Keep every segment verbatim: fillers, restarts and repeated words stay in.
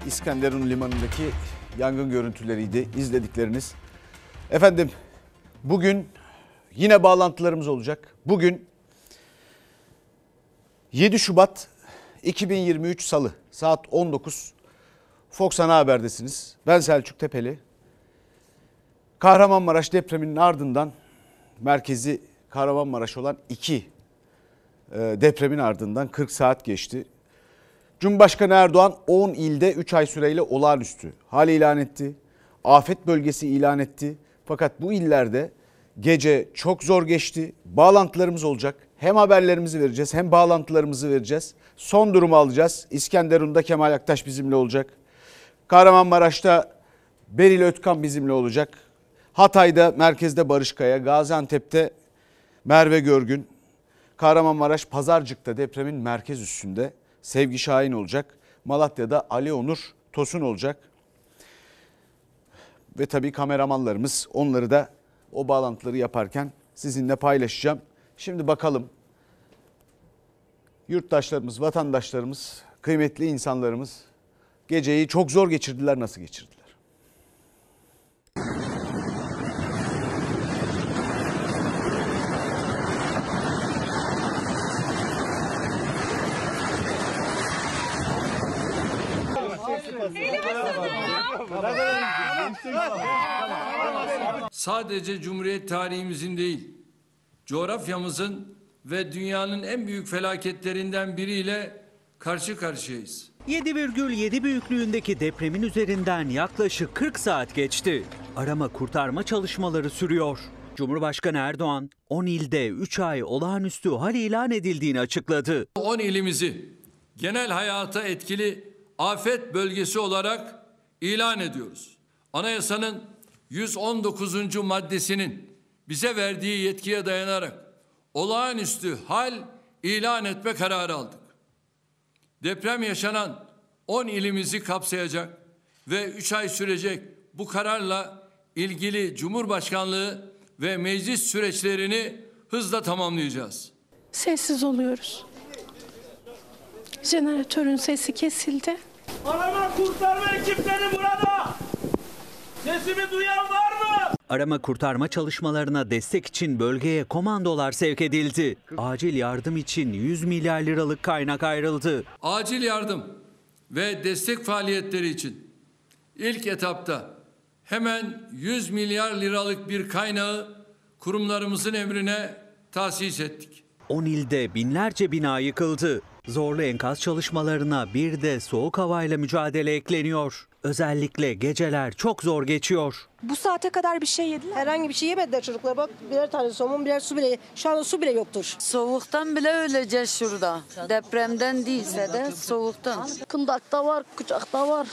İskenderun limanındaki yangın görüntüleriydi izledikleriniz. Efendim bugün yine bağlantılarımız olacak. Bugün yedi Şubat iki bin yirmi üç Salı saat on dokuz Fox Ana Haber'desiniz. Ben Selçuk Tepeli. Kahramanmaraş depreminin ardından merkezi Kahramanmaraş olan iki depremin ardından kırk saat geçti. Cumhurbaşkanı Erdoğan on ilde üç ay süreyle olağanüstü hal ilan etti. Afet bölgesi ilan etti. Fakat bu illerde gece çok zor geçti. Bağlantılarımız olacak. Hem haberlerimizi vereceğiz hem bağlantılarımızı vereceğiz. Son durumu alacağız. İskenderun'da Kemal Aktaş bizimle olacak. Kahramanmaraş'ta Beril Ötkan bizimle olacak. Hatay'da merkezde Barış Kaya, Gaziantep'te Merve Görgün, Kahramanmaraş Pazarcık'ta depremin merkez üssünde Sevgi Şahin olacak. Malatya'da Ali Onur Tosun olacak. Ve tabii kameramanlarımız, onları da o bağlantıları yaparken sizinle paylaşacağım. Şimdi bakalım yurttaşlarımız, vatandaşlarımız, kıymetli insanlarımız geceyi çok zor geçirdiler, nasıl geçirdiler? Sadece Cumhuriyet tarihimizin değil, coğrafyamızın ve dünyanın en büyük felaketlerinden biriyle karşı karşıyayız. yedi virgül yedi büyüklüğündeki depremin üzerinden yaklaşık kırk saat geçti. Arama kurtarma çalışmaları sürüyor. Cumhurbaşkanı Erdoğan on ilde üç ay olağanüstü hal ilan edildiğini açıkladı. on ilimizi genel hayata etkili afet bölgesi olarak ilan ediyoruz. Anayasanın yüz on dokuzuncu maddesinin bize verdiği yetkiye dayanarak olağanüstü hal ilan etme kararı aldık. Deprem yaşanan on ilimizi kapsayacak ve üç ay sürecek bu kararla ilgili Cumhurbaşkanlığı ve meclis süreçlerini hızla tamamlayacağız. Sessiz oluyoruz. Jeneratörün sesi kesildi. Arama kurtarma ekipleri burada. Sesimi duyan var mı? Arama kurtarma çalışmalarına destek için bölgeye komandolar sevk edildi. Acil yardım için yüz milyar liralık kaynak ayrıldı. Acil yardım ve destek faaliyetleri için ilk etapta hemen yüz milyar liralık bir kaynağı kurumlarımızın emrine tahsis ettik. on ilde binlerce bina yıkıldı. Zorlu enkaz çalışmalarına bir de soğuk havayla mücadele ekleniyor. Özellikle geceler çok zor geçiyor. Bu saate kadar bir şey yediler. Herhangi bir şey yemediler çocuklar. Bak birer tane somun, birer su bile. Şu anda su bile yoktur. Soğuktan bile öleceğiz şurada. Depremden değilse de soğuktan. Kundakta var, kucakta var.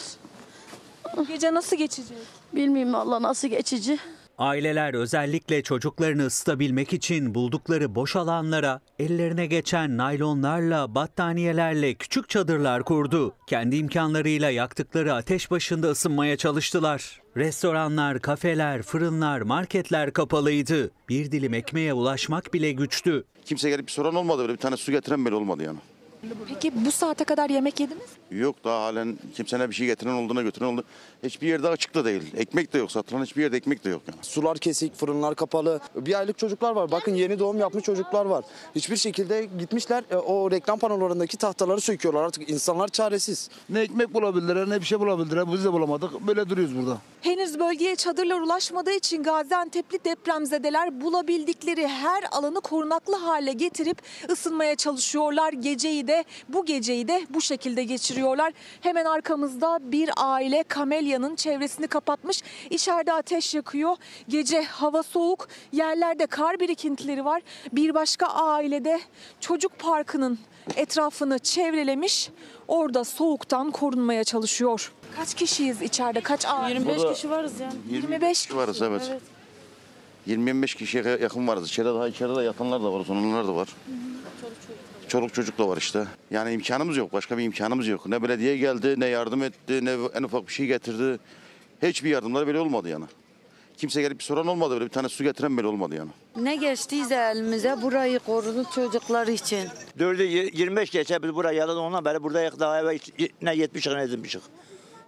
Gece nasıl geçecek? Bilmiyorum Allah nasıl geçici. Aileler özellikle çocuklarını ısıtabilmek için buldukları boş alanlara ellerine geçen naylonlarla, battaniyelerle küçük çadırlar kurdu. Kendi imkanlarıyla yaktıkları ateş başında ısınmaya çalıştılar. Restoranlar, kafeler, fırınlar, marketler kapalıydı. Bir dilim ekmeğe ulaşmak bile güçtü. Kimse gelip bir soran olmadı, böyle bir tane su getiren bile olmadı yani. Peki bu saate kadar yemek yediniz mi? Yok, daha halen kimsene bir şey getiren olduğuna götüren oldu. Hiçbir yerde açık da değil. Ekmek de yok, satılan hiçbir yerde ekmek de yok yani. Sular kesik, fırınlar kapalı. Bir aylık çocuklar var. Bakın yeni doğum yapmış çocuklar var. Hiçbir şekilde gitmişler o reklam panolarındaki tahtaları söküyorlar. Artık insanlar çaresiz. Ne ekmek bulabildiler ne bir şey bulabildiler. Biz de bulamadık. Böyle duruyoruz burada. Henüz bölgeye çadırlar ulaşmadığı için Gaziantep'li depremzedeler bulabildikleri her alanı korunaklı hale getirip ısınmaya çalışıyorlar. Geceyi de bu geceyi de bu şekilde geçiriyorlar. Hemen arkamızda bir aile kamelya'nın çevresini kapatmış. İçeride ateş yakıyor. Gece hava soğuk. Yerlerde kar birikintileri var. Bir başka ailede çocuk parkının etrafını çevrelemiş. Orada soğuktan korunmaya çalışıyor. Kaç kişiyiz içeride? Kaç aile? yirmi beş kişi varız yani. yirmi beş kişi varız, evet. evet. yirmi yirmi beş kişiye yakın varız. İçeride daha içeride yatanlar da var, uzunlar da var. Hı hı. Çoluk çocuk. Çoluk çocuk da var işte. Yani imkanımız yok. Başka bir imkanımız yok. Ne belediye geldi, ne yardım etti, ne en ufak bir şey getirdi. Hiçbir yardımları böyle olmadı yani. Kimse gelip bir soran olmadı, böyle bir tane su getiren bile olmadı yani. Ne geçtiyse elimize burayı koruduk çocuklar için. Dördü yirmi beş geçe biz buraya geldik, ondan beri burada daha eve ne yetmişik ne ezilmişik.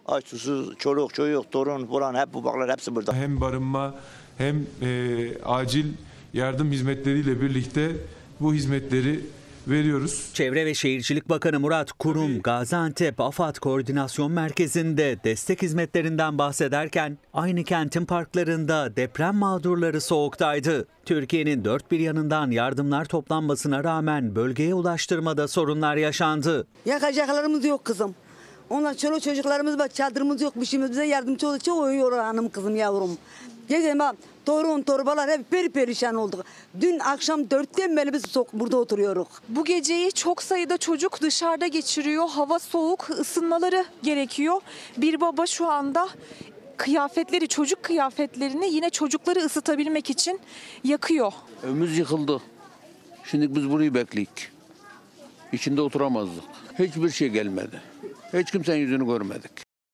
Aç susuz, çoluk çocuk, torun buran hep bu baklar hepsi burada. Hem barınma hem e, acil yardım hizmetleriyle birlikte bu hizmetleri veriyoruz. Çevre ve Şehircilik Bakanı Murat Kurum, Gaziantep AFAD Koordinasyon Merkezi'nde destek hizmetlerinden bahsederken aynı kentin parklarında deprem mağdurları soğuktaydı. Türkiye'nin dört bir yanından yardımlar toplanmasına rağmen bölgeye ulaştırmada sorunlar yaşandı. Yakacaklarımız yok kızım. Onlar çoluk çocuklarımız var, çadırımız yok, bir şeyimiz bize yardımcı olacak. Uyuyor hanım kızım yavrum. Gece bak torun torbalar hep peri perişan olduk. Dün akşam dörtten beri biz burada oturuyoruz. Bu geceyi çok sayıda çocuk dışarıda geçiriyor. Hava soğuk, ısınmaları gerekiyor. Bir baba şu anda kıyafetleri, çocuk kıyafetlerini yine çocukları ısıtabilmek için yakıyor. Evimiz yıkıldı. Şimdi biz burayı bekleyik. İçinde oturamazdık. Hiçbir şey gelmedi. Hiç kimsenin yüzünü görmedik.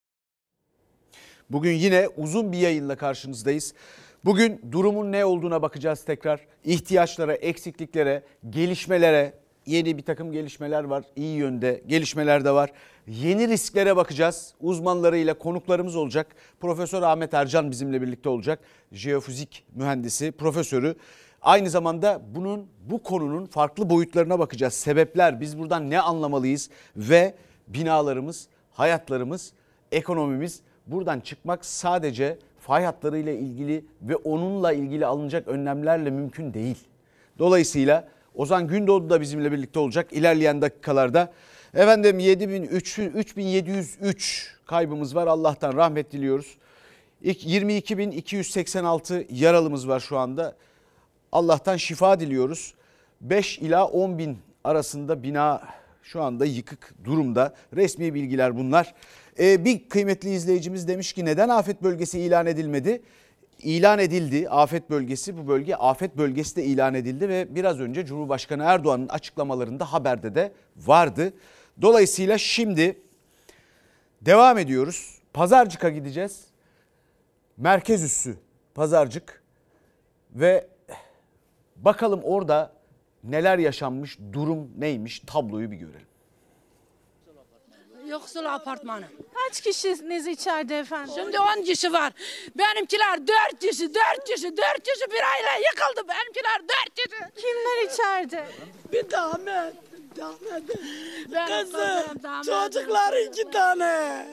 Bugün yine uzun bir yayınla karşınızdayız. Bugün durumun ne olduğuna bakacağız tekrar. İhtiyaçlara, eksikliklere, gelişmelere, yeni bir takım gelişmeler var. İyi yönde gelişmeler de var. Yeni risklere bakacağız. Uzmanlarıyla konuklarımız olacak. Profesör Ahmet Ercan bizimle birlikte olacak. Jeofizik mühendisi, profesörü. Aynı zamanda bunun, bu konunun farklı boyutlarına bakacağız. Sebepler, biz buradan ne anlamalıyız ve binalarımız, hayatlarımız, ekonomimiz buradan çıkmak sadece fay hatlarıyla ilgili ve onunla ilgili alınacak önlemlerle mümkün değil. Dolayısıyla Ozan Gündoğdu da bizimle birlikte olacak ilerleyen dakikalarda. Efendim üç bin yedi yüz üç kaybımız var, Allah'tan rahmet diliyoruz. yirmi iki bin iki yüz seksen altı yaralımız var şu anda. Allah'tan şifa diliyoruz. beş ila on bin arasında bina şu anda yıkık durumda. Resmi bilgiler bunlar. Ee, bir kıymetli izleyicimiz demiş ki neden afet bölgesi ilan edilmedi? İlan edildi afet bölgesi. Bu bölge afet bölgesi de ilan edildi ve biraz önce Cumhurbaşkanı Erdoğan'ın açıklamalarında haberde de vardı. Dolayısıyla şimdi devam ediyoruz. Pazarcık'a gideceğiz. Merkez üssü Pazarcık ve bakalım orada neler yaşanmış, durum neymiş, tabloyu bir görelim. Yoksul apartmanı. Kaç kişiniz içeride efendim? Şimdi on kişi var. Benimkiler dört kişi, dört kişi, dört kişi bir aile yıkıldı. Benimkiler dört kişi. Kimler içeride? Bir damat. Damat. Kızım, çocuklar iki tane.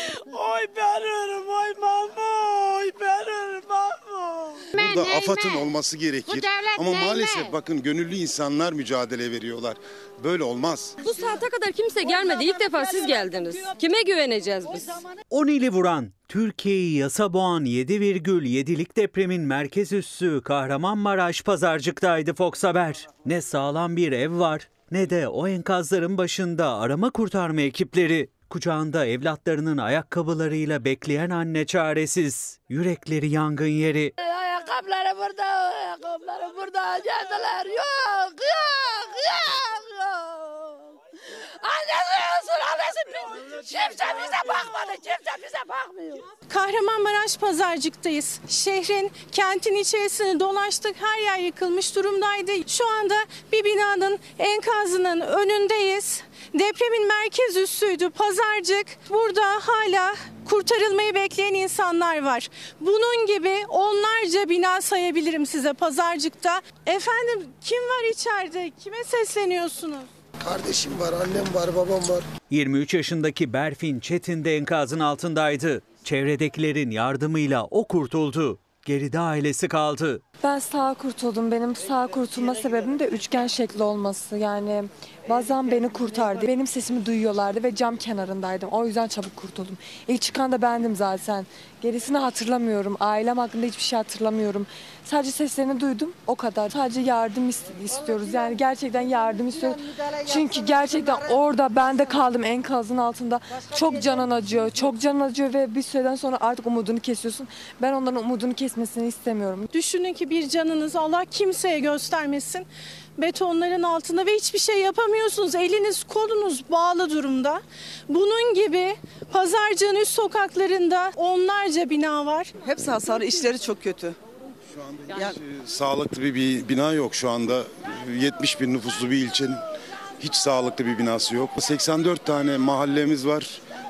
Oy ben ölürüm, oy mama, oy ben ölürüm mama. Burada AFAD'ın olması gerekir. Ama maalesef bakın gönüllü insanlar mücadele veriyorlar. Böyle olmaz. Bu saate kadar kimse gelmedi. İlk defa siz geldiniz. Kime güveneceğiz biz? on ili vuran, Türkiye'yi yasa boğan yedi virgül yedilik depremin merkez üssü Kahramanmaraş Pazarcık'taydı Fox Haber. Ne sağlam bir ev var ne de o enkazların başında arama kurtarma ekipleri. Kucağında evlatlarının ayakkabılarıyla bekleyen anne çaresiz. Yürekleri yangın yeri. Ayakkabıları burada, ayakkabıları burada. Geldiler. Yok, yok, yok, yok. Annesi olsun, annesi. Kimse bize bakmadı, kimse bize bakmıyor. Kahramanmaraş Pazarcık'tayız. Şehrin, kentin içerisini dolaştık. Her yer yıkılmış durumdaydı. Şu anda bir binanın enkazının önündeyiz. Depremin merkez üssüydü Pazarcık. Burada hala kurtarılmayı bekleyen insanlar var. Bunun gibi onlarca bina sayabilirim size Pazarcık'ta. Efendim kim var içeride? Kime sesleniyorsunuz? Kardeşim var, annem var, babam var. yirmi üç yaşındaki Berfin Çetin de enkazın altındaydı. Çevredekilerin yardımıyla o kurtuldu. Geride ailesi kaldı. Ben sağ kurtuldum. Benim sağ kurtulma sebebim de üçgen şekli olması. Yani bazen beni kurtardı. Benim sesimi duyuyorlardı ve cam kenarındaydım. O yüzden çabuk kurtuldum. İlk çıkan da bendim zaten. Gerisini hatırlamıyorum. Ailem hakkında hiçbir şey hatırlamıyorum. Sadece seslerini duydum. O kadar. Sadece yardım istiyoruz. Yani gerçekten yardım istiyoruz. Çünkü gerçekten orada ben de kaldım enkazın altında. Çok canın acıyor. Çok canın acıyor ve bir süreden sonra artık umudunu kesiyorsun. Ben onların umudunu kesmesini istemiyorum. Düşünün ki bir canınız Allah kimseye göstermesin. Betonların altında ve hiçbir şey yapamıyorsunuz. Eliniz kolunuz bağlı durumda. Bunun gibi Pazarcık'ın üst sokaklarında onlarca bina var. Hepsi hasarlı, işleri çok kötü. Şu anda yani, hiç sağlıklı bir, bir bina yok şu anda. yetmiş bin nüfuslu bir ilçenin hiç sağlıklı bir binası yok. seksen dört tane mahallemiz var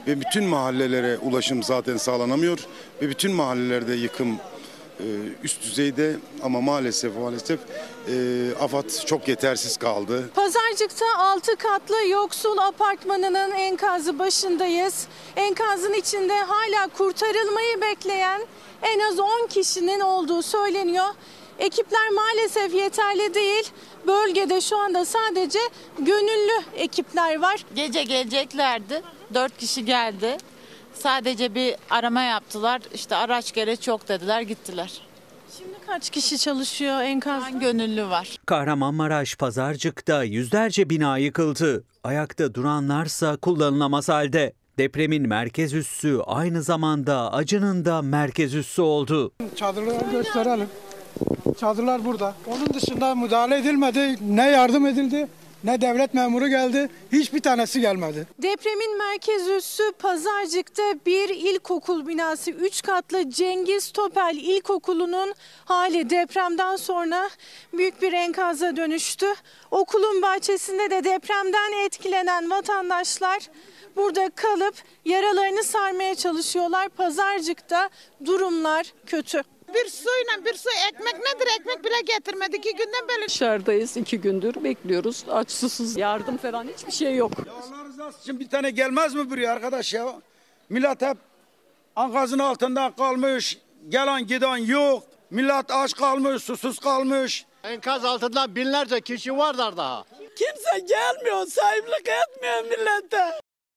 ve bütün mahallelere ulaşım zaten sağlanamıyor ve bütün mahallelerde yıkım e, üst düzeyde ama maalesef maalesef e, AFAD çok yetersiz kaldı. Pazarcık'ta altı katlı yoksul apartmanının enkazı başındayız. Enkazın içinde hala kurtarılmayı bekleyen en az on kişinin olduğu söyleniyor. Ekipler maalesef yeterli değil. Bölgede şu anda sadece gönüllü ekipler var. Gece geleceklerdi. Dört kişi geldi. Sadece bir arama yaptılar. İşte araç gereç yok dediler, gittiler. Şimdi kaç kişi çalışıyor enkazda? Gönüllü var. Kahramanmaraş Pazarcık'ta yüzlerce bina yıkıldı. Ayakta duranlarsa kullanılamaz halde. Depremin merkez üssü aynı zamanda acının da merkez üssü oldu. Çadırları gösterelim. Çadırlar burada. Onun dışında müdahale edilmedi. Ne yardım edildi, ne devlet memuru geldi. Hiçbir tanesi gelmedi. Depremin merkez üssü Pazarcık'ta bir ilkokul binası. Üç katlı Cengiz Topel İlkokulu'nun hali depremden sonra büyük bir enkaza dönüştü. Okulun bahçesinde de depremden etkilenen vatandaşlar burada kalıp yaralarını sarmaya çalışıyorlar. Pazarcık'ta durumlar kötü. Bir suyla bir su ekmek nedir? Ekmek bile getirmedi. İki günden beri. Dışarıdayız, iki gündür bekliyoruz. Aç susuz yardım falan hiçbir şey yok. Ya Allah rızası için bir tane gelmez mi buraya arkadaş ya? Millet hep enkazın altında kalmış. Gelen giden yok. Millet aç kalmış, susuz kalmış. Enkaz altında binlerce kişi varlar daha. Kimse gelmiyor, sahiplik etmiyor millete.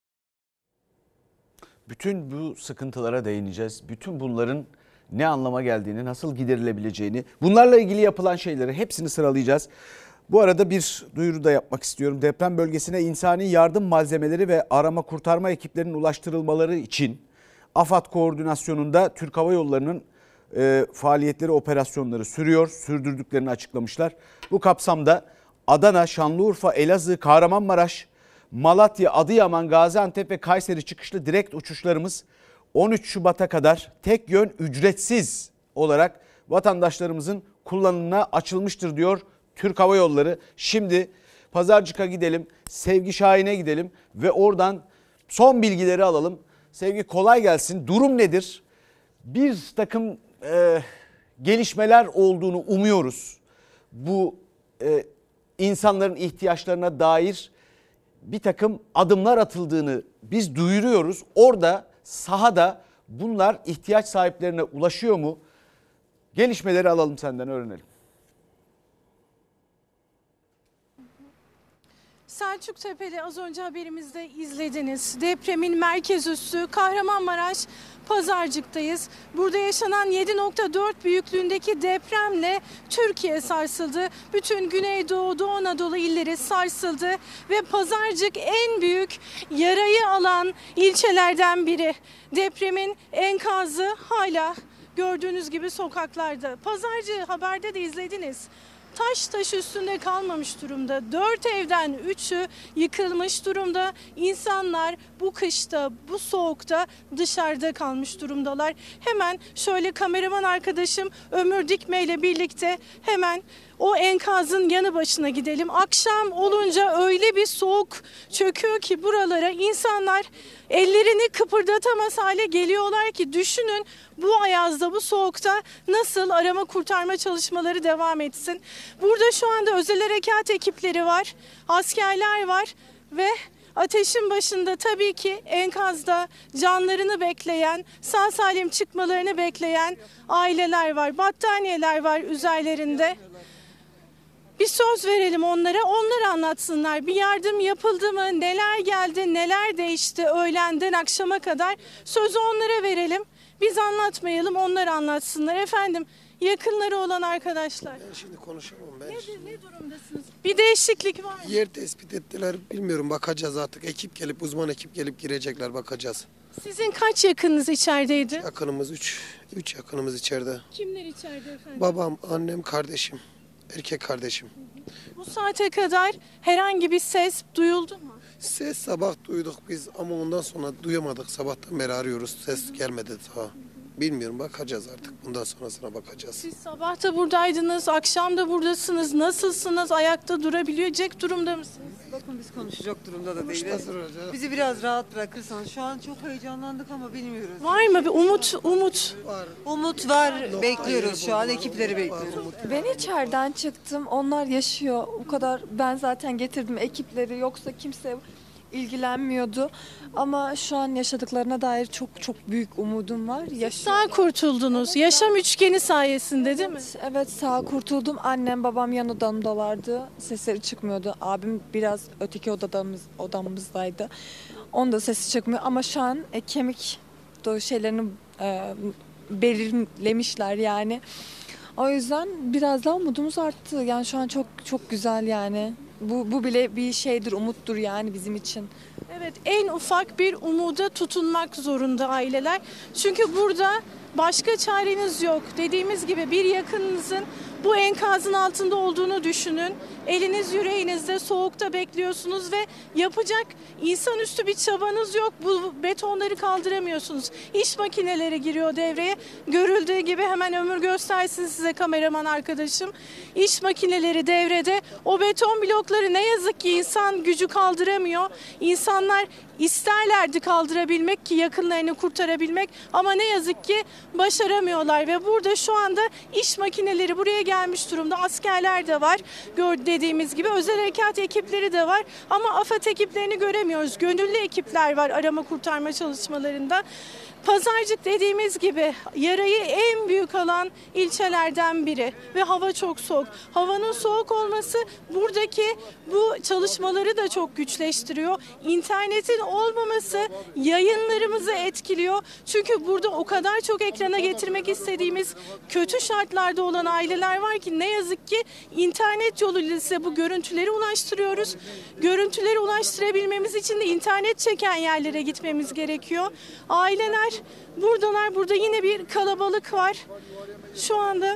Bütün bu sıkıntılara değineceğiz. Bütün bunların ne anlama geldiğini, nasıl giderilebileceğini, bunlarla ilgili yapılan şeyleri hepsini sıralayacağız. Bu arada bir duyuru da yapmak istiyorum. Deprem bölgesine insani yardım malzemeleri ve arama kurtarma ekiplerinin ulaştırılmaları için AFAD koordinasyonunda Türk Hava Yolları'nın e, faaliyetleri, operasyonları sürüyor, sürdürdüklerini açıklamışlar. Bu kapsamda Adana, Şanlıurfa, Elazığ, Kahramanmaraş, Malatya, Adıyaman, Gaziantep ve Kayseri çıkışlı direkt uçuşlarımız on üç Şubat'a kadar tek yön ücretsiz olarak vatandaşlarımızın kullanımına açılmıştır diyor Türk Hava Yolları. Şimdi Pazarcık'a gidelim, Sevgi Şahin'e gidelim ve oradan son bilgileri alalım. Sevgi, kolay gelsin. Durum nedir? Bir takım e, gelişmeler olduğunu umuyoruz. Bu e, insanların ihtiyaçlarına dair bir takım adımlar atıldığını biz duyuruyoruz. Orada sahada bunlar ihtiyaç sahiplerine ulaşıyor mu? Gelişmeleri alalım senden, öğrenelim. Selçuktepe'de az önce haberimizde izlediniz. Depremin merkez üssü Kahramanmaraş Pazarcık'tayız. Burada yaşanan yedi nokta dört büyüklüğündeki depremle Türkiye sarsıldı. Bütün Güneydoğu, Doğu Anadolu illeri sarsıldı ve Pazarcık en büyük yarayı alan ilçelerden biri. Depremin enkazı hala gördüğünüz gibi sokaklarda. Pazarcık haberde de izlediniz. Taş taş üstünde kalmamış durumda. Dört evden üçü yıkılmış durumda. İnsanlar bu kışta, bu soğukta dışarıda kalmış durumdalar. Hemen şöyle kameraman arkadaşım Ömür Dikme ile birlikte hemen o enkazın yanı başına gidelim. Akşam olunca öyle bir soğuk çöküyor ki buralara insanlar ellerini kıpırdatamaz hale geliyorlar ki düşünün bu ayazda, bu soğukta nasıl arama kurtarma çalışmaları devam etsin. Burada şu anda özel harekat ekipleri var, askerler var ve ateşin başında tabii ki enkazda canlarını bekleyen, sağ salim çıkmalarını bekleyen aileler var, battaniyeler var üzerlerinde. Bir söz verelim onlara, onlar anlatsınlar. Bir yardım yapıldı mı, neler geldi, neler değişti öğlenden akşama kadar sözü onlara verelim. Biz anlatmayalım, onlar anlatsınlar. Efendim, yakınları olan arkadaşlar. Ben şimdi konuşamam ben. Nedir, ne durumdasınız? Bir değişiklik var mı? Yer tespit ettiler, bilmiyorum, bakacağız artık. Ekip gelip, uzman ekip gelip girecekler, bakacağız. Sizin kaç yakınınız içerideydi? Yakınımız üç. Üç yakınımız içeride. Kimler içeride efendim? Babam, annem, kardeşim. Erkek kardeşim. Bu saate kadar herhangi bir ses duyuldu mu? Ses sabah duyduk biz ama ondan sonra duyamadık. Sabahtan beri arıyoruz. Ses gelmedi daha. Bilmiyorum, bakacağız artık. Bundan sonrasına bakacağız. Siz sabah da buradaydınız, akşam da buradasınız. Nasılsınız? Ayakta durabilecek durumda mısınız? Bakın biz konuşacak durumda da değiliz. Konuşacağız. Bizi biraz rahat bırakırsanız. Şu an çok heyecanlandık ama bilmiyoruz. Var mı bir umut, umut? Umut var. Bekliyoruz şu an. Ekipleri bekliyoruz. Ben içeriden çıktım. Onlar yaşıyor. O kadar, ben zaten getirdim ekipleri. Yoksa kimse ilgilenmiyordu. Ama şu an yaşadıklarına dair çok çok büyük umudum var. Sağ kurtuldunuz. Yaşam üçgeni sayesinde değil mi? Evet, sağ kurtuldum. Annem babam yan odamdalardı. Sesleri çıkmıyordu. Abim biraz öteki odamız, odamızdaydı. Onda sesi çıkmıyor ama şu an e, kemik do- şeylerini e, belirlemişler yani. O yüzden biraz daha umudumuz arttı. Yani şu an çok çok güzel yani. Bu, bu bile bir şeydir, umuttur yani bizim için. Evet, en ufak bir umuda tutunmak zorunda aileler. Çünkü burada başka çareniz yok. Dediğimiz gibi bir yakınınızın bu enkazın altında olduğunu düşünün. Eliniz yüreğinizde, soğukta bekliyorsunuz ve yapacak insanüstü bir çabanız yok. Bu betonları kaldıramıyorsunuz. İş makineleri giriyor devreye. Görüldüğü gibi hemen ömür göstersin size kameraman arkadaşım. İş makineleri devrede. O beton blokları ne yazık ki insan gücü kaldıramıyor. İnsanlar isterlerdi kaldırabilmek ki yakınlarını kurtarabilmek ama ne yazık ki başaramıyorlar ve burada şu anda iş makineleri buraya gelmiş durumda. Askerler de var. Gördüğünüz dediğimiz gibi özel harekat ekipleri de var ama AFAD ekiplerini göremiyoruz. Gönüllü ekipler var arama kurtarma çalışmalarında. Pazarcık dediğimiz gibi yarayı en büyük alan ilçelerden biri ve hava çok soğuk. Havanın soğuk olması buradaki bu çalışmaları da çok güçleştiriyor. İnternetin olmaması yayınlarımızı etkiliyor. Çünkü burada o kadar çok ekrana getirmek istediğimiz kötü şartlarda olan aileler var ki ne yazık ki internet yoluyla size bu görüntüleri ulaştırıyoruz. Görüntüleri ulaştırabilmemiz için de internet çeken yerlere gitmemiz gerekiyor. Aileler buradalar. Burada yine bir kalabalık var. Şu anda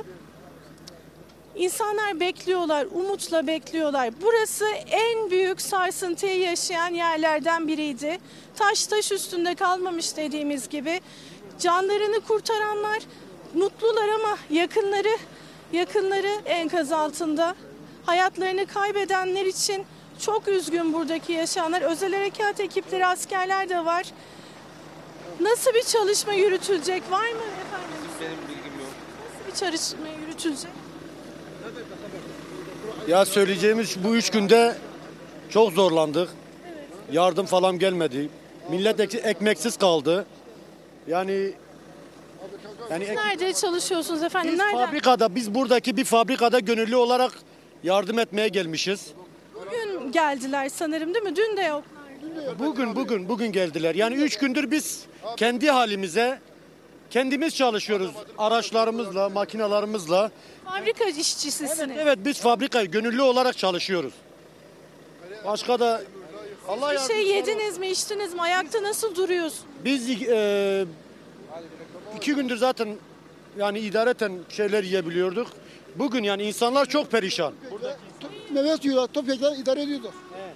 insanlar bekliyorlar, umutla bekliyorlar. Burası en büyük sarsıntıyı yaşayan yerlerden biriydi. Taş taş üstünde kalmamış dediğimiz gibi. Canlarını kurtaranlar mutlular ama yakınları yakınları enkaz altında. Hayatlarını kaybedenler için çok üzgün buradaki yaşayanlar. Özel harekat ekipleri, askerler de var. Nasıl bir çalışma yürütülecek var mı efendim? Benim bilgim yok. Nasıl bir çalışma yürütülecek? Ya söyleyeceğimiz bu üç günde çok zorlandık. Yardım falan gelmedi. Millet ek- ekmeksiz kaldı. Yani yani ek- Nerede çalışıyorsunuz efendim? biz Nereden? fabrikada, biz buradaki bir fabrikada gönüllü olarak yardım etmeye gelmişiz. Bugün geldiler sanırım değil mi? Dün de yok. Bugün bugün bugün geldiler. Yani üç gündür biz kendi halimize kendimiz çalışıyoruz. Araçlarımızla, makinalarımızla. Fabrika işçisisiniz. Evet, evet biz fabrikayı gönüllü olarak çalışıyoruz. Başka da Allah Bir şey yediniz mi, içtiniz mi? Ayakta nasıl duruyorsun? Biz e, iki gündür zaten yani idareten şeyler yiyebiliyorduk. Bugün yani insanlar çok perişan. Meyve suyuyla toprakla idare ediyorduk.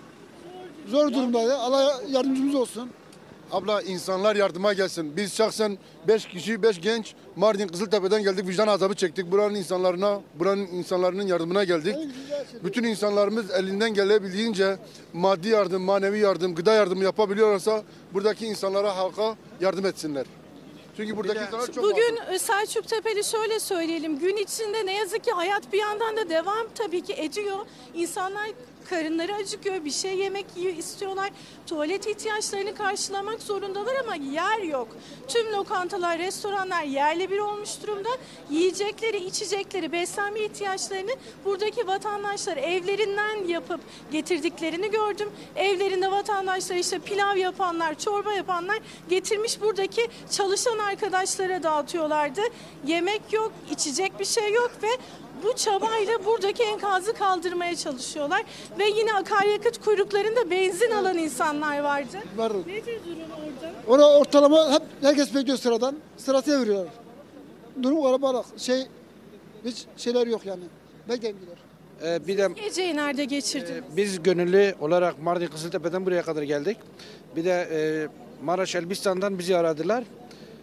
Zor durumdaydı. Allah yardımcımız olsun. Abla insanlar yardıma gelsin. Biz şahsen beş kişi, beş genç Mardin Kızıltepe'den geldik. Vicdan azabı çektik. Buranın insanlarına, buranın insanların yardımına geldik. Bütün insanlarımız elinden gelebildiğince maddi yardım, manevi yardım, gıda yardımı yapabiliyorlarsa buradaki insanlara, halka yardım etsinler. Çünkü buradaki insanlar çok Bugün mağdur. Selçuk Tepeli şöyle söyleyelim. Gün içinde ne yazık ki hayat bir yandan da devam tabii ki ediyor. İnsanlar karınları acıkıyor, bir şey yemek istiyorlar. Tuvalet ihtiyaçlarını karşılamak zorundalar ama yer yok. Tüm lokantalar, restoranlar yerle bir olmuş durumda. Yiyecekleri, içecekleri, beslenme ihtiyaçlarını buradaki vatandaşlar evlerinden yapıp getirdiklerini gördüm. Evlerinde vatandaşlar işte pilav yapanlar, çorba yapanlar getirmiş buradaki çalışan arkadaşlara dağıtıyorlardı. Yemek yok, içecek bir şey yok ve bu çabayla buradaki enkazı kaldırmaya çalışıyorlar. Ve yine akaryakıt kuyruklarında benzin alan insanlar vardı. Var. Nedir durum orada? Orada ortalama hep herkes bekliyor sıradan. Sırasına veriyorlar. Durum kalabalık. Şey, hiç şeyler yok yani. Beklemiyorlar. Ee, bir de Geceyi nerede geçirdiniz? e, biz gönüllü olarak Mardin Kızıltepe'den buraya kadar geldik. Bir de e, Maraş Elbistan'dan bizi aradılar.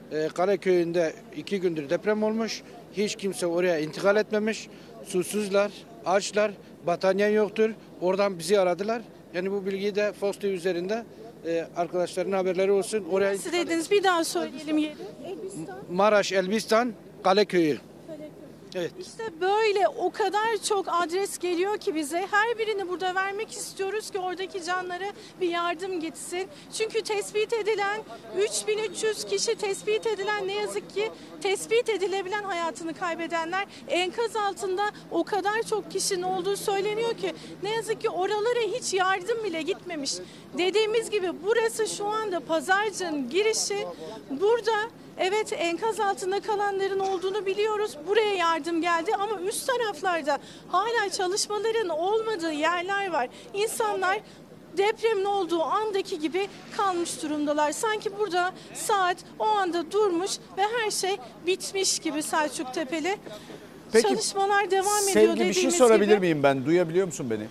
E, Karaköy'ünde iki gündür deprem olmuş. Hiç kimse oraya intikal etmemiş. Susuzlar, açlar, battaniye yoktur. Oradan bizi aradılar. Yani bu bilgiyi de Fox T V üzerinde e, arkadaşların haberleri olsun. Oraya Siz dediniz, bir daha söyleyelim yeri. Maraş, Elbistan, Kaleköy'ü. Evet. İşte böyle o kadar çok adres geliyor ki bize. Her birini burada vermek istiyoruz ki oradaki canlara bir yardım gitsin. Çünkü tespit edilen üç bin üç yüz kişi tespit edilen, ne yazık ki tespit edilebilen hayatını kaybedenler, enkaz altında o kadar çok kişinin olduğu söyleniyor ki ne yazık ki oralara hiç yardım bile gitmemiş. Dediğimiz gibi burası şu anda Pazarcık'ın girişi. Burada evet, enkaz altında kalanların olduğunu biliyoruz. Buraya yardım geldi ama üst taraflarda hala çalışmaların olmadığı yerler var. İnsanlar depremin olduğu andaki gibi kalmış durumdalar. Sanki burada saat o anda durmuş ve her şey bitmiş gibi Selçuk Tepeli. Peki, çalışmalar devam ediyor Sevgi, dediğimiz bir şey sorabilir gibi. miyim ben? Duyabiliyor musun beni?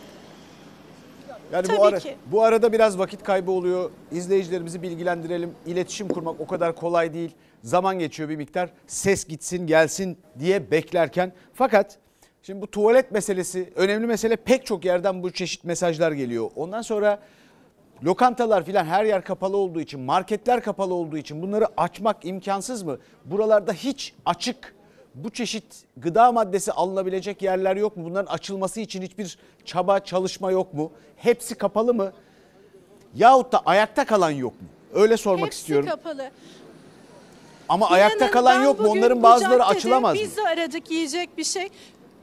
Yani Tabii bu, ara, ki. bu arada biraz vakit kaybı oluyor. İzleyicilerimizi bilgilendirelim. İletişim kurmak o kadar kolay değil. Zaman geçiyor bir miktar. Ses gitsin gelsin diye beklerken. Fakat şimdi bu tuvalet meselesi önemli mesele. Pek çok yerden bu çeşit mesajlar geliyor. Ondan sonra lokantalar filan her yer kapalı olduğu için, marketler kapalı olduğu için bunları açmak imkansız mı? Buralarda hiç açık bu çeşit gıda maddesi alınabilecek yerler yok mu? Bunların açılması için hiçbir çaba, çalışma yok mu? Hepsi kapalı mı? Yahut da ayakta kalan yok mu? Öyle sormak Hepsi istiyorum. kapalı. Ama İnanın ayakta kalan ben yok mu? bugün Onların bu bazıları caddede açılamaz mı? Biz de aradık yiyecek bir şey.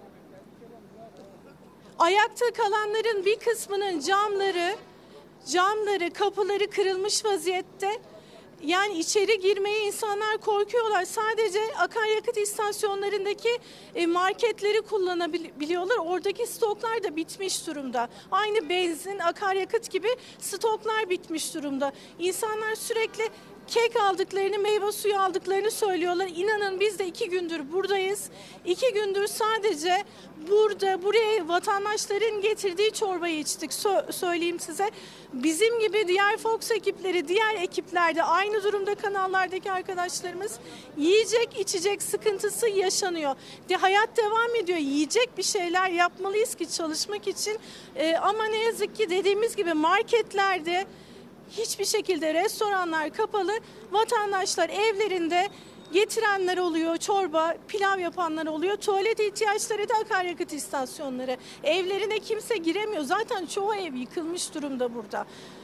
Ayakta kalanların bir kısmının camları, camları, kapıları kırılmış vaziyette. Yani içeri girmeye insanlar korkuyorlar. Sadece akaryakıt istasyonlarındaki marketleri kullanabiliyorlar. Oradaki stoklar da bitmiş durumda. Aynı benzin, akaryakıt gibi stoklar bitmiş durumda. İnsanlar sürekli kek aldıklarını, meyve suyu aldıklarını söylüyorlar. İnanın biz de iki gündür buradayız. İki gündür sadece burada, buraya vatandaşların getirdiği çorbayı içtik. Sö- söyleyeyim size. Bizim gibi diğer Fox ekipleri, diğer ekiplerde aynı durumda kanallardaki arkadaşlarımız yiyecek, içecek sıkıntısı yaşanıyor. De, hayat devam ediyor. Yiyecek bir şeyler yapmalıyız ki çalışmak için. Ee, ama ne yazık ki dediğimiz gibi marketlerde hiçbir şekilde, restoranlar kapalı. Vatandaşlar evlerinde getirenler oluyor, çorba, pilav yapanlar oluyor. Tuvalet ihtiyaçları da akaryakıt istasyonları. Evlerine kimse giremiyor. Zaten çoğu ev yıkılmış durumda burada.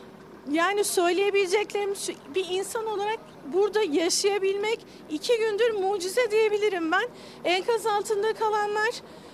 Yani söyleyebileceklerim, bir insan olarak burada yaşayabilmek iki gündür mucize diyebilirim ben. Enkaz altında kalanlar,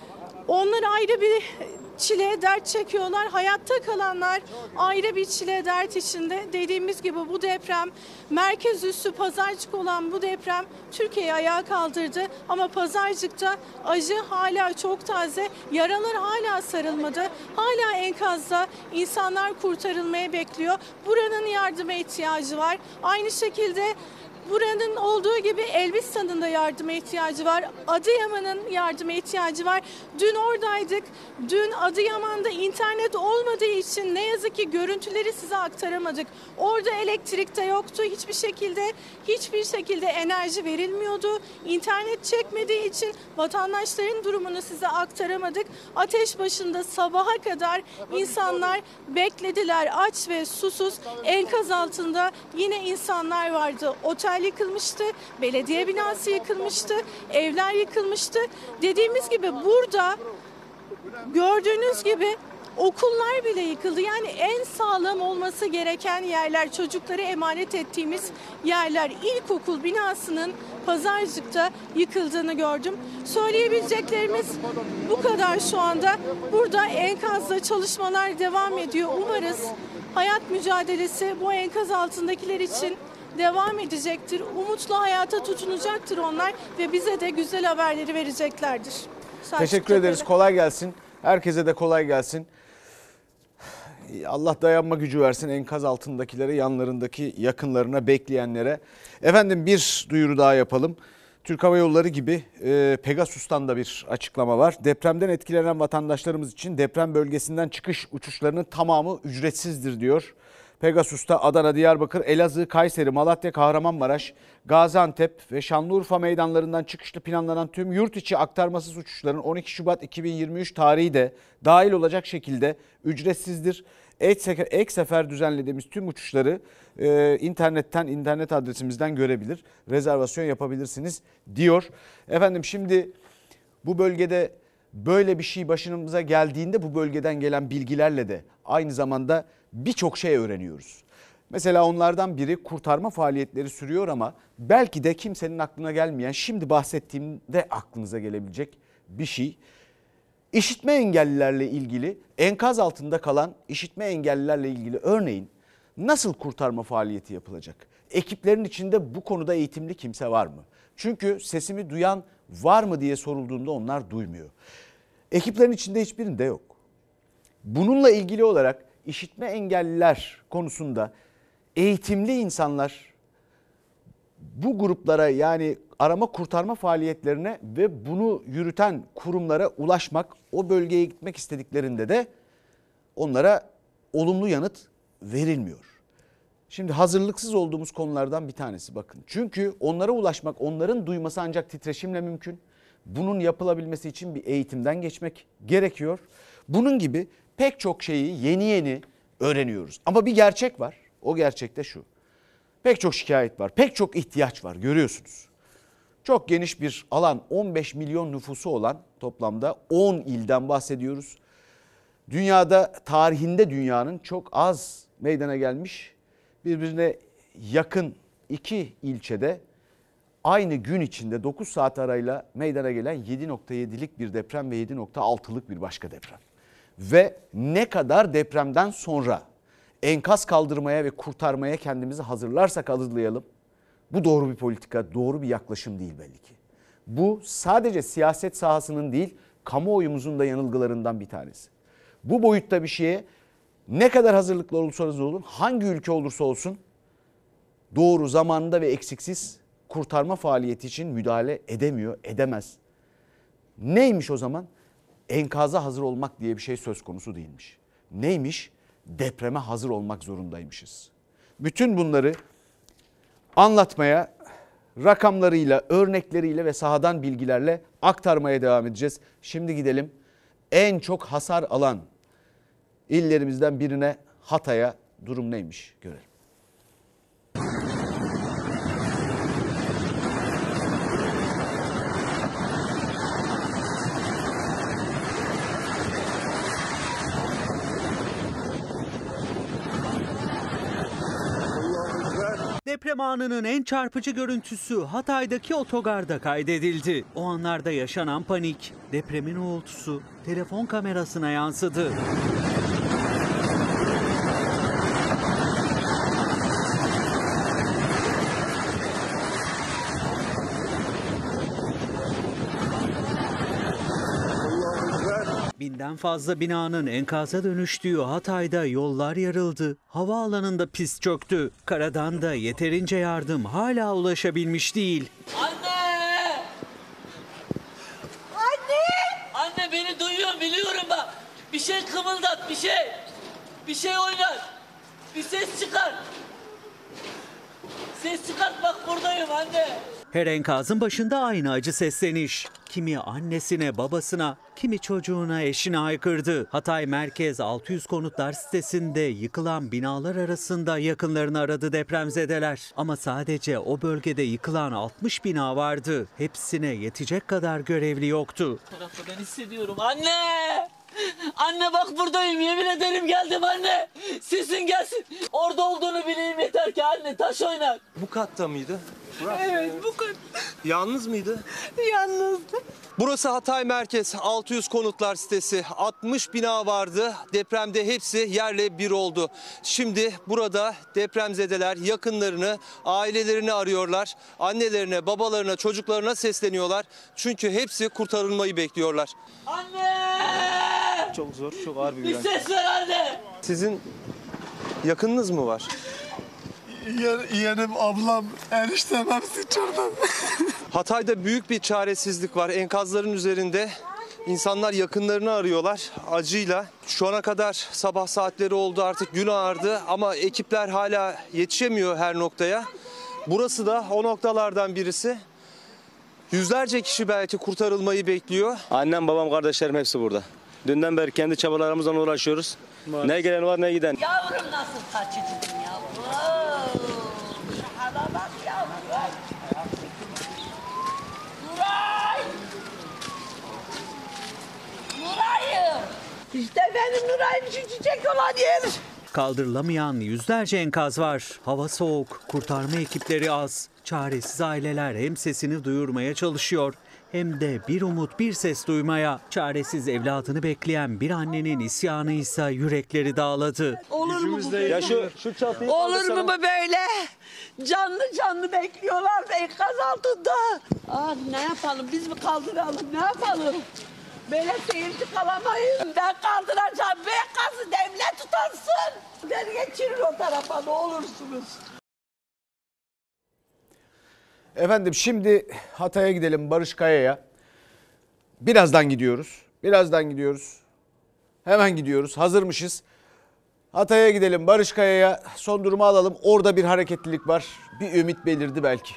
onlar ayrı bir çile, dert çekiyorlar. Hayatta kalanlar ayrı bir çile, dert içinde. Dediğimiz gibi bu deprem, merkez üssü Pazarcık olan bu deprem Türkiye'yi ayağa kaldırdı. Ama Pazarcık'ta acı hala çok taze, yaralar hala sarılmadı. Hala enkazda insanlar kurtarılmaya bekliyor. Buranın yardıma ihtiyacı var. Aynı şekilde buranın olduğu gibi Elbistan'ın da yardıma ihtiyacı var. Adıyaman'ın yardıma ihtiyacı var. Dün oradaydık. Dün Adıyaman'da internet olmadığı için ne yazık ki görüntüleri size aktaramadık. Orada elektrik de yoktu. Hiçbir şekilde hiçbir şekilde enerji verilmiyordu. İnternet çekmediği için vatandaşların durumunu size aktaramadık. Ateş başında sabaha kadar insanlar beklediler, aç ve susuz. Enkaz altında yine insanlar vardı. Otel yıkılmıştı, belediye binası yıkılmıştı, evler yıkılmıştı. Dediğimiz gibi burada gördüğünüz gibi okullar bile yıkıldı. Yani en sağlam olması gereken yerler, çocukları emanet ettiğimiz yerler, ilkokul binasının Pazarcık'ta yıkıldığını gördüm. Söyleyebileceklerimiz bu kadar şu anda. Burada enkazda çalışmalar devam ediyor. Umarız hayat mücadelesi bu enkaz altındakiler için devam edecektir. Umutla hayata tutunacaktır onlar ve bize de güzel haberleri vereceklerdir. Selçuk Teşekkür Tepeli. ederiz. Kolay gelsin. Herkese de kolay gelsin. Allah dayanma gücü versin enkaz altındakilere, yanlarındaki yakınlarına, bekleyenlere. Efendim bir duyuru daha yapalım. Türk Hava Yolları gibi e, Pegasus'tan da bir açıklama var. Depremden etkilenen vatandaşlarımız için deprem bölgesinden çıkış uçuşlarının tamamı ücretsizdir diyor. Pegasus'ta Adana, Diyarbakır, Elazığ, Kayseri, Malatya, Kahramanmaraş, Gaziantep ve Şanlıurfa meydanlarından çıkışlı planlanan tüm yurt içi aktarmasız uçuşların on iki Şubat iki bin yirmi üç tarihi de dahil olacak şekilde ücretsizdir. Ek sefer düzenlediğimiz tüm uçuşları e, internetten, internet adresimizden görebilir, rezervasyon yapabilirsiniz diyor. Efendim şimdi bu bölgede böyle bir şey başımıza geldiğinde bu bölgeden gelen bilgilerle de aynı zamanda birçok şey öğreniyoruz. Mesela onlardan biri kurtarma faaliyetleri sürüyor ama belki de kimsenin aklına gelmeyen, şimdi bahsettiğimde aklınıza gelebilecek bir şey. İşitme engellilerle ilgili, enkaz altında kalan işitme engellilerle ilgili örneğin nasıl kurtarma faaliyeti yapılacak? Ekiplerin içinde bu konuda eğitimli kimse var mı? Çünkü sesimi duyan var mı diye sorulduğunda onlar duymuyor. Ekiplerin içinde hiçbirinde yok. Bununla ilgili olarak işitme engelliler konusunda eğitimli insanlar bu gruplara, yani arama kurtarma faaliyetlerine ve bunu yürüten kurumlara ulaşmak, o bölgeye gitmek istediklerinde de onlara olumlu yanıt verilmiyor. Şimdi hazırlıksız olduğumuz konulardan bir tanesi bakın. Çünkü onlara ulaşmak, onların duyması ancak titreşimle mümkün. Bunun yapılabilmesi için bir eğitimden geçmek gerekiyor. Bunun gibi pek çok şeyi yeni yeni öğreniyoruz. Ama bir gerçek var. O gerçek de şu. Pek çok şikayet var, pek çok ihtiyaç var, görüyorsunuz. Çok geniş bir alan, on beş milyon nüfusu olan toplamda on ilden bahsediyoruz. Dünyada, tarihinde dünyanın çok az meydana gelmiş, birbirine yakın iki ilçede aynı gün içinde dokuz saat arayla meydana gelen yedi nokta yedilik bir deprem ve yedi nokta altılık bir başka deprem. Ve ne kadar depremden sonra enkaz kaldırmaya ve kurtarmaya kendimizi hazırlarsak hazırlayalım, bu doğru bir politika, doğru bir yaklaşım değil belli ki. Bu sadece siyaset sahasının değil, kamuoyumuzun da yanılgılarından bir tanesi. Bu boyutta bir şeye ne kadar hazırlıklı olursanız olun, hangi ülke olursa olsun doğru zamanında ve eksiksiz kurtarma faaliyeti için müdahale edemiyor, edemez. Neymiş o zaman? Enkaza hazır olmak diye bir şey söz konusu değilmiş. Neymiş? Depreme hazır olmak zorundaymışız. Bütün bunları anlatmaya, rakamlarıyla, örnekleriyle ve sahadan bilgilerle aktarmaya devam edeceğiz. Şimdi gidelim en çok hasar alan illerimizden birine, Hatay'a. Durum neymiş görelim. Deprem anının en çarpıcı görüntüsü Hatay'daki otogarda kaydedildi. O anlarda yaşanan panik, depremin uğultusu telefon kamerasına yansıdı. Binden fazla binanın enkaza dönüştüğü Hatay'da yollar yarıldı, havaalanında pist çöktü. Karadan da yeterince yardım hala ulaşabilmiş değil. Anne! Anne! Anne beni duyuyor, biliyorum bak. Bir şey kımıldat, bir şey. Bir şey oynat. Bir ses çıkar. Ses çıkart, bak buradayım anne. Her enkazın başında aynı acı sesleniş. Kimi annesine, babasına, kimi çocuğuna, eşine haykırdı. Hatay Merkez altı yüz konutlar sitesinde yıkılan binalar arasında yakınlarını aradı depremzedeler. Ama sadece o bölgede yıkılan altmış bina vardı. Hepsine yetecek kadar görevli yoktu. Ben hissediyorum anne! Anne bak buradayım, yemin ederim geldim anne. Sesin gelsin. Orada olduğunu bileyim yeter ki anne, taş oynar. Bu katta mıydı? Burası. Evet bu kat. Yalnız mıydı? Yalnızdı. Burası Hatay Merkez altı yüz konutlar sitesi. altmış bina vardı. Depremde hepsi yerle bir oldu. Şimdi burada depremzedeler yakınlarını, ailelerini arıyorlar. Annelerine, babalarına, çocuklarına sesleniyorlar. Çünkü hepsi kurtarılmayı bekliyorlar. Anne! Çok zor, çok ağır bir Bir güven. ses ver anne! Sizin yakınınız mı var? Yeğenim, ablam, eniştem hepsi içeride. Hatay'da büyük bir çaresizlik var. Enkazların üzerinde İnsanlar yakınlarını arıyorlar acıyla. Şu ana kadar sabah saatleri oldu, artık gün ağardı ama ekipler hala yetişemiyor her noktaya. Burası da o noktalardan birisi. Yüzlerce kişi belki kurtarılmayı bekliyor. Annem, babam, kardeşlerim hepsi burada. Dünden beri kendi çabalarımızla uğraşıyoruz. Maalesef. Ne gelen var ne giden. Yavrum nasıl kaçıcıdım yavrum. Hala bak yavrum. Nuray. Nuray'ım. İşte benim Nuray'ım şu çiçek olan yer. Kaldırılamayan yüzlerce enkaz var. Hava soğuk, kurtarma ekipleri az. Çaresiz aileler hem sesini duyurmaya çalışıyor hem de bir umut, bir ses duymaya. Çaresiz evladını bekleyen bir annenin isyanı ise yürekleri dağladı. Olur mu bu Ya şu, şu çatıyı Olur mu bu böyle? Canlı canlı bekliyorlar enkaz altında. Ah ne yapalım, biz mi kaldıralım, ne yapalım? Böyle seyirci kalamayız. Ben kaldıracağım, enkazı devlet tutansın. Beni geçirir o tarafa, ne olursunuz. Efendim şimdi Hatay'a gidelim, Barış Kaya'ya. Birazdan gidiyoruz. Birazdan gidiyoruz. Hemen gidiyoruz. Hazırmışız. Hatay'a gidelim, Barış Kaya'ya son durumu alalım. Orada bir hareketlilik var. Bir ümit belirdi belki.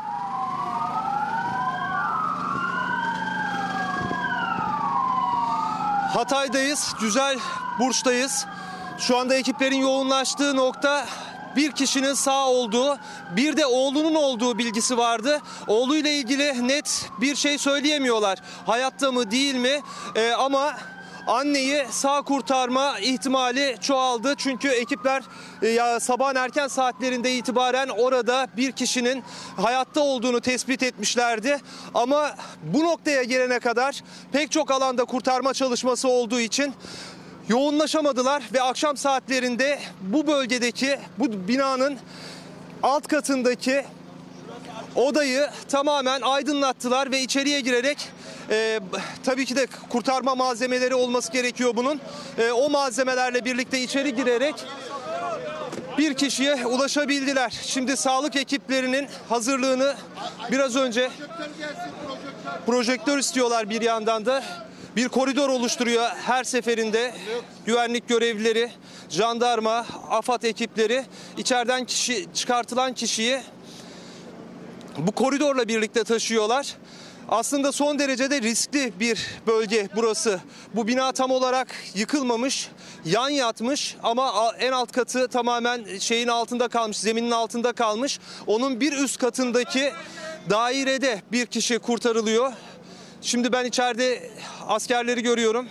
Hatay'dayız, Güzel Burç'tayız. Şu anda ekiplerin yoğunlaştığı nokta, bir kişinin sağ olduğu, bir de oğlunun olduğu bilgisi vardı. Oğluyla ilgili net bir şey söyleyemiyorlar. Hayatta mı değil mi? Ee, ama anneyi sağ kurtarma ihtimali çoğaldı. Çünkü ekipler e, ya sabahın erken saatlerinde itibaren orada bir kişinin hayatta olduğunu tespit etmişlerdi. Ama bu noktaya gelene kadar pek çok alanda kurtarma çalışması olduğu için yoğunlaşamadılar ve akşam saatlerinde bu bölgedeki, bu binanın alt katındaki odayı tamamen aydınlattılar ve içeriye girerek e, tabii ki de kurtarma malzemeleri olması gerekiyor bunun. E, o malzemelerle birlikte içeri girerek bir kişiye ulaşabildiler. Şimdi sağlık ekiplerinin hazırlığını biraz önce, projektör istiyorlar bir yandan da. Bir koridor oluşturuyor her seferinde güvenlik görevlileri, jandarma, AFAD ekipleri içeriden kişi, çıkartılan kişiyi bu koridorla birlikte taşıyorlar. Aslında son derecede riskli bir bölge burası. Bu bina tam olarak yıkılmamış, yan yatmış ama en alt katı tamamen şeyin altında kalmış, zeminin altında kalmış. Onun bir üst katındaki dairede bir kişi kurtarılıyor. Şimdi ben içeride askerleri görüyorum.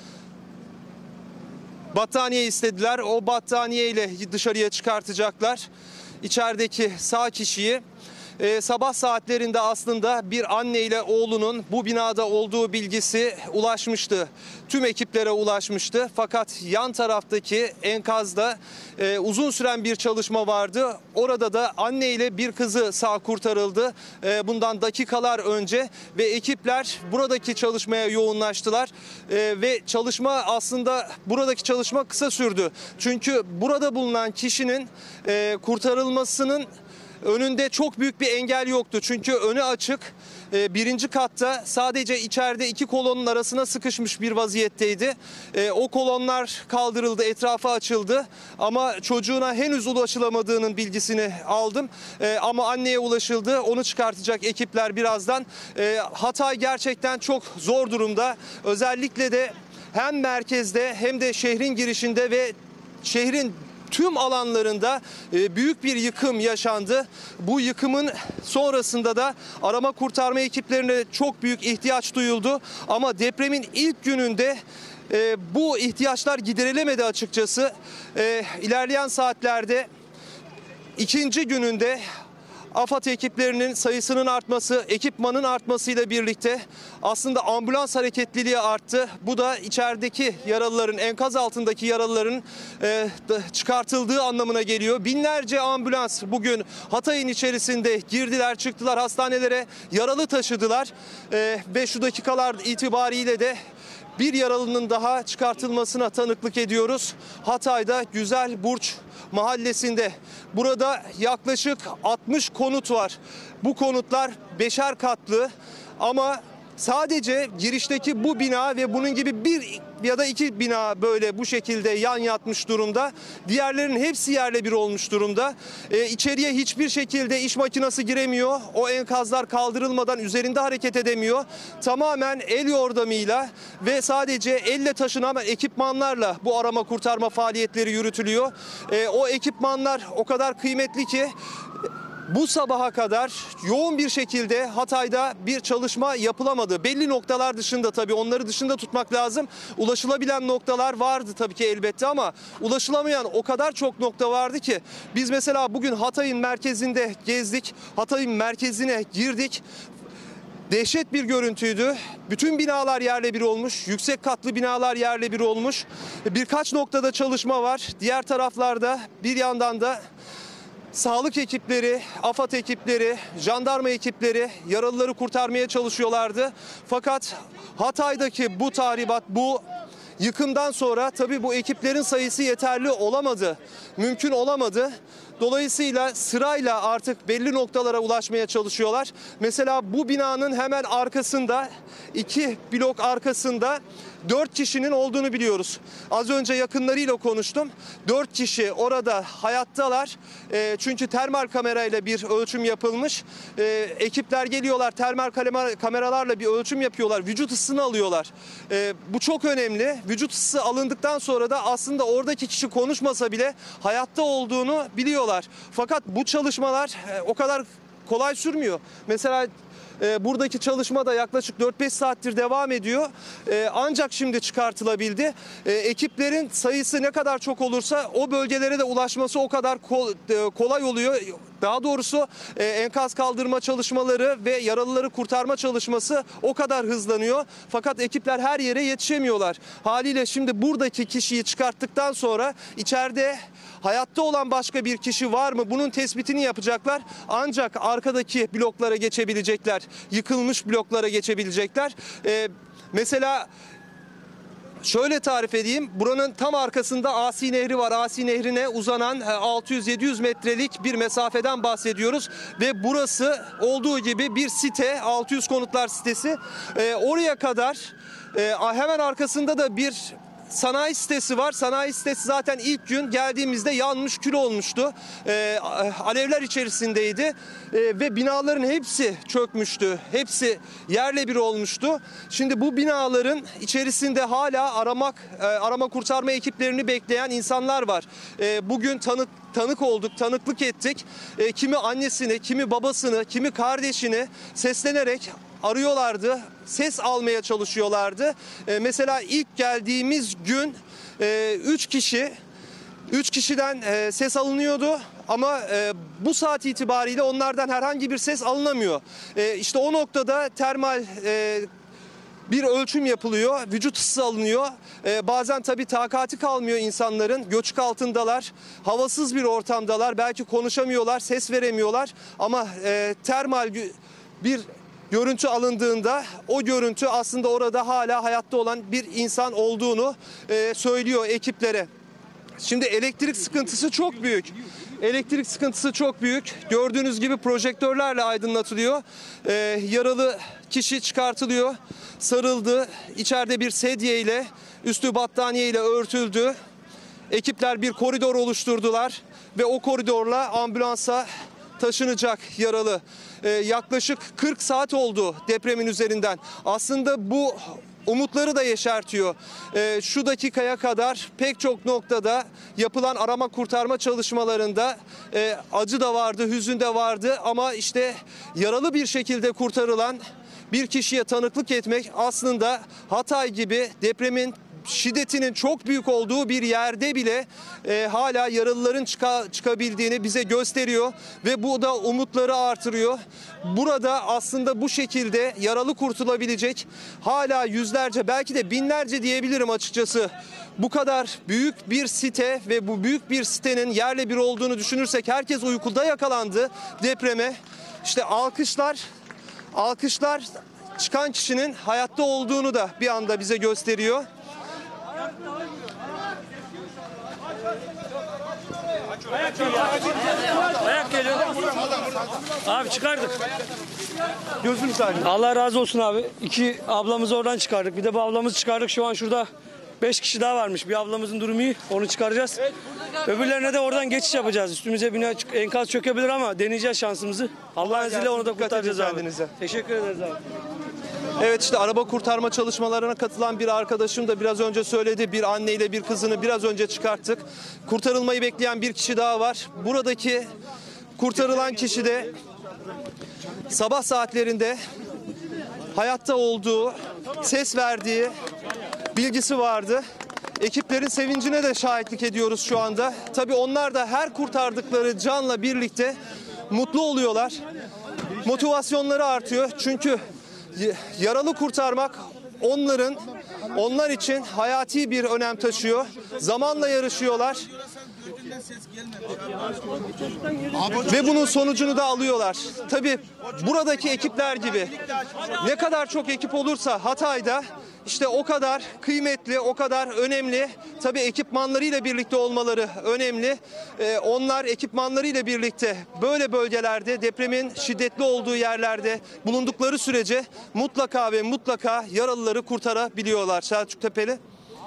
Battaniye istediler. O battaniyeyle dışarıya çıkartacaklar İçerideki sağ kişiyi. Ee, sabah saatlerinde aslında bir anne ile oğlunun bu binada olduğu bilgisi ulaşmıştı. Tüm ekiplere ulaşmıştı. Fakat yan taraftaki enkazda e, uzun süren bir çalışma vardı. Orada da anne ile bir kızı sağ kurtarıldı. E, bundan dakikalar önce ve ekipler buradaki çalışmaya yoğunlaştılar. E, ve çalışma aslında buradaki çalışma kısa sürdü. Çünkü burada bulunan kişinin e, kurtarılmasının önünde çok büyük bir engel yoktu. Çünkü önü açık. Birinci katta sadece içeride iki kolonun arasına sıkışmış bir vaziyetteydi. O kolonlar kaldırıldı, etrafa açıldı. Ama çocuğuna henüz ulaşılamadığının bilgisini aldım. Ama anneye ulaşıldı. Onu çıkartacak ekipler birazdan. Hatay gerçekten çok zor durumda. Özellikle de hem merkezde hem de şehrin girişinde ve şehrin tüm alanlarında büyük bir yıkım yaşandı. Bu yıkımın sonrasında da arama kurtarma ekiplerine çok büyük ihtiyaç duyuldu. Ama depremin ilk gününde bu ihtiyaçlar giderilemedi açıkçası. İlerleyen saatlerde ikinci gününde AFAD ekiplerinin sayısının artması, ekipmanın artmasıyla birlikte aslında ambulans hareketliliği arttı. Bu da içerideki yaralıların, enkaz altındaki yaralıların e, çıkartıldığı anlamına geliyor. Binlerce ambulans bugün Hatay'ın içerisinde girdiler, çıktılar, hastanelere yaralı taşıdılar. E, ve şu dakikalar itibariyle de bir yaralının daha çıkartılmasına tanıklık ediyoruz. Hatay'da Güzel Burç mahallesinde. Burada yaklaşık altmış konut var. Bu konutlar beşer katlı ama Sadece girişteki bu bina ve bunun gibi bir ya da iki bina böyle bu şekilde yan yatmış durumda. Diğerlerinin hepsi yerle bir olmuş durumda. Ee, içeriye hiçbir şekilde iş makinesi giremiyor. O enkazlar kaldırılmadan üzerinde hareket edemiyor. Tamamen el yordamıyla ve sadece elle taşınan ekipmanlarla bu arama kurtarma faaliyetleri yürütülüyor. Ee, o ekipmanlar o kadar kıymetli ki bu sabaha kadar yoğun bir şekilde Hatay'da bir çalışma yapılamadı. Belli noktalar dışında, tabii onları dışında tutmak lazım. Ulaşılabilen noktalar vardı tabii ki elbette ama ulaşılamayan o kadar çok nokta vardı ki biz mesela bugün Hatay'ın merkezinde gezdik. Hatay'ın merkezine girdik. Dehşet bir görüntüydü. Bütün binalar yerle bir olmuş. Yüksek katlı binalar yerle bir olmuş. Birkaç noktada çalışma var. Diğer taraflarda bir yandan da sağlık ekipleri, AFAD ekipleri, jandarma ekipleri yaralıları kurtarmaya çalışıyorlardı. Fakat Hatay'daki bu tahribat, bu yıkımdan sonra tabii bu ekiplerin sayısı yeterli olamadı. Mümkün olamadı. Dolayısıyla sırayla artık belli noktalara ulaşmaya çalışıyorlar. Mesela bu binanın hemen arkasında, iki blok arkasında dört kişinin olduğunu biliyoruz. Az önce yakınlarıyla konuştum. dört kişi orada hayattalar. E, çünkü termal kamerayla bir ölçüm yapılmış. E, ekipler geliyorlar, termal kameralarla bir ölçüm yapıyorlar. Vücut ısısını alıyorlar. E, bu çok önemli. Vücut ısısı alındıktan sonra da aslında oradaki kişi konuşmasa bile hayatta olduğunu biliyorlar. Fakat bu çalışmalar e, o kadar kolay sürmüyor. Mesela E, buradaki çalışma da yaklaşık dört beş saattir devam ediyor. E, ancak şimdi çıkartılabildi. E, ekiplerin sayısı ne kadar çok olursa o bölgelere de ulaşması o kadar kol, e, kolay oluyor. Daha doğrusu e, enkaz kaldırma çalışmaları ve yaralıları kurtarma çalışması o kadar hızlanıyor. Fakat ekipler her yere yetişemiyorlar. Haliyle şimdi buradaki kişiyi çıkarttıktan sonra içeride hayatta olan başka bir kişi var mı? Bunun tespitini yapacaklar. Ancak arkadaki bloklara geçebilecekler. Yıkılmış bloklara geçebilecekler. Ee, mesela şöyle tarif edeyim. Buranın tam arkasında Asi Nehri var. Asi Nehri'ne uzanan altı yüz yedi yüz metrelik bir mesafeden bahsediyoruz. Ve burası olduğu gibi bir site, altı yüz konutlar sitesi. Ee, oraya kadar e, hemen arkasında da bir sanayi sitesi var. Sanayi sitesi zaten ilk gün geldiğimizde yanmış, kül olmuştu. Ee, alevler içerisindeydi. Ee, ve binaların hepsi çökmüştü. Hepsi yerle bir olmuştu. Şimdi bu binaların içerisinde hala aramak, e, arama kurtarma ekiplerini bekleyen insanlar var. E, bugün tanık tanık olduk, tanıklık ettik. E, kimi annesini, kimi babasını, kimi kardeşini seslenerek arıyorlardı, ses almaya çalışıyorlardı. Ee, mesela ilk geldiğimiz gün e, üç kişi, üç kişiden e, ses alınıyordu ama e, bu saat itibariyle onlardan herhangi bir ses alınamıyor. E, işte o noktada termal e, bir ölçüm yapılıyor, vücut ısısı alınıyor. Ee, bazen tabii takati kalmıyor insanların, göçük altındalar, havasız bir ortamdalar, belki konuşamıyorlar, ses veremiyorlar ama e, termal bir görüntü alındığında o görüntü aslında orada hala hayatta olan bir insan olduğunu e, söylüyor ekiplere. Şimdi elektrik sıkıntısı çok büyük. Elektrik sıkıntısı çok büyük. Gördüğünüz gibi projektörlerle aydınlatılıyor. Ee, yaralı kişi çıkartılıyor, sarıldı. İçeride bir sedye ile, üstü battaniye ile örtüldü. Ekipler bir koridor oluşturdular ve o koridorla ambulansa taşınacak yaralı. Ee, yaklaşık kırk saat oldu depremin üzerinden. Aslında bu umutları da yeşertiyor. Ee, şu dakikaya kadar pek çok noktada yapılan arama kurtarma çalışmalarında e, acı da vardı, hüzün de vardı ama işte yaralı bir şekilde kurtarılan bir kişiye tanıklık etmek aslında Hatay gibi depremin şiddetinin çok büyük olduğu bir yerde bile e, hala yaralıların çıka, çıkabildiğini bize gösteriyor ve bu da umutları artırıyor. Burada aslında bu şekilde yaralı kurtulabilecek hala yüzlerce, belki de binlerce diyebilirim açıkçası. Bu kadar büyük bir site ve bu büyük bir sitenin yerle bir olduğunu düşünürsek herkes uykuda yakalandı depreme. İşte alkışlar, alkışlar çıkan kişinin hayatta olduğunu da bir anda bize gösteriyor. Ayak Çok geliyor. Abi çıkardık. Gözünü seveyim. Allah razı olsun abi. İki ablamızı oradan çıkardık. Bir de bu ablamızı çıkardık. Şu an şurada beş kişi daha varmış. Bir ablamızın durumu iyi. Onu çıkaracağız. Öbürlerine de oradan geçiş yapacağız. Üstümüze bina, enkaz çökebilir ama deneyeceğiz şansımızı. Allah'ın izniyle onu da kurtaracağız abi. Kendinize. Teşekkür ederiz abi. Evet, işte araba kurtarma çalışmalarına katılan bir arkadaşım da biraz önce söyledi. Bir anneyle bir kızını biraz önce çıkarttık. Kurtarılmayı bekleyen bir kişi daha var. Buradaki kurtarılan kişi de sabah saatlerinde hayatta olduğu, ses verdiği bilgisi vardı. Ekiplerin sevincine de şahitlik ediyoruz şu anda. Tabii onlar da her kurtardıkları canla birlikte mutlu oluyorlar. Motivasyonları artıyor. Çünkü yaralı kurtarmak onların, onlar için hayati bir önem taşıyor. Zamanla yarışıyorlar. Ve bunun sonucunu da alıyorlar. Tabii buradaki ekipler gibi ne kadar çok ekip olursa Hatay'da işte o kadar kıymetli, o kadar önemli. Tabii ekipmanlarıyla birlikte olmaları önemli. Ee, onlar ekipmanlarıyla birlikte böyle bölgelerde, depremin şiddetli olduğu yerlerde bulundukları sürece mutlaka ve mutlaka yaralıları kurtarabiliyorlar. Selçuk Tepeli.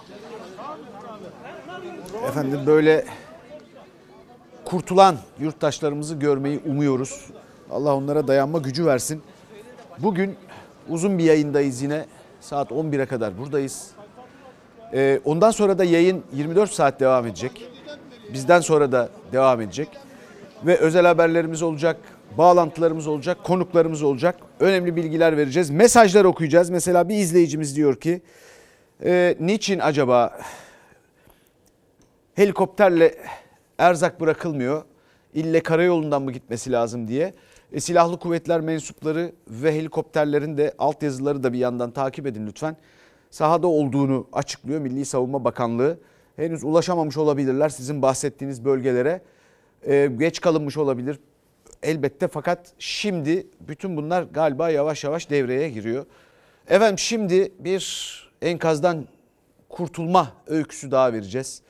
Efendim böyle kurtulan yurttaşlarımızı görmeyi umuyoruz. Allah onlara dayanma gücü versin. Bugün uzun bir yayındayız yine. Saat on bire kadar buradayız. Ee, ondan sonra da yayın yirmi dört saat devam edecek. Bizden sonra da devam edecek. Ve özel haberlerimiz olacak, bağlantılarımız olacak, konuklarımız olacak. Önemli bilgiler vereceğiz. Mesajlar okuyacağız. Mesela bir izleyicimiz diyor ki, e, niçin acaba helikopterle erzak bırakılmıyor? İlle karayolundan mı gitmesi lazım diye. E, silahlı kuvvetler mensupları ve helikopterlerin de altyazıları da bir yandan takip edin lütfen. Sahada olduğunu açıklıyor Milli Savunma Bakanlığı. Henüz ulaşamamış olabilirler sizin bahsettiğiniz bölgelere. E, geç kalınmış olabilir elbette, fakat şimdi bütün bunlar galiba yavaş yavaş devreye giriyor. Efendim şimdi bir enkazdan kurtulma öyküsü daha vereceğiz.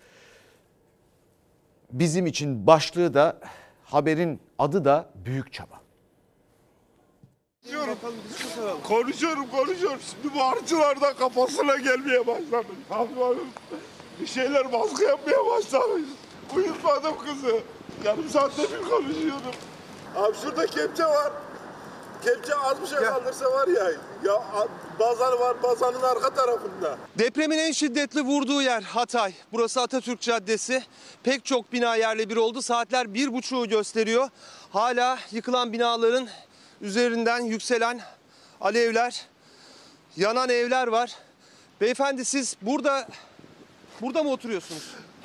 Bizim için başlığı da, haberin adı da büyük çaba. Konuşuyorum konuşuyorum. Şimdi bu harcılardan kafasına gelmeye başladı. Kalkmadım. Bir şeyler baskı yapmaya başlamış. Uyutmadım kızı. Yarım saatte bir konuşuyordum. Abi şurada kepçe var. Kepçe az bir şey kaldırsa var ya. Ya bazanı var, bazanın arka tarafında. Depremin en şiddetli vurduğu yer Hatay. Burası Atatürk Caddesi. Pek çok bina yerle bir oldu. Saatler bir buçuğu gösteriyor. Hala yıkılan binaların üzerinden yükselen alevler, yanan evler var. Beyefendi siz burada burada mı oturuyorsunuz?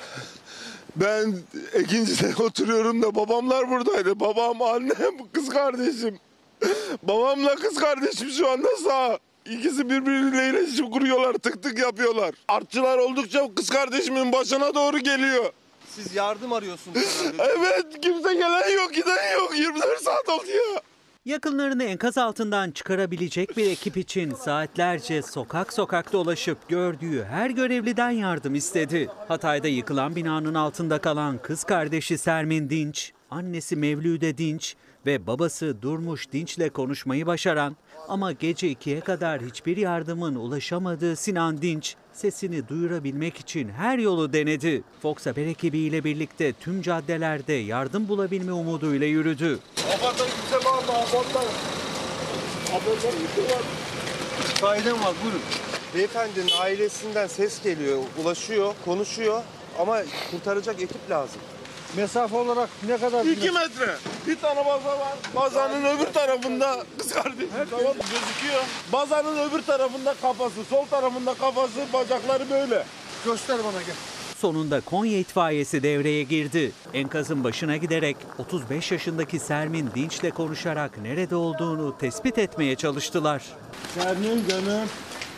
Ben ikincide oturuyorum da babamlar buradaydı. Babam, annem, kız kardeşim. Babamla kız kardeşim şu anda sağ. İkisi birbiriyle iletişim kuruyorlar, tık tık yapıyorlar. Artçılar oldukça kız kardeşimin başına doğru geliyor. Siz yardım arıyorsunuz. Evet, kimse gelen yok, giden yok. yirmi dört saat oldu ya. Yakınlarını enkaz altından çıkarabilecek bir ekip için saatlerce sokak sokak dolaşıp gördüğü her görevliden yardım istedi. Hatay'da yıkılan binanın altında kalan kız kardeşi Sermin Dinç, annesi Mevlüde Dinç ve babası Durmuş Dinç'le konuşmayı başaran ama gece ikiye kadar hiçbir yardımın ulaşamadığı Sinan Dinç sesini duyurabilmek için her yolu denedi. Fox Haber ekibiyle birlikte tüm caddelerde yardım bulabilme umuduyla yürüdü. Apartda kimse var mı? Apartda. Apartda kimse var. Kaydem var, buyurun. Beyefendinin ailesinden ses geliyor, ulaşıyor, konuşuyor ama kurtaracak ekip lazım. Mesafe olarak ne kadar? İki metre. Bir tane baza var. Bazanın öbür tarafında kız kardeşim. Tamam gözüküyor. Bazanın öbür tarafında kafası, sol tarafında kafası, bacakları böyle. Göster bana gel. Sonunda Konya itfaiyesi devreye girdi. Enkazın başına giderek otuz beş yaşındaki Sermin Dinç'le konuşarak nerede olduğunu tespit etmeye çalıştılar. Sermin canım.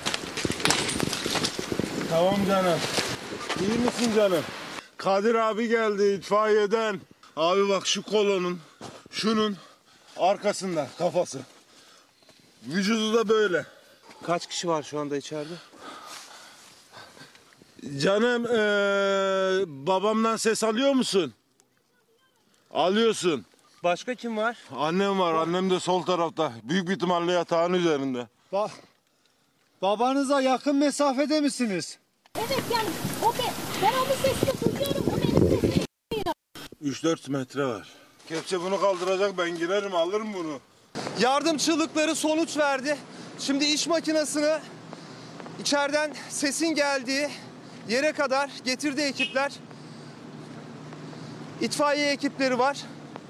Tamam canım. İyi misin canım? Kadir abi geldi itfaiyeden. Abi bak şu kolonun, şunun arkasında kafası. Vücudu da böyle. Kaç kişi var şu anda içeride? Canım ee, babamdan ses alıyor musun? Alıyorsun. Başka kim var? Annem var. Annem de sol tarafta. Büyük bir ihtimalle yatağın üzerinde. Ba babanıza yakın mesafede misiniz? Evet yani o be, ben onun sesini duyuyorum, o benim sesimi duyuyor. üç dört metre var. Kepçe bunu kaldıracak, ben girerim alırım bunu. Yardım çığlıkları sonuç verdi. Şimdi iş makinesini içeriden sesin geldiği yere kadar getirdi ekipler. İtfaiye ekipleri var.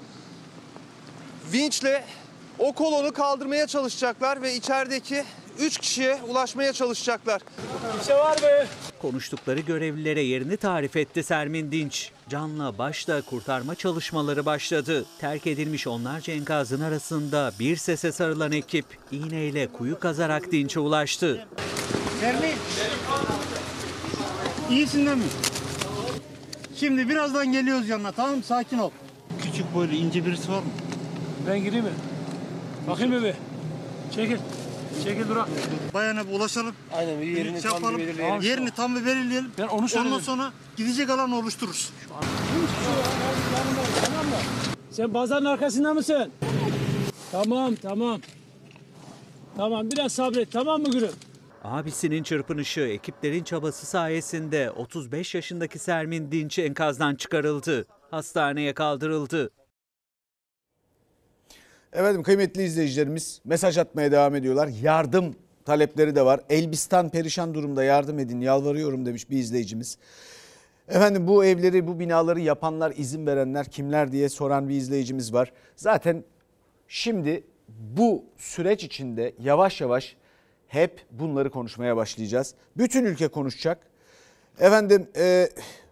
Vinçle o kolonu kaldırmaya çalışacaklar ve içerideki üç kişiye ulaşmaya çalışacaklar. Kimse var mı? Konuştukları görevlilere yerini tarif etti Sermin Dinç. Canla başla kurtarma çalışmaları başladı. Terk edilmiş onlarca enkazın arasında bir sese sarılan ekip iğneyle kuyu kazarak Dinç'e ulaştı. Sermin. İyisin değil mi? Şimdi birazdan geliyoruz yanına, tamam mı? Sakin ol. Küçük boylu ince birisi var mı? Ben gireyim mi? Bakayım mı bir? Çekil. Çekil Duran. Bayana bir ulaşalım. Aynen, yerini tam bir belirleyelim. Tamam, yerini tam bir belirleyelim. Ben onu söyledim. Ondan sonra gidecek alan oluştururuz. Sen bazanın arkasında mısın? Tamam, tamam. Tamam, biraz sabret, tamam mı gülüm? Abisinin çırpınışı, ekiplerin çabası sayesinde otuz beş yaşındaki Sermin Dinç enkazdan çıkarıldı. Hastaneye kaldırıldı. Efendim kıymetli izleyicilerimiz mesaj atmaya devam ediyorlar. Yardım talepleri de var. Elbistan perişan durumda, yardım edin yalvarıyorum demiş bir izleyicimiz. Efendim bu evleri, bu binaları yapanlar, izin verenler kimler diye soran bir izleyicimiz var. Zaten şimdi bu süreç içinde yavaş yavaş hep bunları konuşmaya başlayacağız. Bütün ülke konuşacak. Efendim e,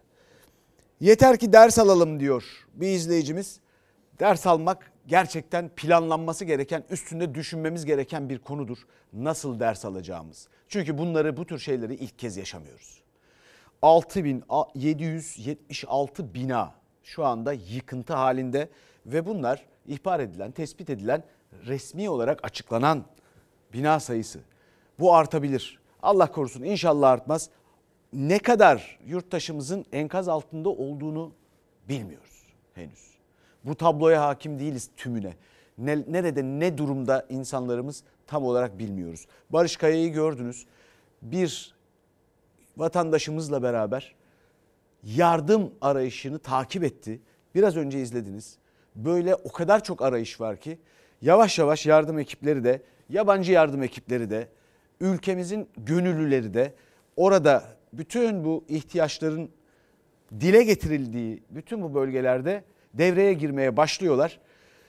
yeter ki ders alalım diyor bir izleyicimiz. Ders almak gerçekten planlanması gereken, üstünde düşünmemiz gereken bir konudur. Nasıl ders alacağımız. Çünkü bunları, bu tür şeyleri ilk kez yaşamıyoruz. altı bin yedi yüz yetmiş altı bina şu anda yıkıntı halinde ve bunlar ihbar edilen, tespit edilen, resmi olarak açıklanan bina sayısı. Bu artabilir. Allah korusun, inşallah artmaz. Ne kadar yurttaşımızın enkaz altında olduğunu bilmiyoruz henüz. Bu tabloya hakim değiliz tümüne. Ne, nerede, ne durumda insanlarımız tam olarak bilmiyoruz. Barış Kaya'yı gördünüz. Bir vatandaşımızla beraber yardım arayışını takip etti. Biraz önce izlediniz. Böyle o kadar çok arayış var ki yavaş yavaş yardım ekipleri de, yabancı yardım ekipleri de, ülkemizin gönüllüleri de orada bütün bu ihtiyaçların dile getirildiği bütün bu bölgelerde devreye girmeye başlıyorlar.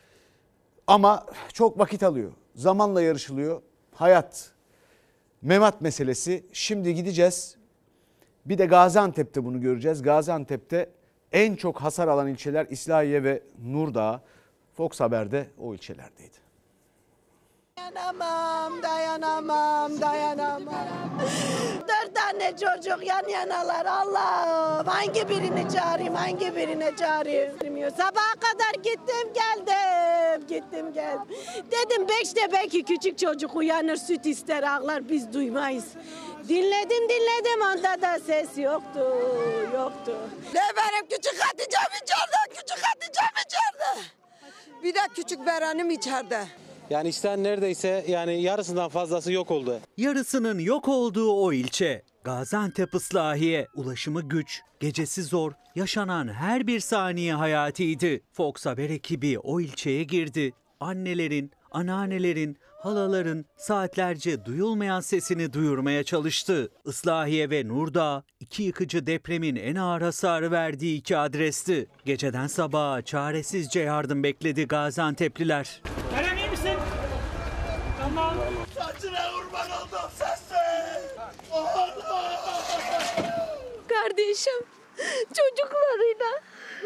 Ama çok vakit alıyor. Zamanla yarışılıyor. Hayat, memat meselesi. Şimdi gideceğiz. Bir de Gaziantep'te bunu göreceğiz. Gaziantep'te en çok hasar alan ilçeler İslahiye ve Nurdağ. Fox Haber'de o ilçelerdeydi. Dayanamam, dayanamam, dayanamam. Dört tane çocuk yan yanalar Allah'ım. Hangi birini çağırayım, hangi birine çağırayım? Sabaha kadar gittim geldim, gittim geldim. Dedim beşte belki küçük çocuk uyanır, süt ister ağlar, biz duymayız. Dinledim dinledim, onda da ses yoktu, yoktu. Ne benim küçük Hatice'm içeride, küçük Hatice'm içeride. Bir de küçük Beren'im içeride. Yani işten neredeyse yani yarısından fazlası yok oldu. Yarısının yok olduğu o ilçe. Gaziantep Islahiye. Ulaşımı güç, gecesi zor, yaşanan her bir saniye hayatiydi. Fox Haber ekibi o ilçeye girdi. Annelerin, anneannelerin, halaların saatlerce duyulmayan sesini duyurmaya çalıştı. Islahiye ve Nurdağ iki yıkıcı depremin en ağır hasarı verdiği iki adresti. Geceden sabaha çaresizce yardım bekledi Gaziantep'liler. Kerem iyi misin? Tamam. Saçına kurban oldum sesi. Kardeşim çocuklarıyla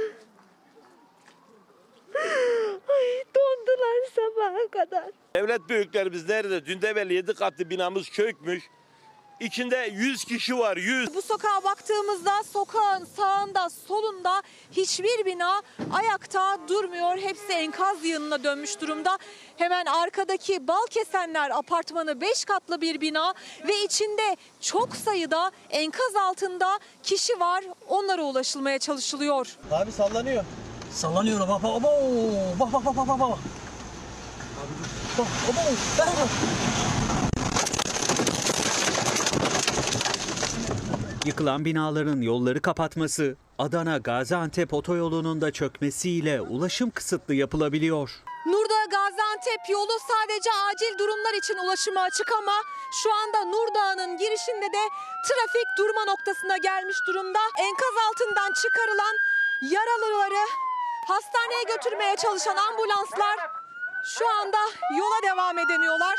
ay, dondular sabaha kadar. Devlet büyüklerimiz nerede? Dün de belli yedi katlı binamız çökmüş. İçinde yüz kişi var, yüz. Bu sokağa baktığımızda sokağın sağında solunda hiçbir bina ayakta durmuyor. Hepsi enkaz yığınına dönmüş durumda. Hemen arkadaki Balkesenler apartmanı beş katlı bir bina ve içinde çok sayıda enkaz altında kişi var. Onlara ulaşılmaya çalışılıyor. Abi sallanıyor. Sallanıyor bak bak bak bak bak bak bak bak. Bak bak bak. Yıkılan binaların yolları kapatması, Adana-Gaziantep otoyolunun da çökmesiyle ulaşım kısıtlı yapılabiliyor. Nurdağ Gaziantep yolu sadece acil durumlar için ulaşıma açık ama şu anda Nurdağ'ın girişinde de trafik durma noktasına gelmiş durumda. Enkaz altından çıkarılan yaralıları hastaneye götürmeye çalışan ambulanslar şu anda yola devam edemiyorlar.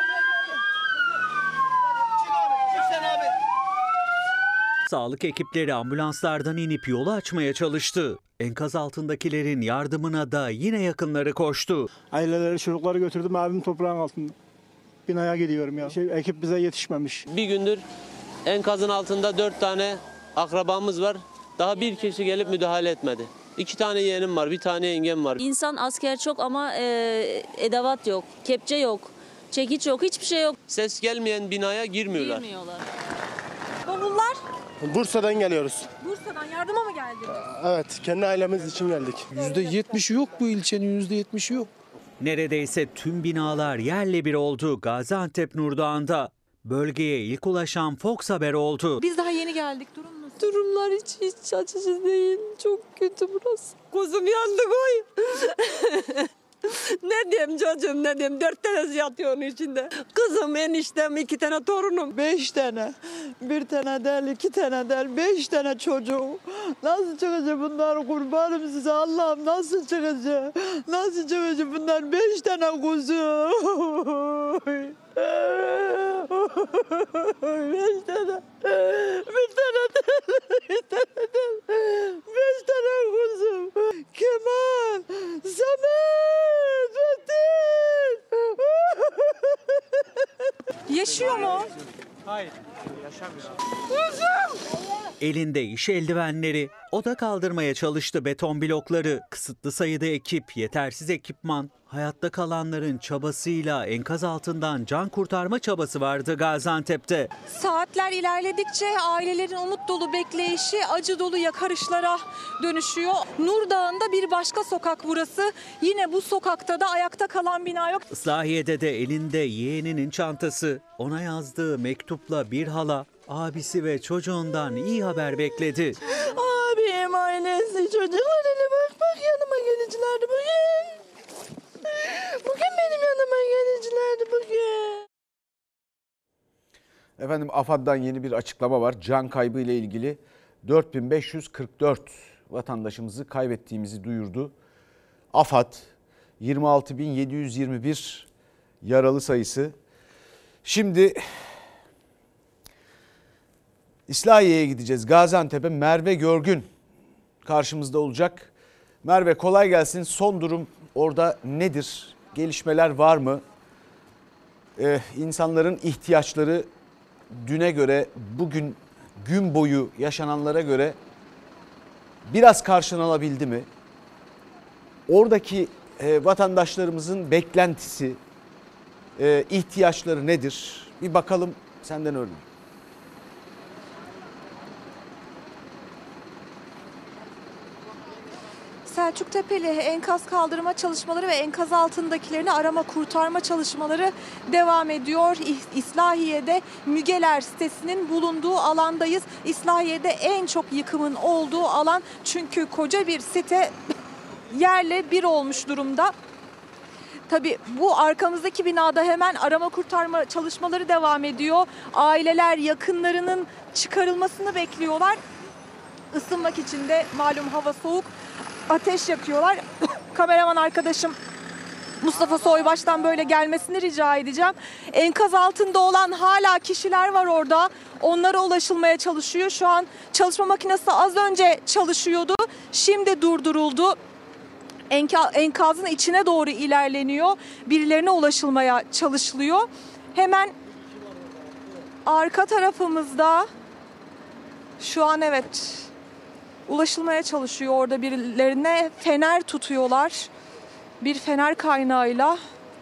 Sağlık ekipleri ambulanslardan inip yolu açmaya çalıştı. Enkaz altındakilerin yardımına da yine yakınları koştu. Aileleri, çocukları götürdüm, abim toprağın altında. Binaya gidiyorum ya. Şey, ekip bize yetişmemiş. Bir gündür enkazın altında dört tane akrabamız var. Daha bir kişi gelip müdahale etmedi. İki tane yeğenim var, bir tane yengem var. İnsan asker çok ama e, edevat yok, kepçe yok, çekiç yok, hiçbir şey yok. Ses gelmeyen binaya girmiyorlar. Girmiyorlar. Bavullar Bursa'dan geliyoruz. Bursa'dan yardıma mı geldiniz? Evet, kendi ailemiz için geldik. yüzde yetmişi yok bu ilçenin, yüzde yetmişi yok. Neredeyse tüm binalar yerle bir oldu Gaziantep Nurdağ'ında. Bölgeye ilk ulaşan Fox Haber oldu. Biz daha yeni geldik. Durum nasıl? Durumlar hiç hiç açıcı değil. Çok kötü burası. Kuzum yandı koy. Ne diyeyim çocuğum ne diyeyim. Dört tanesi yatıyor onun içinde. Kızım, eniştem, iki tane torunum. Beş tane. Bir tane değil, iki tane değil. Beş tane çocuğum. Nasıl çıkacak bunlar, kurbanım size Allah'ım, nasıl çıkacak? Nasıl çıkacak bunlar? Beş tane kuzu. Beş tane. Bir tane değil. Bir tane değil. Beş tane kuzum. Kemal. Samet. Metin. Yaşıyor mu? Hayır, yaşamıyor. Kuzum. Elinde iş eldivenleri, o da kaldırmaya çalıştı beton blokları. Kısıtlı sayıda ekip, yetersiz ekipman, hayatta kalanların çabasıyla enkaz altından can kurtarma çabası vardı Gaziantep'te. Saatler ilerledikçe ailelerin umut dolu bekleyişi acı dolu yakarışlara dönüşüyor. Nurdağ'ında bir başka sokak burası. Yine bu sokakta da ayakta kalan bina yok. Islahiye'de de elinde yeğeninin çantası, ona yazdığı mektupla bir hala, abisi ve çocuğundan iyi haber bekledi. Abim, ailesi, çocuklarıyla bak bak yanıma gelicilerdi bugün. Bugün benim yanıma gelicilerdi bugün. Efendim AFAD'dan yeni bir açıklama var. Can kaybı ile ilgili dört bin beş yüz kırk dört vatandaşımızı kaybettiğimizi duyurdu. AFAD yirmi altı bin yedi yüz yirmi bir yaralı sayısı. Şimdi İslahiye'ye gideceğiz. Gaziantep'e Merve Görgün karşımızda olacak. Merve kolay gelsin. Son durum orada nedir? Gelişmeler var mı? Ee, insanların ihtiyaçları düne göre, bugün gün boyu yaşananlara göre biraz karşılanabildi mi? Oradaki e, vatandaşlarımızın beklentisi, e, ihtiyaçları nedir? Bir bakalım, senden öğrenelim. Selçuk Tepeli enkaz kaldırma çalışmaları ve enkaz altındakilerini arama kurtarma çalışmaları devam ediyor. İslahiye'de Mügeler sitesinin bulunduğu alandayız. İslahiye'de en çok yıkımın olduğu alan, çünkü koca bir site yerle bir olmuş durumda. Tabii bu arkamızdaki binada hemen arama kurtarma çalışmaları devam ediyor. Aileler yakınlarının çıkarılmasını bekliyorlar. Isınmak için de malum hava soğuk, ateş yakıyorlar. Kameraman arkadaşım Mustafa Soybaş'tan böyle gelmesini rica edeceğim. Enkaz altında olan hala kişiler var orada. Onlara ulaşılmaya çalışıyor. Şu an çalışma makinesi az önce çalışıyordu. Şimdi durduruldu. Enka, enkazın içine doğru ilerleniyor. Birilerine ulaşılmaya çalışılıyor. Hemen arka tarafımızda şu an evet ulaşılmaya çalışıyor. Orada birilerine fener tutuyorlar. Bir fener kaynağıyla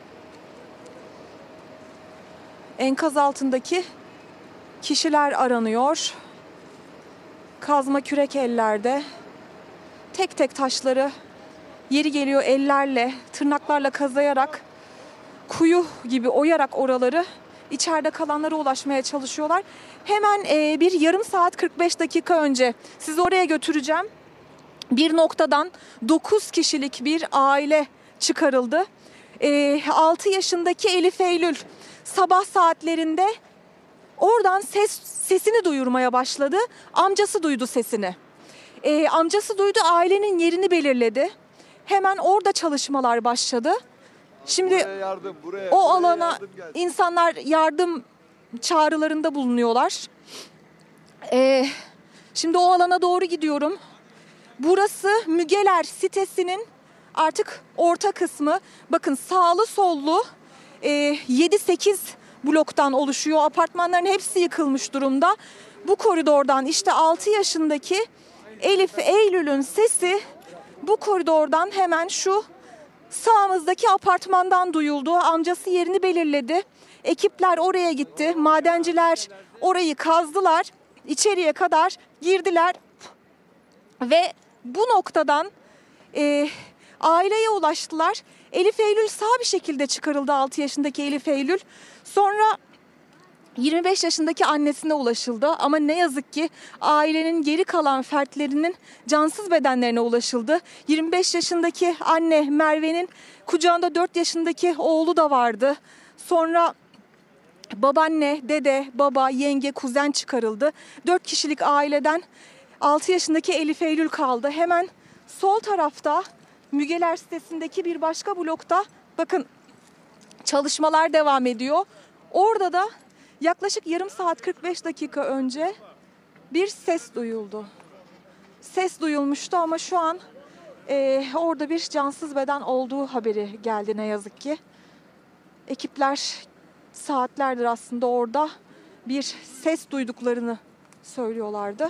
enkaz altındaki kişiler aranıyor. Kazma kürek ellerde. Tek tek taşları yeri geliyor ellerle, tırnaklarla kazıyarak, kuyu gibi oyarak oraları içeride kalanlara ulaşmaya çalışıyorlar. Hemen e, bir yarım saat kırk beş dakika önce sizi oraya götüreceğim. Bir noktadan dokuz kişilik bir aile çıkarıldı. E, altı yaşındaki Elif Eylül sabah saatlerinde oradan ses sesini duyurmaya başladı. Amcası duydu sesini. E, amcası duydu, ailenin yerini belirledi. Hemen orada çalışmalar başladı. Şimdi yardım, buraya, o buraya alana yardım insanlar yardım çağrılarında bulunuyorlar. Ee, şimdi o alana doğru gidiyorum. Burası Mügeler sitesinin artık orta kısmı. Bakın sağlı sollu e, yedi sekiz bloktan oluşuyor. Apartmanların hepsi yıkılmış durumda. Bu koridordan işte altı yaşındaki Elif Eylül'ün sesi bu koridordan hemen şu sağımızdaki apartmandan duyuldu. Amcası yerini belirledi. Ekipler oraya gitti. Madenciler orayı kazdılar. İçeriye kadar girdiler. Ve bu noktadan e, aileye ulaştılar. Elif Eylül sağ bir şekilde çıkarıldı, altı yaşındaki Elif Eylül. Sonra yirmi beş yaşındaki annesine ulaşıldı ama ne yazık ki ailenin geri kalan fertlerinin cansız bedenlerine ulaşıldı. yirmi beş yaşındaki anne Merve'nin kucağında dört yaşındaki oğlu da vardı. Sonra babaanne, dede, baba, yenge, kuzen çıkarıldı. dört kişilik aileden altı yaşındaki Elif Eylül kaldı. Hemen sol tarafta Mügeler sitesindeki bir başka blokta bakın çalışmalar devam ediyor. Orada da yaklaşık yarım saat kırk beş dakika önce bir ses duyuldu. Ses duyulmuştu ama şu an e, orada bir cansız beden olduğu haberi geldi ne yazık ki. Ekipler saatlerdir aslında orada bir ses duyduklarını söylüyorlardı.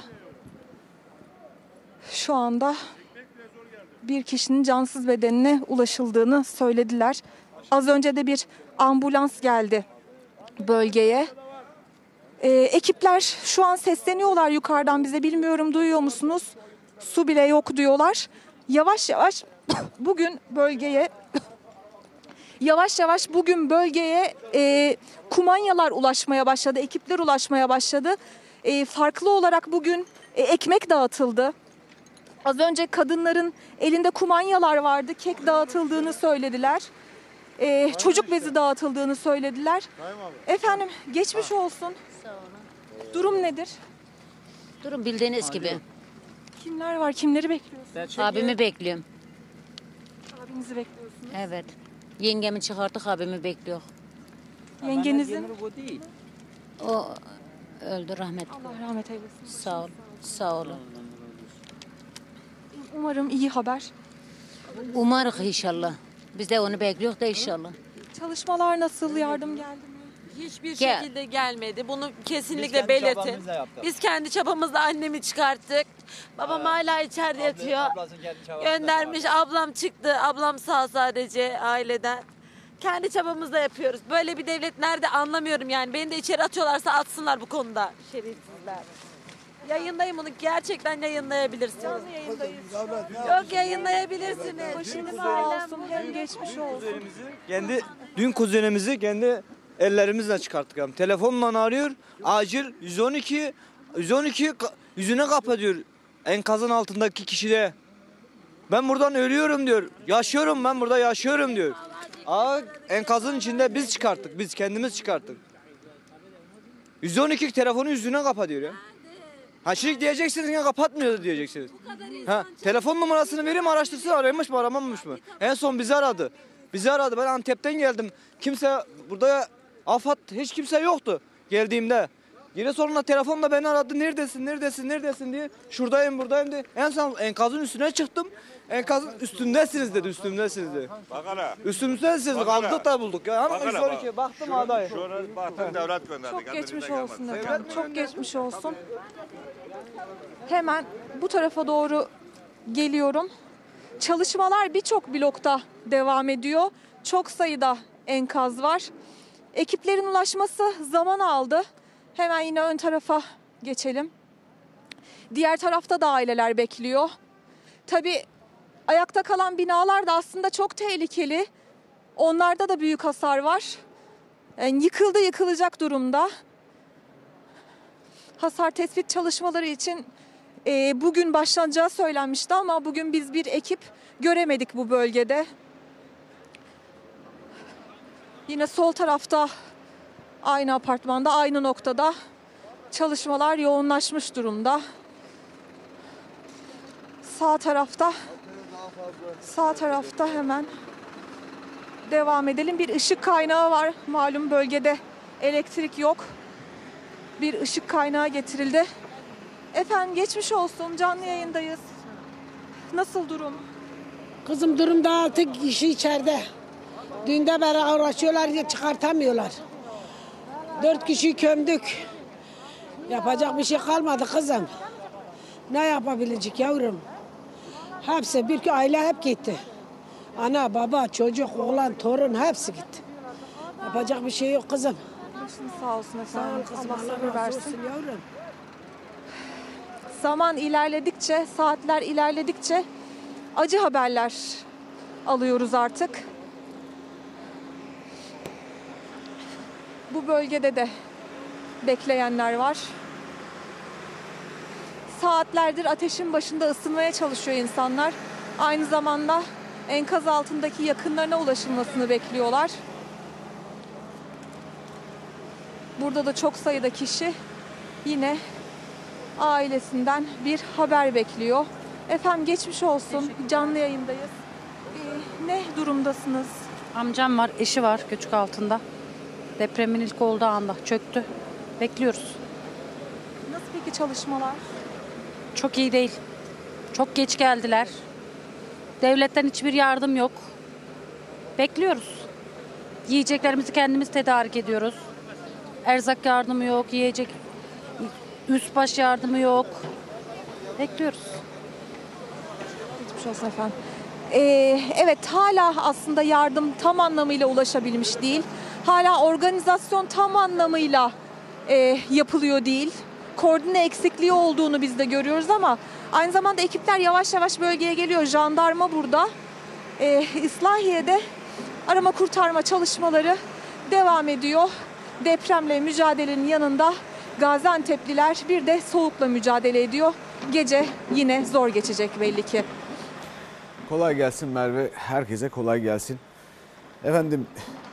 Şu anda bir kişinin cansız bedenine ulaşıldığını söylediler. Az önce de bir ambulans geldi bölgeye. Ee, ekipler şu an sesleniyorlar yukarıdan bize, bilmiyorum duyuyor musunuz? Su bile yok diyorlar. Yavaş yavaş bugün bölgeye yavaş yavaş bugün bölgeye e, kumanyalar ulaşmaya başladı, ekipler ulaşmaya başladı. E, farklı olarak bugün e, ekmek dağıtıldı. Az önce kadınların elinde kumanyalar vardı, kek dağıtıldığını söylediler. Ee, çocuk bezi dağıtıldığını söylediler. Efendim geçmiş olsun. Durum nedir? Durum bildiğiniz gibi. Kimler var? Kimleri bekliyorsunuz? Abimi bekliyorum. Abinizi bekliyorsunuz. Evet. Yengemi çıkarttık, abimi bekliyor. Yengenizin? O öldü, rahmet. Allah rahmet eylesin. Sağ ol. Sağ olun. Umarım iyi haber. Umarız inşallah. Biz de onu bekliyoruz da inşallah. Çalışmalar nasıl? Yardım geldi mi? Hiçbir Gel. şekilde gelmedi. Bunu kesinlikle kendi belirtin. çabamızla yaptık. Biz kendi çabamızla annemi çıkarttık. Babam hala içeride yatıyor. Göndermiş. Ablam çıktı. Ablam sağ sadece aileden. Kendi çabamızla yapıyoruz. Böyle bir devlet nerede anlamıyorum yani. Beni de içeri atıyorlarsa atsınlar bu konuda. Şerefsizler. Yayındayım, bunu gerçekten yayınlayabilirsiniz. Yok, yayınlayabilirsiniz. Başınız sağ olsun. Hem geçmiş olsun. Kendi dün kuzenimizi kendi ellerimizle çıkarttık. Yani. Telefonla arıyor. Acil yüz on iki yüz on iki yüzüne kapatıyor. Enkazın altındaki kişi de. Ben buradan ölüyorum diyor. Yaşıyorum, ben burada yaşıyorum diyor. Aa, enkazın içinde biz çıkarttık. Biz kendimiz çıkarttık. yüz on iki telefonu yüzüne kapatıyor ya. Ha şimdi diyeceksiniz ya kapatmıyordu diyeceksiniz. Ha, telefon numarasını vereyim, araştırsın, aramış mı aramamış mı? En son bizi aradı. Bizi aradı. Ben Antep'ten geldim. Kimse burada, AFAD hiç kimse yoktu geldiğimde. Yine sonra telefonla beni aradı. Neredesin, neredesin, neredesin diye. Şuradayım, buradayım diye. En son enkazın üstüne çıktım. Enkazın üstündesiniz dedi, üstündesiniz dedi. Bakana. Üstümüzdesiniz, kaldık da bulduk. Ya. Ama yüz on iki baktım adayı. Şuraya baktım, devlet gönderdi. Çok geçmiş olsun efendim. Çok geçmiş olsun. Hemen bu tarafa doğru geliyorum. Çalışmalar birçok blokta devam ediyor. Çok sayıda enkaz var. Ekiplerin ulaşması zaman aldı. Hemen yine ön tarafa geçelim. Diğer tarafta da aileler bekliyor. Tabii Ayakta kalan binalar da aslında çok tehlikeli. Onlarda da büyük hasar var. Yani yıkıldı, yıkılacak durumda. Hasar tespit çalışmaları için e, bugün başlanacağı söylenmişti ama bugün biz bir ekip göremedik bu bölgede. Yine sol tarafta aynı apartmanda, aynı noktada çalışmalar yoğunlaşmış durumda. Sağ tarafta, sağ tarafta hemen devam edelim. Bir ışık kaynağı var. Malum bölgede elektrik yok. Bir ışık kaynağı getirildi. Efendim geçmiş olsun. Canlı yayındayız. Nasıl durum? Kızım durumda altı kişi içeride. Düğünde beri uğraşıyorlar diye çıkartamıyorlar. Dört kişi kömdük. Yapacak bir şey kalmadı kızım. Ne yapabilecek yavrum? Hepsi bir aile hep gitti. Ana, baba, çocuk, oğlan, torun hepsi gitti. Yapacak bir şey yok kızım. Başınız sağ olsun efendim. Sağ ol kızım, Allah Allah sabır razı versin. olsun yavrum. Zaman ilerledikçe, saatler ilerledikçe acı haberler alıyoruz artık. Bu bölgede de bekleyenler var. Saatlerdir ateşin başında ısınmaya çalışıyor insanlar. Aynı zamanda enkaz altındaki yakınlarına ulaşılmasını bekliyorlar. Burada da çok sayıda kişi yine ailesinden bir haber bekliyor. Efendim geçmiş olsun. Canlı yayındayız. Ee, ne durumdasınız? Amcam var, eşi var Küçük altında. Depremin ilk olduğu anda çöktü. Bekliyoruz. Nasıl peki çalışmalar? Çok iyi değil. Çok geç geldiler. Devletten hiçbir yardım yok. Bekliyoruz. Yiyeceklerimizi kendimiz tedarik ediyoruz. Erzak yardımı yok, yiyecek, üst baş yardımı yok. Bekliyoruz. Geçmiş olsun efendim. Ee, evet hala aslında yardım tam anlamıyla ulaşabilmiş değil. Hala organizasyon tam anlamıyla e, yapılıyor değil. Koordine eksikliği olduğunu biz de görüyoruz ama aynı zamanda ekipler yavaş yavaş bölgeye geliyor. Jandarma burada. Ee, İslahiye'de arama kurtarma çalışmaları devam ediyor. Depremle mücadelenin yanında Gaziantep'liler bir de soğukla mücadele ediyor. Gece yine zor geçecek belli ki. Kolay gelsin Merve. Herkese kolay gelsin. Efendim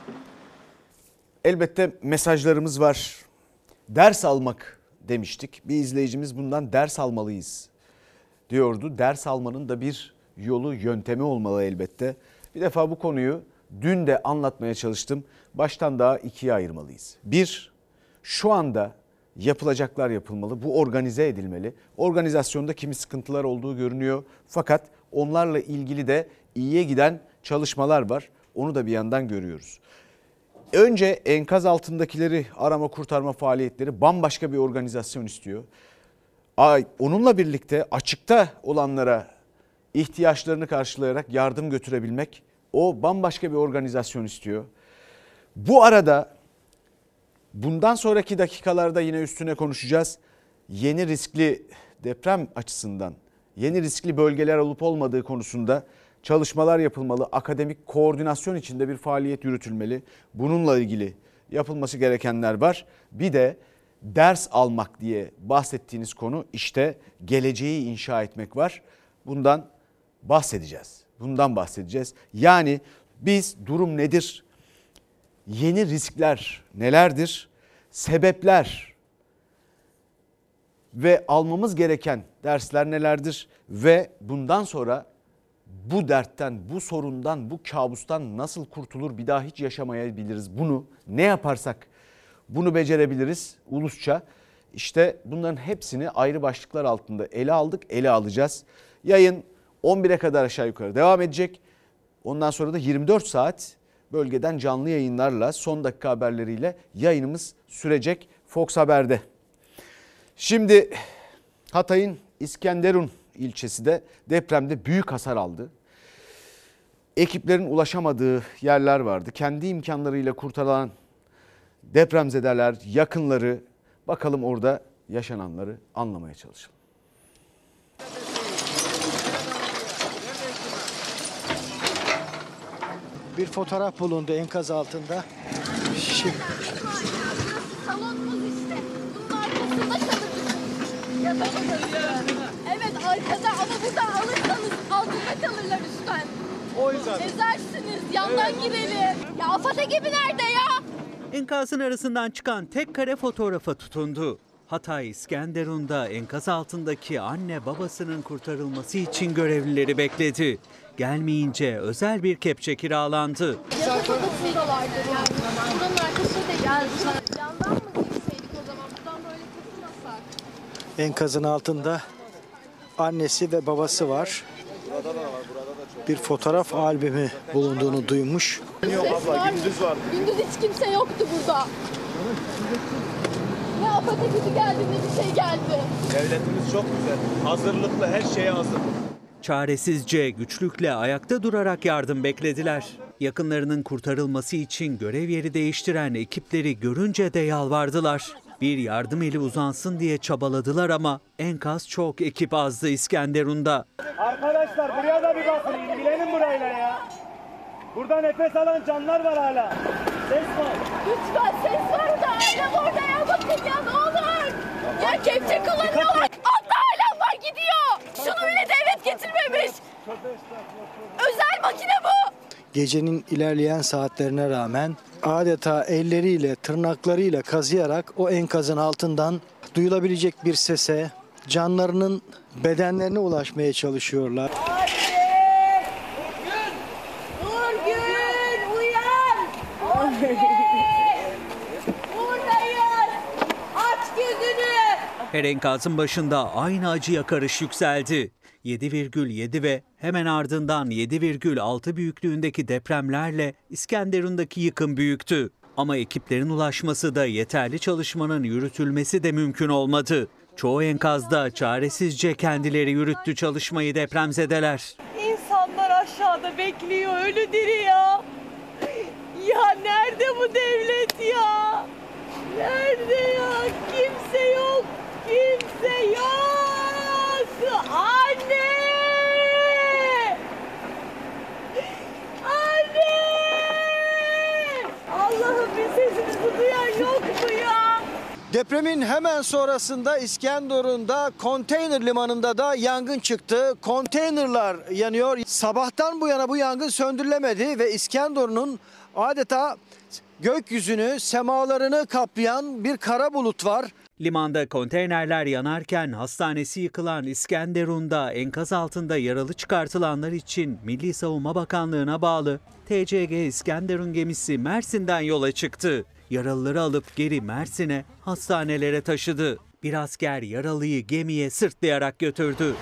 elbette mesajlarımız var. Ders almak demiştik. Bir izleyicimiz bundan ders almalıyız diyordu. Ders almanın da bir yolu, yöntemi olmalı elbette. Bir defa bu konuyu dün de anlatmaya çalıştım. Baştan daha ikiye ayırmalıyız. Bir, şu anda yapılacaklar yapılmalı. Bu organize edilmeli. Organizasyonda kimi sıkıntılar olduğu görünüyor. Fakat onlarla ilgili de iyiye giden çalışmalar var. Onu da bir yandan görüyoruz. Önce enkaz altındakileri arama kurtarma faaliyetleri bambaşka bir organizasyon istiyor. Onunla birlikte açıkta olanlara ihtiyaçlarını karşılayarak yardım götürebilmek o bambaşka bir organizasyon istiyor. Bu arada bundan sonraki dakikalarda yine üstüne konuşacağız. Yeni riskli deprem açısından yeni riskli bölgeler olup olmadığı konusunda çalışmalar yapılmalı. Akademik koordinasyon içinde bir faaliyet yürütülmeli. Bununla ilgili yapılması gerekenler var. Bir de ders almak diye bahsettiğiniz konu işte geleceği inşa etmek var. Bundan bahsedeceğiz. Bundan bahsedeceğiz. Yani biz durum nedir? Yeni riskler nelerdir? Sebepler ve almamız gereken dersler nelerdir? Ve bundan sonra bu dertten, bu sorundan, bu kabustan nasıl kurtulur, bir daha hiç yaşamayabiliriz? Bunu ne yaparsak bunu becerebiliriz ulusça. İşte bunların hepsini ayrı başlıklar altında ele aldık, ele alacağız. Yayın on bire kadar aşağı yukarı devam edecek. Ondan sonra da yirmi dört saat bölgeden canlı yayınlarla, son dakika haberleriyle yayınımız sürecek Fox Haber'de. Şimdi Hatay'ın İskenderun ilçesi de depremde büyük hasar aldı. Ekiplerin ulaşamadığı yerler vardı. Kendi imkanlarıyla kurtarılan depremzedeler, yakınları, bakalım orada yaşananları anlamaya çalışalım. Bir fotoğraf bulundu enkaz altında. Şimdi Salonumuz işte. Bunun arkasında kalırız. Yatamazız. Evet arkada ama buradan alırsanız altında kalırlar üstten. O yüzden. Ezersiniz. Yandan girelim. Ya AFAD ekibi nerede ya? Enkazın arasından çıkan tek kare fotoğrafa tutundu. Hatay İskenderun'da enkaz altındaki anne babasının kurtarılması için görevlileri bekledi. Gelmeyince özel bir kepçe kiralandı. Yatak odasındalardır yani. Buranın arkasında değil. Yandan mı girseydik o zaman? Buradan böyle takılmasak. enkazın altında annesi ve babası var. Bir fotoğraf albümü bulunduğunu duymuş. Yok abla, gündüz var. Gündüz hiç kimse yoktu burada. Ne AFAD ekibi geldi ne bir şey geldi. Devletimiz çok güzel. Hazırlıklı, her şeye hazır. Çaresizce güçlükle ayakta durarak yardım beklediler. Yakınlarının kurtarılması için görev yeri değiştiren ekipleri görünce de yalvardılar. Bir yardım eli uzansın diye çabaladılar ama enkaz çok, ekip azdı İskenderun'da. Arkadaşlar buraya da bir bakın, ilgilenin burayla ya. Burada nefes alan canlar var hala. Ses var. Lütfen ses var da ailem orada ya, bakın ya ne olur. Ya kepçe kullanıyorlar. Altta ailem var gidiyor. Şunu bile devlet getirmemiş. Özel makine bu. Gecenin ilerleyen saatlerine rağmen adeta elleriyle, tırnaklarıyla kazıyarak o enkazın altından duyulabilecek bir sese, canlarının bedenlerine ulaşmaya çalışıyorlar. Anne! Nurgül uyan! Anne! Buradayız! Aç gözünü! Her enkazın başında aynı acı yakarış yükseldi. yedi virgül yedi ve hemen ardından yedi virgül altı büyüklüğündeki depremlerle İskenderun'daki yıkım büyüktü. Ama ekiplerin ulaşması da yeterli çalışmanın yürütülmesi de mümkün olmadı. Çoğu enkazda çaresizce kendileri yürüttü çalışmayı depremzedeler. İnsanlar aşağıda bekliyor, ölü diri ya. Ya nerede bu devlet ya? Nerede ya? Kimse yok, kimse yok. Anne! Anne! Allah'ım bir sesimizi duyan yok mu ya? Depremin hemen sonrasında İskenderun'da konteyner limanında da yangın çıktı. Konteynerlar yanıyor. Sabahtan bu yana bu yangın söndürülemedi ve İskenderun'un adeta gökyüzünü, semalarını kaplayan bir kara bulut var. Limanda konteynerler yanarken hastanesi yıkılan İskenderun'da enkaz altında yaralı çıkartılanlar için Milli Savunma Bakanlığı'na bağlı T C G İskenderun gemisi Mersin'den yola çıktı. Yaralıları alıp geri Mersin'e, hastanelere taşıdı. Bir asker yaralıyı gemiye sırtlayarak götürdü.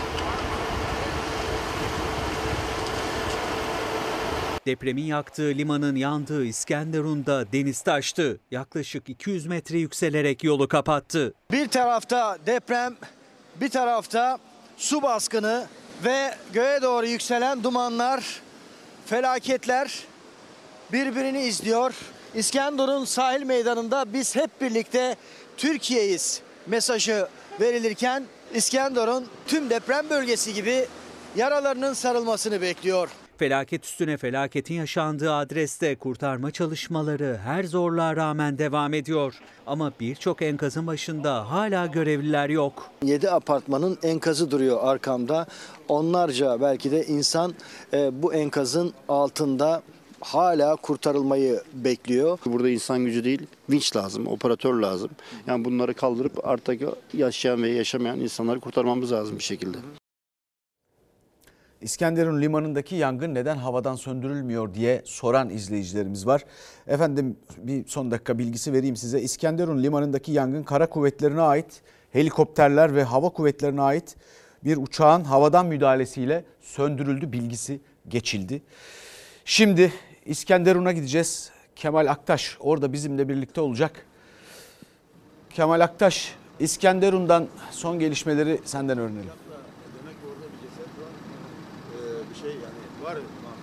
Depremin yaktığı limanın yandığı İskenderun'da deniz taştı. Yaklaşık iki yüz metre yükselerek yolu kapattı. Bir tarafta deprem, bir tarafta su baskını ve göğe doğru yükselen dumanlar, felaketler birbirini izliyor. İskenderun sahil meydanında biz hep birlikte Türkiye'yiz mesajı verilirken İskenderun tüm deprem bölgesi gibi yaralarının sarılmasını bekliyor. Felaket üstüne felaketin yaşandığı adreste kurtarma çalışmaları her zorluğa rağmen devam ediyor. Ama birçok enkazın başında hala görevliler yok. yedi apartmanın enkazı duruyor arkamda. Onlarca belki de insan e, bu enkazın altında hala kurtarılmayı bekliyor. Burada insan gücü değil, vinç lazım, operatör lazım. Yani bunları kaldırıp artık yaşayan ve yaşamayan insanları kurtarmamız lazım bir şekilde. İskenderun limanındaki yangın neden havadan söndürülmüyor diye soran izleyicilerimiz var. Efendim bir son dakika bilgisi vereyim size. İskenderun limanındaki yangın kara kuvvetlerine ait helikopterler ve hava kuvvetlerine ait bir uçağın havadan müdahalesiyle söndürüldü bilgisi geçildi. Şimdi İskenderun'a gideceğiz. Kemal Aktaş orada bizimle birlikte olacak. Kemal Aktaş, İskenderun'dan son gelişmeleri senden öğrenelim.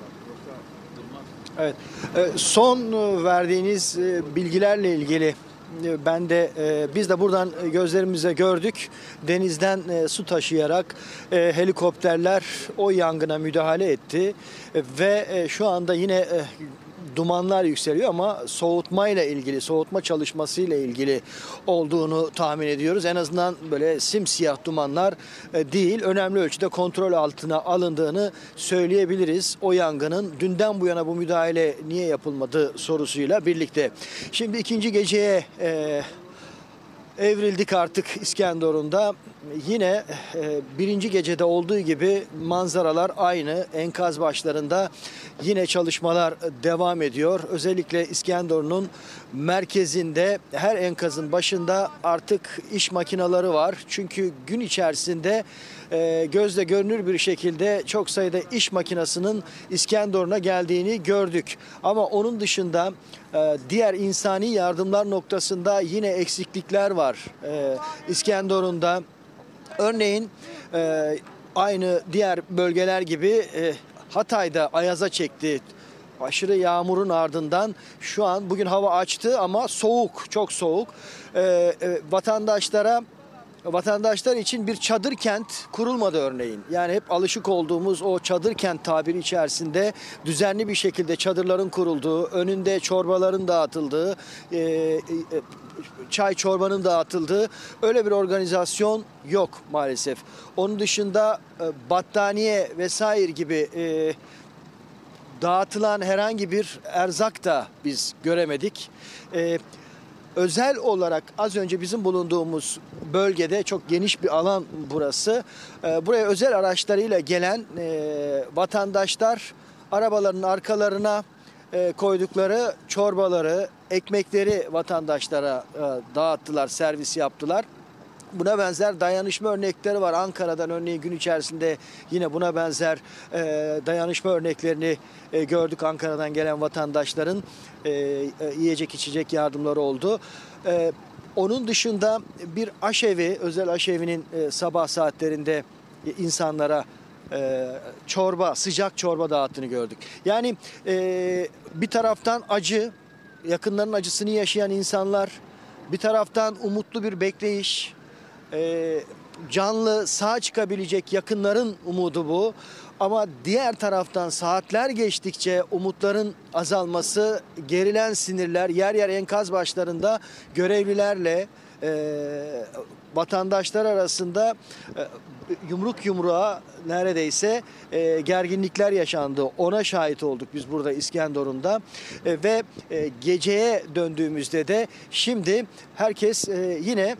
Evet, son verdiğiniz bilgilerle ilgili E, Ben de e, biz de buradan gözlerimize gördük. Denizden e, su taşıyarak e, helikopterler o yangına müdahale etti. E, ve e, şu anda yine e, dumanlar yükseliyor ama soğutmayla ilgili, soğutma çalışmasıyla ilgili olduğunu tahmin ediyoruz. En azından böyle simsiyah dumanlar e, değil, önemli ölçüde kontrol altına alındığını söyleyebiliriz. O yangının dünden bu yana bu müdahale niye yapılmadı sorusuyla birlikte. Şimdi ikinci geceye e, evrildik artık İskenderun'da. Yine e, birinci gecede olduğu gibi manzaralar aynı. Enkaz başlarında yine çalışmalar devam ediyor. Özellikle İskenderun'un merkezinde her enkazın başında artık iş makineleri var. Çünkü gün içerisinde e, gözle görünür bir şekilde çok sayıda iş makinesinin İskenderun'a geldiğini gördük. Ama onun dışında e, diğer insani yardımlar noktasında yine eksiklikler var. E, İskenderun'da örneğin e, aynı diğer bölgeler gibi e, Hatay'da ayaza çekti. Aşırı yağmurun ardından şu an bugün hava açtı ama soğuk, çok soğuk. E, e, vatandaşlara Vatandaşlar için bir çadır kent kurulmadı örneğin. Yani hep alışık olduğumuz o çadır kent tabiri içerisinde düzenli bir şekilde çadırların kurulduğu, önünde çorbaların dağıtıldığı, e, e, çay çorbanın dağıtıldığı öyle bir organizasyon yok maalesef. Onun dışında e, battaniye vesaire gibi e, dağıtılan herhangi bir erzak da biz göremedik. E, Özel olarak az önce bizim bulunduğumuz bölgede çok geniş bir alan burası. Buraya özel araçlarıyla gelen vatandaşlar arabaların arkalarına koydukları çorbaları, ekmekleri vatandaşlara dağıttılar, servis yaptılar. Buna benzer dayanışma örnekleri var. Ankara'dan örneğin gün içerisinde yine buna benzer e, dayanışma örneklerini e, gördük. Ankara'dan gelen vatandaşların e, e, yiyecek içecek yardımları oldu. E, onun dışında bir aşevi, özel aşevinin e, sabah saatlerinde e, insanlara e, çorba, sıcak çorba dağıttığını gördük. Yani e, bir taraftan acı, yakınlarının acısını yaşayan insanlar, bir taraftan umutlu bir bekleyiş, Ee, canlı sağ çıkabilecek yakınların umudu bu. Ama diğer taraftan saatler geçtikçe umutların azalması, gerilen sinirler, yer yer enkaz başlarında görevlilerle e, vatandaşlar arasında e, yumruk yumruğa neredeyse e, gerginlikler yaşandı. Ona şahit olduk biz burada İskenderun'da e, ve e, geceye döndüğümüzde de şimdi herkes e, yine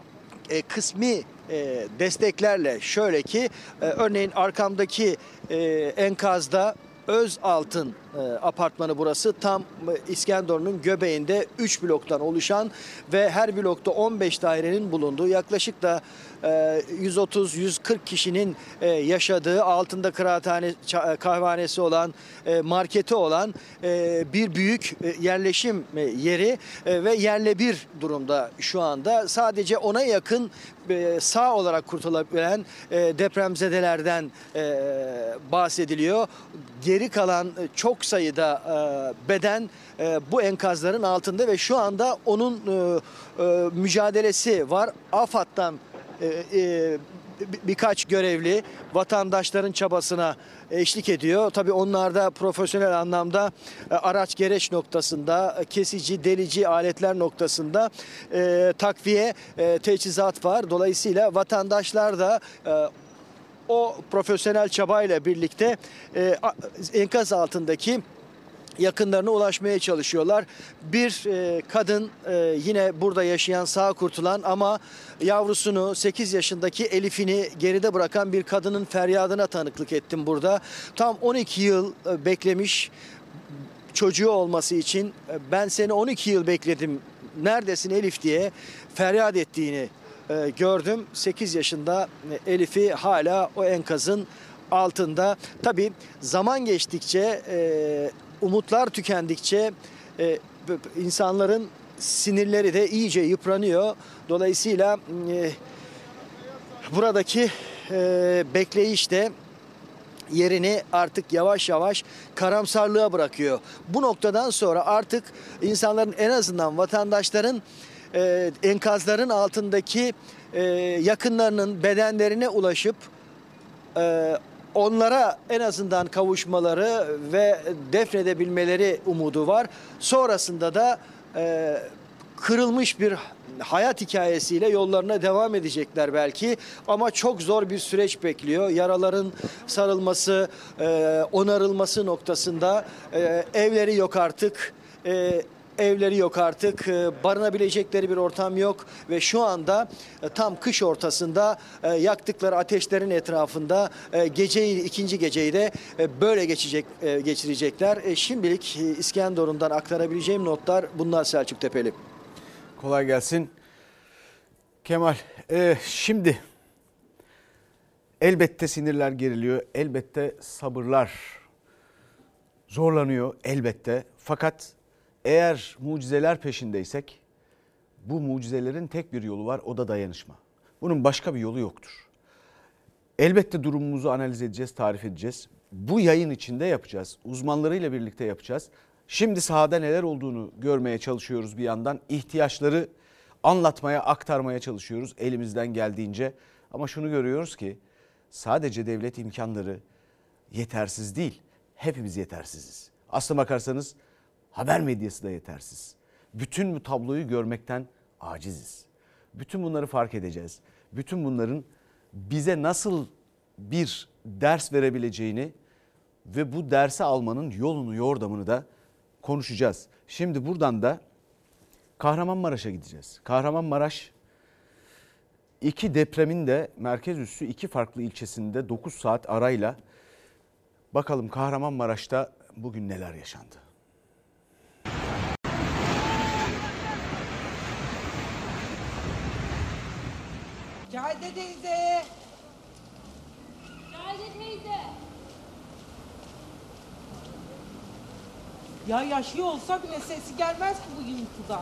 E, kısmi e, desteklerle şöyle ki e, örneğin arkamdaki e, enkazda Özaltın e, apartmanı burası tam e, İskenderun'un göbeğinde üç bloktan oluşan ve her blokta on beş dairenin bulunduğu yaklaşık da e, yüz otuz yüz kırk kişinin e, yaşadığı altında kıraathane kahvehanesi olan e, marketi olan e, bir büyük e, yerleşim e, yeri e, ve yerle bir durumda şu anda. Sadece ona yakın e, sağ olarak kurtulabilen e, depremzedelerden e, bahsediliyor. Geri kalan çok sayıda e, beden e, bu enkazların altında ve şu anda onun e, e, mücadelesi var. AFAD'dan e, e, birkaç görevli vatandaşların çabasına eşlik ediyor. Tabii onlar da profesyonel anlamda e, araç gereç noktasında, kesici, delici aletler noktasında e, takviye, e, teçhizat var. Dolayısıyla vatandaşlar da e, o profesyonel çabayla birlikte e, enkaz altındaki yakınlarına ulaşmaya çalışıyorlar. Bir e, kadın e, yine burada yaşayan sağ kurtulan ama yavrusunu sekiz yaşındaki Elif'ini geride bırakan bir kadının feryadına tanıklık ettim burada. Tam on iki yıl e, beklemiş çocuğu olması için e, ben seni on iki yıl bekledim neredesin Elif diye feryat ettiğini e, gördüm. sekiz yaşında e, Elif'i hala o enkazın altında. Tabii zaman geçtikçe e, umutlar tükendikçe e, insanların sinirleri de iyice yıpranıyor. Dolayısıyla e, buradaki e, bekleyiş de yerini artık yavaş yavaş karamsarlığa bırakıyor. Bu noktadan sonra artık insanların en azından vatandaşların e, enkazların altındaki e, yakınlarının bedenlerine ulaşıp e, onlara en azından kavuşmaları ve defnedebilmeleri umudu var. Sonrasında da e, kırılmış bir hayat hikayesiyle yollarına devam edecekler belki. Ama çok zor bir süreç bekliyor. Yaraların sarılması, e, onarılması noktasında e, evleri yok artık. E, Evleri yok artık, barınabilecekleri bir ortam yok ve şu anda tam kış ortasında yaktıkları ateşlerin etrafında geceyi, ikinci geceyi de böyle geçecek, geçirecekler. Şimdilik İskenderun'dan aktarabileceğim notlar bunlar Selçuk Tepeli. Kolay gelsin. Kemal, e, şimdi elbette sinirler geriliyor, elbette sabırlar zorlanıyor elbette. Fakat eğer mucizeler peşindeysek bu mucizelerin tek bir yolu var, o da dayanışma. Bunun başka bir yolu yoktur. Elbette durumumuzu analiz edeceğiz, tarif edeceğiz. Bu yayın içinde yapacağız. Uzmanlarıyla birlikte yapacağız. Şimdi sahada neler olduğunu görmeye çalışıyoruz bir yandan. İhtiyaçları anlatmaya, aktarmaya çalışıyoruz elimizden geldiğince. Ama şunu görüyoruz ki sadece devlet imkanları yetersiz değil. Hepimiz yetersiziz. Aslına bakarsanız haber medyası da yetersiz. Bütün bu tabloyu görmekten aciziz. Bütün bunları fark edeceğiz. Bütün bunların bize nasıl bir ders verebileceğini ve bu dersi almanın yolunu, yordamını da konuşacağız. Şimdi buradan da Kahramanmaraş'a gideceğiz. Kahramanmaraş iki depremin de merkez üssü iki farklı ilçesinde dokuz saat arayla. Bakalım Kahramanmaraş'ta bugün neler yaşandı? Cahide teyze. Cahide teyze. Ya yaşıyor olsa bile sesi gelmez ki bu yıkıdan.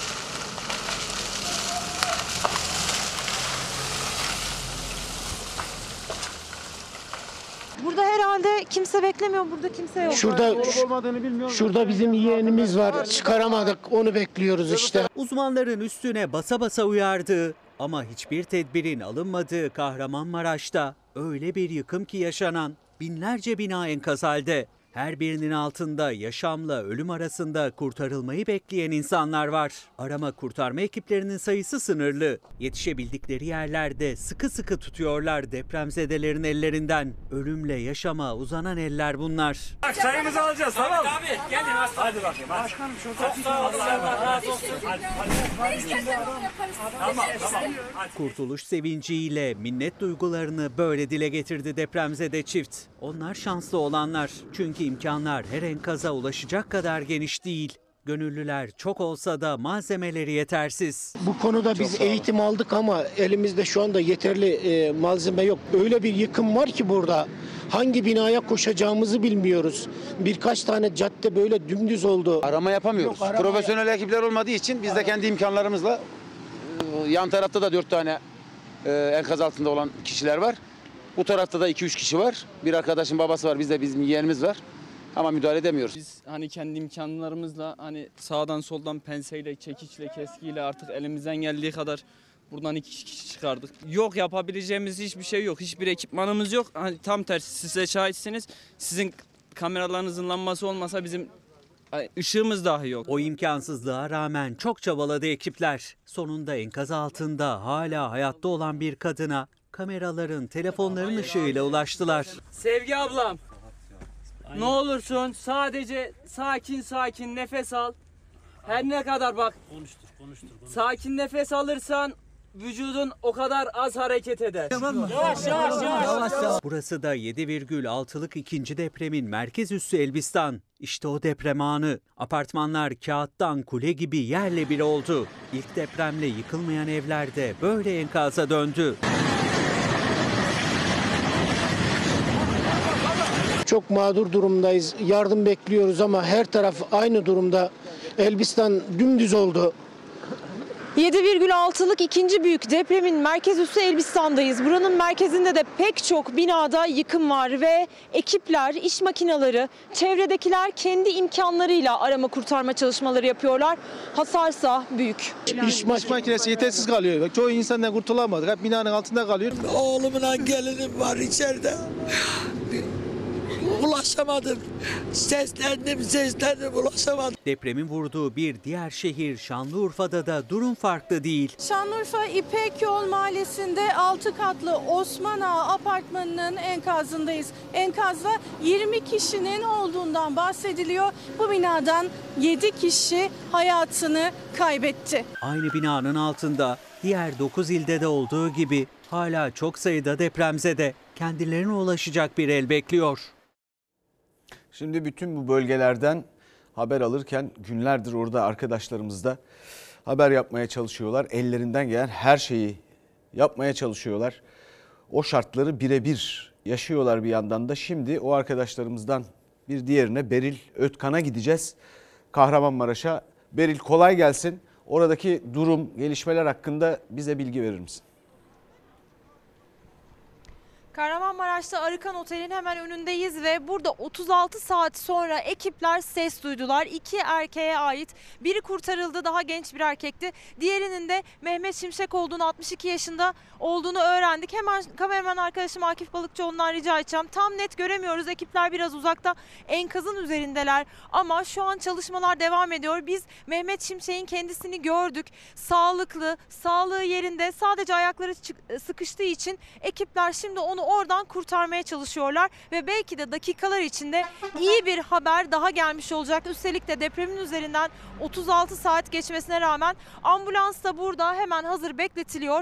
Burada herhalde kimse beklemiyor. Burada kimse yok. Şurada şurada bizim yeğenimiz var. Çıkaramadık. Onu bekliyoruz işte. Uzmanların üstüne basa basa uyardığı ama hiçbir tedbirin alınmadığı Kahramanmaraş'ta öyle bir yıkım ki yaşanan binlerce bina enkaz halde. Her birinin altında yaşamla ölüm arasında kurtarılmayı bekleyen insanlar var. Arama kurtarma ekiplerinin sayısı sınırlı. Yetişebildikleri yerlerde sıkı sıkı tutuyorlar depremzedelerin ellerinden. Ölümle yaşama uzanan eller bunlar. Çayımızı alacağız, tamam mı? Abi, gelin hadi bakayım. Başkanım şurada. Çok sağ olun. Allah razı olsun. Hadi, hadi. Tamam, tamam. Kurtuluş sevinciyle minnet duygularını böyle dile getirdi depremzede çift. Onlar şanslı olanlar. Çünkü imkanlar her enkaza ulaşacak kadar geniş değil. Gönüllüler çok olsa da malzemeleri yetersiz. Bu konuda biz eğitim aldık ama elimizde şu anda yeterli e, malzeme yok. Öyle bir yıkım var ki burada. Hangi binaya koşacağımızı bilmiyoruz. Birkaç tane cadde böyle dümdüz oldu. Arama yapamıyoruz. Yok, arama Profesyonel ekipler olmadığı için biz de kendi imkanlarımızla yan tarafta da dört tane e, enkaz altında olan kişiler var. Bu tarafta da iki üç kişi var. Bir arkadaşın babası var. Bizde bizim yeğenimiz var. Ama müdahale edemiyoruz. Biz hani kendi imkanlarımızla hani sağdan soldan penseyle, çekiçle, keskiyle artık elimizden geldiği kadar buradan iki kişi çıkardık. Yok, yapabileceğimiz hiçbir şey yok. Hiçbir ekipmanımız yok. Hani tam tersi, siz de şahitsiniz. Sizin kameralarınızın lambası olmasa bizim ışığımız dahi yok. O imkansızlığa rağmen çok çabaladı ekipler. Sonunda enkaz altında hala hayatta olan bir kadına kameraların, telefonların ışığıyla ulaştılar. Sevgi ablam, ne olursun sadece sakin sakin nefes al. Her ne kadar bak, konuştur, konuştur, konuştur. Sakin nefes alırsan vücudun o kadar az hareket eder. Yavaş yavaş yavaş. yavaş. Burası da yedi virgül altılık ikinci depremin merkez üssü Elbistan. İşte o deprem anı. Apartmanlar kağıttan kule gibi yerle bir oldu. İlk depremle yıkılmayan evlerde böyle enkaza döndü. Çok mağdur durumdayız. Yardım bekliyoruz ama her taraf aynı durumda. Elbistan dümdüz oldu. yedi virgül altılık ikinci büyük depremin merkez üssü Elbistan'dayız. Buranın merkezinde de pek çok binada yıkım var ve ekipler, iş makineleri, çevredekiler kendi imkanlarıyla arama kurtarma çalışmaları yapıyorlar. Hasarsa büyük. İş makinesi yetersiz kalıyor. Çoğu insandan kurtulamadık. Hep binanın altında kalıyor. Oğlumun gelinim var içeride. Ulaşamadım. Seslendim, seslendim, ulaşamadım. Depremin vurduğu bir diğer şehir Şanlıurfa'da da durum farklı değil. Şanlıurfa İpek Yol Mahallesi'nde altı katlı Osman Ağa apartmanının enkazındayız. Enkazda yirmi kişinin olduğundan bahsediliyor. Bu binadan yedi kişi hayatını kaybetti. Aynı binanın altında diğer dokuz ilde de olduğu gibi hala çok sayıda depremzede kendilerine ulaşacak bir el bekliyor. Şimdi bütün bu bölgelerden haber alırken günlerdir orada arkadaşlarımız da haber yapmaya çalışıyorlar. Ellerinden gelen her şeyi yapmaya çalışıyorlar. O şartları birebir yaşıyorlar bir yandan da. Şimdi o arkadaşlarımızdan bir diğerine, Beril Ötkan'a gideceğiz. Kahramanmaraş'a. Beril, kolay gelsin. Oradaki durum, gelişmeler hakkında bize bilgi verir misin? Kahramanmaraş'ta Arıkan Otel'in hemen önündeyiz ve burada otuz altı saat sonra ekipler ses duydular. İki erkeğe ait. Biri kurtarıldı, daha genç bir erkekti. Diğerinin de Mehmet Şimşek olduğunu, altmış iki yaşında olduğunu öğrendik. Hemen kameraman arkadaşım Akif Balıkçıoğlu'ndan rica edeceğim. Tam net göremiyoruz. Ekipler biraz uzakta, enkazın üzerindeler. Ama şu an çalışmalar devam ediyor. Biz Mehmet Şimşek'in kendisini gördük. Sağlıklı, sağlığı yerinde. Sadece ayakları sıkıştığı için ekipler şimdi onu oradan kurtarmaya çalışıyorlar ve belki de dakikalar içinde iyi bir haber daha gelmiş olacak. Üstelik de depremin üzerinden otuz altı saat geçmesine rağmen ambulans da burada hemen hazır bekletiliyor.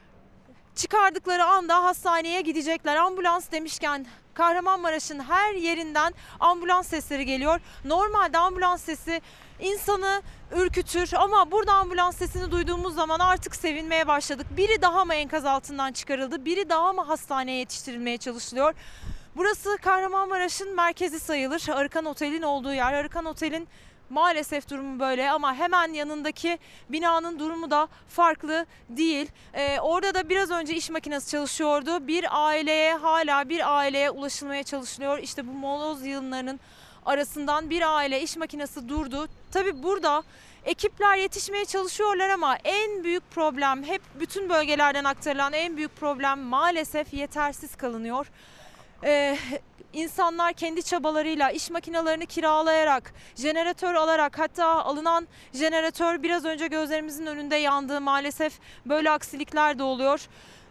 Çıkardıkları anda hastaneye gidecekler. Ambulans demişken Kahramanmaraş'ın her yerinden ambulans sesleri geliyor. Normalde ambulans sesi insanı ürkütür ama burada ambulans sesini duyduğumuz zaman artık sevinmeye başladık. Biri daha mı enkaz altından çıkarıldı, biri daha mı hastaneye yetiştirilmeye çalışılıyor? Burası Kahramanmaraş'ın merkezi sayılır. Arıkan Otel'in olduğu yer. Arıkan Otel'in maalesef durumu böyle ama hemen yanındaki binanın durumu da farklı değil. Ee, orada da biraz önce iş makinesi çalışıyordu. Bir aileye, hala bir aileye ulaşılmaya çalışılıyor. İşte bu moloz yığınlarının arasından bir aile, iş makinesi durdu. Tabii burada ekipler yetişmeye çalışıyorlar ama en büyük problem, hep bütün bölgelerden aktarılan en büyük problem maalesef yetersiz kalınıyor. Ee, insanlar kendi çabalarıyla iş makinelerini kiralayarak, jeneratör alarak, hatta alınan jeneratör biraz önce gözlerimizin önünde yandı. Maalesef böyle aksilikler de oluyor.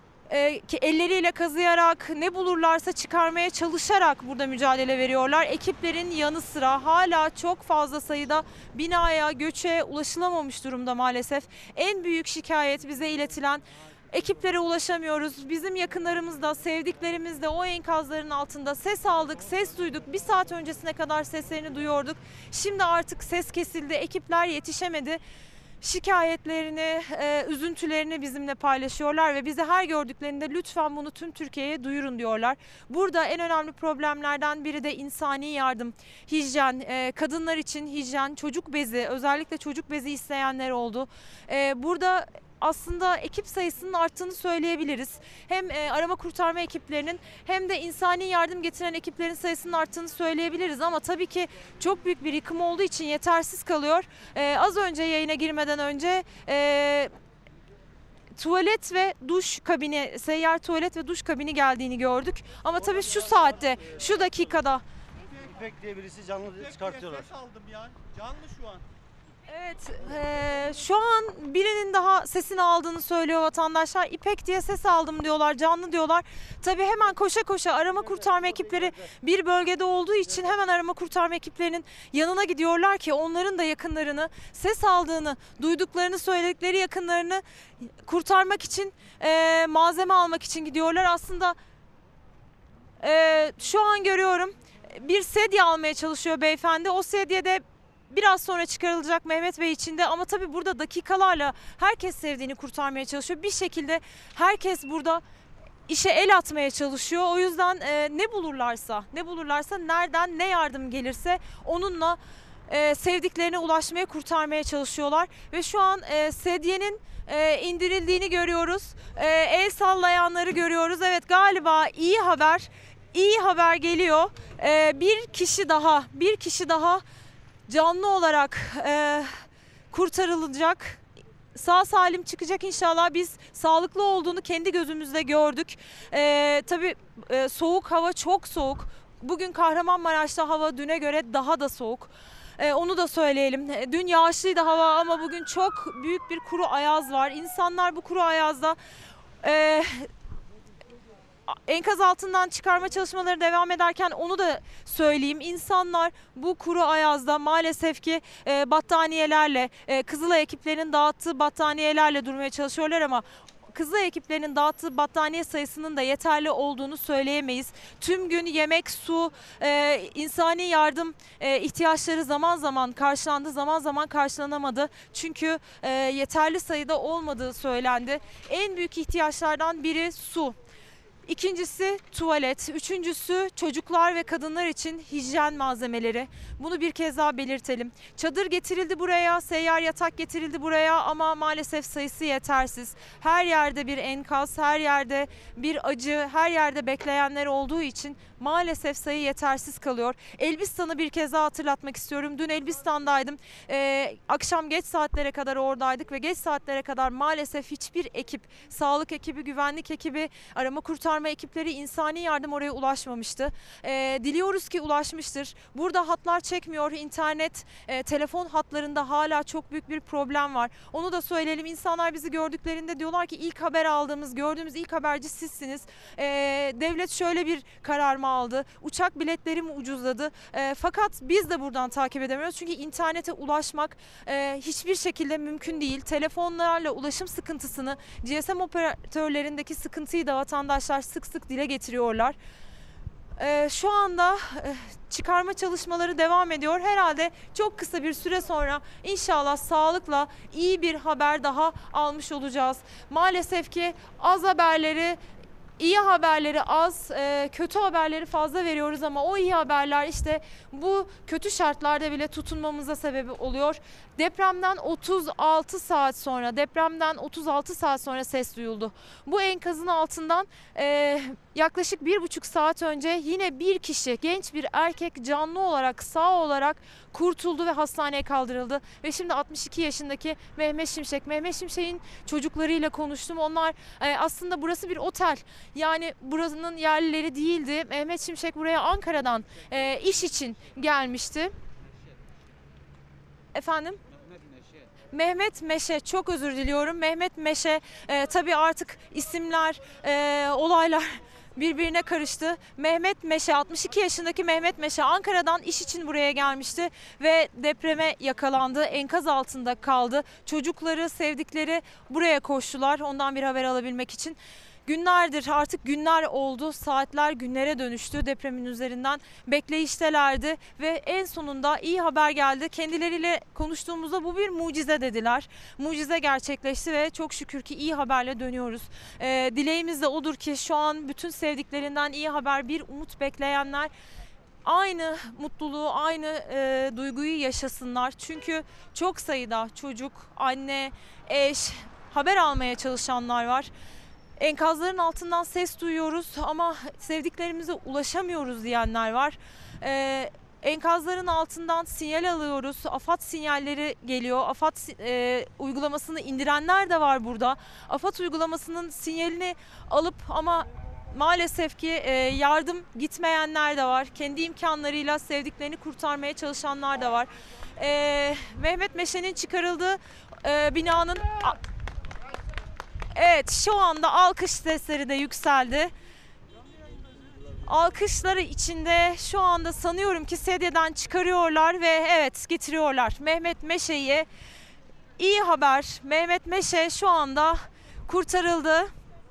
Ee, ki elleriyle kazıyarak, ne bulurlarsa çıkarmaya çalışarak burada mücadele veriyorlar. Ekiplerin yanı sıra hala çok fazla sayıda binaya, göçe ulaşılamamış durumda maalesef. En büyük şikayet bize iletilen, ekiplere ulaşamıyoruz. Bizim yakınlarımız da, sevdiklerimiz de o enkazların altında. Ses aldık, ses duyduk. Bir saat öncesine kadar seslerini duyuyorduk. Şimdi artık ses kesildi, ekipler yetişemedi. Şikayetlerini, e, üzüntülerini bizimle paylaşıyorlar ve bizi her gördüklerinde lütfen bunu tüm Türkiye'ye duyurun diyorlar. Burada en önemli problemlerden biri de insani yardım, hijyen, e, kadınlar için hijyen, çocuk bezi, özellikle çocuk bezi isteyenler oldu. E, burada aslında ekip sayısının arttığını söyleyebiliriz. Hem e, arama kurtarma ekiplerinin hem de insani yardım getiren ekiplerin sayısının arttığını söyleyebiliriz. Ama tabii ki çok büyük bir yıkım olduğu için yetersiz kalıyor. E, az önce yayına girmeden önce E, tuvalet ve duş kabini, seyyar tuvalet ve duş kabini geldiğini gördük. Ama tabii şu saatte, şu dakikada. İpek diye birisi canlı çıkartıyorlar. Ses aldım ya. Canlı şu an. Evet, e, şu an birinin daha sesini aldığını söylüyor vatandaşlar. İpek diye ses aldım diyorlar, canlı diyorlar. Tabii hemen koşa koşa arama kurtarma ekipleri bir bölgede olduğu için hemen arama kurtarma ekiplerinin yanına gidiyorlar ki onların da yakınlarını, ses aldığını, duyduklarını, söyledikleri yakınlarını kurtarmak için, e, malzeme almak için gidiyorlar. Aslında e, şu an görüyorum bir sedye almaya çalışıyor beyefendi. O sedye de biraz sonra çıkarılacak Mehmet Bey için de, ama tabii burada dakikalarla herkes sevdiğini kurtarmaya çalışıyor. Bir şekilde herkes burada işe el atmaya çalışıyor. O yüzden e, ne bulurlarsa, ne bulurlarsa, nereden ne yardım gelirse onunla e, sevdiklerine ulaşmaya, kurtarmaya çalışıyorlar. Ve şu an e, sedyenin e, indirildiğini görüyoruz. E, el sallayanları görüyoruz. Evet, galiba iyi haber, iyi haber geliyor. E, bir kişi daha, bir kişi daha canlı olarak e, kurtarılacak. Sağ salim çıkacak inşallah. Biz sağlıklı olduğunu kendi gözümüzle gördük. Ee, tabii e, soğuk, hava çok soğuk. Bugün Kahramanmaraş'ta hava düne göre daha da soğuk. Ee, onu da söyleyelim. Dün yağışlıydı hava ama bugün çok büyük bir kuru ayaz var. İnsanlar bu kuru ayazda e, enkaz altından çıkarma çalışmaları devam ederken onu da söyleyeyim. İnsanlar bu kuru ayazda maalesef ki e, battaniyelerle, e, Kızılay ekiplerinin dağıttığı battaniyelerle durmaya çalışıyorlar ama Kızılay ekiplerinin dağıttığı battaniye sayısının da yeterli olduğunu söyleyemeyiz. Tüm gün yemek, su, e, insani yardım e, ihtiyaçları zaman zaman karşılandı, zaman zaman karşılanamadı. Çünkü e, yeterli sayıda olmadığı söylendi. En büyük ihtiyaçlardan biri su. İkincisi tuvalet, üçüncüsü çocuklar ve kadınlar için hijyen malzemeleri. Bunu bir kez daha belirtelim. Çadır getirildi buraya, seyyar yatak getirildi buraya ama maalesef sayısı yetersiz. Her yerde bir enkaz, her yerde bir acı, her yerde bekleyenler olduğu için maalesef sayı yetersiz kalıyor. Elbistan'ı bir kez daha hatırlatmak istiyorum. Dün Elbistan'daydım. Ee, akşam geç saatlere kadar oradaydık ve geç saatlere kadar maalesef hiçbir ekip, sağlık ekibi, güvenlik ekibi, arama kurtarma ekipleri, insani yardım oraya ulaşmamıştı. Ee, diliyoruz ki ulaşmıştır. Burada hatlar çekmiyor. İnternet, e, telefon hatlarında hala çok büyük bir problem var. Onu da söyleyelim. İnsanlar bizi gördüklerinde diyorlar ki ilk haber aldığımız, gördüğümüz ilk haberci sizsiniz. Ee, devlet şöyle bir karar mı aldı? Uçak biletleri mi ucuzladı? E, fakat biz de buradan takip edemiyoruz. Çünkü internete ulaşmak e, hiçbir şekilde mümkün değil. Telefonlarla ulaşım sıkıntısını, G S M operatörlerindeki sıkıntıyı da vatandaşlar sık sık dile getiriyorlar. Ee, şu anda e, çıkarma çalışmaları devam ediyor. Herhalde çok kısa bir süre sonra inşallah sağlıkla iyi bir haber daha almış olacağız. Maalesef ki az haberleri, İyi haberleri az, e, kötü haberleri fazla veriyoruz ama o iyi haberler işte bu kötü şartlarda bile tutunmamıza sebep oluyor. Depremden otuz altı saat sonra, depremden otuz altı saat sonra ses duyuldu. Bu enkazın altından e, yaklaşık bir buçuk saat önce yine bir kişi, genç bir erkek canlı olarak, sağ olarak kurtuldu ve hastaneye kaldırıldı. Ve şimdi altmış iki yaşındaki Mehmet Şimşek, Mehmet Şimşek'in çocuklarıyla konuştum. Onlar e, aslında burası bir otel. Yani buranın yerlileri değildi. Mehmet Şimşek buraya Ankara'dan e, iş için gelmişti. Efendim? Mehmet Meşe, çok özür diliyorum. Mehmet Meşe, e, tabii artık isimler, e, olaylar birbirine karıştı. Mehmet Meşe, altmış iki yaşındaki Mehmet Meşe Ankara'dan iş için buraya gelmişti ve depreme yakalandı. Enkaz altında kaldı. Çocukları, sevdikleri buraya koştular ondan bir haber alabilmek için. Günlerdir, artık günler oldu, saatler günlere dönüştü, depremin üzerinden bekleyiştelerdi ve en sonunda iyi haber geldi. Kendileriyle konuştuğumuzda bu bir mucize dediler. Mucize gerçekleşti ve çok şükür ki iyi haberle dönüyoruz. Ee, dileğimiz de odur ki şu an bütün sevdiklerinden iyi haber, bir umut bekleyenler aynı mutluluğu, aynı e, duyguyu yaşasınlar. Çünkü çok sayıda çocuk, anne, eş, haber almaya çalışanlar var. Enkazların altından ses duyuyoruz ama sevdiklerimize ulaşamıyoruz diyenler var. Ee, enkazların altından sinyal alıyoruz. AFAD sinyalleri geliyor. AFAD e, uygulamasını indirenler de var burada. AFAD uygulamasının sinyalini alıp ama maalesef ki e, yardım gitmeyenler de var. Kendi imkanlarıyla sevdiklerini kurtarmaya çalışanlar da var. Ee, Mehmet Meşe'nin çıkarıldığı e, binanın... Evet, şu anda alkış sesleri de yükseldi. Alkışları içinde şu anda sanıyorum ki sedyeden çıkarıyorlar ve evet getiriyorlar. Mehmet Meşe'yi, iyi haber, Mehmet Meşe şu anda kurtarıldı.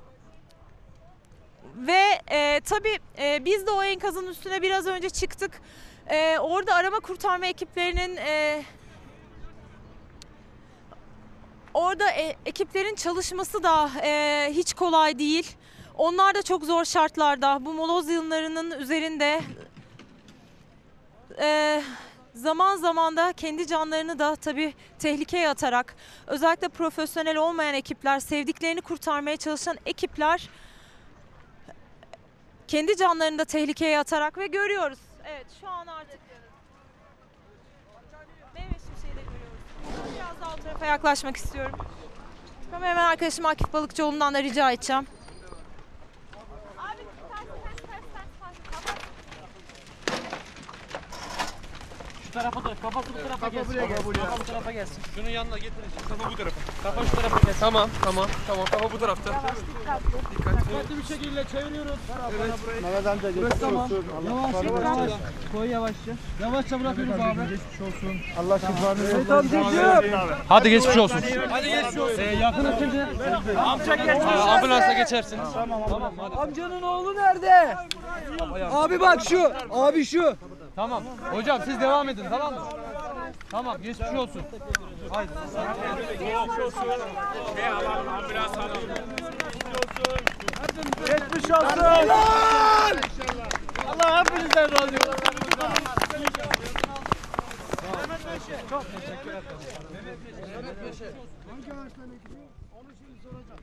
Ve e, tabii e, biz de o enkazın üstüne biraz önce çıktık. E, orada arama kurtarma ekiplerinin... E, Orada e, ekiplerin çalışması da e, hiç kolay değil. Onlar da çok zor şartlarda, bu moloz yığınlarının üzerinde e, zaman zaman da kendi canlarını da tabii tehlikeye atarak, özellikle profesyonel olmayan ekipler, sevdiklerini kurtarmaya çalışan ekipler kendi canlarını da tehlikeye atarak ve görüyoruz. Evet, şu an artık Mehmet Şimşek'i de görüyoruz. Biraz daha o tarafa yaklaşmak istiyorum. Hemen arkadaşım Akif Balıkçıoğlu'ndan da rica edeceğim. Şu tarafa da kafası bu tarafa gelsin. Kafa bu tarafa gelsin. Şunun yanına getirin. Kafa bu tarafa. Kafa şu tarafa gelsin. Tamam, tamam, tamam. Kafa bu tarafta. Yavaş, dikkatli. Dikkatli bir şekilde çeviriyoruz. Evet. Mehmet amca geçmiş olsun. Yavaş, yavaş. Koy yavaşça. Yavaşça bırakıyoruz abi. Geçmiş olsun. Allah şifanı versin. Evet amcacığım. Hadi geçmiş olsun. Hadi geçmiş olsun. Ee, yakın şimdi. Amca geçmiş. Ambulansa geçersiniz. Tamam, tamam. Amcanın oğlu nerede? Abi bak şu. Abi şu. Tamam. Hocam siz devam edin, tamam mı? Tamam, geçmiş olsun. Haydi. Geçmiş olsun. Şey alalım, ambulans alalım. Geçmiş olsun. Allah hepinizden razı olsun. Çok teşekkür ederim. Mehmet Meşe. Hangi ağaçtan ekiliyor? Onu şimdi soracağım.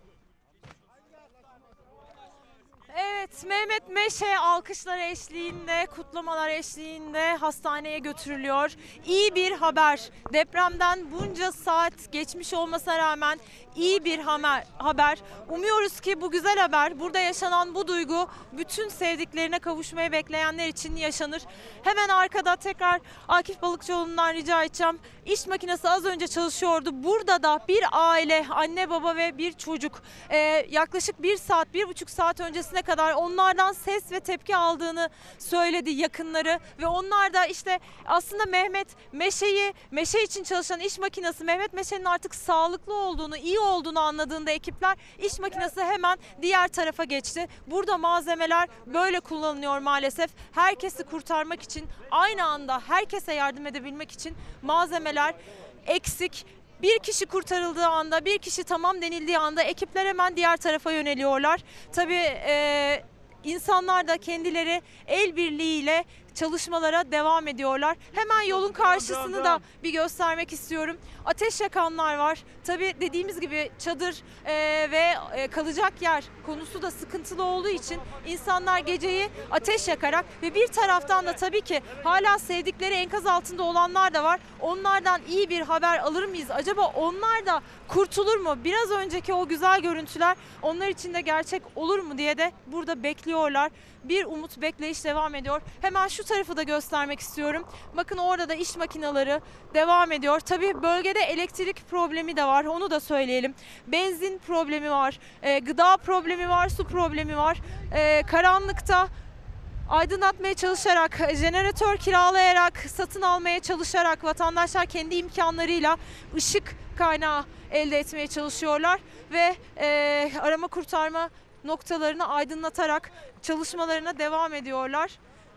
Evet, Mehmet Meşe alkışlar eşliğinde, kutlamalar eşliğinde hastaneye götürülüyor. İyi bir haber. Depremden bunca saat geçmiş olmasına rağmen iyi bir haber. Umuyoruz ki bu güzel haber, burada yaşanan bu duygu bütün sevdiklerine kavuşmayı bekleyenler için yaşanır. Hemen arkada tekrar Akif Balıkçıoğlu'ndan rica edeceğim. İş makinesi az önce çalışıyordu. Burada da bir aile, anne baba ve bir çocuk ee, yaklaşık bir saat, bir buçuk saat öncesine kadar onlardan ses ve tepki aldığını söyledi yakınları ve onlar da işte aslında Mehmet Meşe'yi, Meşe için çalışan iş makinesi Mehmet Meşe'nin artık sağlıklı olduğunu, iyi olduğunu anladığında ekipler iş makinesi hemen diğer tarafa geçti. Burada malzemeler böyle kullanılıyor maalesef. Herkesi kurtarmak için, aynı anda herkese yardım edebilmek için malzemeler eksik. Bir kişi kurtarıldığı anda, bir kişi tamam denildiği anda ekipler hemen diğer tarafa yöneliyorlar. Tabii e, insanlar da kendileri el birliğiyle çalışmalara devam ediyorlar. Hemen yolun karşısını da bir göstermek istiyorum. Ateş yakanlar var. Tabii dediğimiz gibi çadır e, ve e, kalacak yer konusu da sıkıntılı olduğu için insanlar geceyi ateş yakarak ve bir taraftan da tabii ki hala sevdikleri enkaz altında olanlar da var. Onlardan iyi bir haber alır mıyız? Acaba onlar da kurtulur mu? Biraz önceki o güzel görüntüler onlar için de gerçek olur mu diye de burada bekliyorlar. Bir umut bekleyiş devam ediyor. Hemen şu tarafı da göstermek istiyorum. Bakın orada da iş makineleri devam ediyor. Tabii bölgede elektrik problemi de var. Onu da söyleyelim. Benzin problemi var. E, gıda problemi var. Su problemi var. E, karanlıkta aydınlatmaya çalışarak, jeneratör kiralayarak, satın almaya çalışarak vatandaşlar kendi imkanlarıyla ışık kaynağı elde etmeye çalışıyorlar ve e, arama kurtarma noktalarını aydınlatarak çalışmalarına devam ediyorlar.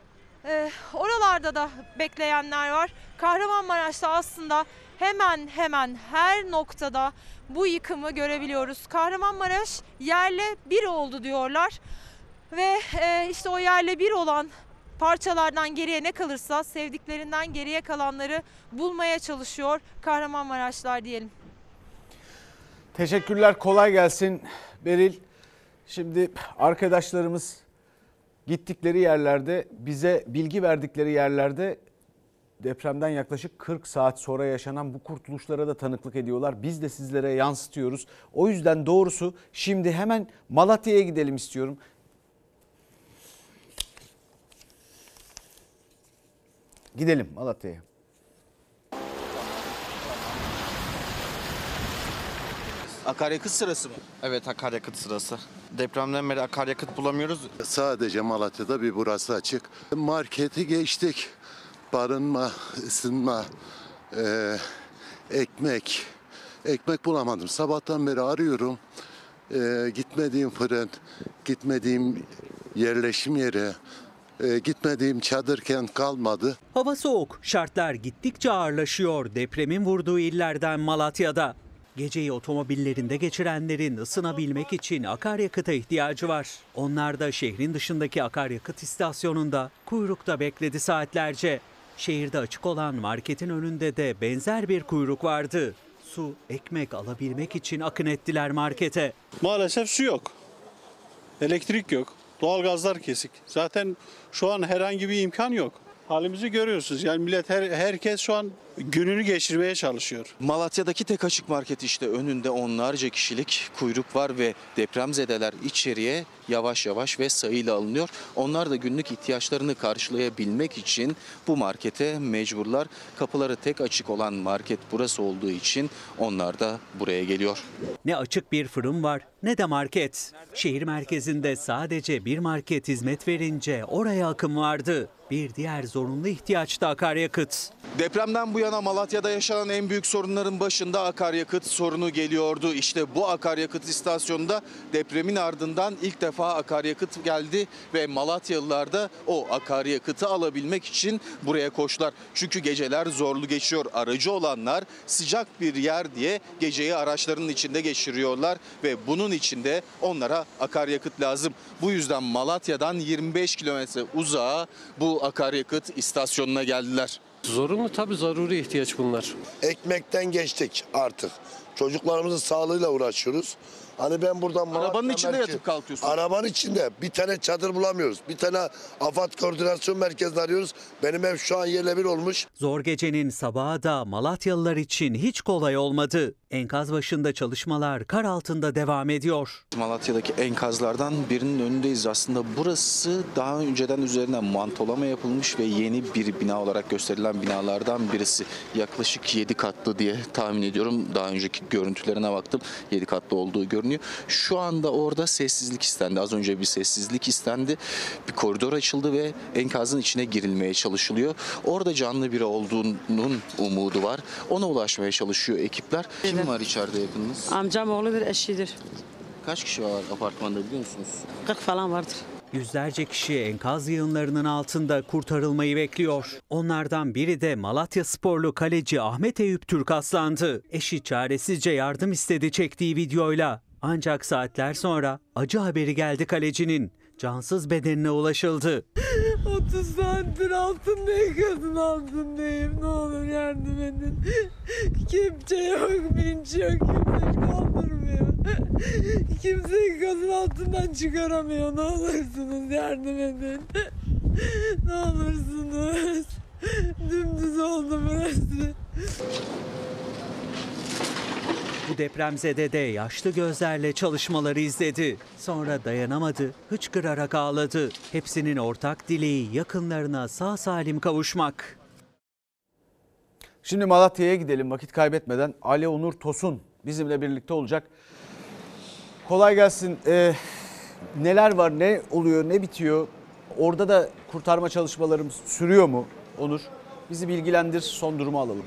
Ee, oralarda da bekleyenler var. Kahramanmaraş'ta aslında hemen hemen her noktada bu yıkımı görebiliyoruz. Kahramanmaraş yerle bir oldu diyorlar. Ve e, işte o yerle bir olan parçalardan geriye ne kalırsa sevdiklerinden geriye kalanları bulmaya çalışıyor Kahramanmaraşlılar diyelim. Teşekkürler, kolay gelsin Beril. Şimdi arkadaşlarımız gittikleri yerlerde, bize bilgi verdikleri yerlerde depremden yaklaşık kırk saat sonra yaşanan bu kurtuluşlara da tanıklık ediyorlar. Biz de sizlere yansıtıyoruz. O yüzden doğrusu şimdi hemen Malatya'ya gidelim istiyorum. Gidelim Malatya'ya. Akaryakıt sırası mı? Evet, akaryakıt sırası. Depremden beri akaryakıt bulamıyoruz. Sadece Malatya'da bir burası açık. Marketi geçtik. Barınma, ısınma, e, ekmek. Ekmek bulamadım. Sabahtan beri arıyorum. E, gitmediğim fırın, gitmediğim yerleşim yeri, e, gitmediğim çadır kent kalmadı. Hava soğuk, şartlar gittikçe ağırlaşıyor depremin vurduğu illerden Malatya'da. Geceyi otomobillerinde geçirenlerin ısınabilmek için akaryakıta ihtiyacı var. Onlar da şehrin dışındaki akaryakıt istasyonunda kuyrukta bekledi saatlerce. Şehirde açık olan marketin önünde de benzer bir kuyruk vardı. Su, ekmek alabilmek için akın ettiler markete. Maalesef su yok. Elektrik yok. Doğalgazlar kesik. Zaten şu an herhangi bir imkan yok. Halimizi görüyorsunuz. Yani millet her, herkes şu an gününü geçirmeye çalışıyor. Malatya'daki tek açık market işte önünde onlarca kişilik kuyruk var ve depremzedeler içeriye yavaş yavaş ve sayıyla alınıyor. Onlar da günlük ihtiyaçlarını karşılayabilmek için bu markete mecburlar. Kapıları tek açık olan market burası olduğu için onlar da buraya geliyor. Ne açık bir fırın var ne de market. Şehir merkezinde sadece bir market hizmet verince oraya akım vardı. Bir diğer zorunlu ihtiyaç da akaryakıt. Depremden bu yana Malatya'da yaşanan en büyük sorunların başında akaryakıt sorunu geliyordu. İşte bu akaryakıt istasyonunda depremin ardından ilk defa akaryakıt geldi ve Malatyalılar da o akaryakıtı alabilmek için buraya koştular. Çünkü geceler zorlu geçiyor. Aracı olanlar sıcak bir yer diye geceyi araçlarının içinde geçiriyorlar ve bunun için de onlara akaryakıt lazım. Bu yüzden Malatya'dan yirmi beş kilometre uzağa bu akaryakıt istasyonuna geldiler. Zorunlu tabii, zaruri ihtiyaç bunlar. Ekmekten geçtik artık. Çocuklarımızın sağlığıyla uğraşıyoruz. Hani ben buradan... Arabanın içinde yatıp kalkıyorsun. Arabanın içinde bir tane çadır bulamıyoruz. Bir tane AFAD koordinasyon merkezini arıyoruz. Benim ev şu an yerle bir olmuş. Zor gecenin sabahı da Malatyalılar için hiç kolay olmadı. Enkaz başında çalışmalar kar altında devam ediyor. Malatya'daki enkazlardan birinin önündeyiz. Aslında burası daha önceden üzerine mantolama yapılmış ve yeni bir bina olarak gösterilen binalardan birisi. Yaklaşık yedi katlı diye tahmin ediyorum. Daha önceki görüntülerine baktım. yedi katlı olduğu görünüyor. Şu anda orada sessizlik istendi. Az önce bir sessizlik istendi. Bir koridor açıldı ve enkazın içine girilmeye çalışılıyor. Orada canlı biri olduğunun umudu var. Ona ulaşmaya çalışıyor ekipler. Kim var içeride yakınınız? Amcam oğludur, eşidir. Kaç kişi var apartmanda biliyor musunuz? kırk falan vardır. Yüzlerce kişi enkaz yığınlarının altında kurtarılmayı bekliyor. Onlardan biri de Malatya sporlu kaleci Ahmet Eyüp Türkaslan'dı. Eşi çaresizce yardım istedi çektiği videoyla. Ancak saatler sonra acı haberi geldi kalecinin. Cansız bedenine ulaşıldı. otuz saattir altındayım, kadın altındayım. Ne olur yardım edin. Kepçe yok, vinç yok, kimse kaldırmıyor. Kimseyi kadın altından çıkaramıyor. Ne olursunuz yardım edin. Ne olursunuz. Dümdüz oldu burası. Bu depremzede de yaşlı gözlerle çalışmaları izledi. Sonra dayanamadı, hıçkırarak ağladı. Hepsinin ortak dileği yakınlarına sağ salim kavuşmak. Şimdi Malatya'ya gidelim vakit kaybetmeden. Ali Onur Tosun bizimle birlikte olacak. Kolay gelsin. Ee, neler var, ne oluyor, ne bitiyor? Orada da kurtarma çalışmalarımız sürüyor mu Onur? Bizi bilgilendir, son durumu alalım.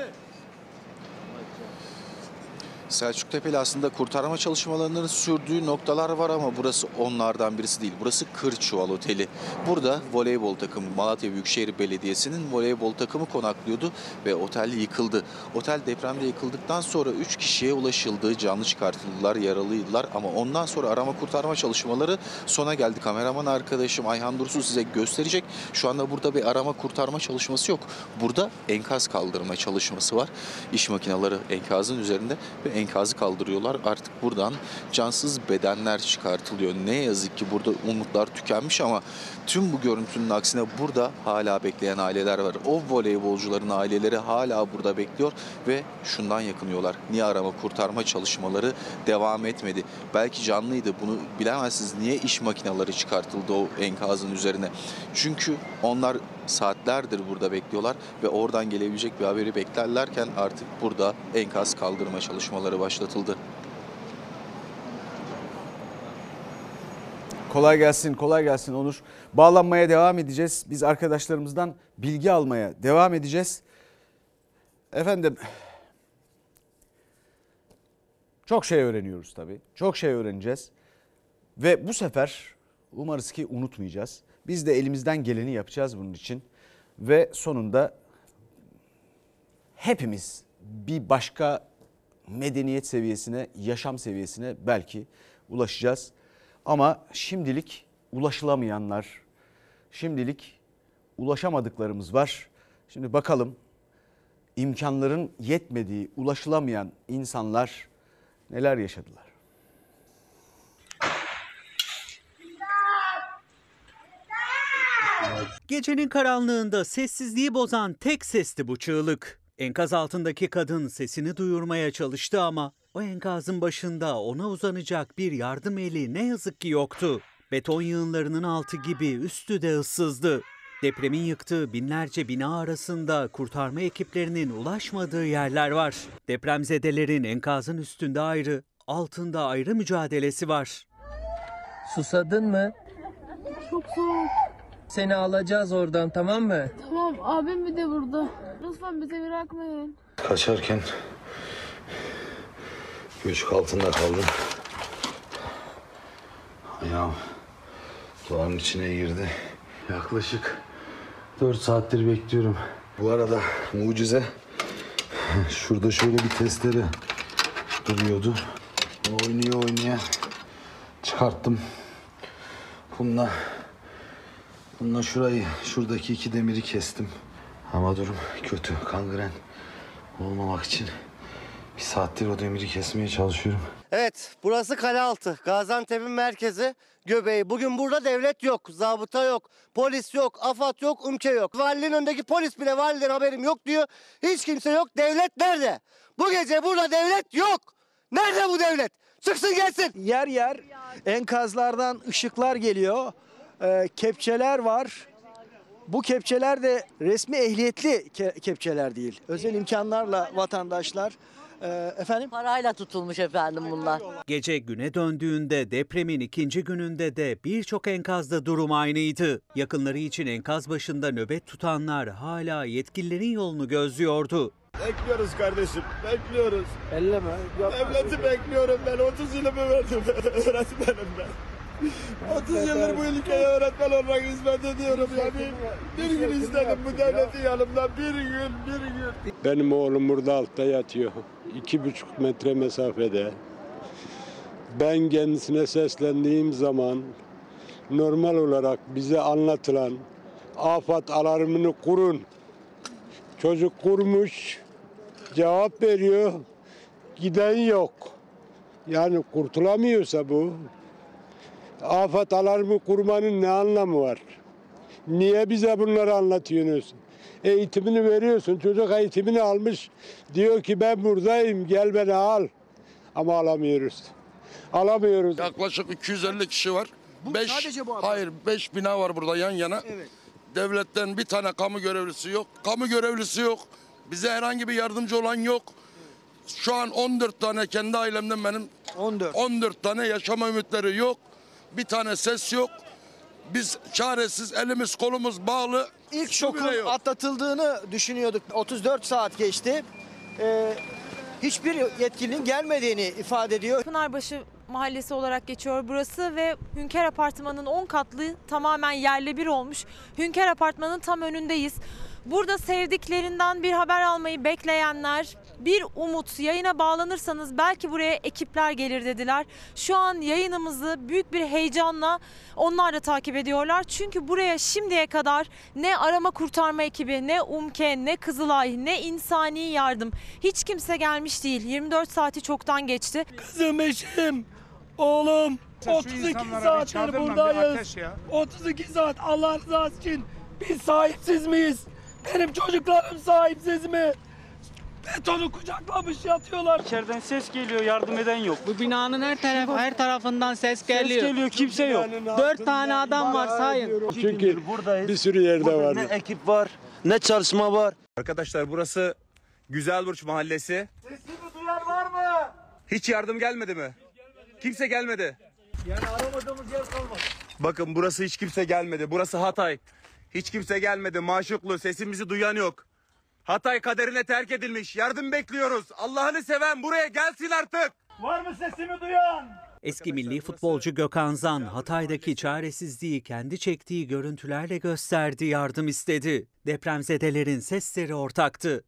Selçuk Tepeli aslında kurtarma çalışmalarının sürdüğü noktalar var ama burası onlardan birisi değil. Burası Kırçuval Oteli. Burada voleybol takımı, Malatya Büyükşehir Belediyesi'nin voleybol takımı konaklıyordu ve otel yıkıldı. Otel depremde yıkıldıktan sonra üç kişiye ulaşıldı. Canlı çıkartıldılar, yaralıydılar ama ondan sonra arama kurtarma çalışmaları sona geldi. Kameraman arkadaşım Ayhan Dursun size gösterecek. Şu anda burada bir arama kurtarma çalışması yok. Burada enkaz kaldırma çalışması var. İş makineleri enkazın üzerinde ve enkazı kaldırıyorlar. Artık buradan cansız bedenler çıkartılıyor. Ne yazık ki burada umutlar tükenmiş ama tüm bu görüntünün aksine burada hala bekleyen aileler var. O voleybolcuların aileleri hala burada bekliyor ve şundan yakınıyorlar. Niye arama kurtarma çalışmaları devam etmedi? Belki canlıydı, bunu bilemezsiniz. Niye iş makineleri çıkartıldı o enkazın üzerine? Çünkü onlar saatlerdir burada bekliyorlar ve oradan gelebilecek bir haberi beklerlerken artık burada enkaz kaldırma çalışmaları başlatıldı. Kolay gelsin, kolay gelsin Onur. Bağlanmaya devam edeceğiz. Biz arkadaşlarımızdan bilgi almaya devam edeceğiz. Efendim, çok şey öğreniyoruz tabii. Çok şey öğreneceğiz. Ve bu sefer umarız ki unutmayacağız. Biz de elimizden geleni yapacağız bunun için. Ve sonunda hepimiz bir başka medeniyet seviyesine, yaşam seviyesine belki ulaşacağız. Ama şimdilik ulaşılamayanlar, şimdilik ulaşamadıklarımız var. Şimdi bakalım imkanların yetmediği, ulaşılamayan insanlar neler yaşadılar? Gecenin karanlığında sessizliği bozan tek sesti bu çığlık. Enkaz altındaki kadın sesini duyurmaya çalıştı ama o enkazın başında ona uzanacak bir yardım eli ne yazık ki yoktu. Beton yığınlarının altı gibi üstü de ıssızdı. Depremin yıktığı binlerce bina arasında kurtarma ekiplerinin ulaşmadığı yerler var. Depremzedelerin enkazın üstünde ayrı, altında ayrı mücadelesi var. Susadın mı? Çok soğuk. Seni alacağız oradan, tamam mı? Tamam, abim bir de burada. Lütfen bizi bırakmayın. Kaçarken göçük altında kaldım. Ayağım doğanın içine girdi. Yaklaşık dört saattir bekliyorum. Bu arada mucize şurada şöyle bir testere duruyordu. Oynuyor oynaya çıkarttım. Bununla, bununla şurayı, şuradaki iki demiri kestim. Ama durum kötü, kangren olmamak için bir saattir o demiri kesmeye çalışıyorum. Evet, burası Kalealtı, Gaziantep'in merkezi, göbeği. Bugün burada devlet yok, zabıta yok, polis yok, AFAD yok, ümke yok. Valinin önündeki polis bile validen haberim yok diyor. Hiç kimse yok. Devlet nerede? Bu gece burada devlet yok. Nerede bu devlet? Çıksın gelsin. Yer yer enkazlardan ışıklar geliyor. Ee, kepçeler var. Bu kepçeler de resmi ehliyetli ke- kepçeler değil. Özel imkanlarla vatandaşlar e, efendim Parayla tutulmuş efendim bunlar. Gece güne döndüğünde depremin ikinci gününde de birçok enkazda durum aynıydı. Yakınları için enkaz başında nöbet tutanlar hala yetkililerin yolunu gözlüyordu. Bekliyoruz kardeşim, bekliyoruz. Elleme. Devleti bekliyorum ben, otuz yılımı verdim öğretmenim ben. otuz yıldır bu ülkeye öğretmen olarak hizmet ediyorum ya. Bir, bir gün istedim bu devletin yanımda, bir gün, bir gün. Benim oğlum burada altta yatıyor. İki buçuk metre mesafede. Ben kendisine seslendiğim zaman normal olarak bize anlatılan afet alarmını kurun. Çocuk kurmuş, cevap veriyor, giden yok. Yani kurtulamıyorsa bu, afet alarmı kurmanın ne anlamı var? Niye bize bunları anlatıyorsunuz? Eğitimini veriyorsun, çocuk eğitimini almış. Diyor ki ben buradayım, gel beni al. Ama alamıyoruz. Alamıyoruz. Yaklaşık iki yüz elli kişi var. Bu beş, sadece bu adam. hayır beş bina var burada yan yana. Evet. Devletten bir tane kamu görevlisi yok. Kamu görevlisi yok. Bize herhangi bir yardımcı olan yok. Şu an on dört tane kendi ailemden benim on dört. on dört tane yaşama ümitleri yok. Bir tane ses yok. Biz çaresiz, elimiz kolumuz bağlı. İlk Su şokun bile yok. atlatıldığını düşünüyorduk. otuz dört saat geçti. Ee, hiçbir yetkilinin gelmediğini ifade ediyor. Pınarbaşı Mahallesi olarak geçiyor burası ve Hünkar Apartmanı'nın on katlı tamamen yerle bir olmuş. Hünkar Apartmanı'nın tam önündeyiz. Burada sevdiklerinden bir haber almayı bekleyenler, bir umut, yayına bağlanırsanız belki buraya ekipler gelir dediler. Şu an yayınımızı büyük bir heyecanla onlar da takip ediyorlar. Çünkü buraya şimdiye kadar ne arama kurtarma ekibi, ne UMKE, ne Kızılay, ne insani yardım hiç kimse gelmiş değil. yirmi dört saati çoktan geçti. Kızım, eşim, oğlum otuz iki saattir buradayız. otuz iki saat Allah rızası için biz sahipsiz miyiz? Benim çocuklarım sahipsiz mi? Betonu kucaklamış yatıyorlar. İçeriden ses geliyor, yardım eden yok. Bu binanın her taraf her tarafından ses geliyor. Ses geliyor, kimse yok. Dört tane adam var sayın. Çünkü buradayız. bir sürü yerde Burada var. ne ekip var, ne çalışma var. Arkadaşlar burası Güzelburç Mahallesi. Sesimi duyan var mı? Hiç yardım gelmedi mi? Kimse gelmedi. Yani aramadığımız yer kalmadı. Bakın burası hiç kimse gelmedi. Burası Hatay. Hiç kimse gelmedi. Maşuklu, sesimizi duyan yok. Hatay kaderine terk edilmiş. Yardım bekliyoruz. Allah'ını seven buraya gelsin artık. Var mı sesimi duyan? Eski milli futbolcu Gökhan Zan, Hatay'daki çaresizliği kendi çektiği görüntülerle gösterdi, yardım istedi. Depremzedelerin sesleri ortaktı.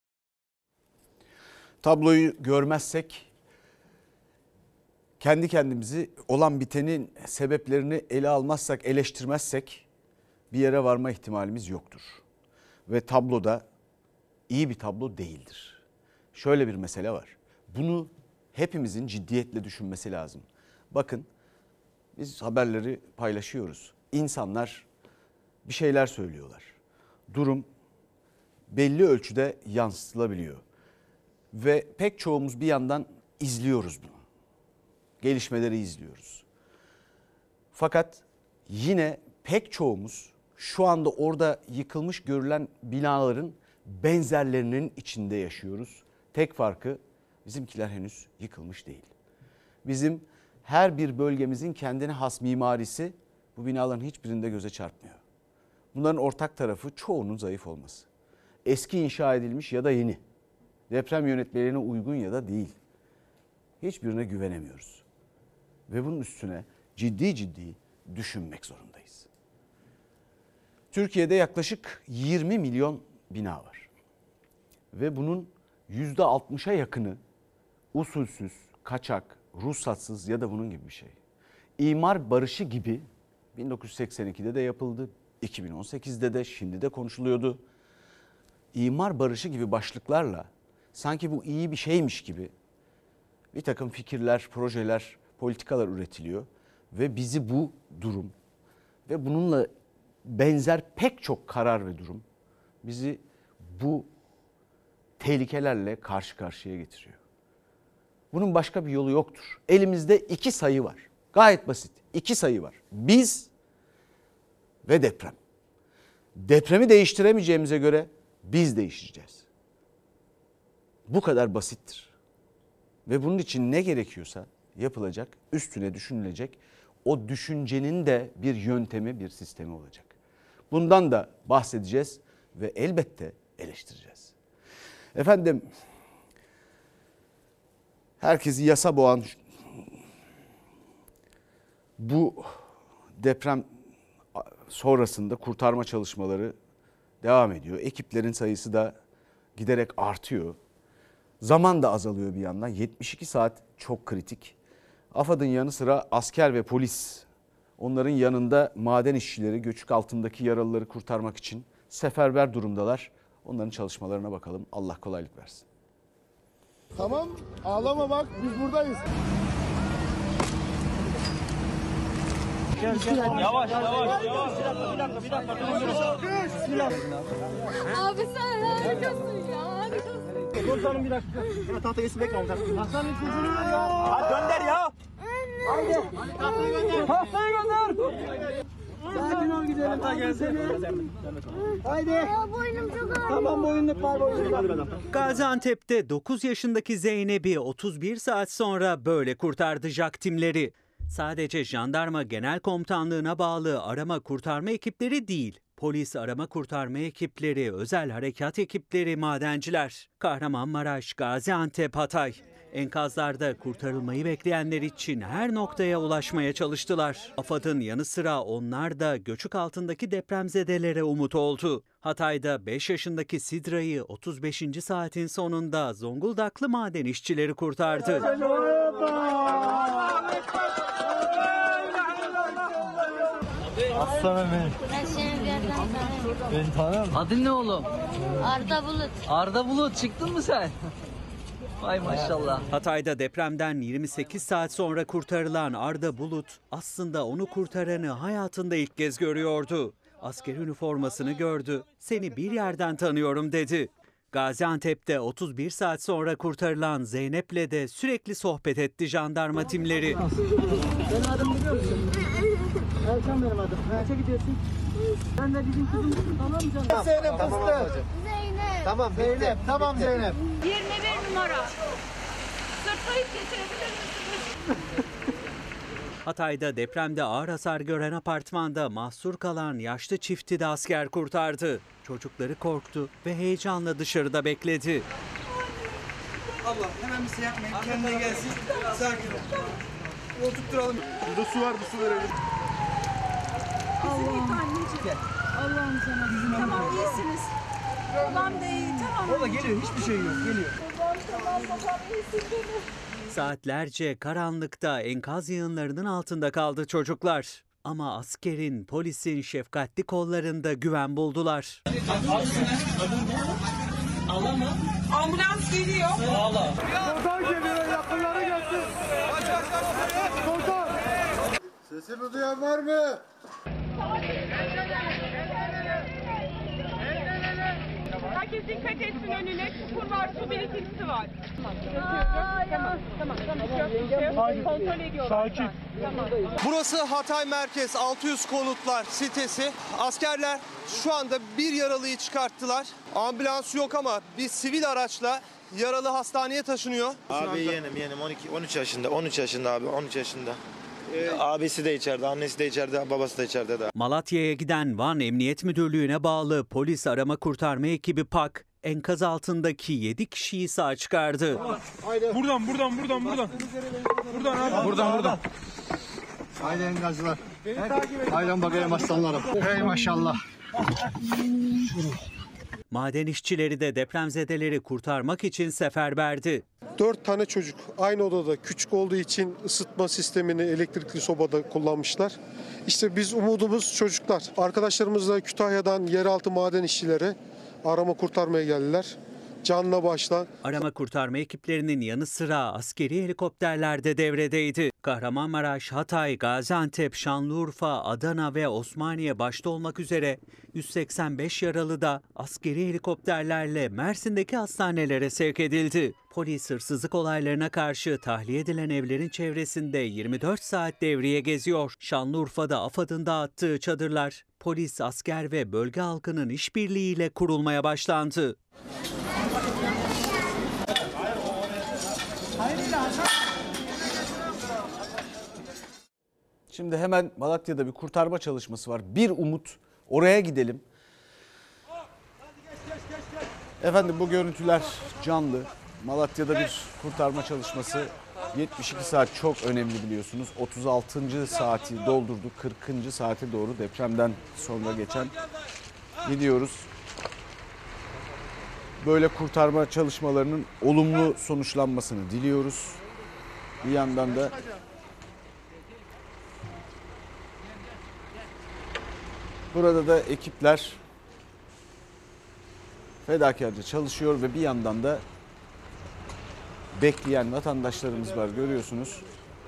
Tabloyu görmezsek, kendi kendimizi olan bitenin sebeplerini ele almazsak, eleştirmezsek bir yere varma ihtimalimiz yoktur. Ve tabloda iyi bir tablo değildir. Şöyle bir mesele var. Bunu hepimizin ciddiyetle düşünmesi lazım. Bakın biz haberleri paylaşıyoruz. İnsanlar bir şeyler söylüyorlar. Durum belli ölçüde yansıtılabiliyor. Ve pek çoğumuz bir yandan izliyoruz bunu. Gelişmeleri izliyoruz. Fakat yine pek çoğumuz şu anda orada yıkılmış görülen binaların benzerlerinin içinde yaşıyoruz. Tek farkı bizimkiler henüz yıkılmış değil. Bizim her bir bölgemizin kendine has mimarisi bu binaların hiçbirinde göze çarpmıyor. Bunların ortak tarafı çoğunun zayıf olması. Eski inşa edilmiş ya da yeni. Deprem yönetmeliğine uygun ya da değil. Hiçbirine güvenemiyoruz. Ve bunun üstüne ciddi ciddi düşünmek zorundayız. Türkiye'de yaklaşık yirmi milyon bina var. Ve bunun yüzde altmışa yakını usulsüz, kaçak, ruhsatsız ya da bunun gibi bir şey. İmar barışı gibi bin dokuz yüz seksen ikide de yapıldı, iki bin on sekizde de, şimdi de konuşuluyordu. İmar barışı gibi başlıklarla sanki bu iyi bir şeymiş gibi bir takım fikirler, projeler, politikalar üretiliyor. Ve bizi bu durum ve bununla benzer pek çok karar ve durum bizi bu tehlikelerle karşı karşıya getiriyor. Bunun başka bir yolu yoktur. Elimizde iki sayı var. Gayet basit. İki sayı var. Biz ve deprem. Depremi değiştiremeyeceğimize göre biz değişeceğiz. Bu kadar basittir. Ve bunun için ne gerekiyorsa yapılacak, üstüne düşünülecek. O düşüncenin de bir yöntemi, bir sistemi olacak. Bundan da bahsedeceğiz ve elbette eleştireceğiz. Efendim, herkesi yasa boğan bu deprem sonrasında kurtarma çalışmaları devam ediyor. Ekiplerin sayısı da giderek artıyor. Zaman da azalıyor bir yandan. yetmiş iki saat çok kritik. AFAD'ın yanı sıra asker ve polis, onların yanında maden işçileri, göçük altındaki yaralıları kurtarmak için seferber durumdalar. Onların çalışmalarına bakalım. Allah kolaylık versin. Tamam, ağlama bak, biz buradayız. Yavaş yavaş yavaş. Bir dakika bir dakika. Abi sen harikasın ya, harikasın. Dur canım bir dakika. Ya tahtayı esi bekle olacak. Hastanın çocuğunu ver ya. Hadi gönder ya. Haydi. Tahtayı gönder. Tahtayı gönder. Sakin ol gidelim. Tahta gelsin. Haydi. Ya boynum çok ağrıyor. Tamam boyunluk var boyunluk. Gaziantep'te dokuz yaşındaki Zeynep'i otuz bir saat sonra böyle kurtardı JAK timleri. Sadece Jandarma Genel Komutanlığı'na bağlı arama kurtarma ekipleri değil, polis arama kurtarma ekipleri, özel harekat ekipleri, madenciler, Kahramanmaraş, Gaziantep, Hatay. Enkazlarda kurtarılmayı bekleyenler için her noktaya ulaşmaya çalıştılar. AFAD'ın yanı sıra onlar da göçük altındaki depremzedelere umut oldu. Hatay'da beş yaşındaki Sidra'yı otuz beşinci saatin sonunda Zonguldaklı maden işçileri kurtardı. Aslanım benim. Ben seni bir yerden tanıyorum. Ben tanırım. Adın ne oğlum? Arda Bulut. Arda Bulut çıktın mı sen? Vay maşallah. Hatay'da depremden yirmi sekiz saat sonra kurtarılan Arda Bulut aslında onu kurtaranı hayatında ilk kez görüyordu. Asker üniformasını gördü, seni bir yerden tanıyorum dedi. Gaziantep'te otuz bir saat sonra kurtarılan Zeynep'le de sürekli sohbet etti jandarma timleri. Benim adımı biliyor musun? Erkan benim adım. Kaça gidiyorsun? Ben de bizim kızımsın, tamam mı canım? Zeynep fıstık. Zeynep. Tamam Zeynep, tamam Zeynep. yirmi bir numara. Sırtlayıp getirebilir misiniz? Hatay'da depremde ağır hasar gören apartmanda mahsur kalan yaşlı çifti de asker kurtardı. Çocukları korktu ve heyecanla dışarıda bekledi. Abla hemen bir şey yapmayın, kendine gelsin. Sakin ol. Oturtturalım. Burada su var, bir su verelim. Allah'ım. Allah'ım sana. Tamam iyisiniz. Babam da iyi tamam. O da geliyor, hiçbir şey yok, geliyor. Babam tamam babam iyisin değil mi? Saatlerce karanlıkta enkaz yığınlarının altında kaldı çocuklar. Ama askerin, polisin şefkatli kollarında güven buldular. Ambulans geliyor. Komutan geliyor, yakınları gelsin. Komutan. Sesimi duyan var mı? Herkes dikkat etsin önüne. Çukur var, su birikintisi var. Tamam, tamam, tamam. tamam. Kontrol ediyorlar. Sakin. Tamam. Burası Hatay Merkez altı yüz konutlar sitesi. Askerler şu anda bir yaralıyı çıkarttılar. Ambulans yok ama bir sivil araçla yaralı hastaneye taşınıyor. Abi yeğenim yeğenim on iki on üç yaşında on üç yaşında abi on üç yaşında. Ee, Abisi de içeride, annesi de içeride, babası da içeride de. Malatya'ya giden Van Emniyet Müdürlüğü'ne bağlı polis arama kurtarma ekibi PAK enkaz altındaki yedi kişiyi sağ çıkardı. Buradan, buradan, buradan, buradan. Buradan abi. Buradan, buradan. Haydi enkazlar. Haydi bakayım aslanlarım. Hey maşallah. Maden işçileri de depremzedeleri kurtarmak için seferberdi. Dört tane çocuk aynı odada, küçük olduğu için ısıtma sistemini elektrikli sobada kullanmışlar. İşte biz umudumuz çocuklar. Arkadaşlarımız da Kütahya'dan yeraltı maden işçileri arama kurtarmaya geldiler. Canla başla. Arama kurtarma ekiplerinin yanı sıra askeri helikopterler de devredeydi. Kahramanmaraş, Hatay, Gaziantep, Şanlıurfa, Adana ve Osmaniye başta olmak üzere yüz seksen beş yaralı da askeri helikopterlerle Mersin'deki hastanelere sevk edildi. Polis hırsızlık olaylarına karşı tahliye edilen evlerin çevresinde yirmi dört saat devriye geziyor. Şanlıurfa'da AFAD'ın dağıttığı çadırlar polis, asker ve bölge halkının işbirliğiyle kurulmaya başlandı. Şimdi hemen Malatya'da bir kurtarma çalışması var. Bir umut, oraya gidelim. Efendim bu görüntüler canlı. Malatya'da bir kurtarma çalışması. yetmiş iki saat çok önemli biliyorsunuz. otuz altıncı saati doldurdu. kırkıncı saate doğru depremden sonra geçen gidiyoruz. Böyle kurtarma çalışmalarının olumlu sonuçlanmasını diliyoruz. Bir yandan da burada da ekipler fedakarca çalışıyor ve bir yandan da bekleyen vatandaşlarımız var, görüyorsunuz.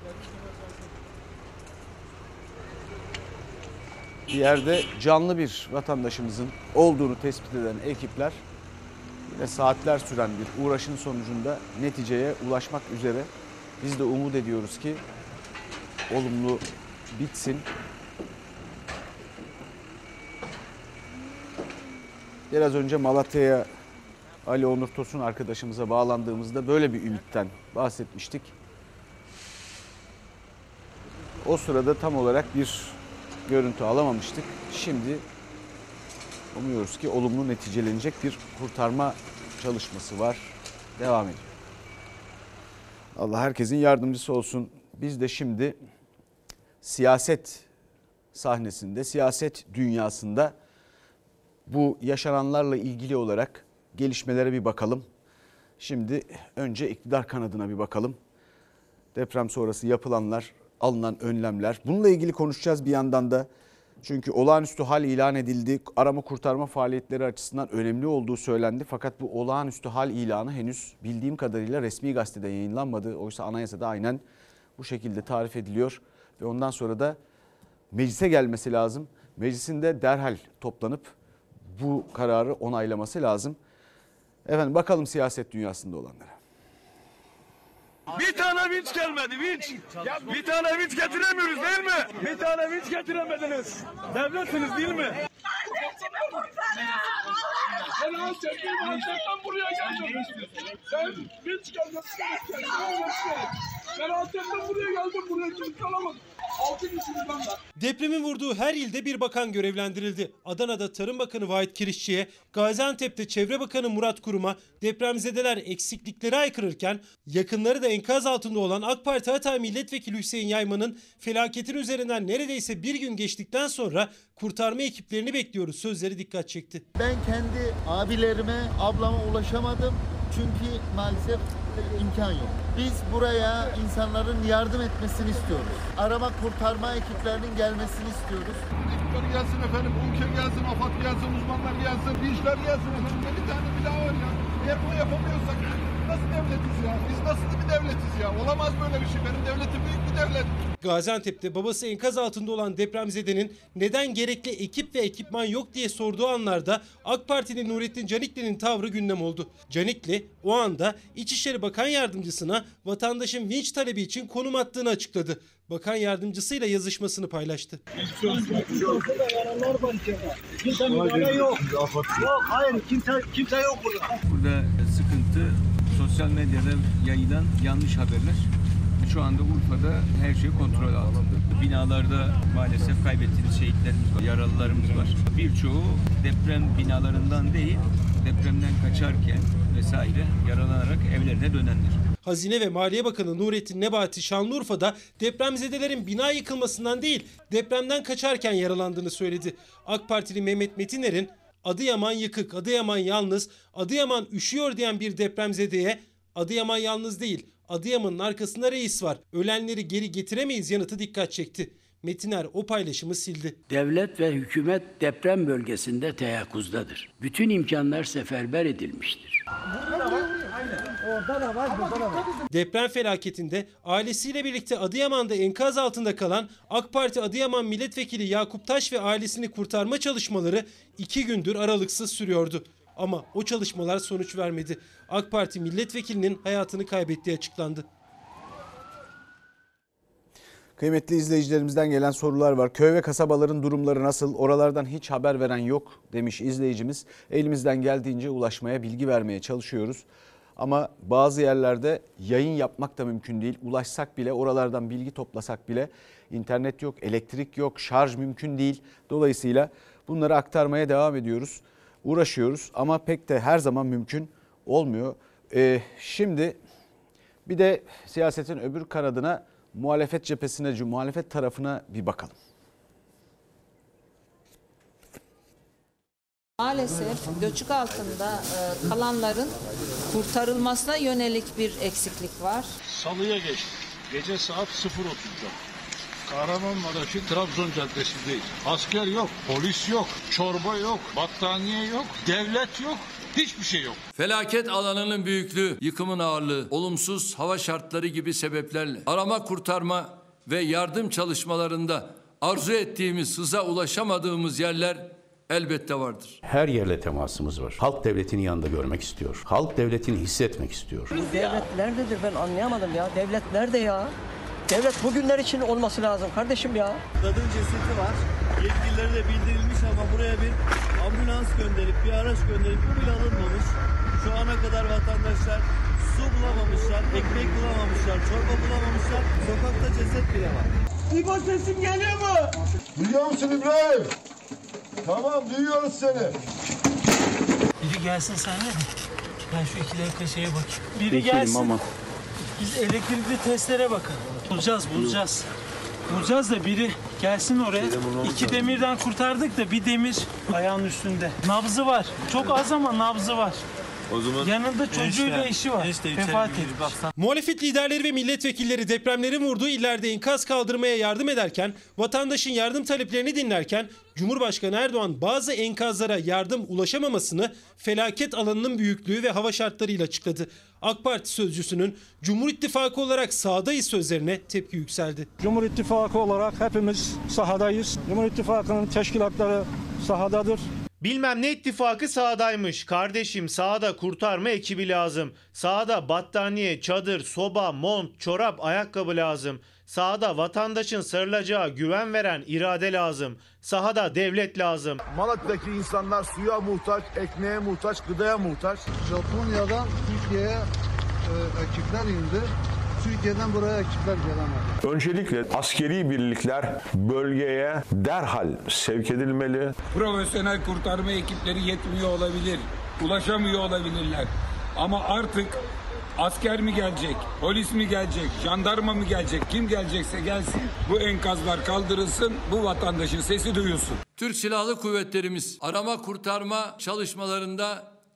Bir yerde canlı bir vatandaşımızın olduğunu tespit eden ekipler yine saatler süren bir uğraşın sonucunda neticeye ulaşmak üzere. Biz de umut ediyoruz ki olumlu bitsin. Biraz önce Malatya'ya Ali Onur Tosun arkadaşımıza bağlandığımızda böyle bir ümitten bahsetmiştik. O sırada tam olarak bir görüntü alamamıştık. Şimdi umuyoruz ki olumlu neticelenecek bir kurtarma çalışması var. Devam ediyor. Allah herkesin yardımcısı olsun. Biz de şimdi siyaset sahnesinde, siyaset dünyasında bu yaşananlarla ilgili olarak gelişmelere bir bakalım. Şimdi önce iktidar kanadına bir bakalım. Deprem sonrası yapılanlar, alınan önlemler. Bununla ilgili konuşacağız bir yandan da. Çünkü olağanüstü hal ilan edildi. Arama kurtarma faaliyetleri açısından önemli olduğu söylendi. Fakat bu olağanüstü hal ilanı henüz bildiğim kadarıyla resmi gazetede yayınlanmadı. Oysa anayasada aynen bu şekilde tarif ediliyor. Ve ondan sonra da meclise gelmesi lazım. Meclisin de derhal toplanıp bu kararı onaylaması lazım. Efendim bakalım siyaset dünyasında olanlara. Bir tane vinç gelmedi, vinç. Bir tane vinç getiremiyoruz değil mi? Bir tane vinç getiremediniz. Devletsiniz değil mi? Ben Antep'liyim, Antep'ten buraya geldim. Sen vinç geldin. Ben Antep'ten buraya geldim, buraya kimse alamadım. Altı kişinin var. Depremin vurduğu her ilde bir bakan görevlendirildi. Adana'da Tarım Bakanı Vahit Kirişçi'ye, Gaziantep'te Çevre Bakanı Murat Kurum'a depremzedeler eksiklikleri haykırırken yakınları da enkaz altında olan AK Parti Hatay Milletvekili Hüseyin Yayman'ın felaketin üzerinden neredeyse bir gün geçtikten sonra kurtarma ekiplerini bekliyoruz sözleri dikkat çekti. Ben kendi abilerime, ablama ulaşamadım. Çünkü maalesef imkan yok. Biz buraya insanların yardım etmesini istiyoruz. Arama kurtarma ekiplerinin gelmesini istiyoruz. Ekipler gelsin efendim, UMKE gelsin, AFAD gelsin, uzmanlar gelsin, işler gelsin efendim. Ne bir tane bina var ya. Eğer bunu yapamıyorsak nasıl devletiz ya? Biz nasıl bir devletiz ya? Olamaz böyle bir şey. Benim devletim büyük bir devlet. Gaziantep'te babası enkaz altında olan depremzedenin neden gerekli ekip ve ekipman yok diye sorduğu anlarda AK Partili Nurettin Canikli'nin tavrı gündem oldu. Canikli o anda İçişleri Bakan Yardımcısına vatandaşın vinç talebi için konum attığını açıkladı. Bakan yardımcısıyla yazışmasını paylaştı. Yok. Yok, hayır, kimse, kimse yok burada. Burada sıkıntı sosyal medyada yayılan yanlış haberler. Şu anda Urfa'da her şey kontrol altında. Binalarda maalesef kaybettiğimiz şehitlerimiz var, yaralılarımız var. Birçoğu deprem binalarından değil, depremden kaçarken vesaire yaralanarak evlerine dönenler. Hazine ve Maliye Bakanı Nurettin Nebati Şanlıurfa'da depremzedelerin bina yıkılmasından değil depremden kaçarken yaralandığını söyledi. AK Partili Mehmet Metiner'in Adıyaman yıkık, Adıyaman yalnız, Adıyaman üşüyor diyen bir depremzedeye Adıyaman yalnız değil, Adıyaman'ın arkasında reis var. Ölenleri geri getiremeyiz yanıtı dikkat çekti. Metiner o paylaşımı sildi. Devlet ve hükümet deprem bölgesinde teyakkuzdadır. Bütün imkanlar seferber edilmiştir. Deprem felaketinde ailesiyle birlikte Adıyaman'da enkaz altında kalan AK Parti Adıyaman Milletvekili Yakup Taş ve ailesini kurtarma çalışmaları iki gündür aralıksız sürüyordu. Ama o çalışmalar sonuç vermedi. AK Parti milletvekilinin hayatını kaybettiği açıklandı. Kıymetli izleyicilerimizden gelen sorular var. Köy ve kasabaların durumları nasıl? Oralardan hiç haber veren yok demiş izleyicimiz. Elimizden geldiğince ulaşmaya, bilgi vermeye çalışıyoruz. Ama bazı yerlerde yayın yapmak da mümkün değil. Ulaşsak bile, oralardan bilgi toplasak bile internet yok, elektrik yok, şarj mümkün değil. Dolayısıyla bunları aktarmaya devam ediyoruz. Uğraşıyoruz ama pek de her zaman mümkün olmuyor. Ee, şimdi bir de siyasetin öbür kanadına, muhalefet cephesine, muhalefet tarafına bir bakalım. Maalesef göçük altında kalanların kurtarılmasına yönelik bir eksiklik var. Salıya geçti. Gece saat sıfır otuzda. Kahramanmaraş'ın Trabzon Caddesi'ndeyiz. Asker yok, polis yok, çorba yok, battaniye yok, devlet yok. Hiçbir şey yok. Felaket alanının büyüklüğü, yıkımın ağırlığı, olumsuz hava şartları gibi sebeplerle arama, kurtarma ve yardım çalışmalarında arzu ettiğimiz hıza ulaşamadığımız yerler elbette vardır. Her yerle temasımız var. Halk devletini yanında görmek istiyor. Halk devletini hissetmek istiyor. Bu devlet nerededir ben anlayamadım ya. Devlet nerede ya? Devlet bugünler için olması lazım kardeşim ya. Kadın cesedi var. Yetkililere de bildirilmiş ama buraya bir ambulans gönderip bir araç gönderip bu bile alınmamış. Şu ana kadar vatandaşlar su bulamamışlar, ekmek bulamamışlar, çorba bulamamışlar. Sokakta ceset bile var. İbo sesim geliyor mu? Duyuyor musun İbrahim? Tamam duyuyoruz seni. Biri gelsin sen de. Ben şu iki dakika şeye bakayım. Biri Bekleyelim gelsin. ama. Biz elektrikli testlere bakalım. Bulacağız bulacağız. Bulacağız da biri gelsin oraya. İki demirden kurtardık da bir demir ayağın üstünde. Nabzı var. Çok az ama nabzı var. O zaman yanında çocuğuyla eşi var. Vefat etmiş. Muhalefet liderleri ve milletvekilleri depremlerin vurduğu illerde enkaz kaldırmaya yardım ederken, vatandaşın yardım taleplerini dinlerken Cumhurbaşkanı Erdoğan bazı enkazlara yardım ulaşamamasını felaket alanının büyüklüğü ve hava şartlarıyla açıkladı. AK Parti sözcüsünün Cumhur İttifakı olarak sahadayız sözlerine tepki yükseldi. Cumhur İttifakı olarak hepimiz sahadayız. Cumhur İttifakı'nın teşkilatları sahadadır. Bilmem ne ittifakı sahadaymış. Kardeşim sahada kurtarma ekibi lazım. Sahada battaniye, çadır, soba, mont, çorap, ayakkabı lazım. Sahada vatandaşın sarılacağı güven veren irade lazım. Sahada devlet lazım. Malatya'daki insanlar suya muhtaç, ekmeğe muhtaç, gıdaya muhtaç. Japonya'dan Türkiye'ye e, ekipler indi. Türkiye'den buraya ekipler gelemedi. Öncelikle askeri birlikler bölgeye derhal sevk edilmeli. Profesyonel kurtarma ekipleri yetmiyor olabilir, ulaşamıyor olabilirler. Ama artık asker mi gelecek, polis mi gelecek, jandarma mı gelecek, kim gelecekse gelsin. Bu enkazlar kaldırılsın, bu vatandaşın sesi duyulsun. Türk Silahlı Kuvvetlerimiz arama kurtarma çalışmalarında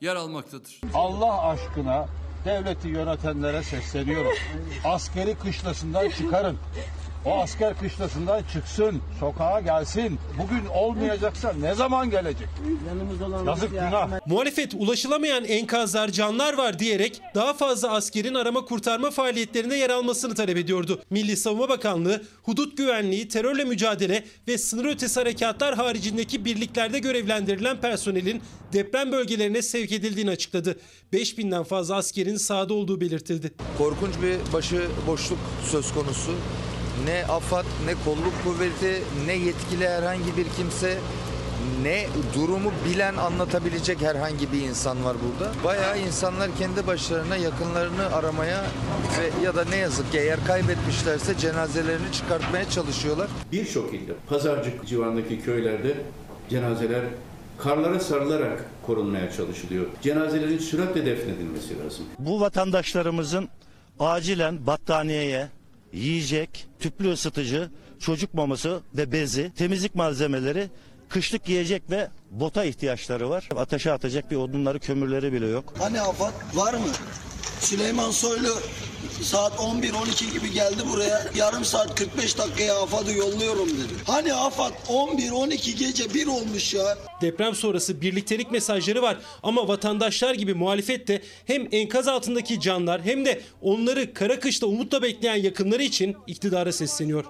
yer almaktadır. Allah aşkına devleti yönetenlere sesleniyorum. Askeri kışlasından çıkarın. O asker kışlasından çıksın, sokağa gelsin. Bugün olmayacaksa ne zaman gelecek? Yazık, günah. Muhalefet ulaşılamayan enkazlar, canlar var diyerek daha fazla askerin arama kurtarma faaliyetlerinde yer almasını talep ediyordu. Milli Savunma Bakanlığı, hudut güvenliği, terörle mücadele ve sınır ötesi harekatlar haricindeki birliklerde görevlendirilen personelin deprem bölgelerine sevk edildiğini açıkladı. beş binden fazla askerin sahada olduğu belirtildi. Korkunç bir başıboşluk söz konusu. Ne AFAD, ne kolluk kuvveti, ne yetkili herhangi bir kimse, ne durumu bilen anlatabilecek herhangi bir insan var burada. Bayağı insanlar kendi başlarına yakınlarını aramaya ve ya da ne yazık ki eğer kaybetmişlerse cenazelerini çıkartmaya çalışıyorlar. Birçok ilde, Pazarcık civarındaki köylerde cenazeler karlara sarılarak korunmaya çalışılıyor. Cenazelerin süratle defnedilmesi lazım. Bu vatandaşlarımızın acilen battaniyeye, yiyecek, tüplü ısıtıcı, çocuk maması ve bezi, temizlik malzemeleri, kışlık yiyecek ve bota ihtiyaçları var. Ateşe atacak bir odunları, kömürleri bile yok. Hani AFAD var mı? Süleyman Soylu saat on bir on iki gibi geldi buraya. Yarım saat kırk beş dakikaya AFAD'ı yolluyorum dedi. Hani AFAD on bir on iki gece bir olmuş ya. Deprem sonrası birliktelik mesajları var ama vatandaşlar gibi muhalefet de hem enkaz altındaki canlar hem de onları kara kışta umutla bekleyen yakınları için iktidara sesleniyor.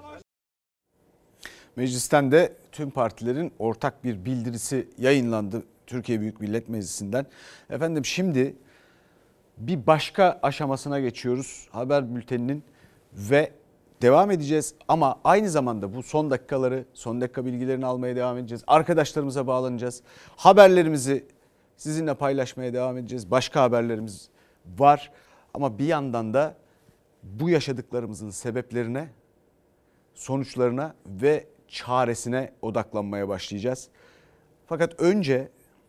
Meclisten de tüm partilerin ortak bir bildirisi yayınlandı Türkiye Büyük Millet Meclisi'nden. Efendim şimdi bir başka aşamasına geçiyoruz haber bülteninin ve devam edeceğiz ama aynı zamanda bu son dakikaları, son dakika bilgilerini almaya devam edeceğiz. Arkadaşlarımıza bağlanacağız. Haberlerimizi sizinle paylaşmaya devam edeceğiz. Başka haberlerimiz var ama bir yandan da bu yaşadıklarımızın sebeplerine, sonuçlarına ve çaresine odaklanmaya başlayacağız. Fakat önce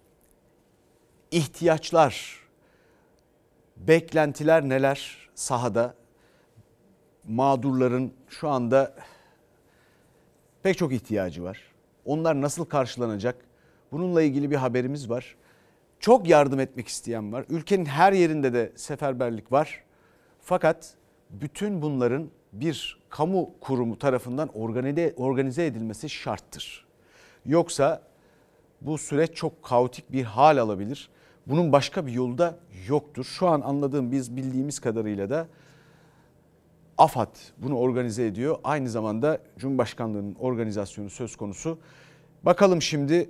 ihtiyaçlar, beklentiler neler sahada? Mağdurların şu anda pek çok ihtiyacı var. Onlar nasıl karşılanacak? Bununla ilgili bir haberimiz var. Çok yardım etmek isteyen var. Ülkenin her yerinde de seferberlik var. Fakat bütün bunların bir kamu kurumu tarafından organize, organize edilmesi şarttır. Yoksa bu süreç çok kaotik bir hal alabilir. Bunun başka bir yolu da yoktur. Şu an anladığım, biz bildiğimiz kadarıyla da AFAD bunu organize ediyor. Aynı zamanda Cumhurbaşkanlığı'nın organizasyonu söz konusu. Bakalım şimdi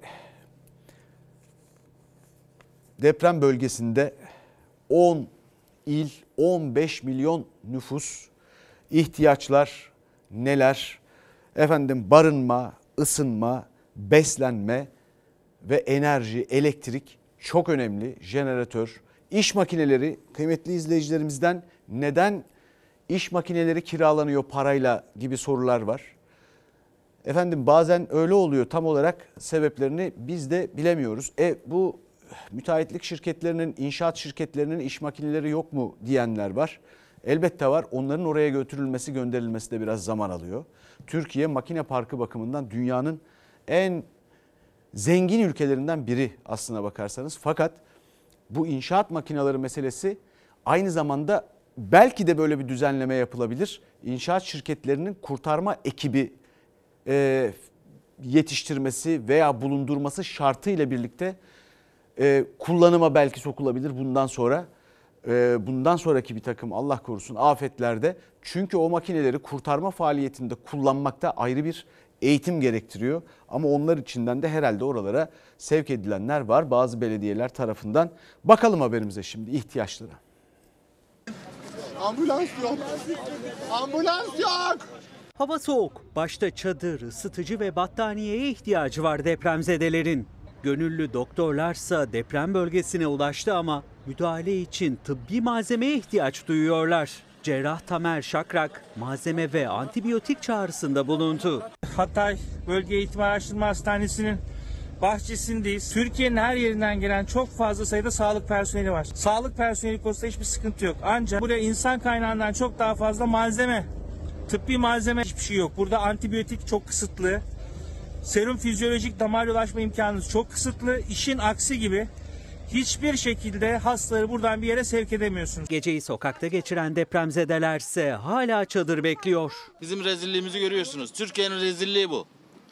deprem bölgesinde on il, on beş milyon nüfus, ihtiyaçlar neler? Efendim barınma, ısınma, beslenme ve enerji, elektrik çok önemli. Jeneratör, iş makineleri, kıymetli izleyicilerimizden neden iş makineleri kiralanıyor parayla gibi sorular var. Efendim bazen öyle oluyor, tam olarak sebeplerini biz de bilemiyoruz. E bu müteahhitlik şirketlerinin, inşaat şirketlerinin iş makineleri yok mu diyenler var. Elbette var. Onların oraya götürülmesi, gönderilmesi de biraz zaman alıyor. Türkiye makine parkı bakımından dünyanın en zengin ülkelerinden biri aslına bakarsanız. Fakat bu inşaat makineleri meselesi aynı zamanda belki de böyle bir düzenleme yapılabilir. İnşaat şirketlerinin kurtarma ekibi e, yetiştirmesi veya bulundurması şartıyla birlikte e, kullanıma belki sokulabilir bundan sonra. E, bundan sonraki bir takım Allah korusun afetlerde. Çünkü o makineleri kurtarma faaliyetinde kullanmakta ayrı bir eğitim gerektiriyor. Ama onlar içinden de herhalde oralara sevk edilenler var bazı belediyeler tarafından. Bakalım haberimize şimdi ihtiyaçlara. Ambulans yok. Ambulans yok. Hava soğuk. Başta çadır, ısıtıcı ve battaniyeye ihtiyacı var depremzedelerin. Gönüllü doktorlarsa deprem bölgesine ulaştı ama müdahale için tıbbi malzemeye ihtiyaç duyuyorlar. Cerrah Tamer Şakrak malzeme ve antibiyotik çağrısında bulundu. Hatay Bölge Eğitim Araştırma Hastanesi'nin bahçesindeyiz. Türkiye'nin her yerinden gelen çok fazla sayıda sağlık personeli var. Sağlık personeli konusunda hiçbir sıkıntı yok. Ancak buraya insan kaynağından çok daha fazla malzeme, tıbbi malzeme hiçbir şey yok. Burada antibiyotik çok kısıtlı. Serum fizyolojik damar ulaşma imkanınız çok kısıtlı. İşin aksi gibi Hiçbir şekilde hastaları buradan bir yere sevk edemiyorsunuz. Geceyi sokakta geçiren depremzedelerse hala çadır bekliyor. Bizim rezilliğimizi görüyorsunuz. Türkiye'nin rezilliği bu.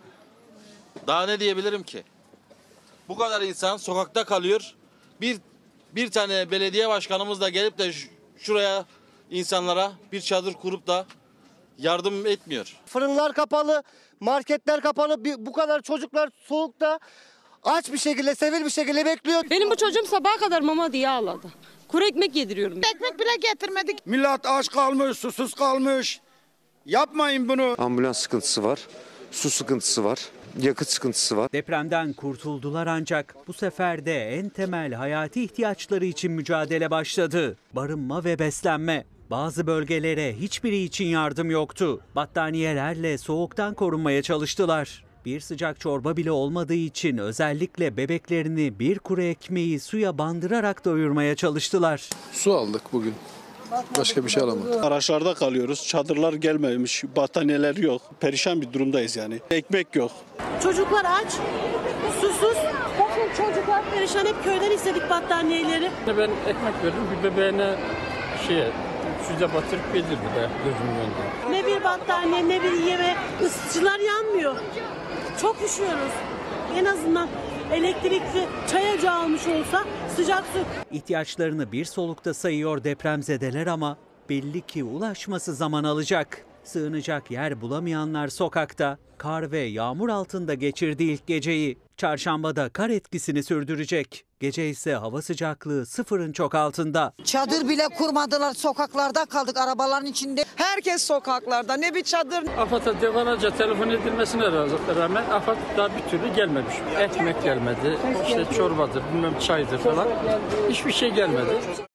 Daha ne diyebilirim ki? Bu kadar insan sokakta kalıyor. Bir bir tane belediye başkanımız da gelip de şuraya insanlara bir çadır kurup da yardım etmiyor. Fırınlar kapalı, marketler kapalı. Bu kadar çocuklar soğukta aç bir şekilde, sefil bir şekilde bekliyor. Benim bu çocuğum sabaha kadar mama diye ağladı. Kuru ekmek yediriyorum. Ekmek bile getirmedik. Millet aç kalmış, susuz kalmış. Yapmayın bunu. Ambulans sıkıntısı var, su sıkıntısı var, yakıt sıkıntısı var. Depremden kurtuldular ancak bu sefer de en temel hayati ihtiyaçları için mücadele başladı. Barınma ve beslenme. Bazı bölgelere hiçbiri için yardım yoktu. Battaniyelerle soğuktan korunmaya çalıştılar. Bir sıcak çorba bile olmadığı için özellikle bebeklerini bir kuru ekmeği suya bandırarak doyurmaya çalıştılar. Su aldık bugün. Başka bir şey alamadık. Araçlarda kalıyoruz. Çadırlar gelmemiş, battaniyeler yok. Perişan bir durumdayız yani. Ekmek yok. Çocuklar aç, susuz. Bakın çocuklar perişan. Hep köyden istedik battaniyeleri. Ben ekmek verdim. Bir bebeğine şey suya batırıp yedirdi be gözümün önünde. Ne bir battaniye ne bir yeme. Isıtıcılar yanmıyor. Çok üşüyoruz. En azından elektrikli çay ocağı almış olsa sıcak su. İhtiyaçlarını bir solukta sayıyor depremzedeler ama belli ki ulaşması zaman alacak. Sığınacak yer bulamayanlar sokakta, kar ve yağmur altında geçirdi ilk geceyi. Çarşambada kar etkisini sürdürecek. Gece ise hava sıcaklığı sıfırın çok altında. Çadır bile kurmadılar, sokaklarda kaldık arabaların içinde. Herkes sokaklarda, ne bir çadır. AFAD'a defalarca telefon edilmesine rağmen AFAD daha bir türlü gelmemiş. Ekmek gelmedi, işte çorbadır, bilmem çaydır falan. Hiçbir şey gelmedi.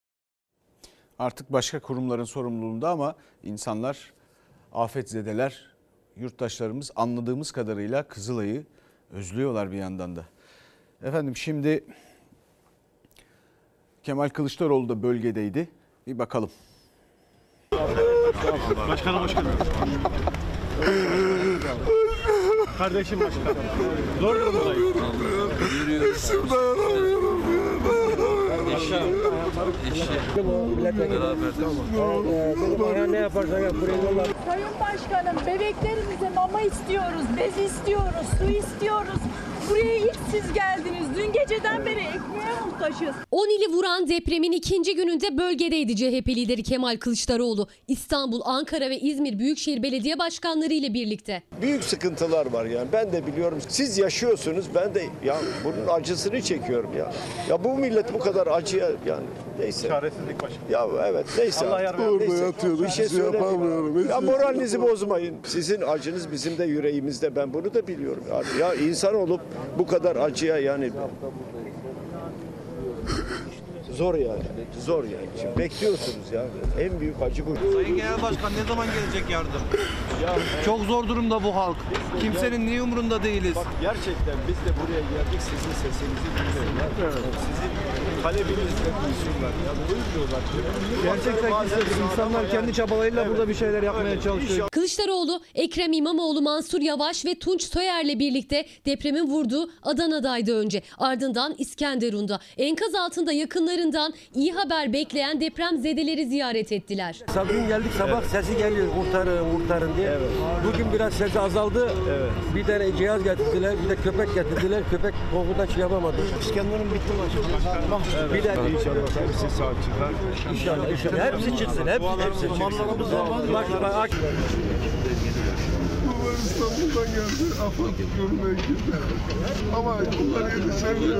Artık başka kurumların sorumluluğunda ama insanlar, afetzedeler, yurttaşlarımız anladığımız kadarıyla Kızılay'ı özlüyorlar bir yandan da. Efendim şimdi Kemal Kılıçdaroğlu da bölgedeydi. Bir bakalım. Başkanım başkanım. Kardeşim başkanım. Zor durumdayım. Eşim dayanamıyorum. Eşim. Ne yaparsan yap buraya. Sayın Başkanım, bebeklerimize mama istiyoruz, bez istiyoruz, su istiyoruz. Buraya ilk siz geldiniz. Dün geceden beri ekmeğe muhtaçız. on ili vuran depremin ikinci gününde bölgedeydi C H P lideri Kemal Kılıçdaroğlu. İstanbul, Ankara ve İzmir Büyükşehir Belediye Başkanları ile birlikte. Büyük sıkıntılar var yani. Ben de biliyorum. Siz yaşıyorsunuz. Ben de ya bunun acısını çekiyorum ya. Ya bu millet bu kadar acıya yani neyse. Çaresizlik başkanım. Ya evet neyse. Allah yardım etsin. Bir şey söylemiyorum. Ya moralinizi bozmayın. Sizin acınız bizim de yüreğimizde. Ben bunu da biliyorum. Yani ya insan olup bu kadar acıya yani zor yani. Zor yani. Şimdi bekliyorsunuz ya. En büyük acı bu. Sayın Genel Başkan ne zaman gelecek yardım? Ya, çok zor durumda bu halk. Kimsenin niye umurunda değiliz? Bak gerçekten biz de buraya geldik sizin sesinizi dinliyorlar. Sizin talebinizle duysunlar. Ya duymuyorlar. Gerçekten istedim. İnsanlar kendi çabalarıyla evet. burada bir şeyler yapmaya evet. çalışıyor. Kılıçdaroğlu, Ekrem İmamoğlu, Mansur Yavaş ve Tunç Soyer'le birlikte depremin vurduğu Adana'daydı önce. Ardından İskenderun'da. Enkaz altında yakınlarından iyi haber bekleyen depremzedeleri ziyaret ettiler. Sabrin geldik sabah evet. sesi geliyor kurtarın kurtarın diye. Evet. Bugün biraz sesi azaldı. Evet. Bir tane cihaz getirdiler, bir de köpek getirdiler. Köpek korkudan şey yapamadı. İskenderun bitti başkanım. Evet. Bir de inşallah hepsi sağ çıkar. İnşallah inşallah. Hepsi çıksın. Hepsi, hepsi çıksın. Bak bak. Bunlar İstanbul'dan geldi. AFAD görmeye gitti. Ama bunlar yetişemiyor.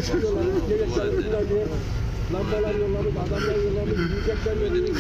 Lambalar yollamış, adamlar yollamış, yiyecekler ödedik.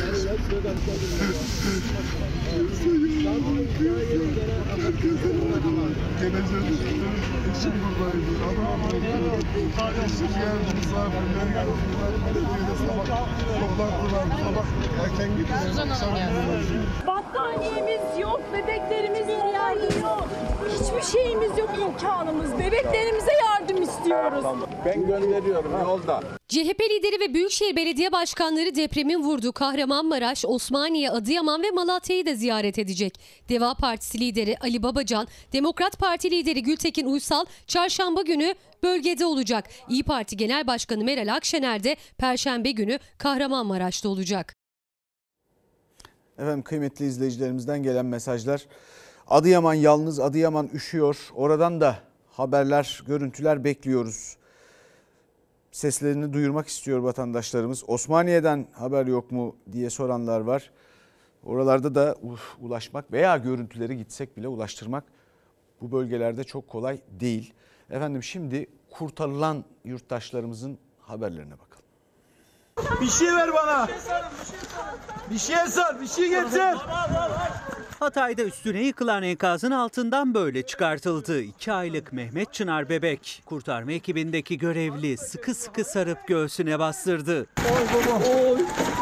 Geleceğiz. Eşim buradaydı. Kardeşim geldi. Misafirler geldi. Belediyede sabah toplantılar. Sabah erken gittiler. Battaniyemiz yok, bebeklerimiz yardım yok. Hiçbir şeyimiz yok, imkanımız. Bebeklerimize yardım istiyoruz. Ben gönderiyorum yolda. C H P lideri ve Büyükşehir Belediye Başkanları depremin vurduğu Kahramanmaraş, Osmaniye, Adıyaman ve Malatya'yı da ziyaret edecek. Deva Partisi lideri Ali Babacan, Demokrat Parti lideri Gültekin Uysal çarşamba günü bölgede olacak. İYİ Parti Genel Başkanı Meral Akşener de perşembe günü Kahramanmaraş'ta olacak. Efendim kıymetli izleyicilerimizden gelen mesajlar. Adıyaman yalnız, Adıyaman üşüyor. Oradan da haberler, görüntüler bekliyoruz. Seslerini duyurmak istiyor vatandaşlarımız. Osmaniye'den haber yok mu diye soranlar var. Oralarda da ulaşmak veya görüntüleri gitsek bile ulaştırmak bu bölgelerde çok kolay değil. Efendim şimdi kurtarılan yurttaşlarımızın haberlerine bakalım. Bir şey ver bana. Bir şey sar, bir şey getir. Hatay'da üstüne yıkılan enkazın altından böyle çıkartıldı. İki aylık Mehmet Çınar bebek. Kurtarma ekibindeki görevli sıkı sıkı sarıp göğsüne bastırdı. Oy baba, oy.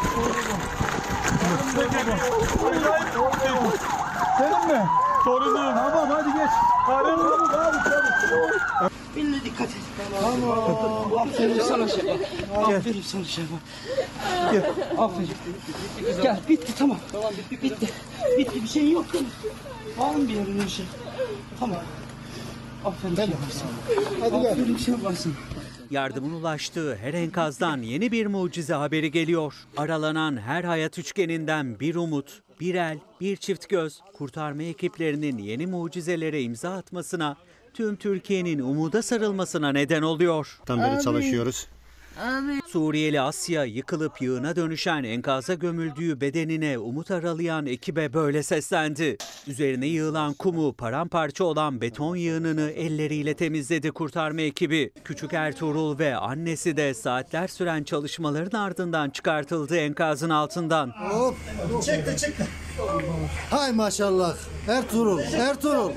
Senin mi? Torunum. Tamam hadi geç. Torunum hadi çabuk. Benimle dikkat et. Tamam. Aferin sana Şeba. Aferin sana Şeba. Gel. Aferin. Gel bitti tamam. Tamam bitti. Bitti. Bitti bir şey yok değil mi? Var mı bir yerine bir şey? Tamam. Aferin Şeba sana. Hadi gel. Aferin Şeba sana. Yardımın ulaştığı her enkazdan yeni bir mucize haberi geliyor. Aralanan her hayat üçgeninden bir umut, bir el, bir çift göz, kurtarma ekiplerinin yeni mucizelere imza atmasına, tüm Türkiye'nin umuda sarılmasına neden oluyor. Tam beri çalışıyoruz. Suriyeli Asya yıkılıp yığına dönüşen enkaza gömüldüğü bedenine umut aralayan ekibe böyle seslendi. Üzerine yığılan kumu paramparça olan beton yığınını elleriyle temizledi kurtarma ekibi. Küçük Ertuğrul ve annesi de saatler süren çalışmaların ardından çıkartıldı enkazın altından. Hop, çıktı çıktı. Hay maşallah. Ertuğrul, Ertuğrul.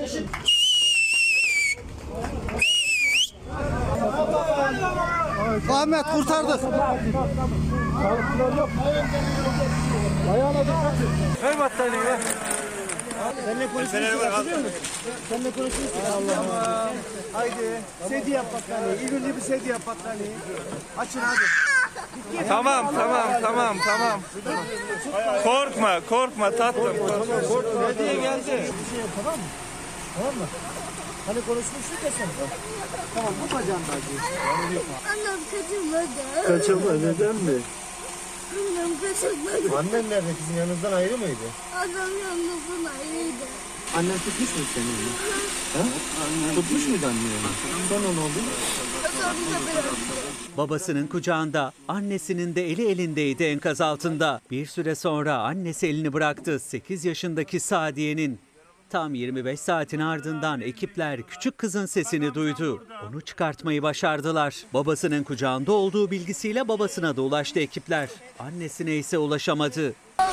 Ahmet kurtardık. Ver battaniyeyi ver. Seninle konuşuyorsun. Seninle konuşuyorsun. Allah. Haydi. Sedye yap battaniyeyi. İlk önce bir sedye yap battaniyeyi. Açın hadi. Tamam tamam tamam tamam. Korkma korkma tatlım. Sedye geldi. Tamam mı? Tamam mı? Hani konuşmuştuk ya sen. Tamam bu bacağında acıyor. Annem kaçırmadı. Kaçırma neden mi? Annem kaçırmadı. Annen nerede? Kızın yanınızdan ayrı mıydı? Annem yanımızdan ayrıydı. Annen tutmuş mu seni? Ha? Tutmuş muydu anneni? Sonra ne oldu? Babasının kucağında, annesinin de eli elindeydi enkaz altında. Bir süre sonra annesi elini bıraktı. sekiz yaşındaki Sadiye'nin. Tam yirmi beş saatin ardından ekipler küçük kızın sesini duydu. Onu çıkartmayı başardılar. Babasının kucağında olduğu bilgisiyle babasına da ulaştı ekipler. Annesine ise ulaşamadı.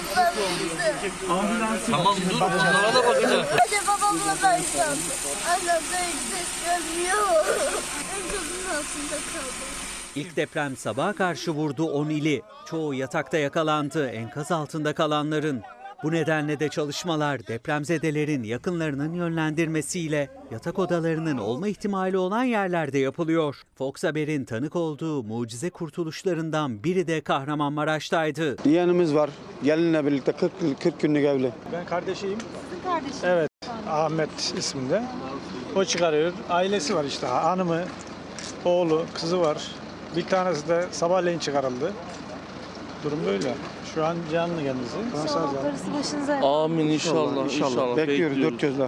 Tamam dur onlara da bakacağız. Hadi babamla ben kaldım. Annem de ses gelmiyor. Enkazın altında kaldım. İlk deprem sabaha karşı vurdu on ili. Çoğu yatakta yakalandı enkaz altında kalanların. Bu nedenle de çalışmalar depremzedelerin yakınlarının yönlendirmesiyle yatak odalarının olma ihtimali olan yerlerde yapılıyor. Fox Haber'in tanık olduğu mucize kurtuluşlarından biri de Kahramanmaraş'taydı. Yeğenimiz var. Gelinle birlikte kırk, kırk günlük evli. Ben kardeşiyim. Kardeşim. Evet. Ahmet isminde. O çıkarıyor. Ailesi var işte. Hanımı, oğlu, kızı var. Bir tanesi de sabahleyin çıkarıldı. Durum böyle. Şu an canlı kendisi. İnşallah karısı başınıza. Amin inşallah inşallah. inşallah. Bekliyoruz, dört gözle.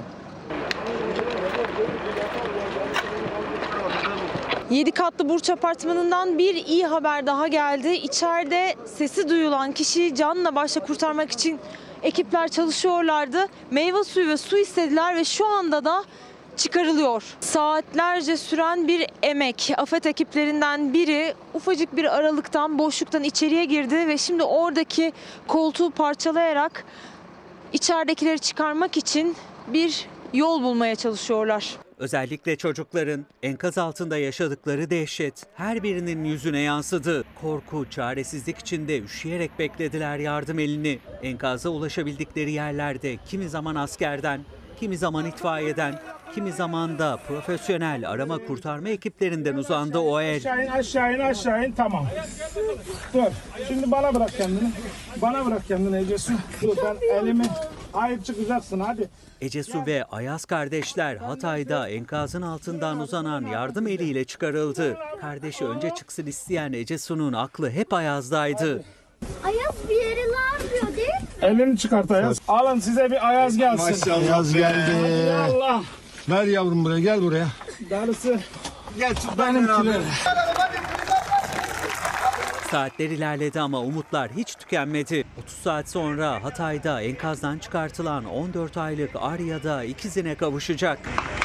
yedi katlı Burç Apartmanı'ndan bir iyi haber daha geldi. İçeride sesi duyulan kişiyi canla başla kurtarmak için ekipler çalışıyorlardı. Meyve suyu ve su istediler ve şu anda da çıkarılıyor. Saatlerce süren bir emek. AFAD ekiplerinden biri ufacık bir aralıktan, boşluktan içeriye girdi ve şimdi oradaki koltuğu parçalayarak içeridekileri çıkarmak için bir yol bulmaya çalışıyorlar. Özellikle çocukların enkaz altında yaşadıkları dehşet her birinin yüzüne yansıdı. Korku, çaresizlik içinde üşüyerek beklediler yardım elini. Enkaza ulaşabildikleri yerlerde kimi zaman askerden, kimi zaman itfaiyeden, kimi zaman da profesyonel arama kurtarma ekiplerinden uzandı o el. Aşağı in, aşağı in, aşağı in. Tamam. Dur. Şimdi bana bırak kendini. Bana bırak kendini Ecesu. Dur ben elimi... Hayır çıkacaksın hadi. Ecesu ve Ayaz kardeşler Hatay'da enkazın altından uzanan yardım eliyle çıkarıldı. Kardeşi önce çıksın isteyen Ecesu'nun aklı hep Ayaz'daydı. Ayaz bir yeri ne yapıyor değil mi? Elini çıkart Ayaz. Alın size bir Ayaz gelsin. Maşallah. Ayaz geldi. Allah. Ver yavrum buraya, gel buraya. Darısı. Gel benimkiler. Saatler ilerledi ama umutlar hiç tükenmedi. otuz saat sonra Hatay'da enkazdan çıkartılan on dört aylık Arya'da ikizine kavuşacak.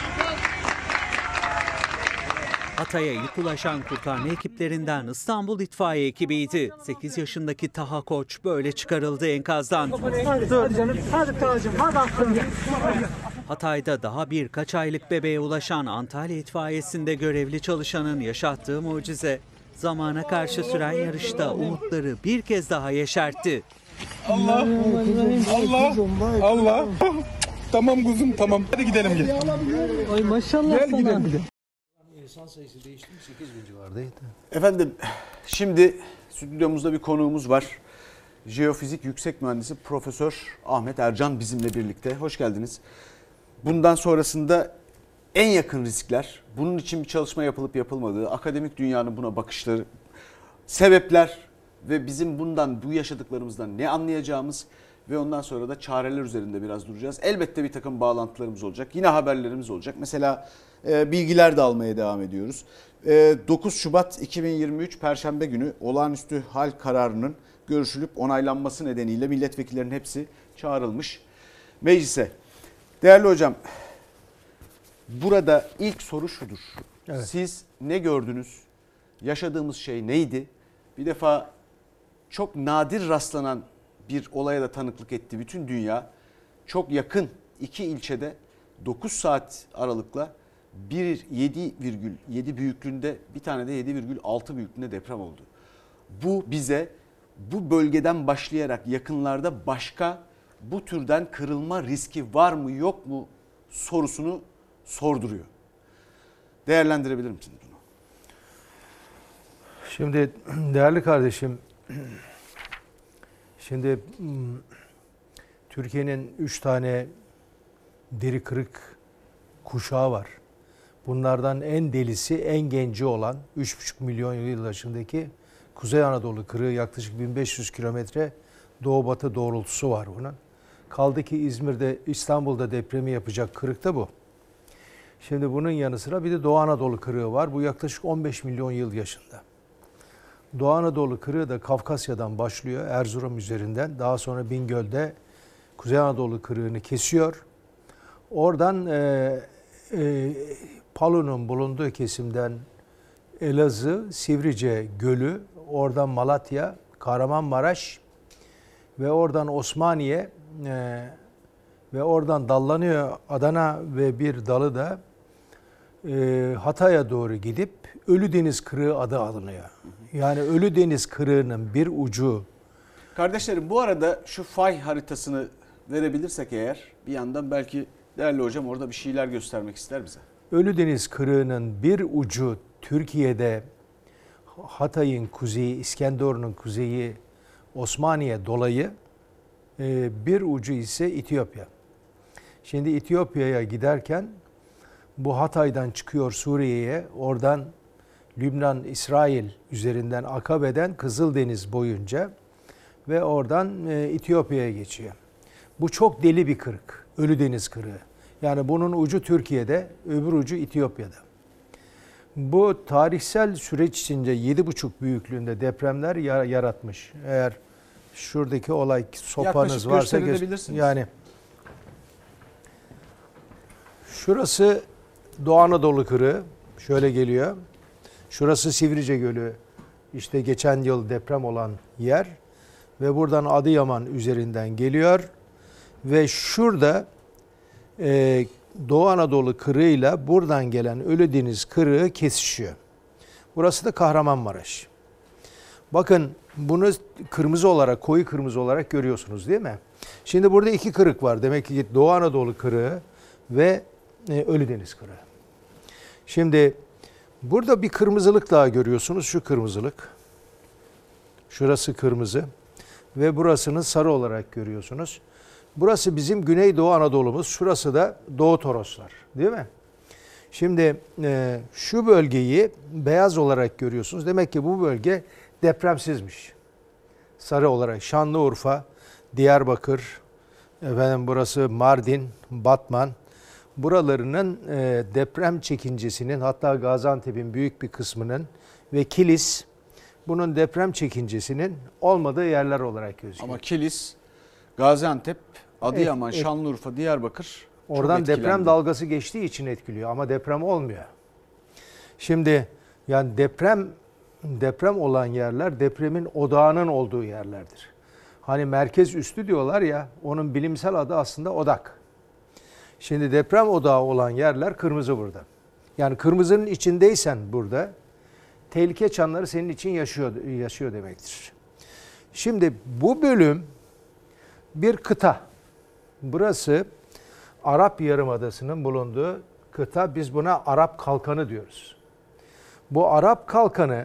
Hatay'a ilk ulaşan kurtarma ekiplerinden İstanbul İtfaiye ekibiydi. sekiz yaşındaki Taha Koç böyle çıkarıldı enkazdan. Hadi, hadi canım, hadi Taha'cığım, hadi aklım. Hatay'da daha birkaç aylık bebeğe ulaşan Antalya İtfaiyesi'nde görevli çalışanın yaşattığı mucize, zamana karşı süren yarışta umutları bir kez daha yeşertti. Allah, Allah, Allah. Tamam kuzum, tamam. Hadi gidelim gel. Ay maşallah gel, sana. Gidelim. İnsan sayısı değişti mi? sekiz bin civardaydı. Efendim şimdi stüdyomuzda bir konuğumuz var. Jeofizik Yüksek Mühendisi Profesör Ahmet Ercan bizimle birlikte. Hoş geldiniz. Bundan sonrasında en yakın riskler, bunun için bir çalışma yapılıp yapılmadığı, akademik dünyanın buna bakışları, sebepler ve bizim bundan, bu yaşadıklarımızdan ne anlayacağımız ve ondan sonra da çareler üzerinde biraz duracağız. Elbette bir takım bağlantılarımız olacak. Yine haberlerimiz olacak. Mesela e, bilgiler de almaya devam ediyoruz. E, dokuz Şubat iki bin yirmi üç Perşembe günü olağanüstü hal kararının görüşülüp onaylanması nedeniyle milletvekillerinin hepsi çağrılmış meclise. Değerli hocam, burada ilk soru şudur. Evet. Siz ne gördünüz? Yaşadığımız şey neydi? Bir defa çok nadir rastlanan bir olaya da tanıklık etti bütün dünya. Çok yakın iki ilçede dokuz saat aralıkla bir yedi virgül yedi büyüklüğünde, bir tane de yedi virgül altı büyüklüğünde deprem oldu. Bu bize bu bölgeden başlayarak yakınlarda başka bu türden kırılma riski var mı yok mu sorusunu sorduruyor. Değerlendirebilir misiniz bunu? Şimdi değerli kardeşim, şimdi Türkiye'nin üç tane deri kırık kuşağı var. Bunlardan en delisi, en genci olan üç buçuk milyon yıl yaşındaki Kuzey Anadolu kırığı, yaklaşık bin beş yüz kilometre doğu batı doğrultusu var bunun. Kaldı ki İzmir'de, İstanbul'da depremi yapacak kırık da bu. Şimdi bunun yanı sıra bir de Doğu Anadolu kırığı var. Bu yaklaşık on beş milyon yıl yaşında. Doğu Anadolu kırığı da Kafkasya'dan başlıyor, Erzurum üzerinden. Daha sonra Bingöl'de Kuzey Anadolu kırığını kesiyor. Oradan e, e, Palu'nun bulunduğu kesimden Elazığ, Sivrice Gölü, oradan Malatya, Kahramanmaraş ve oradan Osmaniye e, ve oradan dallanıyor Adana ve bir dalı da e, Hatay'a doğru gidip Ölüdeniz Kırığı adı alınıyor. Yani Ölüdeniz Kırığı'nın bir ucu. Kardeşlerim, bu arada şu fay haritasını verebilirsek eğer, bir yandan belki değerli hocam orada bir şeyler göstermek ister bize. Ölüdeniz Kırığı'nın bir ucu Türkiye'de, Hatay'ın kuzeyi, İskenderun'un kuzeyi Osmaniye dolayı, bir ucu ise Etiyopya. Şimdi Etiyopya'ya giderken bu Hatay'dan çıkıyor Suriye'ye, oradan Lübnan, İsrail üzerinden Akabe'den Kızıldeniz boyunca ve oradan Etiyopya'ya geçiyor. Bu çok deli bir kırık, Ölüdeniz Kırığı. Yani bunun ucu Türkiye'de, öbür ucu Etiyopya'da. Bu tarihsel süreç içinde yedi buçuk büyüklüğünde depremler yaratmış. Eğer şuradaki olay sopanız varsa yani şurası Doğu Anadolu Kırığı şöyle geliyor. Şurası Sivrice Gölü, işte geçen yıl deprem olan yer ve buradan Adıyaman üzerinden geliyor ve şurada e, Doğu Anadolu Kırığı'yla buradan gelen Ölüdeniz Kırığı kesişiyor. Burası da Kahramanmaraş. Bakın bunu kırmızı olarak, koyu kırmızı olarak görüyorsunuz değil mi? Şimdi burada iki kırık var. Demek ki Doğu Anadolu Kırığı ve e, Ölüdeniz kırığı. Şimdi burada bir kırmızılık daha görüyorsunuz. Şu kırmızılık. Şurası kırmızı. Ve burasını sarı olarak görüyorsunuz. Burası bizim Güneydoğu Anadolu'muz. Şurası da Doğu Toroslar. Değil mi? Şimdi e, şu bölgeyi beyaz olarak görüyorsunuz. Demek ki bu bölge depremsizmiş. Sarı olarak Şanlıurfa, Diyarbakır, efendim burası Mardin, Batman. Buralarının e, deprem çekincesinin, hatta Gaziantep'in büyük bir kısmının ve Kilis bunun deprem çekincesinin olmadığı yerler olarak gözüküyor. Ama Kilis, Gaziantep, Adıyaman, Et- et- Şanlıurfa, Diyarbakır Oradan çok deprem etkilendi. dalgası geçtiği için etkiliyor ama deprem olmuyor. Şimdi yani deprem deprem olan yerler depremin odağının olduğu yerlerdir. Hani merkez üstü diyorlar ya, onun bilimsel adı aslında odak. Şimdi deprem odağı olan yerler kırmızı burada. Yani kırmızının içindeysen burada tehlike çanları senin için yaşıyor yaşıyor demektir. Şimdi bu bölüm bir kıta. Burası Arap Yarımadası'nın bulunduğu kıta. Biz buna Arap Kalkanı diyoruz. Bu Arap Kalkanı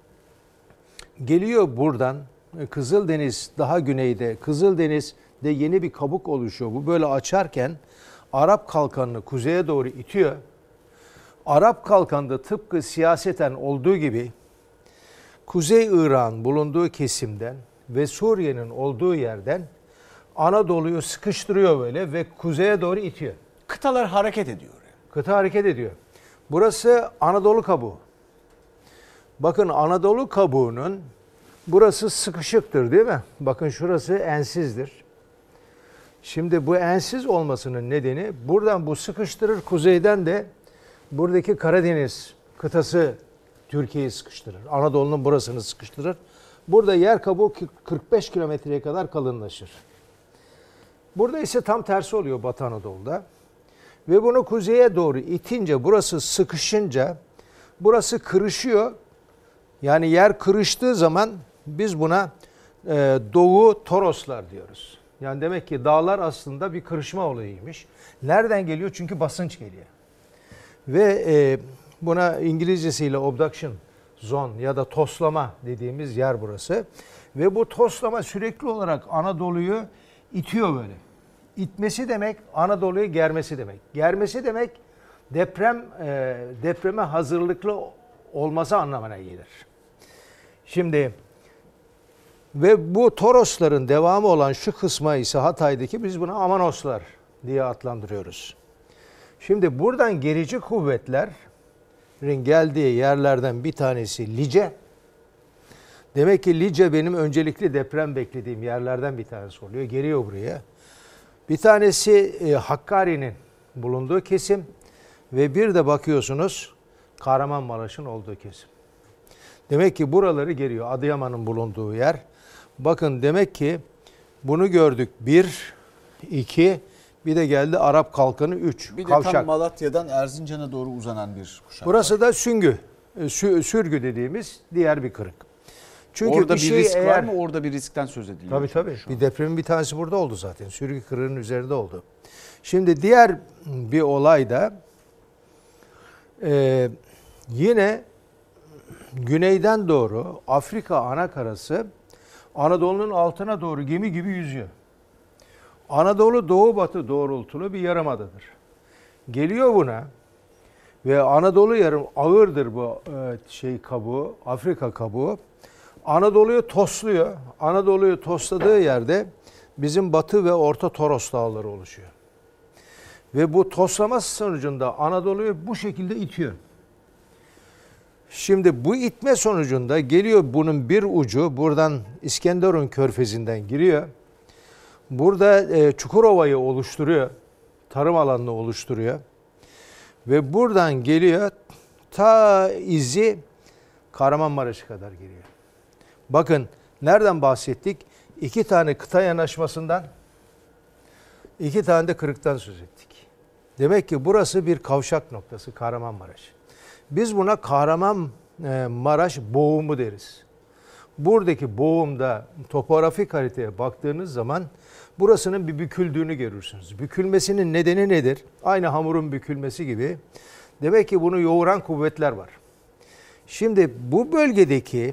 geliyor buradan. Kızıldeniz daha güneyde. Kızıldeniz'de yeni bir kabuk oluşuyor. Bu böyle açarken Arap Kalkanı'nı kuzeye doğru itiyor. Arap Kalkanı'nda tıpkı siyaseten olduğu gibi Kuzey Irak'ın bulunduğu kesimden ve Suriye'nin olduğu yerden Anadolu'yu sıkıştırıyor böyle ve kuzeye doğru itiyor. Kıtalar hareket ediyor. Kıta hareket ediyor. Burası Anadolu kabuğu. Bakın Anadolu kabuğunun burası sıkışıktır değil mi? Bakın şurası ensizdir. Şimdi bu ensiz olmasının nedeni buradan bu sıkıştırır, kuzeyden de buradaki Karadeniz kıtası Türkiye'yi sıkıştırır. Anadolu'nun burasını sıkıştırır. Burada yer kabuğu kırk beş kilometreye kadar kalınlaşır. Burada ise tam tersi oluyor Batı Anadolu'da. Ve bunu kuzeye doğru itince, burası sıkışınca burası kırışıyor. Yani yer kırıştığı zaman biz buna e, Doğu Toroslar diyoruz. Yani demek ki dağlar aslında bir kırışma olayıymış. Nereden geliyor? Çünkü basınç geliyor. Ve e, buna İngilizcesiyle abduction zone ya da toslama dediğimiz yer burası. Ve bu toslama sürekli olarak Anadolu'yu itiyor böyle. İtmesi demek Anadolu'yu germesi demek. Germesi demek deprem e, depreme hazırlıklı olması anlamına gelir. Şimdi ve bu Torosların devamı olan şu kısma ise Hatay'daki biz buna Amanoslar diye adlandırıyoruz. Şimdi buradan gerici kuvvetlerin geldiği yerlerden bir tanesi Lice. Demek ki Lice benim öncelikli deprem beklediğim yerlerden bir tanesi oluyor. Geliyor buraya. Bir tanesi e, Hakkari'nin bulunduğu kesim ve bir de bakıyorsunuz Kahramanmaraş'ın olduğu kesim. Demek ki buraları geliyor. Adıyaman'ın bulunduğu yer. Bakın demek ki bunu gördük. Bir, iki, bir de geldi Arap Kalkanı üç. Bir de Kavşak. tam Malatya'dan Erzincan'a doğru uzanan bir kuşak. Burası da süngü. Sü, sürgü dediğimiz diğer bir kırık. Çünkü orada bir, bir şey risk eğer, var mı? Orada bir riskten söz ediliyor. Tabii tabii. Bir depremin bir tanesi burada oldu zaten. Sürgü kırığının üzerinde oldu. Şimdi diğer bir olay da e, yine güneyden doğru Afrika anakarası Anadolu'nun altına doğru gemi gibi yüzüyor. Anadolu doğu batı doğrultulu bir yarımadadır. Geliyor buna ve Anadolu yarım ağırdır bu şey kabuğu, Afrika kabuğu. Anadolu'yu tosluyor. Anadolu'yu tosladığı yerde bizim Batı ve Orta Toros dağları oluşuyor. Ve bu toslaması sonucunda Anadolu'yu bu şekilde itiyor. Şimdi bu itme sonucunda geliyor bunun bir ucu buradan İskenderun körfezinden giriyor. Burada e, Çukurova'yı oluşturuyor. Tarım alanını oluşturuyor. Ve buradan geliyor ta izi Kahramanmaraş'a kadar geliyor. Bakın nereden bahsettik? İki tane kıta yanaşmasından, iki tane de kırıktan söz ettik. Demek ki burası bir kavşak noktası Kahramanmaraş. Biz buna Kahramanmaraş boğumu deriz. buradaki boğumda topografik haritaya baktığınız zaman burasının bir büküldüğünü görürsünüz. Bükülmesinin nedeni nedir? Aynı hamurun bükülmesi gibi. Demek ki bunu yoğuran kuvvetler var. Şimdi bu bölgedeki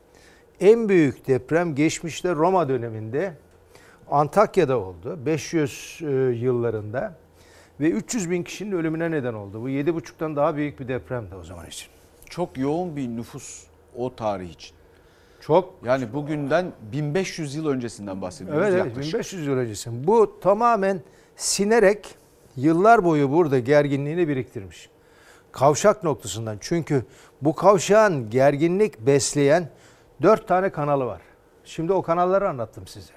en büyük deprem geçmişte Roma döneminde Antakya'da oldu. beş yüz yıllarında ve üç yüz bin kişinin ölümüne neden oldu. Bu yedi buçuktan daha büyük bir depremdi o zaman için. Çok yoğun bir nüfus o tarih için. Çok. Yani bugünden bin beş yüz yıl öncesinden bahsediyoruz. Evet, evet bin beş yüz yıl öncesi. Bu tamamen sinerek yıllar boyu burada gerginliğini biriktirmiş. Kavşak noktasından. Çünkü bu kavşağın gerginlik besleyen dört tane kanalı var. Şimdi o kanalları anlattım size.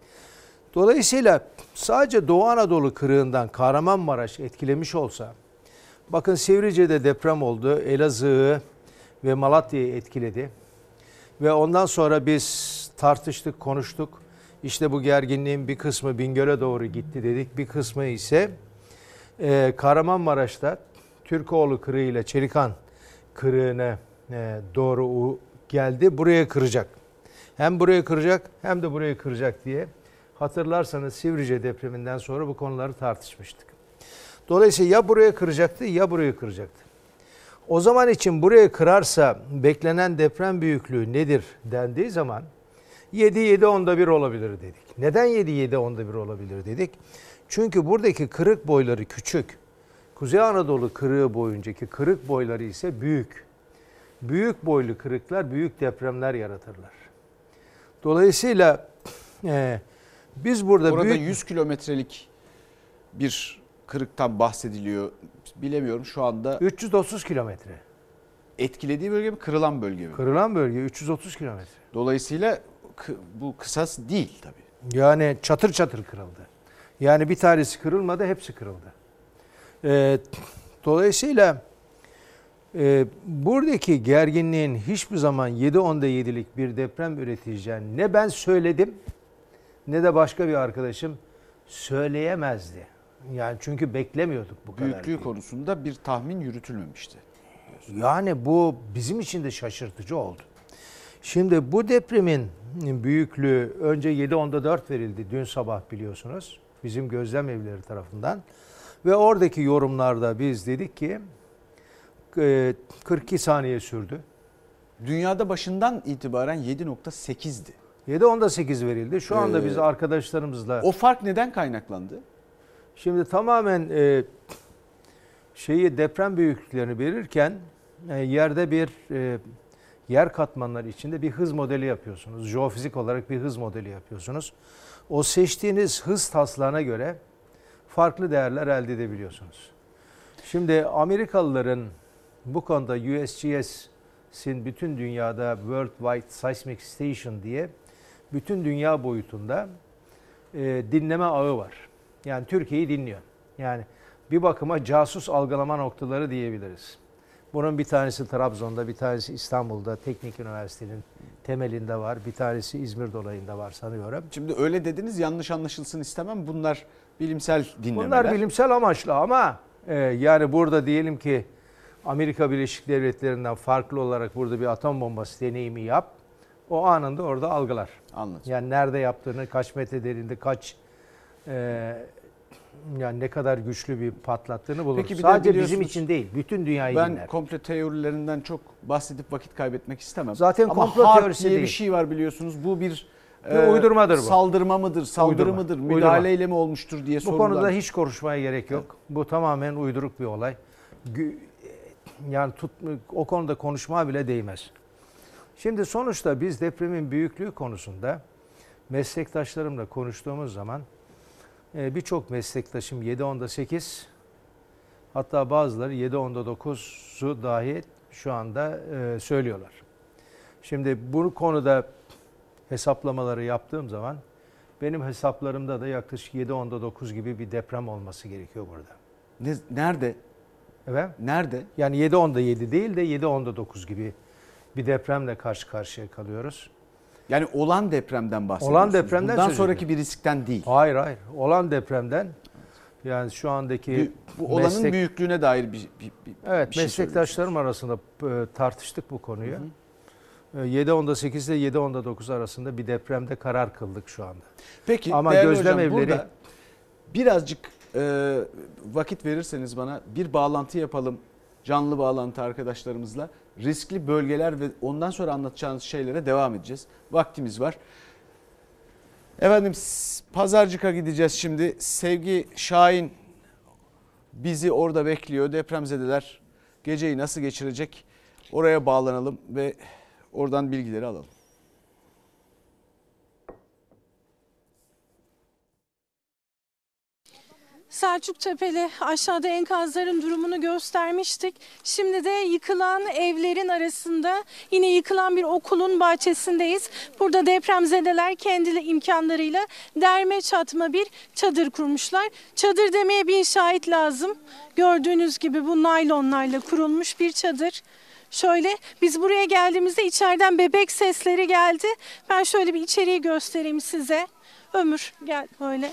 Dolayısıyla sadece Doğu Anadolu kırığından Kahramanmaraş etkilemiş olsa, bakın Sivrice'de deprem oldu, Elazığ'ı ve Malatya'yı etkiledi. Ve ondan sonra biz tartıştık, konuştuk. İşte bu gerginliğin bir kısmı Bingöl'e doğru gitti dedik. Bir kısmı ise e, Kahramanmaraş'ta Türkoğlu kırığı ile Çelikan kırığına e, doğru geldi. Buraya kıracak. Hem buraya kıracak hem de buraya kıracak diye. Hatırlarsanız Sivrice depreminden sonra bu konuları tartışmıştık. Dolayısıyla ya buraya kıracaktı ya buraya kıracaktı. O zaman için buraya kırarsa beklenen deprem büyüklüğü nedir dendiği zaman yedi yedi onda bir olabilir dedik. Neden yedi yedi onda bir olabilir dedik? Çünkü buradaki kırık boyları küçük. Kuzey Anadolu kırığı boyuncaki kırık boyları ise büyük. Büyük boylu kırıklar büyük depremler yaratırlar. Dolayısıyla e, biz burada Orada büyük... yüz kilometrelik bir kırıktan bahsediliyor. Bilemiyorum şu anda. üç yüz otuz kilometre. Etkilediği bölge mi, kırılan bölge mi? Kırılan bölge üç yüz otuz kilometre. Dolayısıyla bu kısas değil tabii. Yani çatır çatır kırıldı. Yani bir tanesi kırılmadı, hepsi kırıldı. Ee, dolayısıyla e, buradaki gerginliğin hiçbir zaman yedi onda yedilik bir deprem üreteceğini ne ben söyledim ne de başka bir arkadaşım söyleyemezdi. Yani çünkü beklemiyorduk bu kadar. Büyüklüğü değil. Konusunda bir tahmin yürütülmemişti. Yani bu bizim için de şaşırtıcı oldu. Şimdi bu depremin büyüklüğü önce yedi onda dört verildi dün sabah biliyorsunuz. Bizim gözlem evleri tarafından. Ve oradaki yorumlarda biz dedik ki kırk iki saniye sürdü. Dünyada başından itibaren yedi nokta sekizdi. yedi onda sekiz verildi. Şu anda ee, biz arkadaşlarımızla... O fark neden kaynaklandı? Şimdi tamamen e, şeyi deprem büyüklüklerini verirken e, yerde bir e, yer katmanları içinde bir hız modeli yapıyorsunuz. Jeofizik olarak bir hız modeli yapıyorsunuz. O seçtiğiniz hız taslağına göre farklı değerler elde edebiliyorsunuz. Şimdi Amerikalıların bu konuda U S G S'in bütün dünyada Worldwide Seismic Station diye bütün dünya boyutunda e, dinleme ağı var. Yani Türkiye'yi dinliyor. Yani bir bakıma casus algılama noktaları diyebiliriz. Bunun bir tanesi Trabzon'da, bir tanesi İstanbul'da, Teknik Üniversite'nin temelinde var. Bir tanesi İzmir dolayında var sanıyorum. Şimdi öyle dediniz, yanlış anlaşılsın istemem. Bunlar bilimsel dinlemeler. Bunlar bilimsel amaçlı ama e, yani burada diyelim ki Amerika Birleşik Devletleri'nden farklı olarak burada bir atom bombası deneyimi yap. O anında orada algılar. Anladım. Yani nerede yaptığını, kaç metre derinde, kaç e, yani ne kadar güçlü bir patlattığını bulur. Peki, sadece bizim için değil, bütün dünyayı ben dinler. Ben komplo teorilerinden çok bahsedip vakit kaybetmek istemem. Zaten ama komplo harp teorisi diye değil. bir şey var biliyorsunuz. Bu bir e, uydurmadır bu. Saldırma mıdır, saldırı Uydurma. mıdır, Uydurma. müdahaleyle mi olmuştur diye sorular. Bu konuda hiç konuşmaya gerek yok. Evet. Bu tamamen uyduruk bir olay. Yani tut, o konuda konuşmaya bile değmez. Şimdi sonuçta biz depremin büyüklüğü konusunda meslektaşlarımla konuştuğumuz zaman birçok meslektaşım yedi onda sekiz, hatta bazıları yedi onda dokuzu dahi şu anda söylüyorlar. Şimdi bu konuda hesaplamaları yaptığım zaman benim hesaplarımda da yaklaşık yedi onda dokuz gibi bir deprem olması gerekiyor burada. Ne, nerede? Evet. Nerede? Yani yedi onda yedi değil de yedi onda dokuz gibi bir depremle karşı karşıya kalıyoruz. Yani olan depremden bahsediyorsunuz. Olan depremden Bundan sonraki bir riskten değil. Hayır hayır. Olan depremden, yani şu andaki bu, bu olanın meslek... büyüklüğüne dair bir, bir, bir evet, bir şey meslektaşlarım arasında tartıştık bu konuyu. Hı hı. yedi onda sekiz ile yedi onda dokuz arasında bir depremde karar kıldık şu anda. Peki ama değerli gözlem hocam, evleri burada birazcık e, vakit verirseniz bana bir bağlantı yapalım. Canlı bağlantı arkadaşlarımızla. Riskli bölgeler ve ondan sonra anlatacağınız şeylere devam edeceğiz. Vaktimiz var. Efendim Pazarcık'a gideceğiz şimdi. Sevgi Şahin bizi orada bekliyor. Depremzedeler geceyi nasıl geçirecek? Oraya bağlanalım ve oradan bilgileri alalım. Selçuktepe'li aşağıda enkazların durumunu göstermiştik. Şimdi de yıkılan evlerin arasında yine yıkılan bir okulun bahçesindeyiz. Burada depremzedeler kendi imkanlarıyla derme çatma bir çadır kurmuşlar. Çadır demeye bir şahit lazım. Gördüğünüz gibi bu naylonlarla kurulmuş bir çadır. Şöyle biz buraya geldiğimizde içeriden bebek sesleri geldi. Ben şöyle bir içeriği göstereyim size. Ömür gel böyle.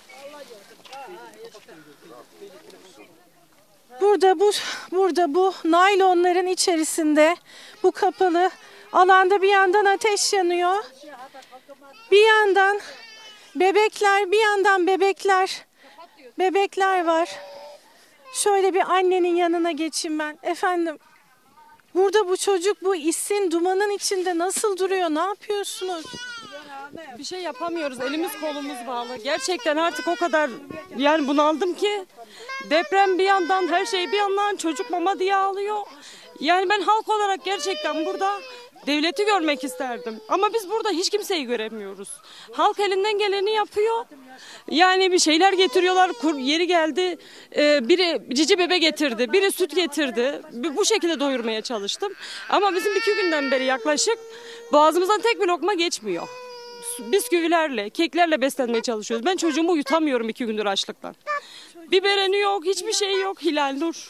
Burada bu burada bu naylonların içerisinde bu kapalı alanda bir yandan ateş yanıyor. Bir yandan bebekler, bir yandan bebekler. Bebekler var. Şöyle bir annenin yanına geçeyim ben. Efendim, burada bu çocuk bu isin dumanın içinde nasıl duruyor? Ne yapıyorsunuz? Bir şey yapamıyoruz. Elimiz kolumuz bağlı. Gerçekten artık o kadar yani bunaldım ki deprem bir yandan, her şey bir yandan, çocuk mama diye ağlıyor. Yani ben halk olarak gerçekten burada devleti görmek isterdim. Ama biz burada hiç kimseyi göremiyoruz. Halk elinden geleni yapıyor. Yani bir şeyler getiriyorlar. Kur, yeri geldi. E, biri cici bebe getirdi. Biri süt getirdi. Bu şekilde doyurmaya çalıştım. Ama bizim iki günden beri yaklaşık boğazımızdan tek bir lokma geçmiyor. Bisküvilerle, keklerle beslenmeye çalışıyoruz. Ben çocuğumu yutamıyorum iki gündür açlıktan. Bibereni yok, hiçbir şey yok. Hilal Nur.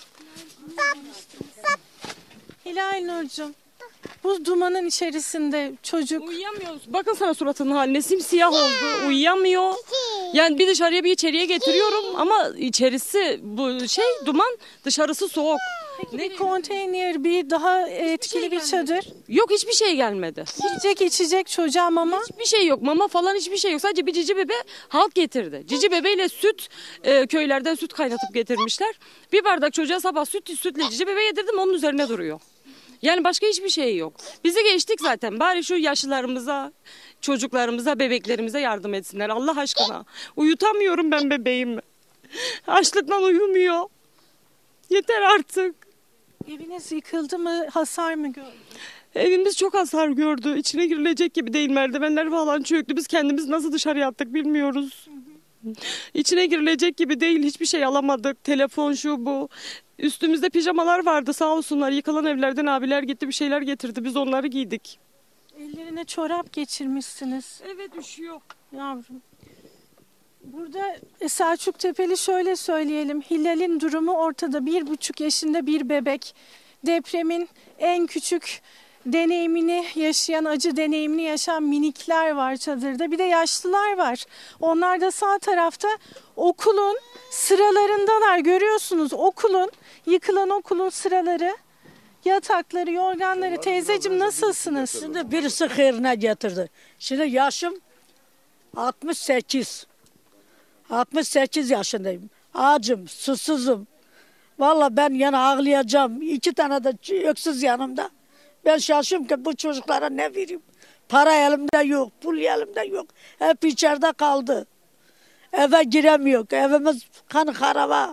Hilal Nurcuğum, bu dumanın içerisinde çocuk... Uyuyamıyoruz. Bakın sana suratının haline, simsiyah oldu. Uyuyamıyor. Yani bir dışarıya bir içeriye getiriyorum ama içerisi bu şey duman, dışarısı soğuk. Peki bir konteyner, bir daha etkili bir çadır? Yok, hiçbir şey gelmedi. Yiyecek içecek çocuğa mama? Hiçbir şey yok. Mama falan hiçbir şey yok. Sadece bir cici bebe halk getirdi. Cici bebeyle süt, e, köylerden süt kaynatıp getirmişler. Bir bardak çocuğa sabah süt, sütle cici bebe yedirdim, onun üzerine duruyor. Yani başka hiçbir şey yok. Bizi geçtik zaten. Bari şu yaşlılarımıza, çocuklarımıza, bebeklerimize yardım etsinler Allah aşkına. Uyutamıyorum ben bebeğimi. Açlıktan uyumuyor. Yeter artık. Eviniz yıkıldı mı? Hasar mı gördü? Evimiz çok hasar gördü. İçine girilecek gibi değil. Merdivenler falan çöktü. Biz kendimiz nasıl dışarı attık bilmiyoruz. Hı hı. İçine girilecek gibi değil. Hiçbir şey alamadık. Telefon şu bu. Üstümüzde pijamalar vardı sağ olsunlar. Yıkılan evlerden abiler gitti bir şeyler getirdi. Biz onları giydik. Ellerine çorap geçirmişsiniz. Evet, üşüyor. Yavrum. Burada Selçuktepe'li şöyle söyleyelim. Hilal'in durumu ortada. Bir buçuk yaşında bir bebek. Depremin en küçük deneyimini yaşayan, acı deneyimini yaşayan minikler var çadırda. Bir de yaşlılar var. Onlar da sağ tarafta okulun sıralarındalar. Görüyorsunuz okulun, yıkılan okulun sıraları, yatakları, yorganları. Teyzeciğim nasılsınız? Şimdi birisi hayrına getirdi. Şimdi yaşım altmış sekiz. altmış sekiz yaşındayım. Acım, susuzum. Vallahi ben yana ağlayacağım. İki tane de öksüz yanımda. Ben şaşıyorum ki bu çocuklara ne vereyim? Para elimde yok, pul elimde yok. Hep içeride kaldı. Eve giremiyor. Evimiz kan haraba.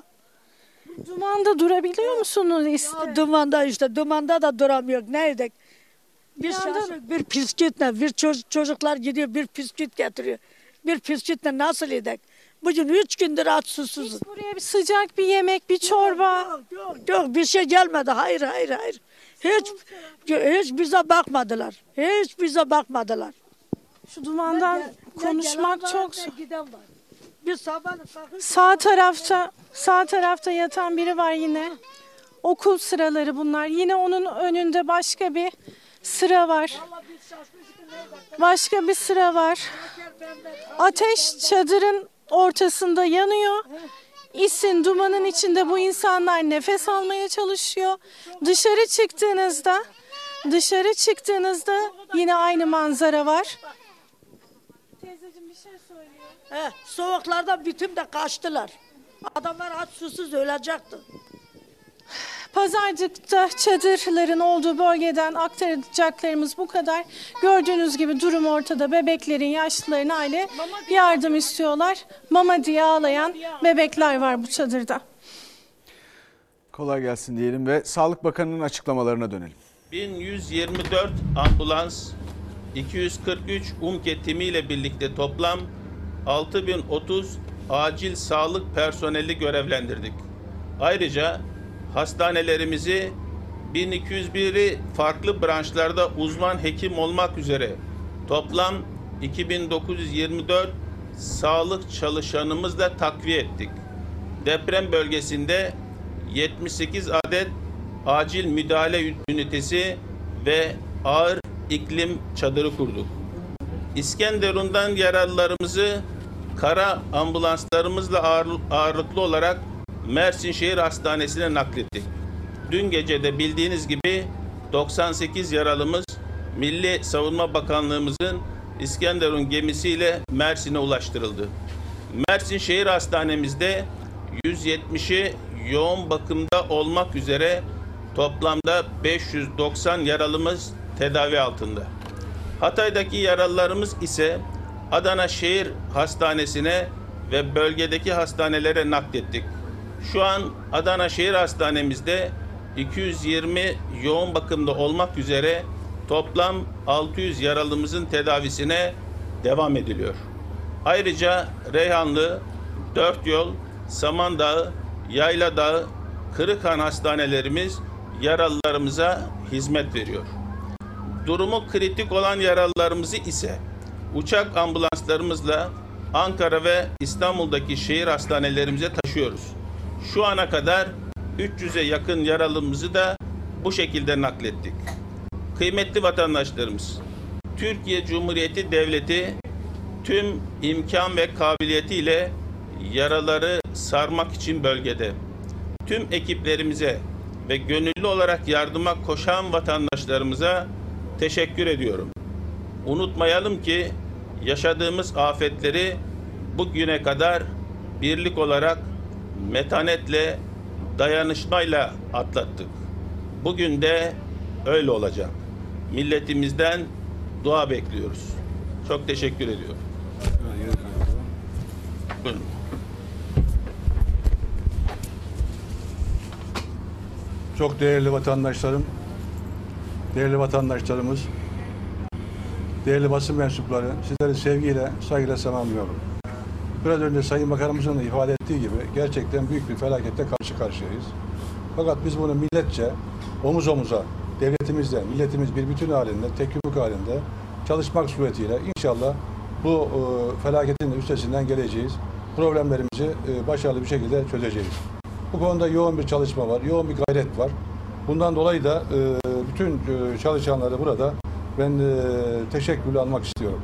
Dumanda durabiliyor musunuz? Ya, dumanda işte, dumanda da duramıyor. Ne edek? Bir, şaşır, bir bisküvitle, bir çocuk, çocuklar gidiyor bir bisküvit getiriyor. Bir bisküvitle nasıl edek? Bugün üç gündür aç susuzum. Hiç buraya bir sıcak bir yemek, bir çorba. Yok, yok, yok, bir şey gelmedi. Hayır, hayır, hayır. Hiç, hiç bize bakmadılar. Hiç bize bakmadılar. Şu dumandan ne, konuşmak ne çok zor. Bir sabah sağ tarafta, sağ tarafta yatan biri var yine. Okul sıraları bunlar. Yine onun önünde başka bir sıra var. Başka bir sıra var. Ateş çadırın ortasında yanıyor. İsin, dumanın içinde bu insanlar nefes almaya çalışıyor. Dışarı çıktığınızda Dışarı çıktığınızda yine aynı manzara var. Teyzeciğim bir şey söylüyor. He, soğuklarda bütün de kaçtılar. Adamlar aç susuz ölecekti. Pazarcık'ta çadırların olduğu bölgeden aktaracaklarımız bu kadar. Gördüğünüz gibi durum ortada. Bebeklerin, yaşlıların aile yardım istiyorlar. Mama diye ağlayan bebekler var bu çadırda. Kolay gelsin diyelim ve Sağlık Bakanı'nın açıklamalarına dönelim. bin yüz yirmi dört ambulans, iki yüz kırk üç UMKE timiyle birlikte toplam altı bin otuz acil sağlık personeli görevlendirdik. Ayrıca hastanelerimizi bin iki yüz biri farklı branşlarda uzman hekim olmak üzere toplam iki bin dokuz yüz yirmi dört sağlık çalışanımızla takviye ettik. Deprem bölgesinde yetmiş sekiz adet acil müdahale ünitesi ve ağır iklim çadırı kurduk. İskenderun'dan yaralılarımızı kara ambulanslarımızla ağır, ağırlıklı olarak Mersin Şehir Hastanesi'ne naklettik. Dün gece de bildiğiniz gibi doksan sekiz yaralımız Milli Savunma Bakanlığımızın İskenderun gemisiyle Mersin'e ulaştırıldı. Mersin Şehir Hastanemizde yüz yetmişi yoğun bakımda olmak üzere toplamda beş yüz doksan yaralımız tedavi altında. Hatay'daki yaralılarımız ise Adana Şehir Hastanesi'ne ve bölgedeki hastanelere naklettik. Şu an Adana Şehir Hastanemizde iki yüz yirmi yoğun bakımda olmak üzere toplam altı yüz yaralımızın tedavisine devam ediliyor. Ayrıca Reyhanlı, Dörtyol, Samandağı, Yayladağı, Kırıkhan hastanelerimiz yaralılarımıza hizmet veriyor. Durumu kritik olan yaralılarımızı ise uçak ambulanslarımızla Ankara ve İstanbul'daki şehir hastanelerimize taşıyoruz. Şu ana kadar üç yüze yakın yaralımızı da bu şekilde naklettik. Kıymetli vatandaşlarımız, Türkiye Cumhuriyeti Devleti tüm imkan ve kabiliyetiyle yaraları sarmak için bölgede. Tüm ekiplerimize ve gönüllü olarak yardıma koşan vatandaşlarımıza teşekkür ediyorum. Unutmayalım ki yaşadığımız afetleri bugüne kadar birlik olarak metanetle, dayanışmayla atlattık. Bugün de öyle olacak. Milletimizden dua bekliyoruz. Çok teşekkür ediyorum. Buyurun. Çok değerli vatandaşlarım, değerli vatandaşlarımız, değerli basın mensupları, sizleri sevgiyle, saygıyla selamlıyorum. Biraz önce Sayın Bakanımızın da ifade ettiği gibi gerçekten büyük bir felakette karşı karşıyayız. Fakat biz bunu milletçe, omuz omuza, devletimizle, milletimiz bir bütün halinde, tek yumruk halinde çalışmak suretiyle inşallah bu e, felaketin de üstesinden geleceğiz. Problemlerimizi e, başarılı bir şekilde çözeceğiz. Bu konuda yoğun bir çalışma var, yoğun bir gayret var. Bundan dolayı da e, bütün e, çalışanları burada ben e, teşekkür almak istiyorum.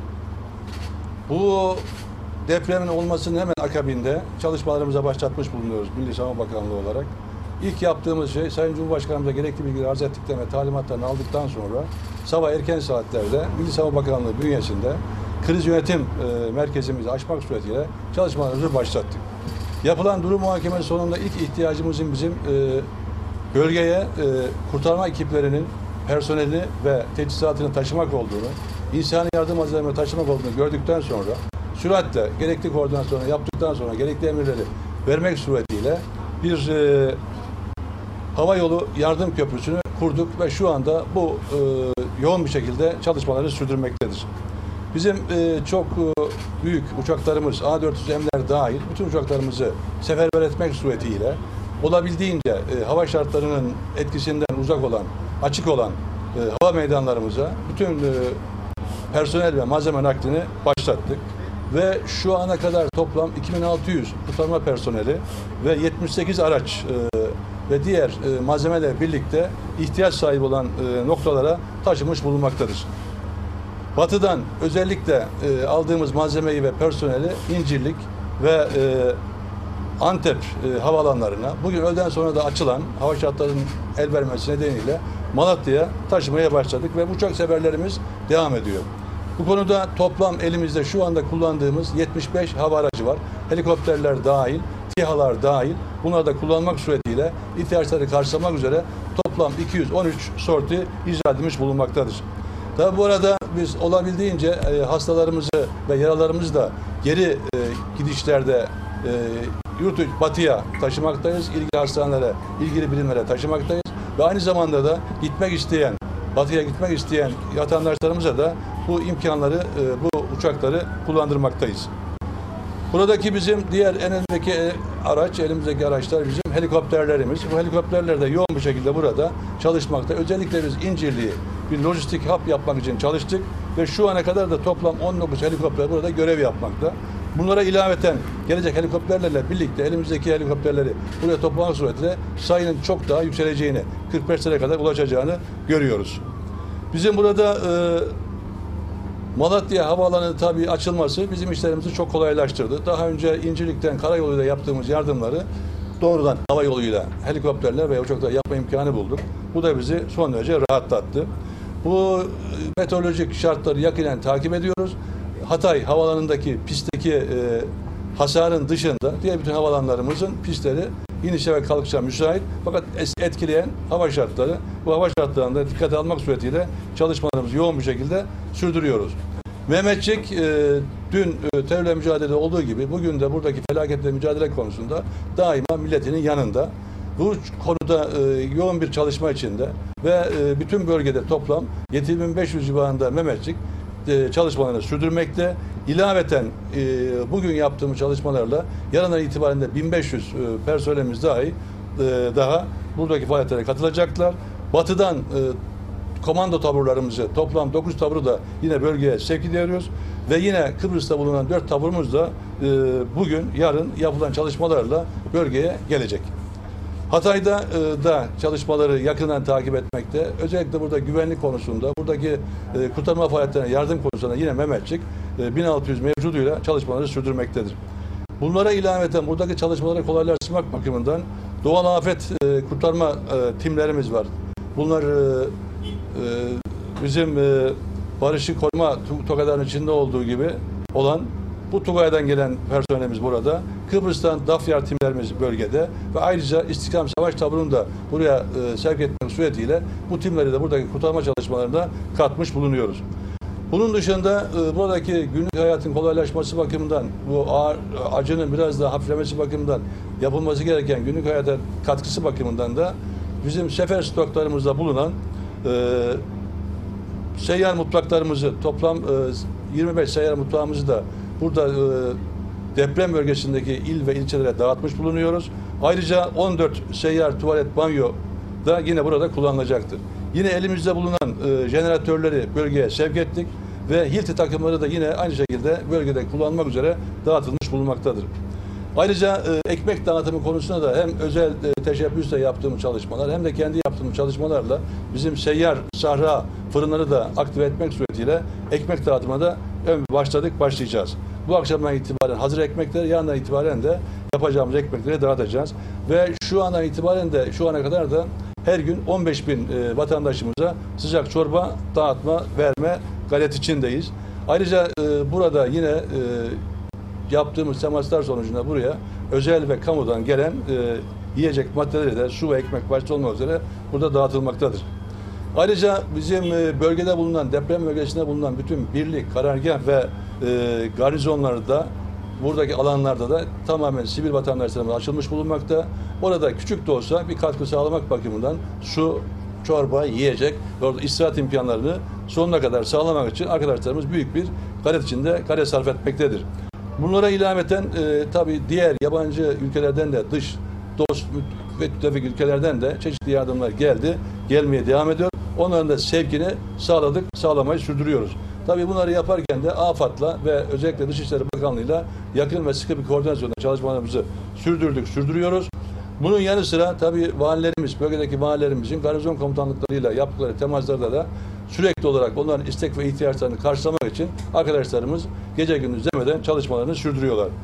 Bu depremin olmasının hemen akabinde çalışmalarımıza başlatmış bulunuyoruz Milli Savunma Bakanlığı olarak. İlk yaptığımız şey Sayın Cumhurbaşkanımıza gerekli bilgileri arz ettikten ve talimatlarını aldıktan sonra sabah erken saatlerde Milli Savunma Bakanlığı bünyesinde kriz yönetim e, merkezimizi açmak suretiyle çalışmalarımızı başlattık. Yapılan durum muhakemesi sonunda ilk ihtiyacımızın bizim e, bölgeye e, kurtarma ekiplerinin personelini ve teçhizatını taşımak olduğunu, insani yardım malzemelerini taşımak olduğunu gördükten sonra süratle gerekli koordinasyonu yaptıktan sonra gerekli emirleri vermek suretiyle bir e, hava yolu yardım köprüsünü kurduk ve şu anda bu e, yoğun bir şekilde çalışmaları sürdürmektedir. Bizim e, çok e, büyük uçaklarımız, A dört yüz M'ler dahil bütün uçaklarımızı seferber etmek suretiyle olabildiğince e, hava şartlarının etkisinden uzak olan, açık olan e, hava meydanlarımıza bütün e, personel ve malzeme naklini başlattık. Ve şu ana kadar toplam iki bin altı yüz kurtarma personeli ve yetmiş sekiz araç e, ve diğer e, malzemelerle birlikte ihtiyaç sahibi olan e, noktalara taşımış bulunmaktadır. Batıdan özellikle e, aldığımız malzemeyi ve personeli İncirlik ve e, Antep e, havaalanlarına bugün öğleden sonra da açılan hava şartlarının el vermesi nedeniyle Malatya'ya taşımaya başladık ve uçak seferlerimiz devam ediyor. Bu konuda toplam elimizde şu anda kullandığımız yetmiş beş hava aracı var. Helikopterler dahil, TİHA'lar dahil. Bunları da kullanmak suretiyle ihtiyaçları karşılamak üzere toplam iki yüz on üç sorti icra edilmiş bulunmaktadır. Tabi bu arada biz olabildiğince e, hastalarımızı ve yaralarımızı da geri e, gidişlerde e, yurt batıya taşımaktayız. İlgili hastanelere, ilgili birimlere taşımaktayız. Ve aynı zamanda da gitmek isteyen, batıya gitmek isteyen vatandaşlarımıza da bu imkanları, e, bu uçakları kullandırmaktayız. Buradaki bizim diğer en önemli araç, elimizdeki araçlar bizim helikopterlerimiz. Bu helikopterler de yoğun bir şekilde burada çalışmakta. Özellikle biz İncirli'yi bir lojistik hub yapmak için çalıştık ve şu ana kadar da toplam on dokuz helikopter burada görev yapmakta. Bunlara ilaveten gelecek helikopterlerle birlikte elimizdeki helikopterleri buraya toplamak suretiyle sayının çok daha yükseleceğini, kırk beş sene kadar ulaşacağını görüyoruz. Bizim burada e, Malatya Havaalanı tabii açılması bizim işlerimizi çok kolaylaştırdı. Daha önce İncirlik'ten karayoluyla yaptığımız yardımları doğrudan hava yoluyla, helikopterler ve uçakla yapma imkanı bulduk. Bu da bizi son derece rahatlattı. Bu meteorolojik şartları yakinen takip ediyoruz. Hatay Havaalanı'ndaki pistteki e, hasarın dışında diğer bütün havalanlarımızın pistleri inişe ve kalkışa müsait. Fakat etkileyen hava şartları, bu hava şartlarında dikkate almak suretiyle çalışmalarımızı yoğun bir şekilde sürdürüyoruz. Mehmetçik e, dün e, terörle mücadelede olduğu gibi bugün de buradaki felaketle mücadele konusunda daima milletinin yanında. Bu konuda e, yoğun bir çalışma içinde ve e, bütün bölgede toplam yedi bin beş yüz civarında Mehmetçik e, çalışmalarını sürdürmekte. İlaveten e, bugün yaptığımız çalışmalarla yarından itibaren de bin beş yüz e, personelimiz dahi e, daha buradaki faaliyetlere katılacaklar. Batıdan e, komando taburlarımızı toplam dokuz taburu da yine bölgeye sevk ediyoruz ve yine Kıbrıs'ta bulunan dört taburumuz da e, bugün yarın yapılan çalışmalarla bölgeye gelecek. Hatay'da e, da çalışmaları yakından takip etmekte. Özellikle burada güvenlik konusunda, buradaki e, kurtarma faaliyetlerine yardım konusunda yine Mehmetçik e, bin altı yüz mevcuduyla çalışmaları sürdürmektedir. Bunlara ilaveten buradaki çalışmaları kolaylaştırmak bakımından doğal afet e, kurtarma e, timlerimiz var. Bunlar e, e, bizim e, barışı koruma TOGA'ların içinde olduğu gibi olan bu TUGA'dan gelen personelimiz burada. Kıbrıs'tan Dafyar timlerimiz bölgede ve ayrıca İstiklal Savaş taburunu da buraya e, sevk etmek suretiyle bu timleri de buradaki kurtarma çalışmalarına katmış bulunuyoruz. Bunun dışında e, buradaki günlük hayatın kolaylaşması bakımından, bu ağır, acının biraz daha hafiflemesi bakımından yapılması gereken günlük hayata katkısı bakımından da bizim sefer stoklarımızda bulunan e, seyyar mutfaklarımızı toplam e, yirmi beş seyyar mutfağımızı da burada e, deprem bölgesindeki il ve ilçelere dağıtmış bulunuyoruz. Ayrıca on dört seyyar tuvalet banyo da yine burada kullanılacaktır. Yine elimizde bulunan e, jeneratörleri bölgeye sevk ettik ve Hilti takımları da yine aynı şekilde bölgede kullanmak üzere dağıtılmış bulunmaktadır. Ayrıca e, ekmek dağıtımı konusunda da hem özel e, teşebbüsle yaptığımız çalışmalar hem de kendi yaptığımız çalışmalarla bizim seyyar sahra fırınları da aktive etmek suretiyle ekmek dağıtımına da başladık, başlayacağız. Bu akşamdan itibaren hazır ekmekleri, yarından itibaren de yapacağımız ekmekleri dağıtacağız. Ve şu andan itibaren de şu ana kadar da her gün on beş bin e, vatandaşımıza sıcak çorba dağıtma, verme gayret içindeyiz. Ayrıca e, burada yine e, yaptığımız temaslar sonucunda buraya özel ve kamudan gelen e, yiyecek maddeleri de su ve ekmek başta olmak üzere burada dağıtılmaktadır. Ayrıca bizim e, bölgede bulunan, deprem bölgesinde bulunan bütün birlik, karargah ve e, garnizonlarda, buradaki alanlarda da tamamen sivil vatandaşlarımız açılmış bulunmakta. Orada küçük de olsa bir katkı sağlamak bakımından su, çorba, yiyecek ve orada istirahat imkanlarını sonuna kadar sağlamak için arkadaşlarımız büyük bir gayret içinde gayret sarf etmektedir. Bunlara ilaveten e, tabii diğer yabancı ülkelerden de dış dost ve müttefik ülkelerden de çeşitli yardımlar geldi, gelmeye devam ediyor. Onların da sevkini sağladık, sağlamayı sürdürüyoruz. Tabii bunları yaparken de AFAD'la ve özellikle Dışişleri Bakanlığı'yla yakın ve sıkı bir koordinasyonla çalışmalarımızı sürdürdük, sürdürüyoruz. Bunun yanı sıra tabii valilerimiz, bölgedeki valilerimizin garnizon komutanlıklarıyla yaptıkları temaslarda da sürekli olarak onların istek ve ihtiyaçlarını karşılamak için arkadaşlarımız gece gündüz demeden çalışmalarını sürdürüyorlar.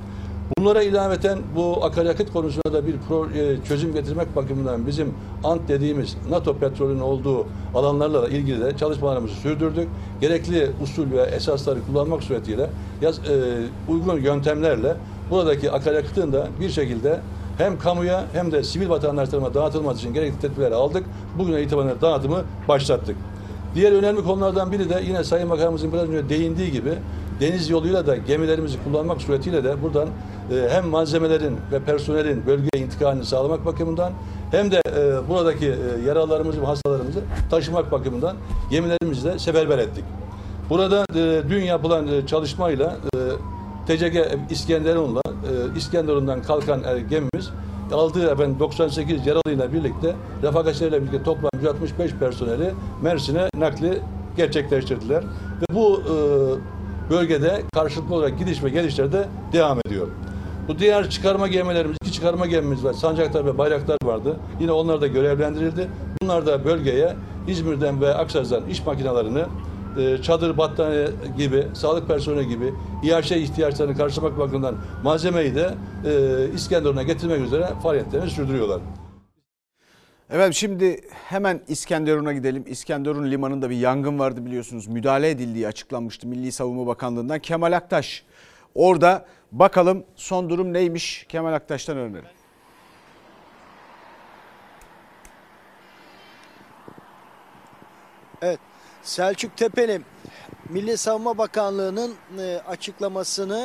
Bunlara ilaveten bu akaryakıt konusunda da bir pro, e, çözüm getirmek bakımından bizim Ant dediğimiz NATO petrolün olduğu alanlarla ilgili de çalışmalarımızı sürdürdük. Gerekli usul ve esasları kullanmak suretiyle yaz, e, uygun yöntemlerle buradaki akaryakıtın da bir şekilde hem kamuya hem de sivil vatandaşlarıma dağıtılması için gerekli tedbirleri aldık. Bugüne itibaren dağıtımı başlattık. Diğer önemli konulardan biri de yine Sayın Bakanımızın biraz önce değindiği gibi deniz yoluyla da gemilerimizi kullanmak suretiyle de buradan e, hem malzemelerin ve personelin bölgeye intikalini sağlamak bakımından hem de e, buradaki e, yaralarımızı ve hastalarımızı taşımak bakımından gemilerimizi de seferber ettik. Burada e, dün yapılan e, çalışmayla e, T C G İskenderun'la e, İskenderun'dan kalkan e, gemimiz aldığı efendim doksan sekiz yaralıyla birlikte refakatçileriyle birlikte toplam yüz altmış beş personeli Mersin'e nakli gerçekleştirdiler. Ve bu e, bölgede karşılıklı olarak gidiş ve gelişler de devam ediyor. Bu diğer çıkarma gemilerimiz, iki çıkarma gemimiz var. Sancaktar ve Bayraktar vardı. Yine onlar da görevlendirildi. Bunlar da bölgeye İzmir'den ve Aksaray'dan iş makinelerini, çadır, battaniye gibi, sağlık personeli gibi İ H ihtiyaçlarını karşılamak bakımından malzemeyi de e, İskenderun'a getirmek üzere faaliyetlerini sürdürüyorlar. Evet, şimdi hemen İskenderun'a gidelim. İskenderun limanında bir yangın vardı biliyorsunuz. Müdahale edildiği açıklanmıştı Milli Savunma Bakanlığı'ndan. Kemal Aktaş orada, bakalım son durum neymiş, Kemal Aktaş'tan öğrenelim. Evet, Selçuk Tepeli, Milli Savunma Bakanlığı'nın e, açıklamasını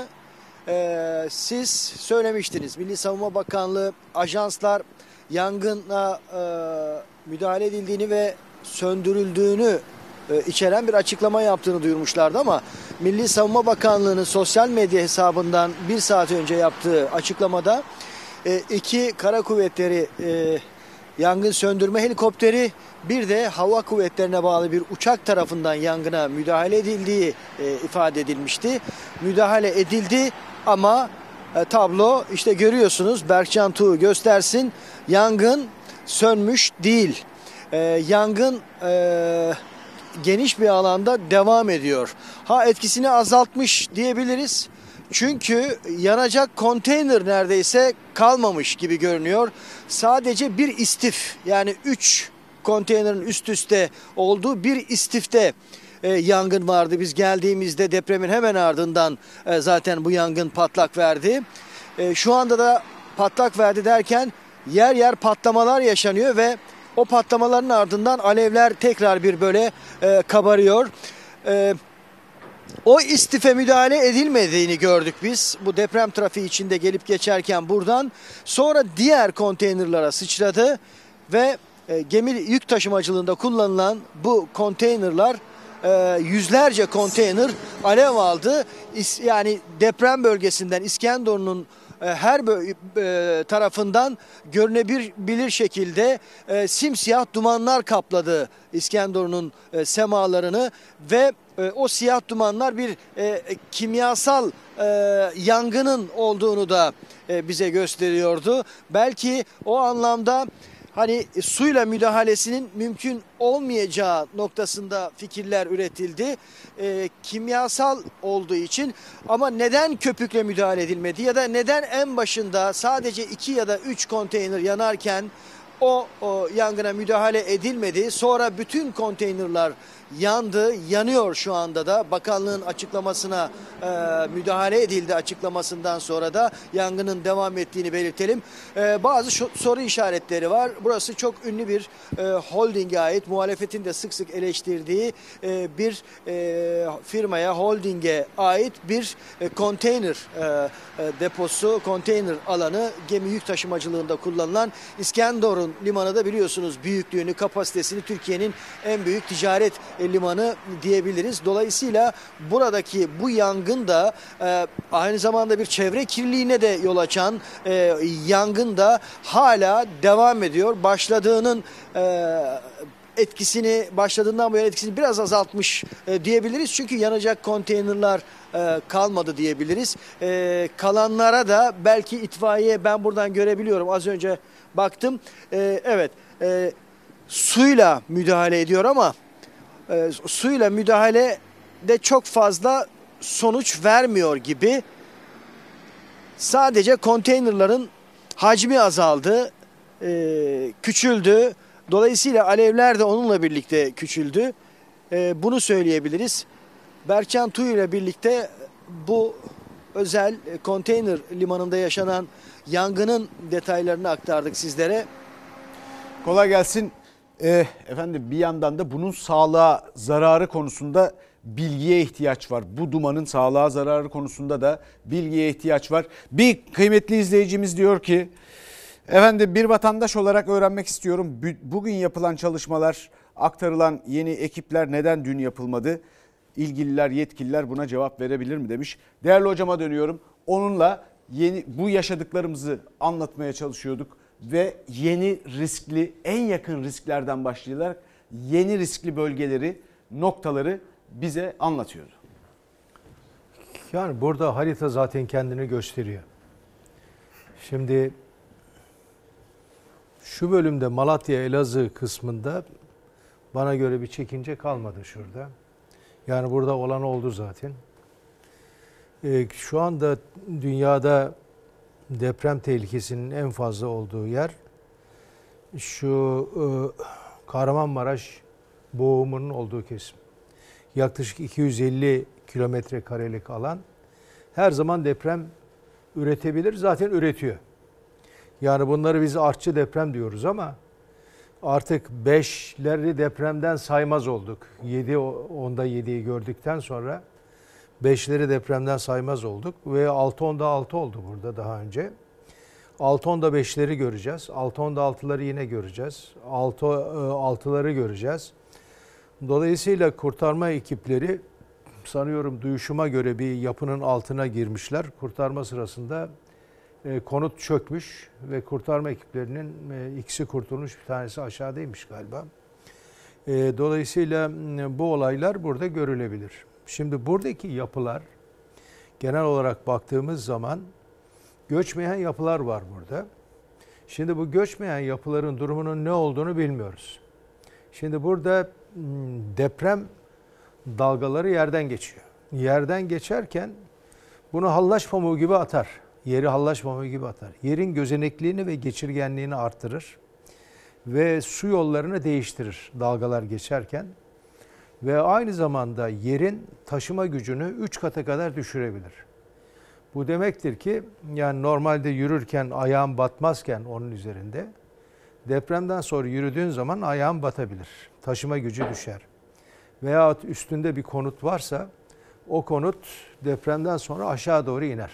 e, siz söylemiştiniz. Milli Savunma Bakanlığı ajanslar yangına e, müdahale edildiğini ve söndürüldüğünü e, içeren bir açıklama yaptığını duyurmuşlardı ama Milli Savunma Bakanlığı'nın sosyal medya hesabından bir saat önce yaptığı açıklamada e, iki kara kuvvetleri e, yangın söndürme helikopteri, bir de hava kuvvetlerine bağlı bir uçak tarafından yangına müdahale edildiği e, ifade edilmişti. Müdahale edildi ama e, tablo işte görüyorsunuz, Berkcan Tuğ göstersin, yangın sönmüş değil. E, yangın e, geniş bir alanda devam ediyor. Ha, etkisini azaltmış diyebiliriz. Çünkü yanacak konteyner neredeyse kalmamış gibi görünüyor. Sadece bir istif, yani üç konteynerin üst üste olduğu bir istifte e, yangın vardı. Biz geldiğimizde depremin hemen ardından e, zaten bu yangın patlak verdi. E, şu anda da patlak verdi derken yer yer patlamalar yaşanıyor ve o patlamaların ardından alevler tekrar bir böyle e, kabarıyor. E, O istife müdahale edilmediğini gördük biz. Bu deprem trafiği içinde gelip geçerken buradan. Sonra diğer konteynerlara sıçradı ve e, gemi yük taşımacılığında kullanılan bu konteynerlar, e, yüzlerce konteyner alev aldı. İs, yani deprem bölgesinden İskenderun'un e, her e, tarafından görünebilir şekilde e, simsiyah dumanlar kapladı İskenderun'un e, semalarını ve e, o siyah dumanlar bir e, kimyasal e, yangının olduğunu da e, bize gösteriyordu. Belki o anlamda hani suyla müdahalesinin mümkün olmayacağı noktasında fikirler üretildi. E, kimyasal olduğu için, ama neden köpükle müdahale edilmedi ya da neden en başında sadece iki ya da üç konteyner yanarken o, o yangına müdahale edilmedi. Sonra bütün konteynerlar yandı, yanıyor şu anda da. Bakanlığın açıklamasına e, müdahale edildi, açıklamasından sonra da yangının devam ettiğini belirtelim. E, bazı şu, soru işaretleri var. Burası çok ünlü bir e, holdinge ait, muhalefetin de sık sık eleştirdiği e, bir e, firmaya, holdinge ait bir e, konteyner e, e, deposu, konteyner alanı, gemi yük taşımacılığında kullanılan İskenderun limanı da biliyorsunuz büyüklüğünü, kapasitesini Türkiye'nin en büyük ticaret limanı diyebiliriz. Dolayısıyla buradaki bu yangın da e, aynı zamanda bir çevre kirliliğine de yol açan e, yangın da hala devam ediyor. Başladığının e, etkisini, başladığından bu yana etkisini biraz azaltmış e, diyebiliriz. Çünkü yanacak konteynerlar e, kalmadı diyebiliriz. E, kalanlara da belki itfaiye, ben buradan görebiliyorum, az önce baktım. E, evet, e, suyla müdahale ediyor ama E, suyla müdahale de çok fazla sonuç vermiyor gibi. sadece konteynerların hacmi azaldı, e, küçüldü. Dolayısıyla alevler de onunla birlikte küçüldü. E, bunu söyleyebiliriz. Berkcan Tuy ile birlikte bu özel konteyner limanında yaşanan yangının detaylarını aktardık sizlere. Kolay gelsin. Ee, efendim bir yandan da bunun sağlığa zararı konusunda bilgiye ihtiyaç var. Bu dumanın sağlığa zararı konusunda da bilgiye ihtiyaç var. Bir kıymetli izleyicimiz diyor ki, efendim bir vatandaş olarak öğrenmek istiyorum. Bugün yapılan çalışmalar, aktarılan yeni ekipler neden dün yapılmadı? İlgililer, yetkililer buna cevap verebilir mi demiş. Değerli hocama dönüyorum. Onunla yeni bu yaşadıklarımızı anlatmaya çalışıyorduk ve yeni riskli, en yakın risklerden başlayarak yeni riskli bölgeleri, noktaları bize anlatıyordu. Yani burada harita zaten kendini gösteriyor. Şimdi şu bölümde Malatya, Elazığ kısmında bana göre bir çekince kalmadı şurada. Yani burada olan oldu zaten. Ee, şu anda dünyada deprem tehlikesinin en fazla olduğu yer şu e, Kahramanmaraş boğumunun olduğu kesim. Yaklaşık iki yüz elli kilometre karelik alan her zaman deprem üretebilir. Zaten üretiyor. Yani bunları biz artçı deprem diyoruz ama artık beşleri depremden saymaz olduk. yedi, onda yediyi gördükten sonra beşleri depremden saymaz olduk ve altı onda altı oldu burada daha önce. altı onda beşleri göreceğiz. altı onda altıları yine göreceğiz. altı altıları göreceğiz. Dolayısıyla kurtarma ekipleri sanıyorum duyuşuma göre bir yapının altına girmişler. Kurtarma sırasında e, konut çökmüş ve kurtarma ekiplerinin e, ikisi kurtulmuş, bir tanesi aşağıdaymış galiba. E, dolayısıyla e, bu olaylar burada görülebilir. Şimdi buradaki yapılar genel olarak baktığımız zaman göçmeyen yapılar var burada. Şimdi bu göçmeyen yapıların durumunun ne olduğunu bilmiyoruz. Şimdi burada deprem dalgaları yerden geçiyor. Yerden geçerken bunu hallaç pamuğu gibi atar. Yeri hallaç pamuğu gibi atar. Yerin gözenekliğini ve geçirgenliğini artırır. Ve su yollarını değiştirir dalgalar geçerken. Ve aynı zamanda yerin taşıma gücünü üç kata kadar düşürebilir. Bu demektir ki yani normalde yürürken ayağın batmazken onun üzerinde depremden sonra yürüdüğün zaman ayağın batabilir. Taşıma gücü düşer. Veyahut üstünde bir konut varsa o konut depremden sonra aşağı doğru iner.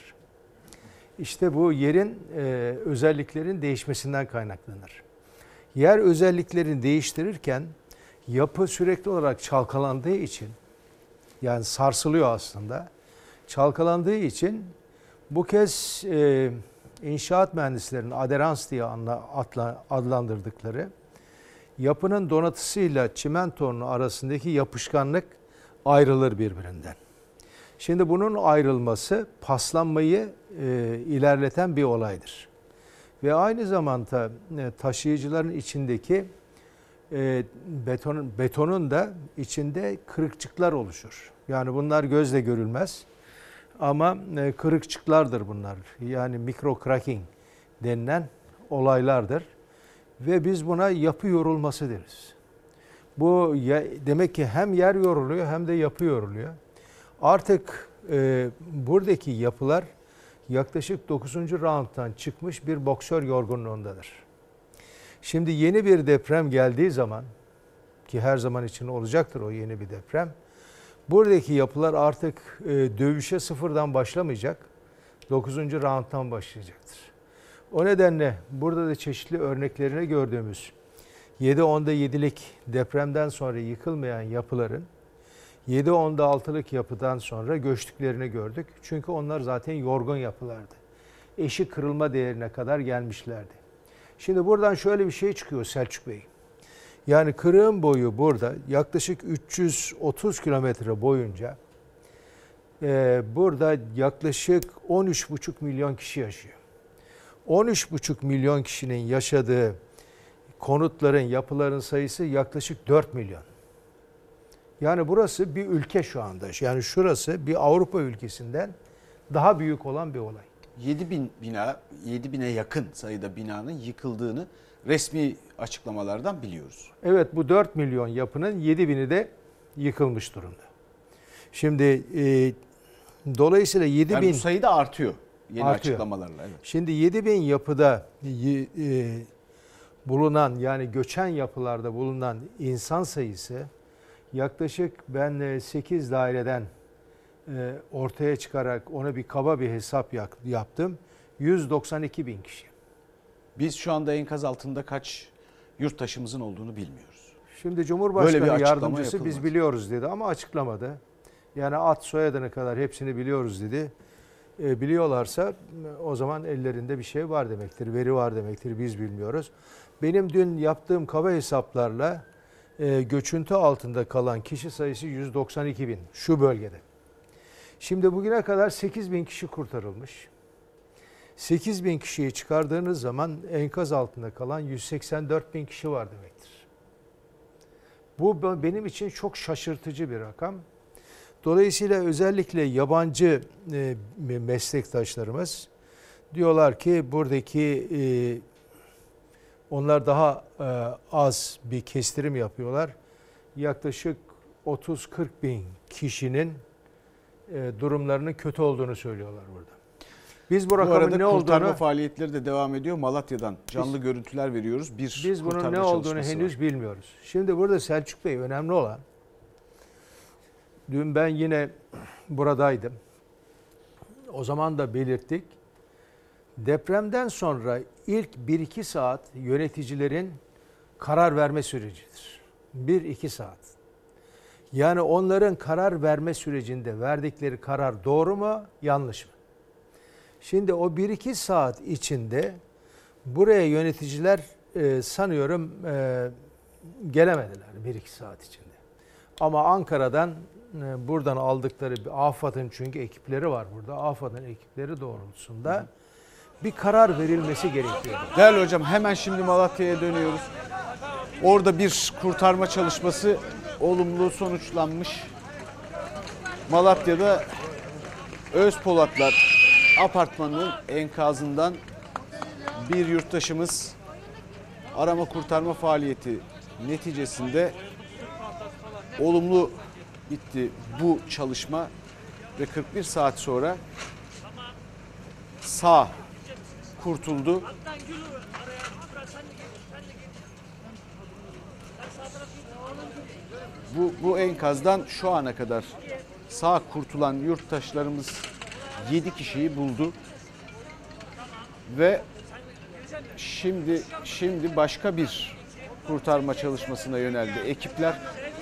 İşte bu yerin e, özelliklerin değişmesinden kaynaklanır. Yer özelliklerini değiştirirken yapı sürekli olarak çalkalandığı için, yani sarsılıyor aslında, çalkalandığı için bu kez e, inşaat mühendislerinin aderans diye adlandırdıkları yapının donatısıyla çimentonun arasındaki yapışkanlık ayrılır birbirinden. Şimdi bunun ayrılması paslanmayı e, ilerleten bir olaydır. Ve aynı zamanda e, taşıyıcıların içindeki e, beton, betonun da içinde kırıkçıklar oluşur. Yani bunlar gözle görülmez ama e, kırıkçıklardır bunlar. Yani mikro cracking denilen olaylardır. Ve biz buna yapı yorulması deriz. Bu ya, demek ki hem yer yoruluyor hem de yapı yoruluyor. Artık e, buradaki yapılar yaklaşık dokuzuncu round'dan çıkmış bir boksör yorgunluğundadır. Şimdi yeni bir deprem geldiği zaman, ki her zaman için olacaktır o yeni bir deprem, buradaki yapılar artık e, dövüşe sıfırdan başlamayacak, dokuzuncu round'dan başlayacaktır. O nedenle burada da çeşitli örneklerini gördüğümüz yedi onda yedilik depremden sonra yıkılmayan yapıların yedi onda altılık yapıdan sonra göçtüklerini gördük. Çünkü onlar zaten yorgun yapılardı. Eşi kırılma değerine kadar gelmişlerdi. Şimdi buradan şöyle bir şey çıkıyor Selçuk Bey. Yani kırığın boyu burada yaklaşık üç yüz otuz kilometre boyunca e, burada yaklaşık on üç buçuk milyon kişi yaşıyor. on üç buçuk milyon kişinin yaşadığı konutların, yapıların sayısı yaklaşık dört milyon. Yani burası bir ülke şu anda. Yani şurası bir Avrupa ülkesinden daha büyük olan bir olay. yedi bin bina, yedi bine yakın sayıda binanın yıkıldığını resmi açıklamalardan biliyoruz. Evet, bu dört milyon yapının yedi bini de yıkılmış durumda. Şimdi e, dolayısıyla yedi yani bin... bu sayı da artıyor yeni artıyor. açıklamalarla. Evet. Şimdi yedi bin yapıda e, bulunan, yani göçen yapılarda bulunan insan sayısı yaklaşık ben sekiz daireden e, ortaya çıkarak ona bir kaba bir hesap yaptım. yüz doksan iki bin kişi. Biz şu anda enkaz altında kaç yurttaşımızın olduğunu bilmiyoruz. Şimdi Cumhurbaşkanı Böyle bir yardımcısı yapılmadı. biz biliyoruz dedi ama açıklamadı. Yani ad soyadına kadar hepsini biliyoruz dedi. E, biliyorlarsa o zaman ellerinde bir şey var demektir, veri var demektir, biz bilmiyoruz. Benim dün yaptığım kaba hesaplarla e, göçüntü altında kalan kişi sayısı yüz doksan iki bin şu bölgede. Şimdi bugüne kadar sekiz bin kişi kurtarılmış. sekiz bin kişiyi çıkardığınız zaman enkaz altında kalan yüz seksen dört bin kişi var demektir. Bu benim için çok şaşırtıcı bir rakam. Dolayısıyla özellikle yabancı e, meslektaşlarımız diyorlar ki buradaki e, onlar daha e, az bir kestirim yapıyorlar. Yaklaşık otuz kırk bin kişinin e, durumlarının kötü olduğunu söylüyorlar burada. Biz bu, bu rakamın arada ne kurtarma olduğunu faaliyetleri de devam ediyor. Malatya'dan canlı biz, görüntüler veriyoruz. Bir biz bunun ne olduğunu henüz var. bilmiyoruz. Şimdi burada Selçuk Bey, önemli olan, dün ben yine buradaydım. O zaman da belirttik. Depremden sonra ilk bir iki saat yöneticilerin karar verme sürecidir. bir iki saat. Yani onların karar verme sürecinde verdikleri karar doğru mu, yanlış mı? Şimdi o bir iki saat içinde buraya yöneticiler e, sanıyorum e, gelemediler bir iki saat içinde. Ama Ankara'dan e, buradan aldıkları, bir AFAD'ın çünkü ekipleri var burada. AFAD'ın ekipleri doğrultusunda bir karar verilmesi gerekiyor. Değerli hocam, hemen şimdi Malatya'ya dönüyoruz. Orada bir kurtarma çalışması olumlu sonuçlanmış. Malatya'da Özpolatlar apartmanının enkazından bir yurttaşımız arama kurtarma faaliyeti neticesinde olumlu bitti bu çalışma ve kırk bir saat sonra sağ kurtuldu. Bu, bu enkazdan şu ana kadar sağ kurtulan yurttaşlarımız yedi kişiyi buldu. Ve şimdi şimdi başka bir kurtarma çalışmasına yöneldi ekipler.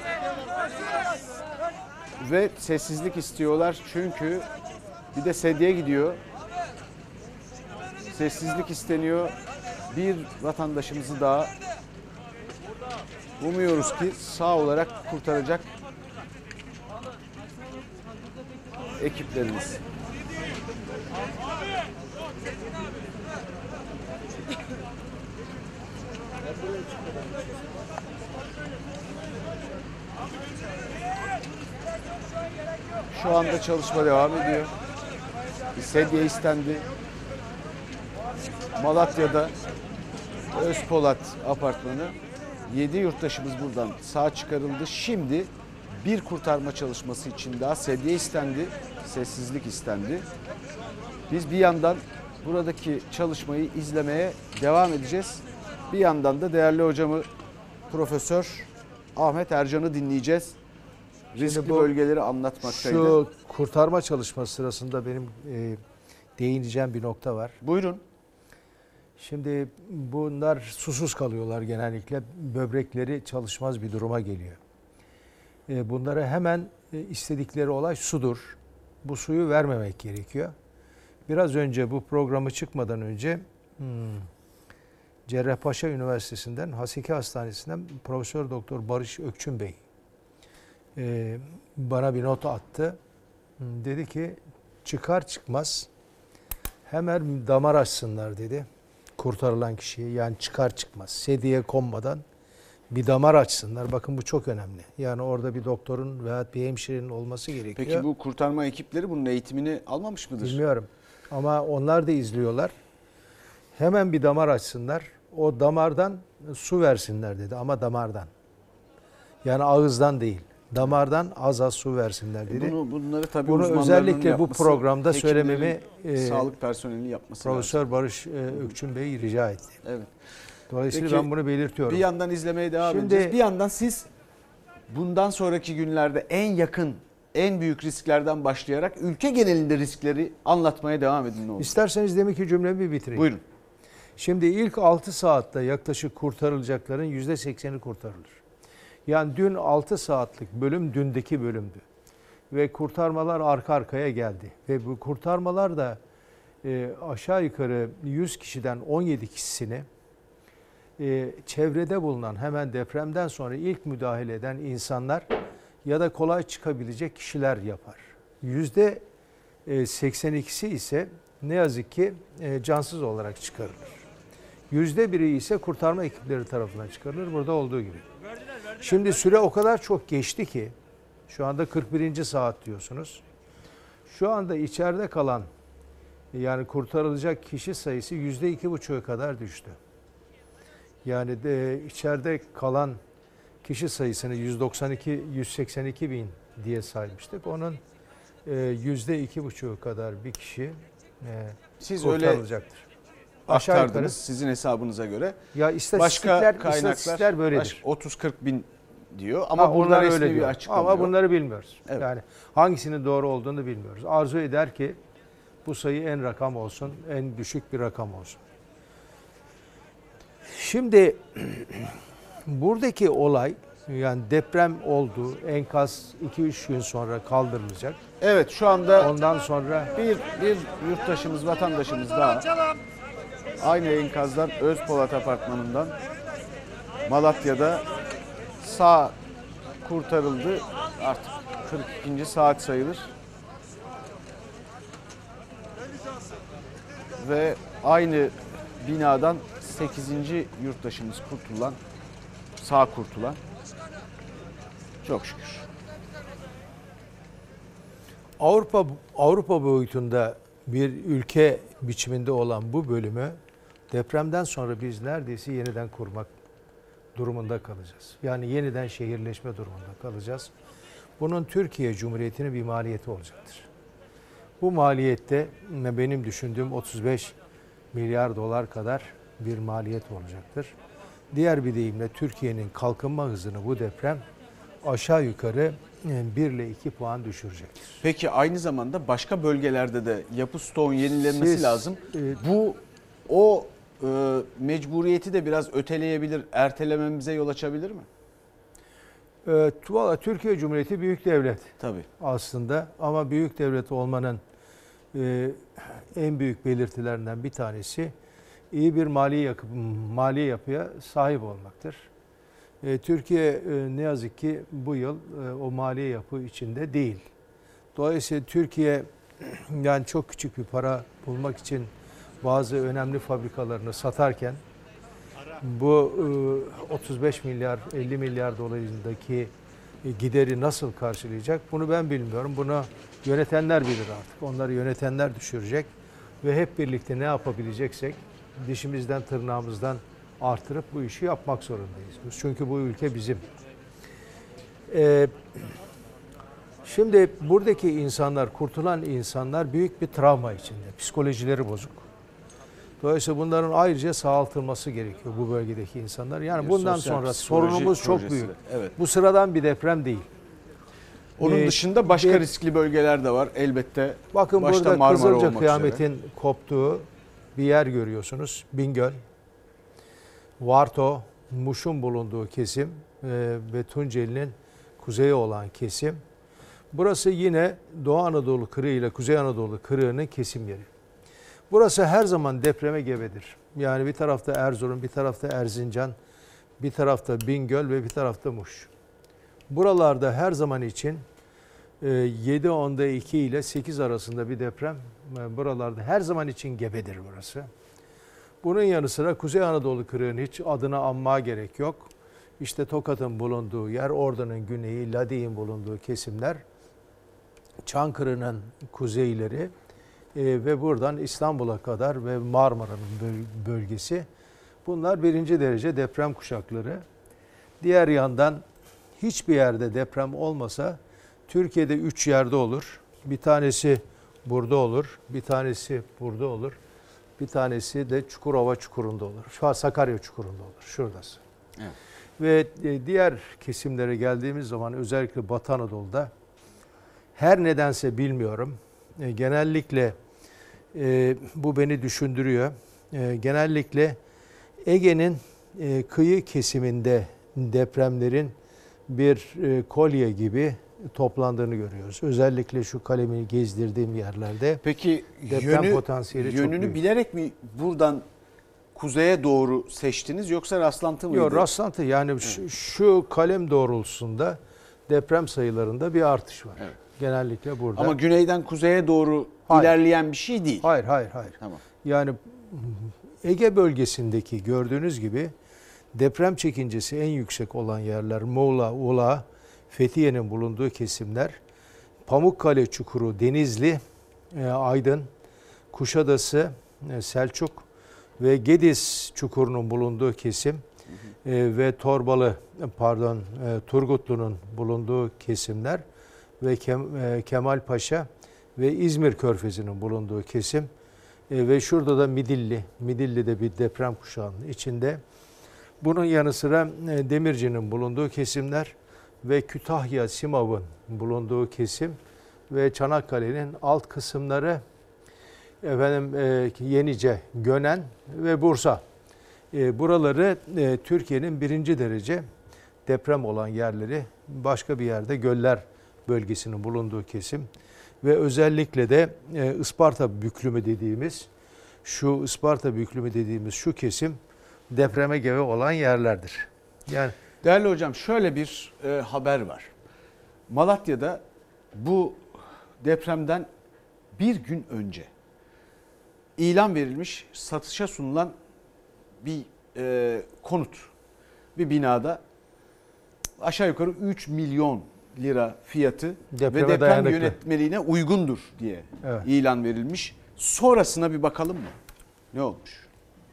Ve sessizlik istiyorlar çünkü bir de sedye gidiyor. Sessizlik isteniyor. Bir vatandaşımızı daha umuyoruz ki sağ olarak kurtaracak ekiplerimiz. Şu anda çalışma devam ediyor. Bir sedye istendi. Malatya'da Özpolat apartmanı, yedi yurttaşımız buradan sağ çıkarıldı. Şimdi bir kurtarma çalışması için daha sedye istendi, sessizlik istendi. Biz bir yandan buradaki çalışmayı izlemeye devam edeceğiz. Bir yandan da değerli hocamı Profesör Ahmet Ercan'ı dinleyeceğiz. Riskli bu, bölgeleri anlatmaktaydı. Şu kurtarma çalışması sırasında benim e, değineceğim bir nokta var. Buyurun. Şimdi bunlar susuz kalıyorlar genellikle. Böbrekleri çalışmaz bir duruma geliyor. E, bunlara hemen e, istedikleri olay sudur. Bu suyu vermemek gerekiyor. Biraz önce bu programı çıkmadan önce hmm, Cerrahpaşa Üniversitesi'nden, Haseki Hastanesi'nden Profesör Doktor Barış Ökçün Bey e, bana bir not attı. Dedi ki çıkar çıkmaz hemen damar açsınlar dedi. Kurtarılan kişiye, yani çıkar çıkmaz sedyeye konmadan bir damar açsınlar. Bakın bu çok önemli. Yani orada bir doktorun veya bir hemşirenin olması gerekiyor. Peki bu kurtarma ekipleri bunun eğitimini almamış mıdır? Bilmiyorum. Ama onlar da izliyorlar. Hemen bir damar açsınlar. O damardan su versinler dedi ama damardan. Yani ağızdan değil. Damardan az az su versinler dedi. Bunu, bunları tabii Bunu uzmanlarının özellikle bu yapması, programda hekimlerin, söylememi e, sağlık personelinin yapması Profesör lazım. Barış e, Ökçün Bey rica etti. Evet. Dolayısıyla Peki, ben bunu belirtiyorum. Bir yandan izlemeye devam Şimdi, edeceğiz. Bir yandan siz bundan sonraki günlerde en yakın, en büyük risklerden başlayarak ülke genelinde riskleri anlatmaya devam edin. Ne olur. İsterseniz demek ki cümlemi bir bitireyim. Buyurun. Şimdi ilk altı saatte yaklaşık kurtarılacakların yüzde sekseni kurtarılır. Yani dün altı saatlik bölüm dündeki bölümdü. Ve kurtarmalar arka arkaya geldi. Ve bu kurtarmalar da e, aşağı yukarı yüz kişiden on yedi kişisini e, çevrede bulunan hemen depremden sonra ilk müdahale eden insanlar ya da kolay çıkabilecek kişiler yapar. yüzde seksen ikisi ise ne yazık ki e, cansız olarak çıkarılır. yüzde biri ise kurtarma ekipleri tarafından çıkarılır. Burada olduğu gibi. Şimdi süre o kadar çok geçti ki şu anda kırk birinci saat diyorsunuz. Şu anda içeride kalan yani kurtarılacak kişi sayısı yüzde iki buçuğa kadar düştü. Yani de içeride kalan kişi sayısını yüz doksan iki yüz seksen iki bin diye saymıştık. Onun yüzde iki buçuğa kadar bir kişi Siz kurtarılacaktır. Öyle aşağı aktardınız yukarı sizin hesabınıza göre. Ya istatistikler, başka kaynaklar istatistikler böyledir. otuz kırk bin diyor ama ha, bunlar öyle resmi bir diyor. açıklama. Ama bunları bilmiyoruz. Evet. Yani hangisinin doğru olduğunu bilmiyoruz. Arzu eder ki bu sayı en rakam olsun, en düşük bir rakam olsun. Şimdi buradaki olay yani deprem oldu. Enkaz iki üç gün sonra kaldırılacak. Evet şu anda ondan sonra bir bir yurttaşımız, vatandaşımız daha aynı enkazdan Özpolat Apartmanı'ndan Malatya'da sağ kurtarıldı. Artık kırk ikinci saat sayılır. Ve aynı binadan sekizinci yurttaşımız kurtulan, sağ kurtulan. Çok şükür. Avrupa Avrupa boyutunda bir ülke biçiminde olan bu bölümü depremden sonra biz neredeyse yeniden kurmak durumunda kalacağız. Yani yeniden şehirleşme durumunda kalacağız. Bunun Türkiye Cumhuriyeti'nin bir maliyeti olacaktır. Bu maliyette benim düşündüğüm otuz beş milyar dolar kadar bir maliyet olacaktır. Diğer bir deyimle Türkiye'nin kalkınma hızını bu deprem aşağı yukarı bir ile iki puan düşürecektir. Peki aynı zamanda başka bölgelerde de yapı stoğun yenilenmesi Siz, lazım. E, bu o e, mecburiyeti de biraz öteleyebilir, ertelememize yol açabilir mi? E, valla Türkiye Cumhuriyeti büyük devlet. Tabii. Aslında ama büyük devlet olmanın e, en büyük belirtilerinden bir tanesi iyi bir mali, yakı, mali yapıya sahip olmaktır. E, Türkiye e, ne yazık ki bu yıl e, o mali yapı içinde değil. Dolayısıyla Türkiye yani çok küçük bir para bulmak için bazı önemli fabrikalarını satarken bu e, otuz beş milyar elli milyar dolayındaki e, gideri nasıl karşılayacak bunu ben bilmiyorum. Bunu yönetenler bilir artık. Onları yönetenler düşürecek ve hep birlikte ne yapabileceksek dişimizden tırnağımızdan artırıp bu işi yapmak zorundayız. Çünkü bu ülke bizim. Ee, şimdi buradaki insanlar, kurtulan insanlar büyük bir travma içinde. Psikolojileri bozuk. Dolayısıyla bunların ayrıca sağaltılması gerekiyor bu bölgedeki insanlar. Yani Bir bundan sosyal sonra psikoloji sorunumuz çok projesi. büyük. Evet. Bu sıradan bir deprem değil. Onun Ee, dışında başka bir- riskli bölgeler de var elbette. Bakın Başta burada Marmara Kızılca olmak kıyametin üzere. koptuğu bir yer görüyorsunuz. Bingöl, Varto, Muş'un bulunduğu kesim e, ve Tunceli'nin kuzeyi olan kesim. Burası yine Doğu Anadolu kırığı ile Kuzey Anadolu kırığının kesim yeri. Burası her zaman depreme gebedir. Yani bir tarafta Erzurum, bir tarafta Erzincan, bir tarafta Bingöl ve bir tarafta Muş. Buralarda her zaman için yedi onda iki ile sekiz arasında bir deprem buralarda her zaman için gebedir burası. Bunun yanı sıra Kuzey Anadolu kırığının hiç adına anmaya gerek yok. İşte Tokat'ın bulunduğu yer, Ordu'nun güneyi, Ladik'in bulunduğu kesimler, Çankırı'nın kuzeyleri, ve buradan İstanbul'a kadar ve Marmara'nın bölgesi. Bunlar birinci derece deprem kuşakları. Diğer yandan hiçbir yerde deprem olmasa Türkiye'de üç yerde olur. Bir tanesi burada olur, bir tanesi burada olur, bir tanesi de Çukurova Çukuru'nda olur. Şu an Sakarya Çukuru'nda olur, şuradası. Evet. Ve diğer kesimlere geldiğimiz zaman özellikle Batı Anadolu'da her nedense bilmiyorum. Genellikle e, bu beni düşündürüyor. E, genellikle Ege'nin e, kıyı kesiminde depremlerin bir e, kolye gibi toplandığını görüyoruz. Özellikle şu kalemi gezdirdiğim yerlerde. Peki deprem yönü, potansiyeli çok yönünü büyük. bilerek mi buradan kuzeye doğru seçtiniz yoksa rastlantı mıydı? Yok, rastlantı. Yani evet. şu, şu kalem doğrultusunda deprem sayılarında bir artış var. Evet. Genellikle burada. Ama güneyden kuzeye doğru hayır. ilerleyen bir şey değil. Hayır, hayır, hayır. Tamam. Yani Ege bölgesindeki gördüğünüz gibi deprem çekincesi en yüksek olan yerler Muğla, Ula, Fethiye'nin bulunduğu kesimler, Pamukkale Çukuru, Denizli, Aydın, Kuşadası, Selçuk ve Gediz Çukuru'nun bulunduğu kesim hı hı. ve Torbalı, pardon Turgutlu'nun bulunduğu kesimler ve Kemalpaşa ve İzmir Körfezi'nin bulunduğu kesim ve şurada da Midilli, Midilli'de bir deprem kuşağının içinde. Bunun yanı sıra Demirci'nin bulunduğu kesimler ve Kütahya, Simav'ın bulunduğu kesim ve Çanakkale'nin alt kısımları, efendim Yenice, Gönen ve Bursa. Buraları Türkiye'nin birinci derece deprem olan yerleri, başka bir yerde Göller bölgesinin bulunduğu kesim ve özellikle de Isparta büklümü dediğimiz, şu Isparta büklümü dediğimiz şu kesim depreme gebe olan yerlerdir. Yani değerli hocam şöyle bir e, haber var. Malatya'da bu depremden bir gün önce ilan verilmiş, satışa sunulan bir e, konut, bir binada aşağı yukarı üç milyon lira fiyatı depreme ve deprem dayanıklı yönetmeliğine uygundur diye evet. ilan verilmiş. Sonrasına bir bakalım mı? Ne olmuş?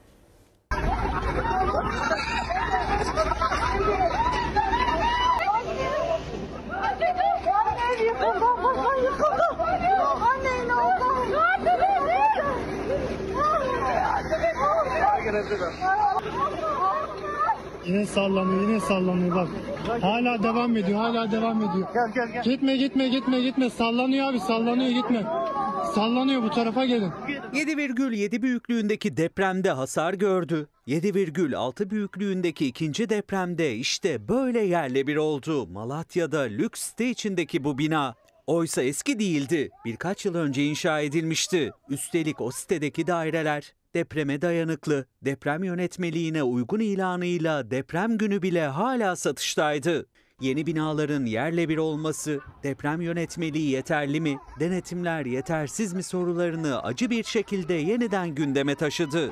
Yine sallanıyor, yine sallanıyor bak. Hala devam ediyor, hala devam ediyor. Gel gel gel. Gitme gitme gitme gitme. Sallanıyor abi, sallanıyor, gitme. Sallanıyor, bu tarafa gelin. yedi virgül yedi büyüklüğündeki depremde hasar gördü. yedi virgül altı büyüklüğündeki ikinci depremde işte böyle yerle bir oldu. Malatya'da lüks site içindeki bu bina. Oysa eski değildi. Birkaç yıl önce inşa edilmişti. Üstelik o sitedeki daireler depreme dayanıklı, deprem yönetmeliğine uygun ilanıyla deprem günü bile hala satıştaydı. Yeni binaların yerle bir olması, deprem yönetmeliği yeterli mi, denetimler yetersiz mi sorularını acı bir şekilde yeniden gündeme taşıdı.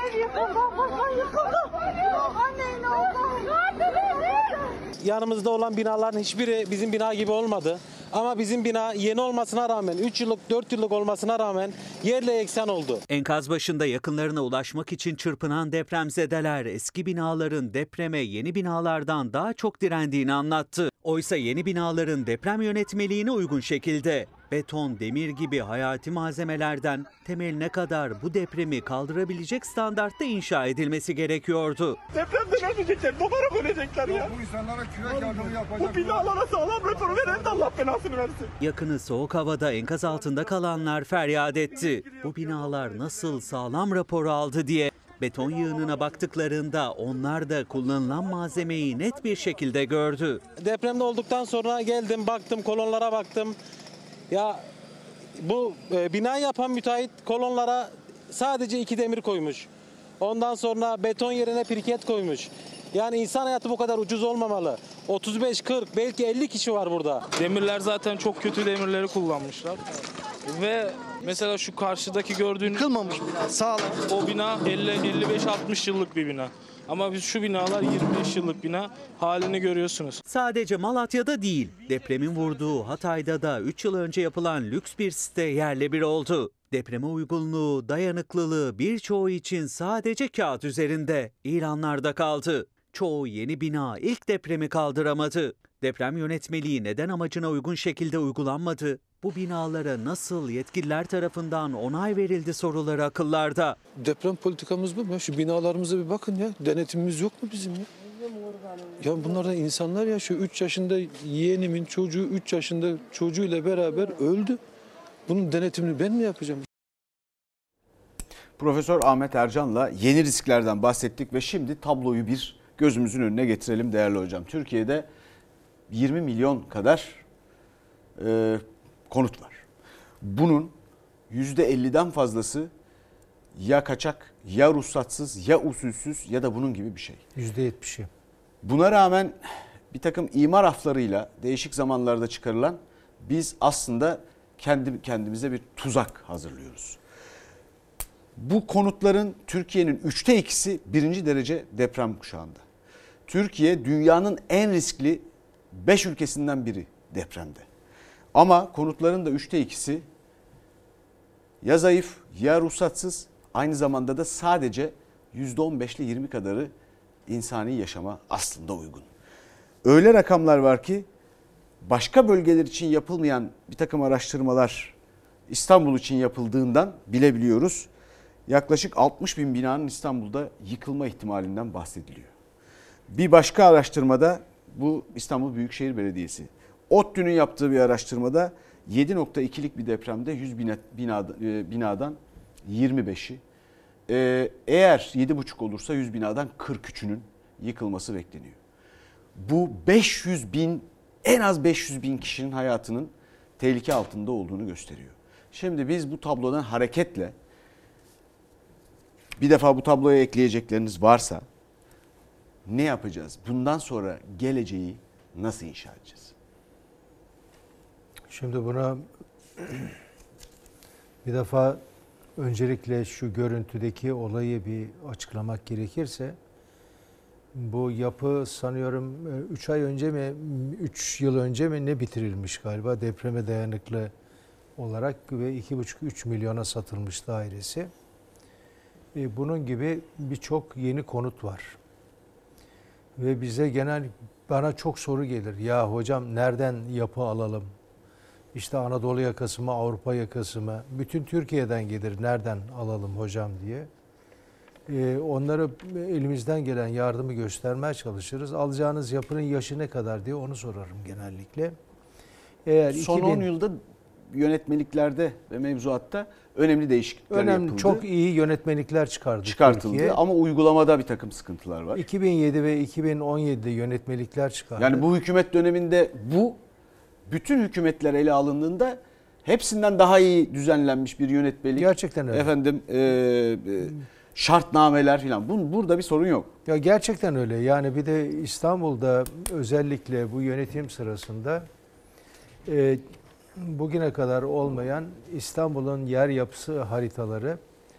Yanımızda olan binaların hiçbiri bizim bina gibi olmadı. Ama bizim bina yeni olmasına rağmen, üç yıllık, dört yıllık olmasına rağmen yerle eksan oldu. Enkaz başında yakınlarına ulaşmak için çırpınan depremzedeler eski binaların depreme yeni binalardan daha çok direndiğini anlattı. Oysa yeni binaların deprem yönetmeliğine uygun şekilde beton, demir gibi hayati malzemelerden temeline kadar bu depremi kaldırabilecek standartta inşa edilmesi gerekiyordu. Depremden ölmeyecekler, donarak ölecekler ya. Bu insanlara kürek yardımı yapacak. Bu binalara sağlam rapor veren de Allah belasını versin. Yakını soğuk havada enkaz altında kalanlar feryat etti. Bu binalar nasıl sağlam raporu aldı diye. Beton yığınına baktıklarında onlar da kullanılan malzemeyi net bir şekilde gördü. Depremde olduktan sonra geldim, baktım, kolonlara baktım. Ya bu e, bina yapan müteahhit kolonlara sadece iki demir koymuş. Ondan sonra beton yerine pirket koymuş. Yani insan hayatı bu kadar ucuz olmamalı. otuz beş kırk belki elli kişi var burada. Demirler zaten çok kötü demirleri kullanmışlar. Ve mesela şu karşıdaki gördüğünüz yıkılmamış bina, sağlam. O bina elli elli beş altmış yıllık bir bina. Ama biz şu binalar yirmi beş yıllık bina, halini görüyorsunuz. Sadece Malatya'da değil, depremin vurduğu Hatay'da da üç yıl önce yapılan lüks bir site yerle bir oldu. Depreme uygunluğu, dayanıklılığı birçoğu için sadece kağıt üzerinde, ilanlarda kaldı. Çoğu yeni bina ilk depremi kaldıramadı. Deprem yönetmeliği neden amacına uygun şekilde uygulanmadı? Bu binalara nasıl yetkililer tarafından onay verildi soruları akıllarda. Deprem politikamız bu mu? Şu binalarımıza bir bakın ya. Denetimimiz yok mu bizim ya? Ya bunlar da insanlar ya. Şu üç yaşında yeğenimin çocuğu üç yaşında çocuğuyla beraber öldü. Bunun denetimini ben mi yapacağım? Profesör Ahmet Ercan'la yeni risklerden bahsettik ve şimdi tabloyu bir gözümüzün önüne getirelim değerli hocam. Türkiye'de yirmi milyon kadar e, konut var. Bunun yüzde elliden fazlası ya kaçak, ya ruhsatsız, ya usulsüz ya da bunun gibi bir şey. yüzde yetmişi. Buna rağmen bir takım imar aflarıyla değişik zamanlarda çıkarılan biz aslında kendi kendimize bir tuzak hazırlıyoruz. Bu konutların Türkiye'nin üçte ikisi birinci derece deprem kuşağında. Türkiye dünyanın en riskli beş ülkesinden biri depremde. Ama konutların da üçte ikisi ya zayıf ya ruhsatsız, aynı zamanda da sadece yüzde on beş ile yirmi kadarı insani yaşama aslında uygun. Öyle rakamlar var ki başka bölgeler için yapılmayan bir takım araştırmalar İstanbul için yapıldığından bilebiliyoruz. Yaklaşık altmış bin binanın İstanbul'da yıkılma ihtimalinden bahsediliyor. Bir başka araştırmada bu İstanbul Büyükşehir Belediyesi. ODTÜ'nün yaptığı bir araştırmada yedi nokta ikilik bir depremde yüz binadan yirmi beşi, eğer yedi buçuk olursa yüz binadan kırk üçünün yıkılması bekleniyor. Bu beş yüz bin, en az beş yüz bin kişinin hayatının tehlike altında olduğunu gösteriyor. Şimdi biz bu tablodan hareketle, bir defa bu tabloya ekleyecekleriniz varsa ne yapacağız? Bundan sonra geleceği nasıl inşa edeceğiz? Şimdi buna bir defa öncelikle şu görüntüdeki olayı bir açıklamak gerekirse, bu yapı sanıyorum üç ay önce mi, üç yıl önce mi ne bitirilmiş galiba, depreme dayanıklı olarak ve iki buçuk üç milyona satılmış dairesi. Bunun gibi birçok yeni konut var. Ve bize genel, bana çok soru gelir. Ya hocam nereden yapı alalım? İşte Anadolu yakası mı, Avrupa yakası mı? Bütün Türkiye'den gelir. Nereden alalım hocam diye. Ee, onlara elimizden gelen yardımı göstermeye çalışırız. Alacağınız yapının yaşı ne kadar diye onu sorarım genellikle. Eğer Son iki bin on yılda yönetmeliklerde ve mevzuatta önemli değişiklikler önemli, yapıldı. çok iyi yönetmelikler çıkardı Çıkartıldı Türkiye. Ama uygulamada bir takım sıkıntılar var. iki bin yedi ve iki bin on yedide yönetmelikler çıkardı. Yani bu hükümet döneminde bu bütün hükümetler ele alındığında hepsinden daha iyi düzenlenmiş bir yönetmelik. Gerçekten öyle. Efendim e, e, şartnameler falan. Bun, burada bir sorun yok. Ya gerçekten öyle. Yani bir de İstanbul'da özellikle bu yönetim sırasında e, bugüne kadar olmayan İstanbul'un yer yapısı haritaları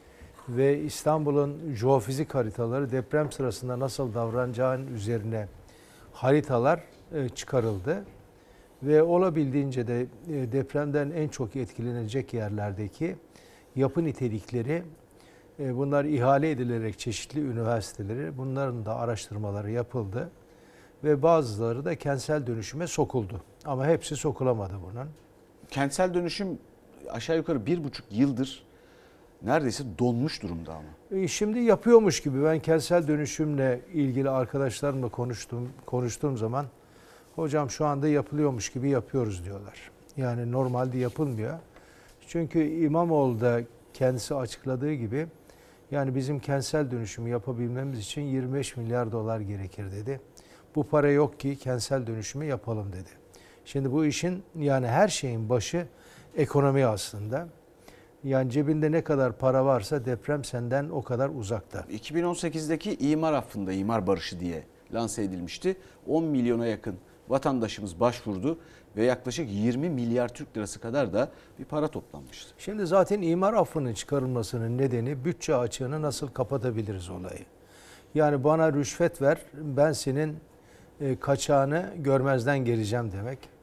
ve İstanbul'un jeofizik haritaları, deprem sırasında nasıl davranacağın üzerine haritalar e, çıkarıldı. Ve olabildiğince de e, depremden en çok etkilenecek yerlerdeki yapı nitelikleri, e, bunlar ihale edilerek çeşitli üniversiteleri, bunların da araştırmaları yapıldı. Ve bazıları da kentsel dönüşüme sokuldu. Ama hepsi sokulamadı bunun. Kentsel dönüşüm aşağı yukarı bir buçuk yıldır neredeyse donmuş durumda ama. E, şimdi yapıyormuş gibi, ben kentsel dönüşümle ilgili arkadaşlarımla konuştum, konuştuğum zaman hocam şu anda yapılıyormuş gibi yapıyoruz diyorlar. Yani normalde yapılmıyor. Çünkü İmamoğlu da kendisi açıkladığı gibi, yani bizim kentsel dönüşümü yapabilmemiz için yirmi beş milyar dolar gerekir dedi. Bu para yok ki kentsel dönüşümü yapalım dedi. Şimdi bu işin, yani her şeyin başı ekonomi aslında. Yani cebinde ne kadar para varsa deprem senden o kadar uzakta. iki bin on sekizdeki imar affında, imar barışı diye lanse edilmişti. on milyona yakın vatandaşımız başvurdu ve yaklaşık yirmi milyar Türk lirası kadar da bir para toplanmıştı. Şimdi zaten imar affının çıkarılmasının nedeni bütçe açığını nasıl kapatabiliriz olayı. Yani bana rüşvet ver, ben senin e, kaçağını görmezden geleceğim demek.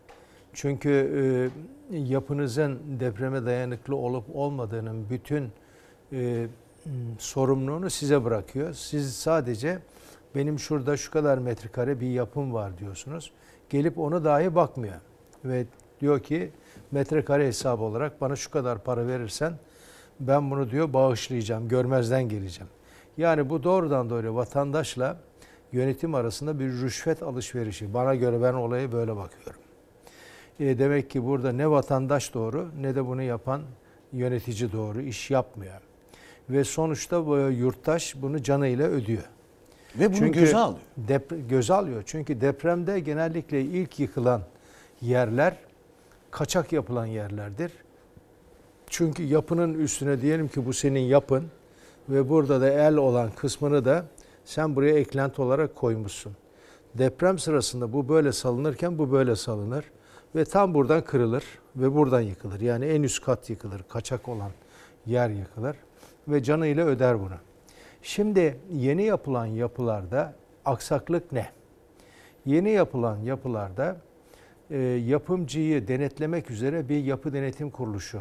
Çünkü e, yapınızın depreme dayanıklı olup olmadığının bütün e, sorumluluğunu size bırakıyor. Siz sadece benim şurada şu kadar metrekare bir yapım var diyorsunuz. Gelip onu dahi bakmıyor. Ve diyor ki metrekare hesabı olarak bana şu kadar para verirsen ben bunu diyor bağışlayacağım, görmezden geleceğim. Yani bu doğrudan doğruya vatandaşla yönetim arasında bir rüşvet alışverişi. Bana göre ben olaya böyle bakıyorum. E demek ki burada ne vatandaş doğru ne de bunu yapan yönetici doğru, iş yapmıyor. Ve sonuçta bu yurttaş bunu canıyla ödüyor. Ve bunu Çünkü göze alıyor. Depre, göze alıyor. Çünkü depremde genellikle ilk yıkılan yerler kaçak yapılan yerlerdir. Çünkü yapının üstüne diyelim ki bu senin yapın ve burada da el olan kısmını da sen buraya eklenti olarak koymuşsun. Deprem sırasında bu böyle salınırken bu böyle salınır ve tam buradan kırılır ve buradan yıkılır. Yani en üst kat yıkılır, kaçak olan yer yıkılır ve canıyla öder bunu. Şimdi yeni yapılan yapılarda aksaklık ne? Yeni yapılan yapılarda e, yapımcıyı denetlemek üzere bir yapı denetim kuruluşu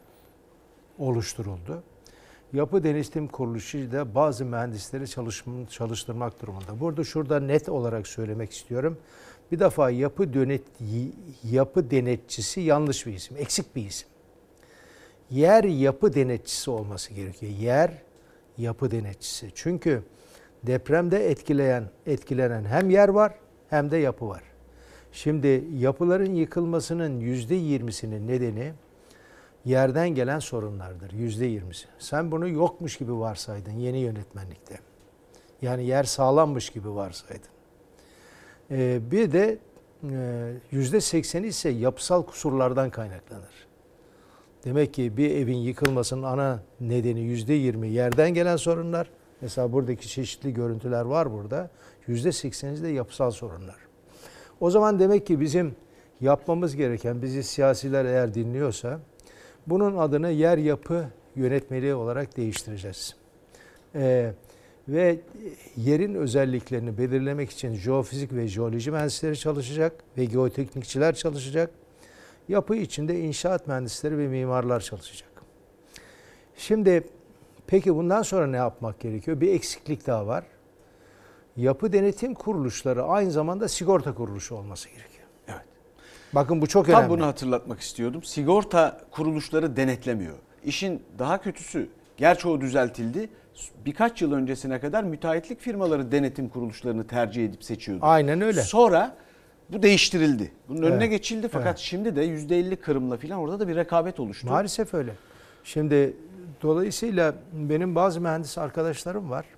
oluşturuldu. Yapı denetim kuruluşu da bazı mühendisleri çalıştırmak durumunda. Burada şurada net olarak söylemek istiyorum. Bir defa yapı denet, yapı denetçisi yanlış bir isim, eksik bir isim. Yer yapı denetçisi olması gerekiyor. Yer yapı denetçisi. Çünkü depremde etkileyen, etkilenen hem yer var hem de yapı var. Şimdi yapıların yıkılmasının yüzde yirmisinin nedeni yerden gelen sorunlardır. yüzde yirmisi. Sen bunu yokmuş gibi varsaydın yeni yönetmenlikte. Yani yer sağlammış gibi varsaydın. Ee, bir de yüzde sekseni ise yapısal kusurlardan kaynaklanır. Demek ki bir evin yıkılmasının ana nedeni yüzde yirmi yerden gelen sorunlar. Mesela buradaki çeşitli görüntüler var burada. yüzde sekseni de yapısal sorunlar. O zaman demek ki bizim yapmamız gereken, bizi siyasiler eğer dinliyorsa, bunun adını yer yapı yönetmeliği olarak değiştireceğiz. Ee, ve yerin özelliklerini belirlemek için jeofizik ve jeoloji mühendisleri çalışacak ve geoteknikçiler çalışacak. Yapı içinde inşaat mühendisleri ve mimarlar çalışacak. Şimdi peki bundan sonra ne yapmak gerekiyor? Bir eksiklik daha var. Yapı denetim kuruluşları aynı zamanda sigorta kuruluşu olması gerekiyor. Evet. Bakın bu çok Tam önemli. bunu hatırlatmak istiyordum. Sigorta kuruluşları denetlemiyor. İşin daha kötüsü, gerçi o düzeltildi. Birkaç yıl öncesine kadar müteahhitlik firmaları denetim kuruluşlarını tercih edip seçiyordu. Aynen öyle. Sonra bu değiştirildi. Bunun önüne Evet. geçildi fakat evet. Şimdi de yüzde elli kırımla falan orada da bir rekabet oluştu. Maalesef öyle. Şimdi dolayısıyla benim bazı mühendis arkadaşlarım var.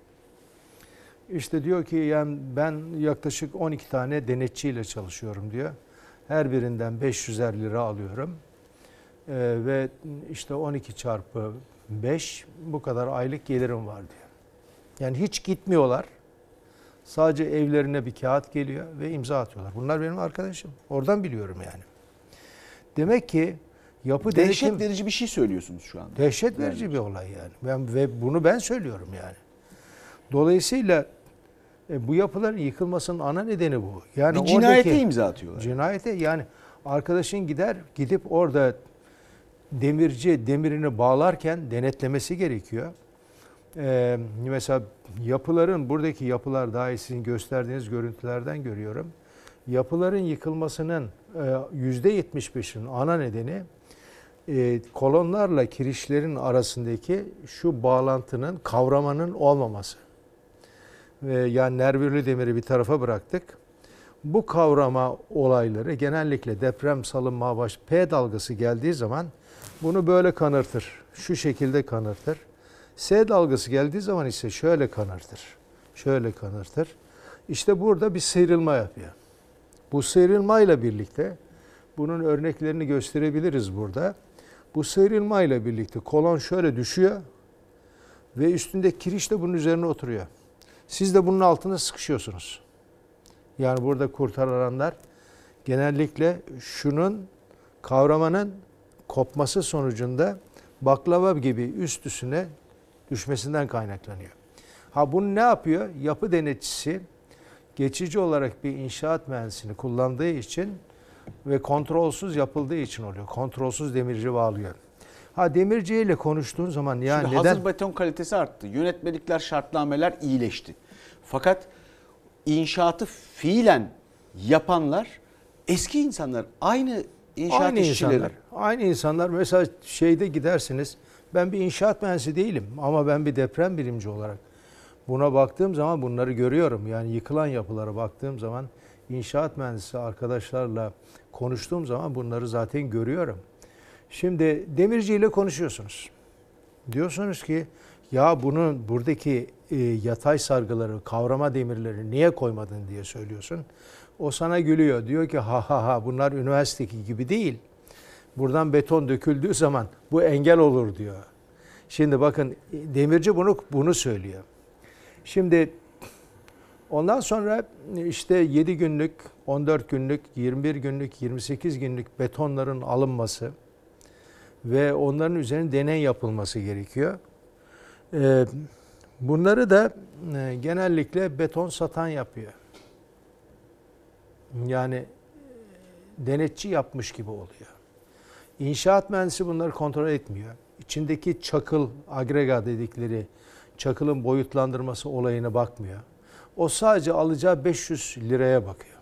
İşte diyor ki yani ben yaklaşık on iki tane denetçiyle çalışıyorum diyor. Her birinden beş yüzer lira alıyorum. Ee, ve işte on iki çarpı beş bu kadar aylık gelirim var diyor. Yani hiç gitmiyorlar. Sadece evlerine bir kağıt geliyor ve imza atıyorlar. Bunlar benim arkadaşım. Oradan biliyorum yani. Demek ki yapı dehşet denetim, verici bir şey söylüyorsunuz şu anda. Dehşet verici yani. Bir olay yani. Ben, ve bunu ben söylüyorum yani. Dolayısıyla e, bu yapıların yıkılmasının ana nedeni bu. Yani bir cinayete oradaki, imza atıyorlar. Cinayete yani arkadaşın gider gidip orada demirci demirini bağlarken denetlemesi gerekiyor. Ee, mesela yapıların, buradaki yapılar dahi sizin gösterdiğiniz görüntülerden görüyorum. Yapıların yıkılmasının yüzde yetmiş beşinin ana nedeni e, kolonlarla kirişlerin arasındaki şu bağlantının, kavramanın olmaması. Ve yani nervürlü demiri bir tarafa bıraktık. Bu kavrama olayları genellikle deprem salınma baş P dalgası geldiği zaman bunu böyle kanırtır. Şu şekilde kanırtır. S dalgası geldiği zaman ise şöyle kanırtır. Şöyle kanırtır. İşte burada bir sıyrılma yapıyor. Bu sıyrılmayla birlikte bunun örneklerini gösterebiliriz burada. Bu sıyrılmayla birlikte kolon şöyle düşüyor ve üstünde kiriş de bunun üzerine oturuyor. Siz de bunun altına sıkışıyorsunuz. Yani burada kurtaranlar genellikle şunun kavramanın kopması sonucunda baklava gibi üst üstüne düşmesinden kaynaklanıyor. Ha bunu ne yapıyor? Yapı denetçisi geçici olarak bir inşaat mühendisini kullandığı için Ve kontrolsüz yapıldığı için oluyor. Kontrolsüz demirci bağlıyor. Ha demirciyle konuştuğun zaman ya Şimdi neden? hazır beton kalitesi arttı. Yönetmelikler, şartnameler iyileşti. Fakat inşaatı fiilen yapanlar eski insanlar. Aynı inşaat Aynı işçileri. insanlar. Aynı insanlar. Mesela şeyde gidersiniz. Ben bir inşaat mühendisi değilim ama ben bir deprem bilimci olarak buna baktığım zaman bunları görüyorum. Yani yıkılan yapılara baktığım zaman inşaat mühendisi arkadaşlarla konuştuğum zaman bunları zaten görüyorum. Şimdi demirciyle konuşuyorsunuz. Diyorsunuz ki ya bunun buradaki e, yatay sargıları, kavrama demirleri niye koymadın diye söylüyorsun. O sana gülüyor. Diyor ki ha ha ha bunlar üniversitedeki gibi değil. Buradan beton döküldüğü zaman bu engel olur diyor. Şimdi bakın demirci bunu bunu söylüyor. Şimdi ondan sonra işte yedi günlük, on dört günlük, yirmi bir günlük, yirmi sekiz günlük betonların alınması ve onların üzerine deney yapılması gerekiyor. Ee, bunları da e, genellikle beton satan yapıyor. Yani denetçi yapmış gibi oluyor. İnşaat mühendisi bunları kontrol etmiyor. İçindeki çakıl, agrega dedikleri çakılın boyutlandırması olayına bakmıyor. O sadece alacağı beş yüz liraya bakıyor.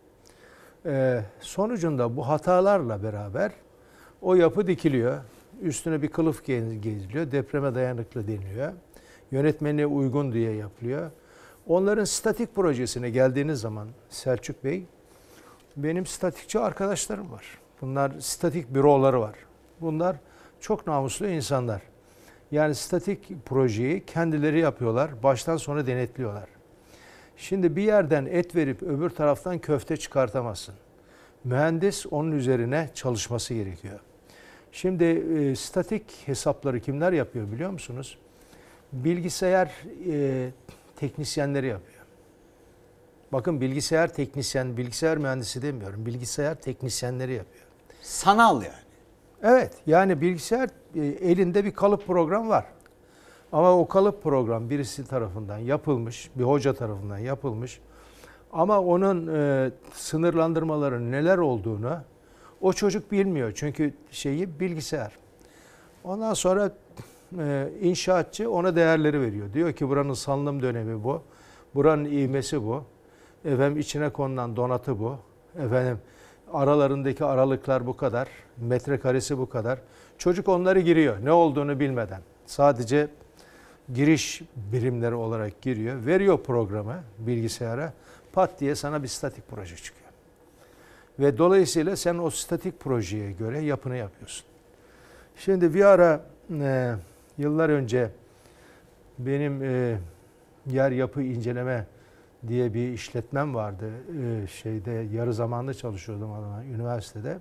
Ee, sonucunda bu hatalarla beraber o yapı dikiliyor. Üstüne bir kılıf geziliyor. Depreme dayanıklı deniliyor. Yönetmenliğe uygun diye yapılıyor. Onların statik projesine geldiğiniz zaman Selçuk Bey, benim statikçi arkadaşlarım var. Bunlar statik büroları var. Bunlar çok namuslu insanlar. Yani statik projeyi kendileri yapıyorlar. Baştan sona denetliyorlar. Şimdi bir yerden et verip öbür taraftan köfte çıkartamazsın. Mühendis onun üzerine çalışması gerekiyor. Şimdi e, statik hesapları kimler yapıyor biliyor musunuz? Bilgisayar e, teknisyenleri yapıyor. Bakın bilgisayar teknisyen, bilgisayar mühendisi demiyorum. Bilgisayar teknisyenleri yapıyor. Sanal yani. Evet, yani bilgisayar e, elinde bir kalıp program var. Ama o kalıp program birisi tarafından yapılmış, bir hoca tarafından yapılmış. Ama onun e, sınırlandırmaların neler olduğunu o çocuk bilmiyor. Çünkü şeyi bilgisayar. Ondan sonra e, inşaatçı ona değerleri veriyor. Diyor ki buranın salınım dönemi bu. Buranın ivmesi bu. Efendim içine konulan donatı bu. Efendim aralarındaki aralıklar bu kadar. Metrekaresi bu kadar. Çocuk onları giriyor. Ne olduğunu bilmeden. Sadece giriş birimleri olarak giriyor. Veriyor programı bilgisayara. Pat diye sana bir statik proje çıkıyor. Ve dolayısıyla sen o statik projeye göre yapını yapıyorsun. Şimdi bir ara e, yıllar önce benim e, yer yapı inceleme diye bir işletmem vardı. E, şeyde yarı zamanlı çalışıyordum adına, üniversitede.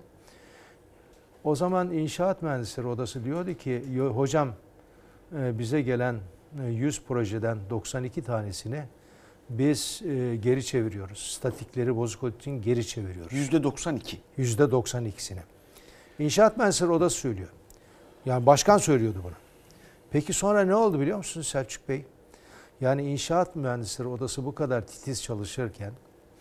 O zaman İnşaat Mühendisleri Odası diyordu ki hocam e, bize gelen yüz projeden doksan iki tanesini biz e, geri çeviriyoruz. Statikleri bozuk olduğu için geri çeviriyoruz. yüzde doksan iki. yüzde doksan ikisini. İnşaat Mühendisleri Odası söylüyor. Yani başkan söylüyordu bunu. Peki sonra ne oldu biliyor musunuz Selçuk Bey? Yani İnşaat Mühendisleri Odası bu kadar titiz çalışırken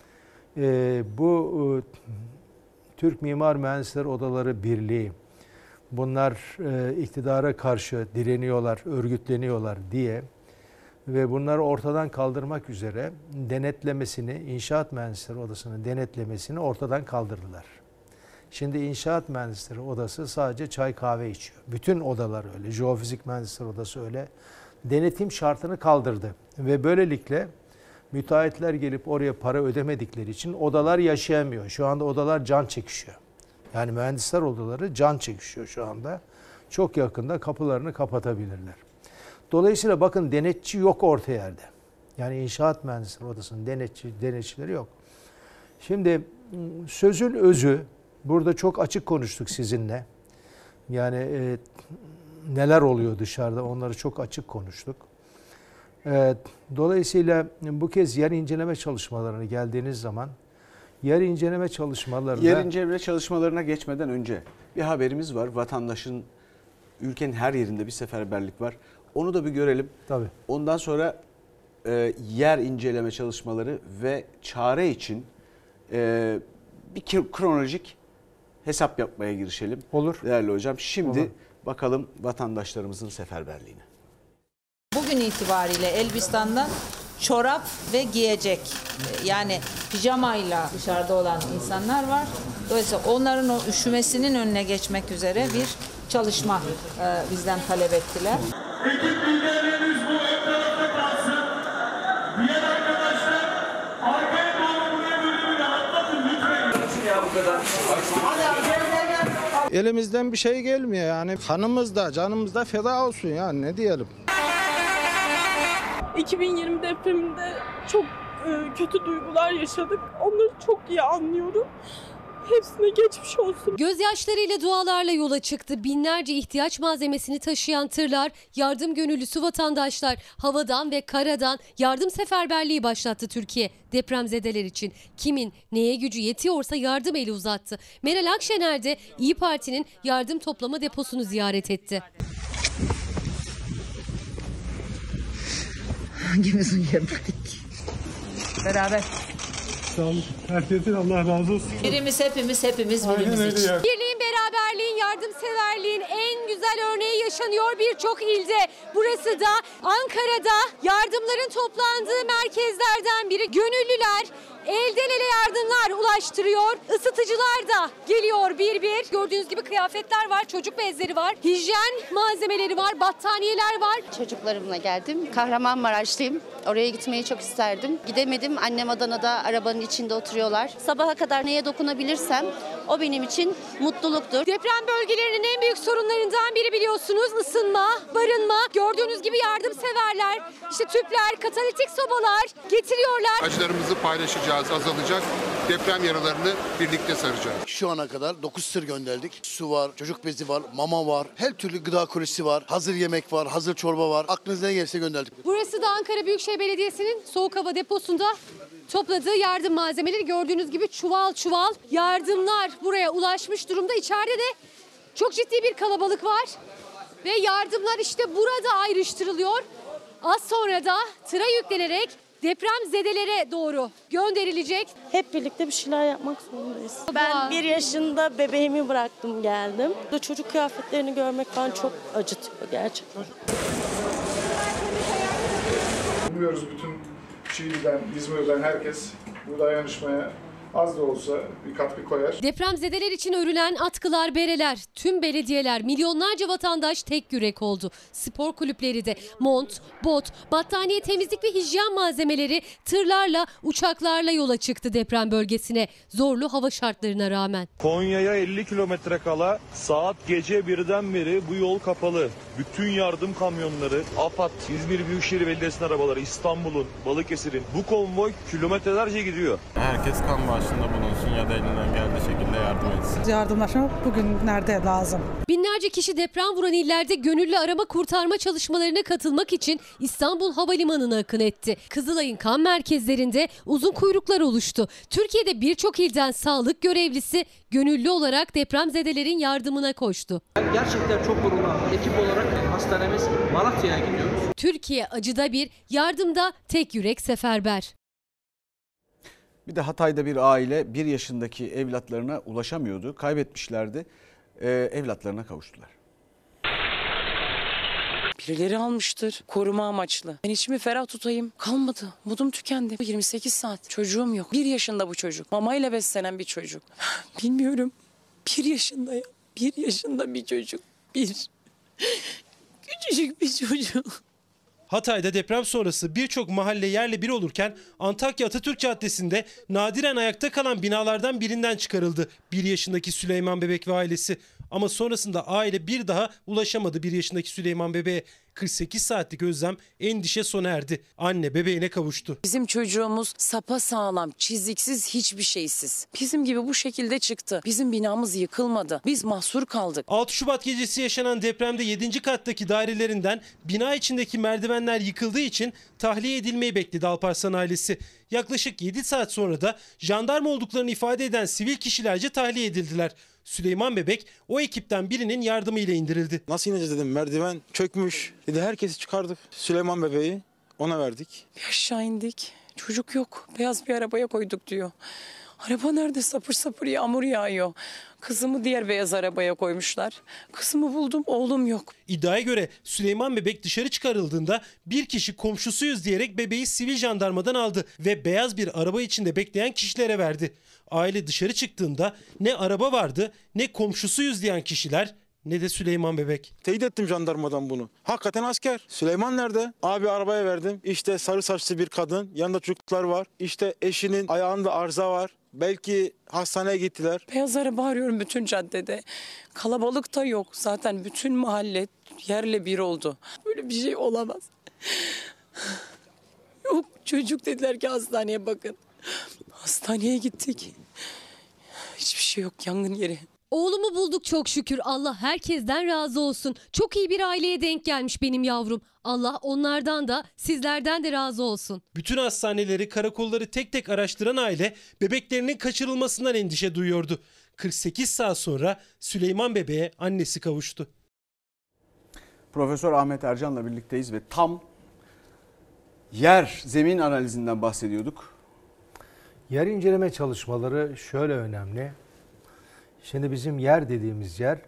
e, bu e, Türk Mimar Mühendisleri Odaları Birliği bunlar e, iktidara karşı direniyorlar, örgütleniyorlar diye ve bunları ortadan kaldırmak üzere denetlemesini, İnşaat Mühendisleri Odası'nın denetlemesini ortadan kaldırdılar. Şimdi İnşaat Mühendisleri Odası sadece çay kahve içiyor. Bütün odalar öyle. Jeofizik Mühendisleri Odası öyle. Denetim şartını kaldırdı. Ve böylelikle müteahhitler gelip oraya para ödemedikleri için odalar yaşayamıyor. Şu anda odalar can çekişiyor. Yani mühendisler odaları can çekişiyor şu anda. Çok yakında kapılarını kapatabilirler. Dolayısıyla bakın denetçi yok orta yerde. Yani İnşaat Mühendisleri Odası'nın denetçi, denetçileri yok. Şimdi sözün özü, burada çok açık konuştuk sizinle. Yani e, neler oluyor dışarıda onları çok açık konuştuk. E, dolayısıyla bu kez yer inceleme çalışmalarına geldiğiniz zaman yer inceleme çalışmalarında... Yer inceleme çalışmalarına geçmeden önce bir haberimiz var. Vatandaşın ülkenin her yerinde bir seferberlik var. Onu da bir görelim. Tabii. Ondan sonra e, yer inceleme çalışmaları ve çare için e, bir kronolojik hesap yapmaya girişelim. Olur. Değerli hocam. Şimdi Olur. bakalım vatandaşlarımızın seferberliğine. Bugün itibariyle Elbistan'dan çorap ve giyecek, yani pijamayla dışarıda olan insanlar var. Dolayısıyla onların o üşümesinin önüne geçmek üzere bir çalışma e, bizden talep ettiler. Ekip liderlerimiz bu ön tarafta kalsın. Diğer arkadaşlar arkaya doğru buraya bölümünü atlatın lütfen. Ya bu kadar. Elimizden bir şey gelmiyor yani. Kanımız da canımız da feda olsun ya, ne diyelim. iki bin yirmi depreminde çok e, kötü duygular yaşadık. Onları çok iyi anlıyorum. Hepsine geçmiş olsun. Gözyaşlarıyla, dualarla yola çıktı. Binlerce ihtiyaç malzemesini taşıyan tırlar, yardım gönüllüsü vatandaşlar havadan ve karadan yardım seferberliği başlattı Türkiye depremzedeler için. Kimin neye gücü yetiyorsa yardım eli uzattı. Meral Akşener de İYİ Parti'nin yardım toplama deposunu ziyaret etti. Hangimiz uyuyamadık? Beraber. Sağ olun. Herkesin Allah razı olsun. Birimiz hepimiz, hepimiz birimiz için. Birliğin, beraberliğin, yardımseverliğin en güzel örneği yaşanıyor birçok ilde. Burası da Ankara'da yardımların toplandığı merkezlerden biri. Gönüllüler elden ele yardımlar ulaştırıyor. Isıtıcılar da geliyor bir bir. Gördüğünüz gibi kıyafetler var, çocuk bezleri var, hijyen malzemeleri var, battaniyeler var. Çocuklarımla geldim. Kahramanmaraşlıyım. Oraya gitmeyi çok isterdim. Gidemedim. Annem Adana'da arabanın içinde oturuyorlar. Sabaha kadar neye dokunabilirsem o benim için mutluluktur. Deprem bölgelerinin en büyük sorunlarından biri biliyorsunuz ısınma, barınma. Gördüğünüz gibi yardımseverler, işte tüpler, katalitik sobalar getiriyorlar. Acılarımızı paylaşacağız, azalacak. Deprem yaralarını birlikte saracağız. Şu ana kadar dokuz tır gönderdik. Su var, çocuk bezi var, mama var, her türlü gıda kolisi var, hazır yemek var, hazır çorba var. Aklınıza ne gelirse gönderdik. Burası da Ankara Büyükşehir Belediyesi'nin soğuk hava deposunda topladığı yardım malzemeleri. Gördüğünüz gibi çuval çuval yardımlar buraya ulaşmış durumda. İçeride de çok ciddi bir kalabalık var ve yardımlar işte burada ayrıştırılıyor. Az sonra da tıra yüklenerek depremzedelere doğru gönderilecek. Hep birlikte bir şeyler yapmak zorundayız. Ben bir yaşında bebeğimi bıraktım geldim. Çocuk kıyafetlerini görmek bana çok acıtıyor gerçekten. Umuyoruz bütün Şii'den, İzmir'den herkes bu dayanışmaya az da olsa bir katkı koyar. Depremzedeler için örülen atkılar, bereler, tüm belediyeler, milyonlarca vatandaş tek yürek oldu. Spor kulüpleri de mont, bot, battaniye, temizlik ve hijyen malzemeleri tırlarla, uçaklarla yola çıktı deprem bölgesine. Zorlu hava şartlarına rağmen. Konya'ya elli kilometre kala saat gece birden beri bu yol kapalı. Bütün yardım kamyonları, AFAD, İzmir Büyükşehir Belediyesi'nin arabaları, İstanbul'un, Balıkesir'in bu konvoy kilometrelerce gidiyor. Herkes kan bağışında bulunsun ya da elinden geldiği şekilde yardım etsin. Yardımlaşma bugünlerde lazım. Binlerce kişi deprem vuran illerde gönüllü arama kurtarma çalışmalarına katılmak için İstanbul Havalimanı'na akın etti. Kızılay'ın kan merkezlerinde uzun kuyruklar oluştu. Türkiye'de birçok ilden sağlık görevlisi gönüllü olarak depremzedelerin yardımına koştu. Gerçekten çok gururlu. Ekip olarak hastanemiz Malatya'ya gidiyoruz. Türkiye acıda bir, yardımda tek yürek seferber. Bir de Hatay'da bir aile bir yaşındaki evlatlarına ulaşamıyordu. Kaybetmişlerdi. Ee, evlatlarına kavuştular. Birileri almıştır koruma amaçlı. Ben içimi ferah tutayım. Kalmadı. Budum tükendi. yirmi sekiz saat. Çocuğum yok. Bir yaşında bu çocuk. Mamayla beslenen bir çocuk. Bilmiyorum. Bir yaşında ya. Bir yaşında bir çocuk. Bir. Küçücük bir çocuk. Hatay'da deprem sonrası birçok mahalle yerle bir olurken Antakya Atatürk Caddesi'nde nadiren ayakta kalan binalardan birinden çıkarıldı bir yaşındaki Süleyman Bebek ve ailesi. Ama sonrasında aile bir daha ulaşamadı bir yaşındaki Süleyman Bebek'e. kırk sekiz saatlik özlem endişe sona erdi. Anne bebeğine kavuştu. Bizim çocuğumuz sapasağlam, çiziksiz, hiçbir şeysiz. Bizim gibi bu şekilde çıktı. Bizim binamız yıkılmadı. Biz mahsur kaldık. altı Şubat gecesi yaşanan depremde yedinci kattaki dairelerinden bina içindeki merdivenler yıkıldığı için tahliye edilmeyi bekledi Alparslan ailesi. Yaklaşık yedi saat sonra da jandarma olduklarını ifade eden sivil kişilerce tahliye edildiler. Süleyman Bebek o ekipten birinin yardımıyla indirildi. Nasıl ineceğiz dedim, merdiven çökmüş. Dedi herkesi çıkardık. Süleyman Bebeği ona verdik. Bir aşağı indik. Çocuk yok. Beyaz bir arabaya koyduk diyor. Araba nerede? Sapır sapır yağmur yağıyor. Kızımı diğer beyaz arabaya koymuşlar. Kızımı buldum, oğlum yok. İddiaya göre Süleyman Bebek dışarı çıkarıldığında bir kişi komşusuyuz diyerek bebeği sivil jandarmadan aldı ve beyaz bir araba içinde bekleyen kişilere verdi. Aile dışarı çıktığında ne araba vardı, ne komşusuyuz diyen kişiler, ne de Süleyman Bebek. Teyit ettim jandarmadan bunu. Hakikaten asker. Süleyman nerede? Abi arabaya verdim. İşte sarı saçlı bir kadın. Yanında çocuklar var. İşte eşinin ayağında arıza var. Belki hastaneye gittiler. Beyaz araba arıyorum bütün caddede. Kalabalık da yok. Zaten bütün mahalle yerle bir oldu. Böyle bir şey olamaz. Yok, çocuk dediler ki hastaneye bakın. Hastaneye gittik. Hiçbir şey yok, yangın yeri. Oğlumu bulduk çok şükür. Allah herkesten razı olsun. Çok iyi bir aileye denk gelmiş benim yavrum. Allah onlardan da sizlerden de razı olsun. Bütün hastaneleri, karakolları tek tek araştıran aile bebeklerinin kaçırılmasından endişe duyuyordu. kırk sekiz saat sonra Süleyman Bebek'e annesi kavuştu. Profesör Ahmet Ercan'la birlikteyiz ve tam yer, zemin analizinden bahsediyorduk. Yer inceleme çalışmaları şöyle önemli. Şimdi bizim yer dediğimiz yer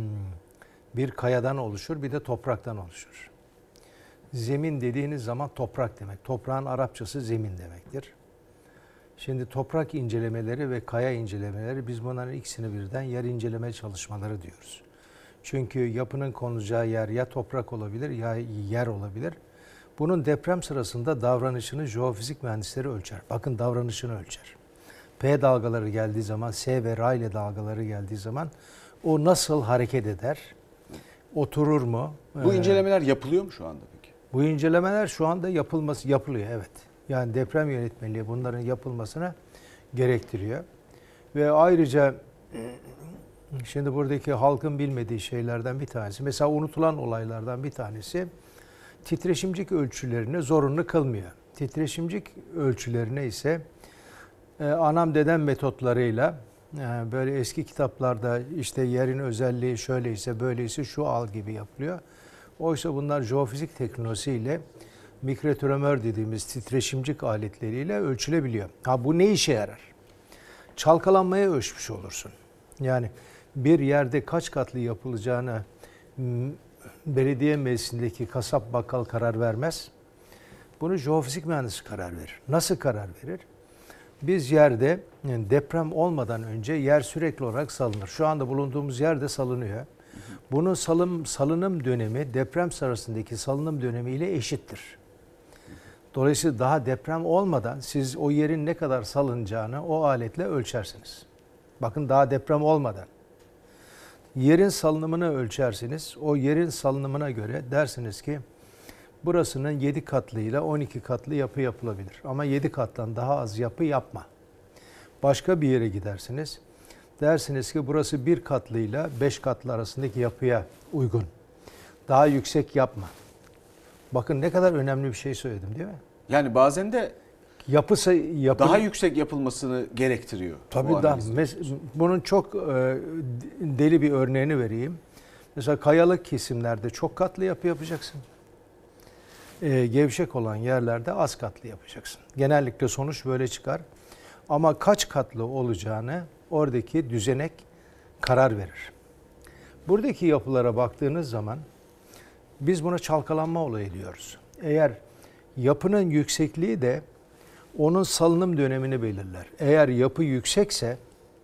bir kayadan oluşur, bir de topraktan oluşur. Zemin dediğiniz zaman toprak demek. Toprağın Arapçası zemin demektir. Şimdi toprak incelemeleri ve kaya incelemeleri, biz bunların ikisini birden yer inceleme çalışmaları diyoruz. Çünkü yapının konulacağı yer ya toprak olabilir ya yer olabilir. Bunun deprem sırasında davranışını jeofizik mühendisleri ölçer. Bakın davranışını ölçer. P dalgaları geldiği zaman, S ve R ile dalgaları geldiği zaman o nasıl hareket eder? Oturur mu? Bu ee, incelemeler yapılıyor mu şu anda peki? Bu incelemeler şu anda yapılması yapılıyor, evet. Yani deprem yönetmeliği bunların yapılmasına gerektiriyor. Ve ayrıca şimdi buradaki halkın bilmediği şeylerden bir tanesi, mesela unutulan olaylardan bir tanesi, titreşimcik ölçülerini zorunlu kılmıyor. Titreşimcik ölçülerine ise e, anam dedem metotlarıyla e, böyle eski kitaplarda işte yerin özelliği şöyleyse böyleyse şu al gibi yapılıyor. Oysa bunlar jeofizik teknolojisiyle mikrotremör dediğimiz titreşimcik aletleriyle ölçülebiliyor. Ha bu ne işe yarar? Çalkalanmaya ölçmüş olursun. Yani bir yerde kaç katlı yapılacağını belediye meclisindeki kasap bakkal karar vermez. Bunu jeofizik mühendisi karar verir. Nasıl karar verir? Biz yerde yani deprem olmadan önce yer sürekli olarak salınır. Şu anda bulunduğumuz yerde salınıyor. Bunun salım, salınım dönemi deprem sırasındaki salınım dönemiyle eşittir. Dolayısıyla daha deprem olmadan siz o yerin ne kadar salınacağını o aletle ölçersiniz. Bakın daha deprem olmadan. Yerin salınımını ölçersiniz. O yerin salınımına göre dersiniz ki burasının yedi katlıyla on iki katlı yapı yapılabilir. Ama yedi kattan daha az yapı yapma. Başka bir yere gidersiniz. Dersiniz ki burası bir katlıyla beş katlı arasındaki yapıya uygun. Daha yüksek yapma. Bakın ne kadar önemli bir şey söyledim değil mi? Yani bazen de yapısı yapı, daha yüksek yapılmasını gerektiriyor. Tabii daha. Bunun çok e, deli bir örneğini vereyim. Mesela kayalık kesimlerde çok katlı yapı yapacaksın. E, gevşek olan yerlerde az katlı yapacaksın. Genellikle sonuç böyle çıkar. Ama kaç katlı olacağını oradaki düzenek karar verir. Buradaki yapılara baktığınız zaman biz buna çalkalanma olayı diyoruz. Eğer yapının yüksekliği de onun salınım dönemini belirler. Eğer yapı yüksekse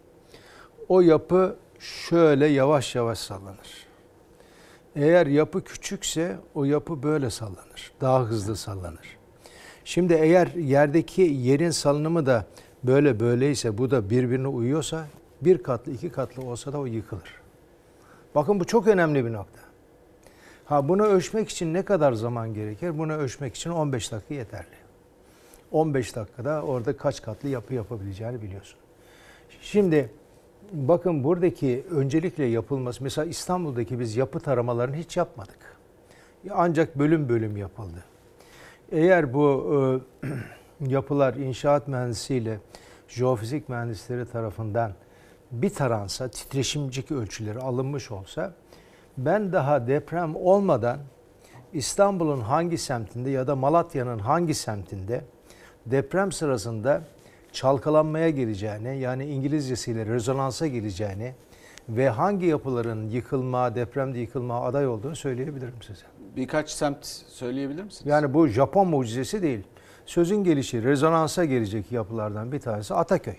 o yapı şöyle yavaş yavaş sallanır. Eğer yapı küçükse o yapı böyle sallanır. Daha hızlı sallanır. Şimdi eğer yerdeki yerin salınımı da böyle böyleyse, bu da birbirine uyuyorsa bir katlı iki katlı olsa da o yıkılır. Bakın bu çok önemli bir nokta. Ha bunu ölçmek için ne kadar zaman gerekir? Bunu ölçmek için on beş dakika yeterli. on beş dakikada orada kaç katlı yapı yapabileceğini biliyorsun. Şimdi bakın buradaki öncelikle yapılması, mesela İstanbul'daki biz yapı taramalarını hiç yapmadık. Ancak bölüm bölüm yapıldı. Eğer bu e, yapılar inşaat mühendisiyle jeofizik mühendisleri tarafından bir taransa, titreşimcik ölçüleri alınmış olsa, ben daha deprem olmadan İstanbul'un hangi semtinde ya da Malatya'nın hangi semtinde deprem sırasında çalkalanmaya gireceğini, yani İngilizcesiyle rezonansa gireceğini ve hangi yapıların yıkılma, depremde yıkılma aday olduğunu söyleyebilirim size. Birkaç semt söyleyebilir misiniz? Yani bu Japon mucizesi değil. Sözün gelişi rezonansa gelecek yapılardan bir tanesi Ataköy.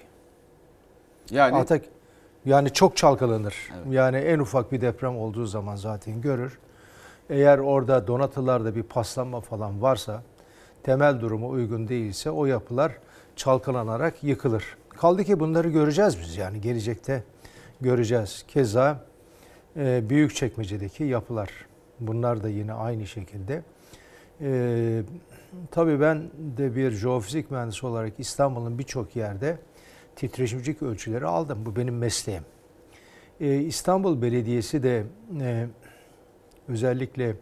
Yani Atak yani çok çalkalanır. Evet. Yani en ufak bir deprem olduğu zaman zaten görür. Eğer orada donatılarda bir paslanma falan varsa, temel durumu uygun değilse o yapılar çalkalanarak yıkılır. Kaldı ki bunları göreceğiz biz, yani gelecekte göreceğiz. Keza e, Büyükçekmece'deki yapılar, bunlar da yine aynı şekilde. E, tabii ben de bir jeofizik mühendisi olarak İstanbul'un birçok yerde titreşimcilik ölçüleri aldım. Bu benim mesleğim. Ee, İstanbul Belediyesi de e, özellikle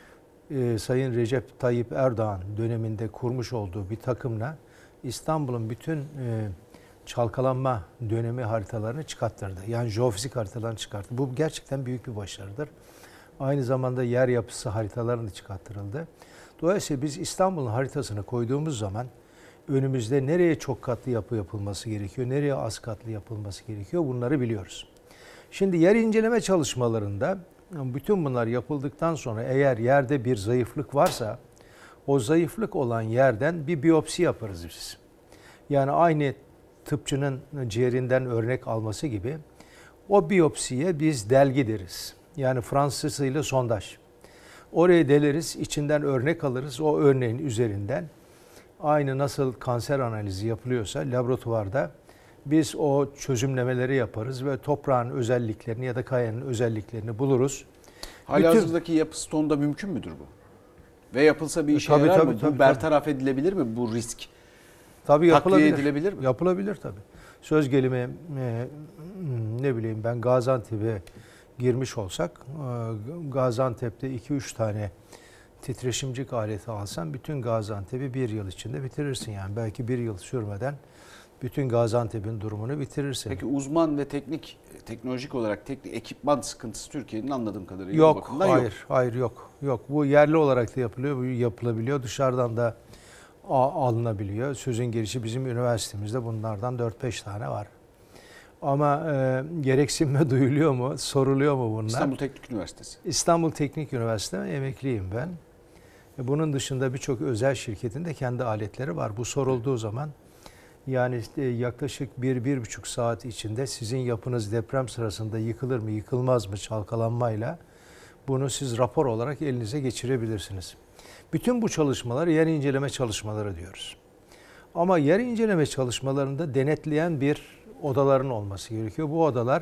e, Sayın Recep Tayyip Erdoğan döneminde kurmuş olduğu bir takımla İstanbul'un bütün e, çalkalanma dönemi haritalarını çıkarttırdı. Yani jeofizik haritalarını çıkarttı. Bu gerçekten büyük bir başarıdır. Aynı zamanda yer yapısı haritalarını çıkarttırıldı. Dolayısıyla biz İstanbul'un haritasını koyduğumuz zaman önümüzde nereye çok katlı yapı yapılması gerekiyor, nereye az katlı yapılması gerekiyor, bunları biliyoruz. Şimdi yer inceleme çalışmalarında bütün bunlar yapıldıktan sonra eğer yerde bir zayıflık varsa o zayıflık olan yerden bir biyopsi yaparız biz. Yani aynı tıpçının ciğerinden örnek alması gibi o biyopsiye biz delgi deriz. Yani Fransızcasıyla sondaj. Oraya deleriz, içinden örnek alırız, o örneğin üzerinden aynı nasıl kanser analizi yapılıyorsa laboratuvarda biz o çözümlemeleri yaparız ve toprağın özelliklerini ya da kayanın özelliklerini buluruz. Halihazırdaki yapı stonda mümkün müdür bu? Ve yapılsa bir işe tabii, yarar tabii, mı? tabii, bu bertaraf tabii. edilebilir mi bu risk? Tabii yapılabilir. Takviye edilebilir mi? Yapılabilir tabii. Söz gelimi e, ne bileyim ben Gaziantep'e girmiş olsak e, Gaziantep'te iki üç tane titreşimcik aleti alsan bütün Gaziantep'i bir yıl içinde bitirirsin. Yani belki bir yıl sürmeden bütün Gaziantep'in durumunu bitirirsin. Peki uzman ve teknik, teknolojik olarak teknik ekipman sıkıntısı Türkiye'nin anladığım kadarıyla yok. Hayır, yok. hayır yok. Yok. Bu yerli olarak da yapılıyor, bu yapılabiliyor. Dışarıdan da alınabiliyor. Sözün gelişi bizim üniversitemizde bunlardan dört beş tane var. Ama e, gereksinme duyuluyor mu, soruluyor mu bunlar? İstanbul Teknik Üniversitesi. İstanbul Teknik Üniversitesi emekliyim ben. Bunun dışında birçok özel şirketin de kendi aletleri var. Bu sorulduğu zaman yani işte yaklaşık bir, bir buçuk saat içinde sizin yapınız deprem sırasında yıkılır mı, yıkılmaz mı çalkalanmayla bunu siz rapor olarak elinize geçirebilirsiniz. Bütün bu çalışmalar yer inceleme çalışmaları diyoruz. Ama yer inceleme çalışmalarında denetleyen bir odaların olması gerekiyor. Bu odalar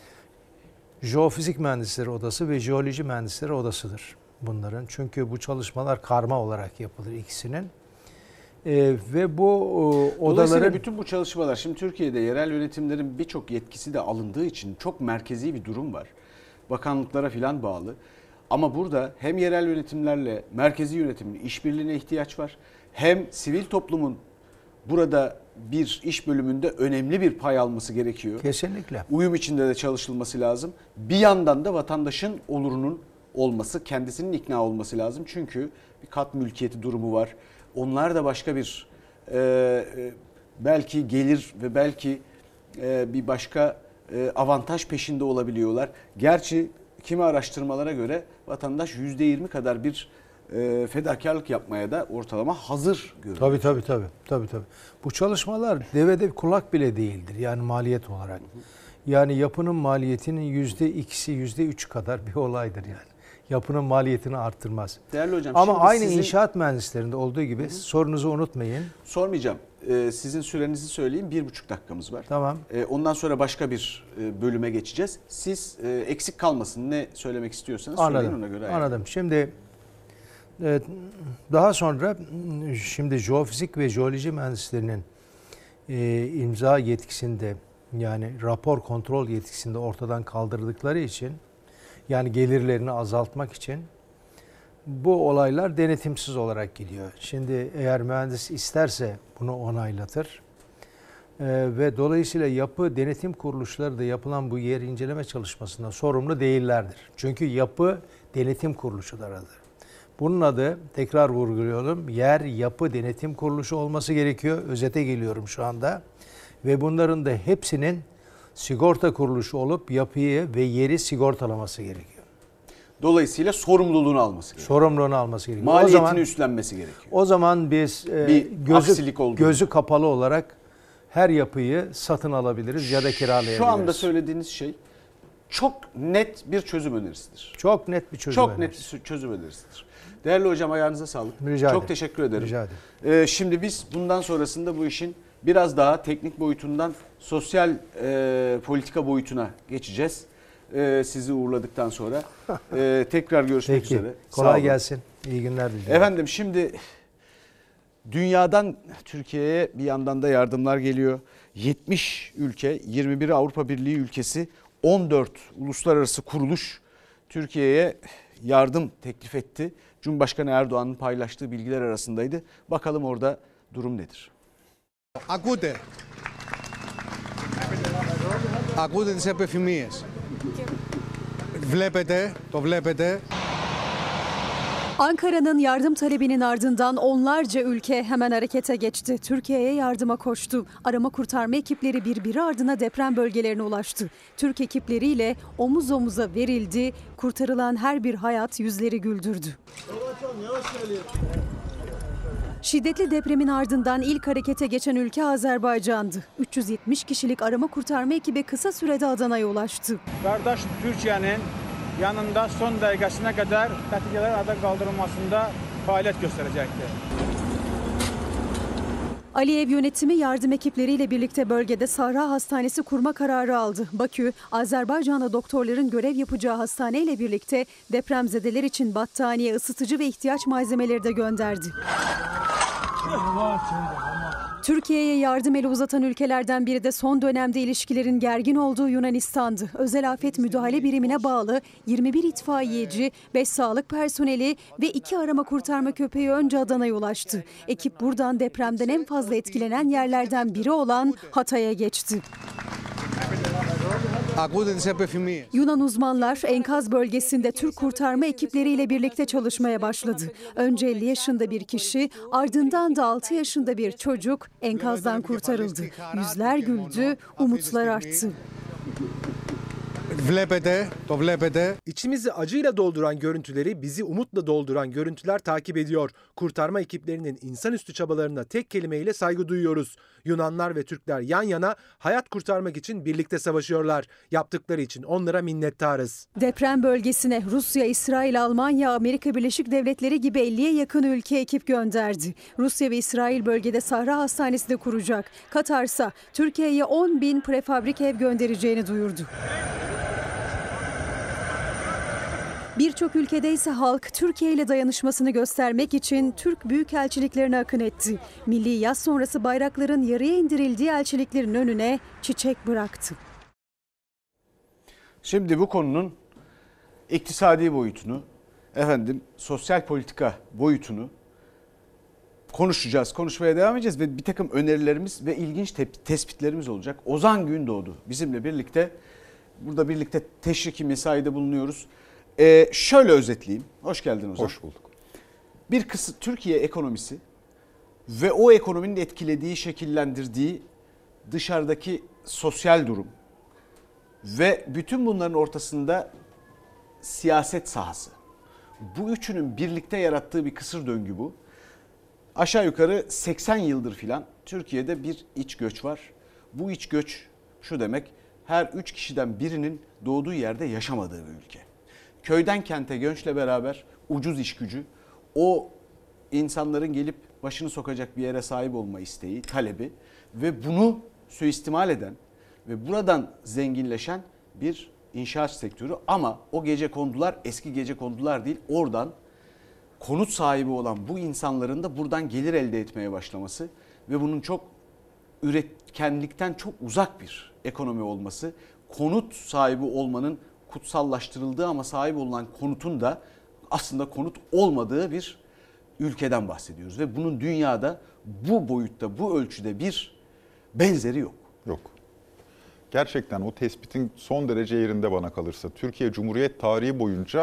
Jeofizik Mühendisleri Odası ve Jeoloji Mühendisleri Odası'dır bunların. Çünkü bu çalışmalar karma olarak yapılır ikisinin. Ee, ve bu e, odaların... bütün bu çalışmalar, şimdi Türkiye'de yerel yönetimlerin birçok yetkisi de alındığı için çok merkezi bir durum var. Bakanlıklara filan bağlı. Ama burada hem yerel yönetimlerle merkezi yönetimin işbirliğine ihtiyaç var. Hem sivil toplumun burada bir iş bölümünde önemli bir pay alması gerekiyor. Kesinlikle. Uyum içinde de çalışılması lazım. Bir yandan da vatandaşın olurunun olması, kendisinin ikna olması lazım. Çünkü bir kat mülkiyeti durumu var. Onlar da başka bir e, belki gelir ve belki e, bir başka e, avantaj peşinde olabiliyorlar. Gerçi kimi araştırmalara göre vatandaş yüzde yirmi kadar bir e, fedakarlık yapmaya da ortalama hazır görünüyor. Tabii tabii tabii. tabii, tabii. Bu çalışmalar devede kulak bile değildir yani maliyet olarak. Yani yapının maliyetinin yüzde ikisi, yüzde üç kadar bir olaydır yani. Yapının maliyetini arttırmaz. Değerli hocam. Ama aynı sizin... inşaat mühendislerinde olduğu gibi hı hı. sorunuzu unutmayın. Sormayacağım. Ee, sizin sürenizi söyleyeyim. Bir buçuk dakikamız var. Tamam. Ee, ondan sonra başka bir e, bölüme geçeceğiz. Siz e, eksik kalmasın. Ne söylemek istiyorsanız Anladım. söyleyin ona göre. Anladım. Yani. Şimdi e, daha sonra şimdi jeofizik ve jeoloji mühendislerinin e, imza yetkisinde yani rapor kontrol yetkisinde ortadan kaldırdıkları için yani gelirlerini azaltmak için bu olaylar denetimsiz olarak gidiyor. Şimdi eğer mühendis isterse bunu onaylatır ee, ve dolayısıyla yapı denetim kuruluşları da yapılan bu yer inceleme çalışmasında sorumlu değillerdir. Çünkü yapı denetim kuruluşlarıdır. Bunun adı, tekrar vurguluyorum, Yer Yapı Denetim Kuruluşu olması gerekiyor. Özete geliyorum şu anda. Ve bunların da hepsinin sigorta kuruluşu olup yapıyı ve yeri sigortalaması gerekiyor. Dolayısıyla sorumluluğunu alması gerekiyor. Sorumluluğunu alması gerekiyor. Maliyetini o zaman, üstlenmesi gerekiyor. O zaman biz e, Bir gözü, olduğunu. gözü kapalı olarak her yapıyı satın alabiliriz ya da kiralayabiliriz. Şu anda söylediğiniz şey çok net bir çözüm önerisidir. Çok net bir çözüm Çok önerisi. net bir çözüm önerisidir. Değerli hocam, ayağınıza sağlık. Rica çok ederim. teşekkür ederim. Rica ederim. Ee, şimdi biz bundan sonrasında bu işin biraz daha teknik boyutundan sosyal e, politika boyutuna geçeceğiz. E, sizi uğurladıktan sonra. E, tekrar görüşmek Peki. üzere. Kolay gelsin. İyi günler diliyorum. Efendim şimdi dünyadan Türkiye'ye bir yandan da yardımlar geliyor. yetmiş ülke, yirmi bir Avrupa Birliği ülkesi, on dört uluslararası kuruluş Türkiye'ye yardım teklif etti. Cumhurbaşkanı Erdoğan'ın paylaştığı bilgiler arasındaydı. Bakalım orada durum nedir? Ακούτε. Ακούτε τις επιφημίες. Βλέπετε, το βλέπετε. Ankara'nın yardım talebinin ardından onlarca ülke hemen harekete geçti. Türkiye'ye yardıma koştu. Arama kurtarma ekipleri birbiri ardına deprem bölgelerine ulaştı. Türk ekipleriyle omuz omuza verildi. Kurtarılan her bir hayat yüzleri güldürdü. Şiddetli depremin ardından ilk harekete geçen ülke Azerbaycan'dı. üç yüz yetmiş kişilik arama kurtarma ekibi kısa sürede Adana'ya ulaştı. Kardeş Türkiye'nin yanında son dakikasına kadar tehlikeler ada kaldırılmasında faaliyet gösterecektir. Aliyev yönetimi yardım ekipleriyle birlikte bölgede Sahra Hastanesi kurma kararı aldı. Bakü, Azerbaycan'da doktorların görev yapacağı hastaneyle birlikte depremzedeler için battaniye, ısıtıcı ve ihtiyaç malzemeleri de gönderdi. Türkiye'ye yardım eli uzatan ülkelerden biri de son dönemde ilişkilerin gergin olduğu Yunanistan'dı. Özel Afet Müdahale Birimine bağlı yirmi bir itfaiyeci, beş sağlık personeli ve iki arama kurtarma köpeği önce Adana'ya ulaştı. Ekip buradan depremden en fazla etkilenen yerlerden biri olan Hatay'a geçti. Yunan uzmanlar enkaz bölgesinde Türk kurtarma ekipleriyle birlikte çalışmaya başladı. Önce elli yaşında bir kişi, ardından da altı yaşında bir çocuk enkazdan kurtarıldı. Yüzler güldü, umutlar arttı. Βλέπετε, το βλέπετε. İçimizi acıyla dolduran görüntüleri bizi umutla dolduran görüntüler takip ediyor. Kurtarma ekiplerinin insanüstü çabalarına tek kelimeyle saygı duyuyoruz. Yunanlar ve Türkler yan yana hayat kurtarmak için birlikte savaşıyorlar. Yaptıkları için onlara minnettarız. Deprem bölgesine Rusya, İsrail, Almanya, Amerika Birleşik Devletleri gibi elliye yakın ülke ekip gönderdi. Rusya ve İsrail bölgede Sahra Hastanesi de kuracak. Katar ise Türkiye'ye on bin prefabrik ev göndereceğini duyurdu. Birçok ülkede ise halk Türkiye ile dayanışmasını göstermek için Türk büyükelçiliklerine akın etti. Milli yaz sonrası bayrakların yarıya indirildiği elçiliklerin önüne çiçek bıraktı. Şimdi bu konunun iktisadi boyutunu, efendim sosyal politika boyutunu konuşacağız, konuşmaya devam edeceğiz ve bir takım önerilerimiz ve ilginç tespitlerimiz olacak. Ozan Gündoğdu bizimle birlikte, burada birlikte teşriki mesaide bulunuyoruz. Ee, şöyle özetleyeyim. Hoş geldin Ozan. Hoş bulduk. Bir kısım Türkiye ekonomisi ve o ekonominin etkilediği, şekillendirdiği dışarıdaki sosyal durum ve bütün bunların ortasında siyaset sahası. Bu üçünün birlikte yarattığı bir kısır döngü bu. Aşağı yukarı seksen yıldır filan Türkiye'de bir iç göç var. Bu iç göç şu demek: her üç kişiden birinin doğduğu yerde yaşamadığı bir ülke. Köyden kente göçle beraber ucuz iş gücü, o insanların gelip başını sokacak bir yere sahip olma isteği, talebi ve bunu suistimal eden ve buradan zenginleşen bir inşaat sektörü. Ama o gecekondular eski gecekondular değil, oradan konut sahibi olan bu insanların da buradan gelir elde etmeye başlaması ve bunun çok üretkenlikten çok uzak bir ekonomi olması, konut sahibi olmanın kutsallaştırıldığı ama sahip olunan konutun da aslında konut olmadığı bir ülkeden bahsediyoruz. Ve bunun dünyada bu boyutta, bu ölçüde bir benzeri yok. Yok. Gerçekten o tespitin son derece yerinde bana kalırsa. Türkiye Cumhuriyet tarihi boyunca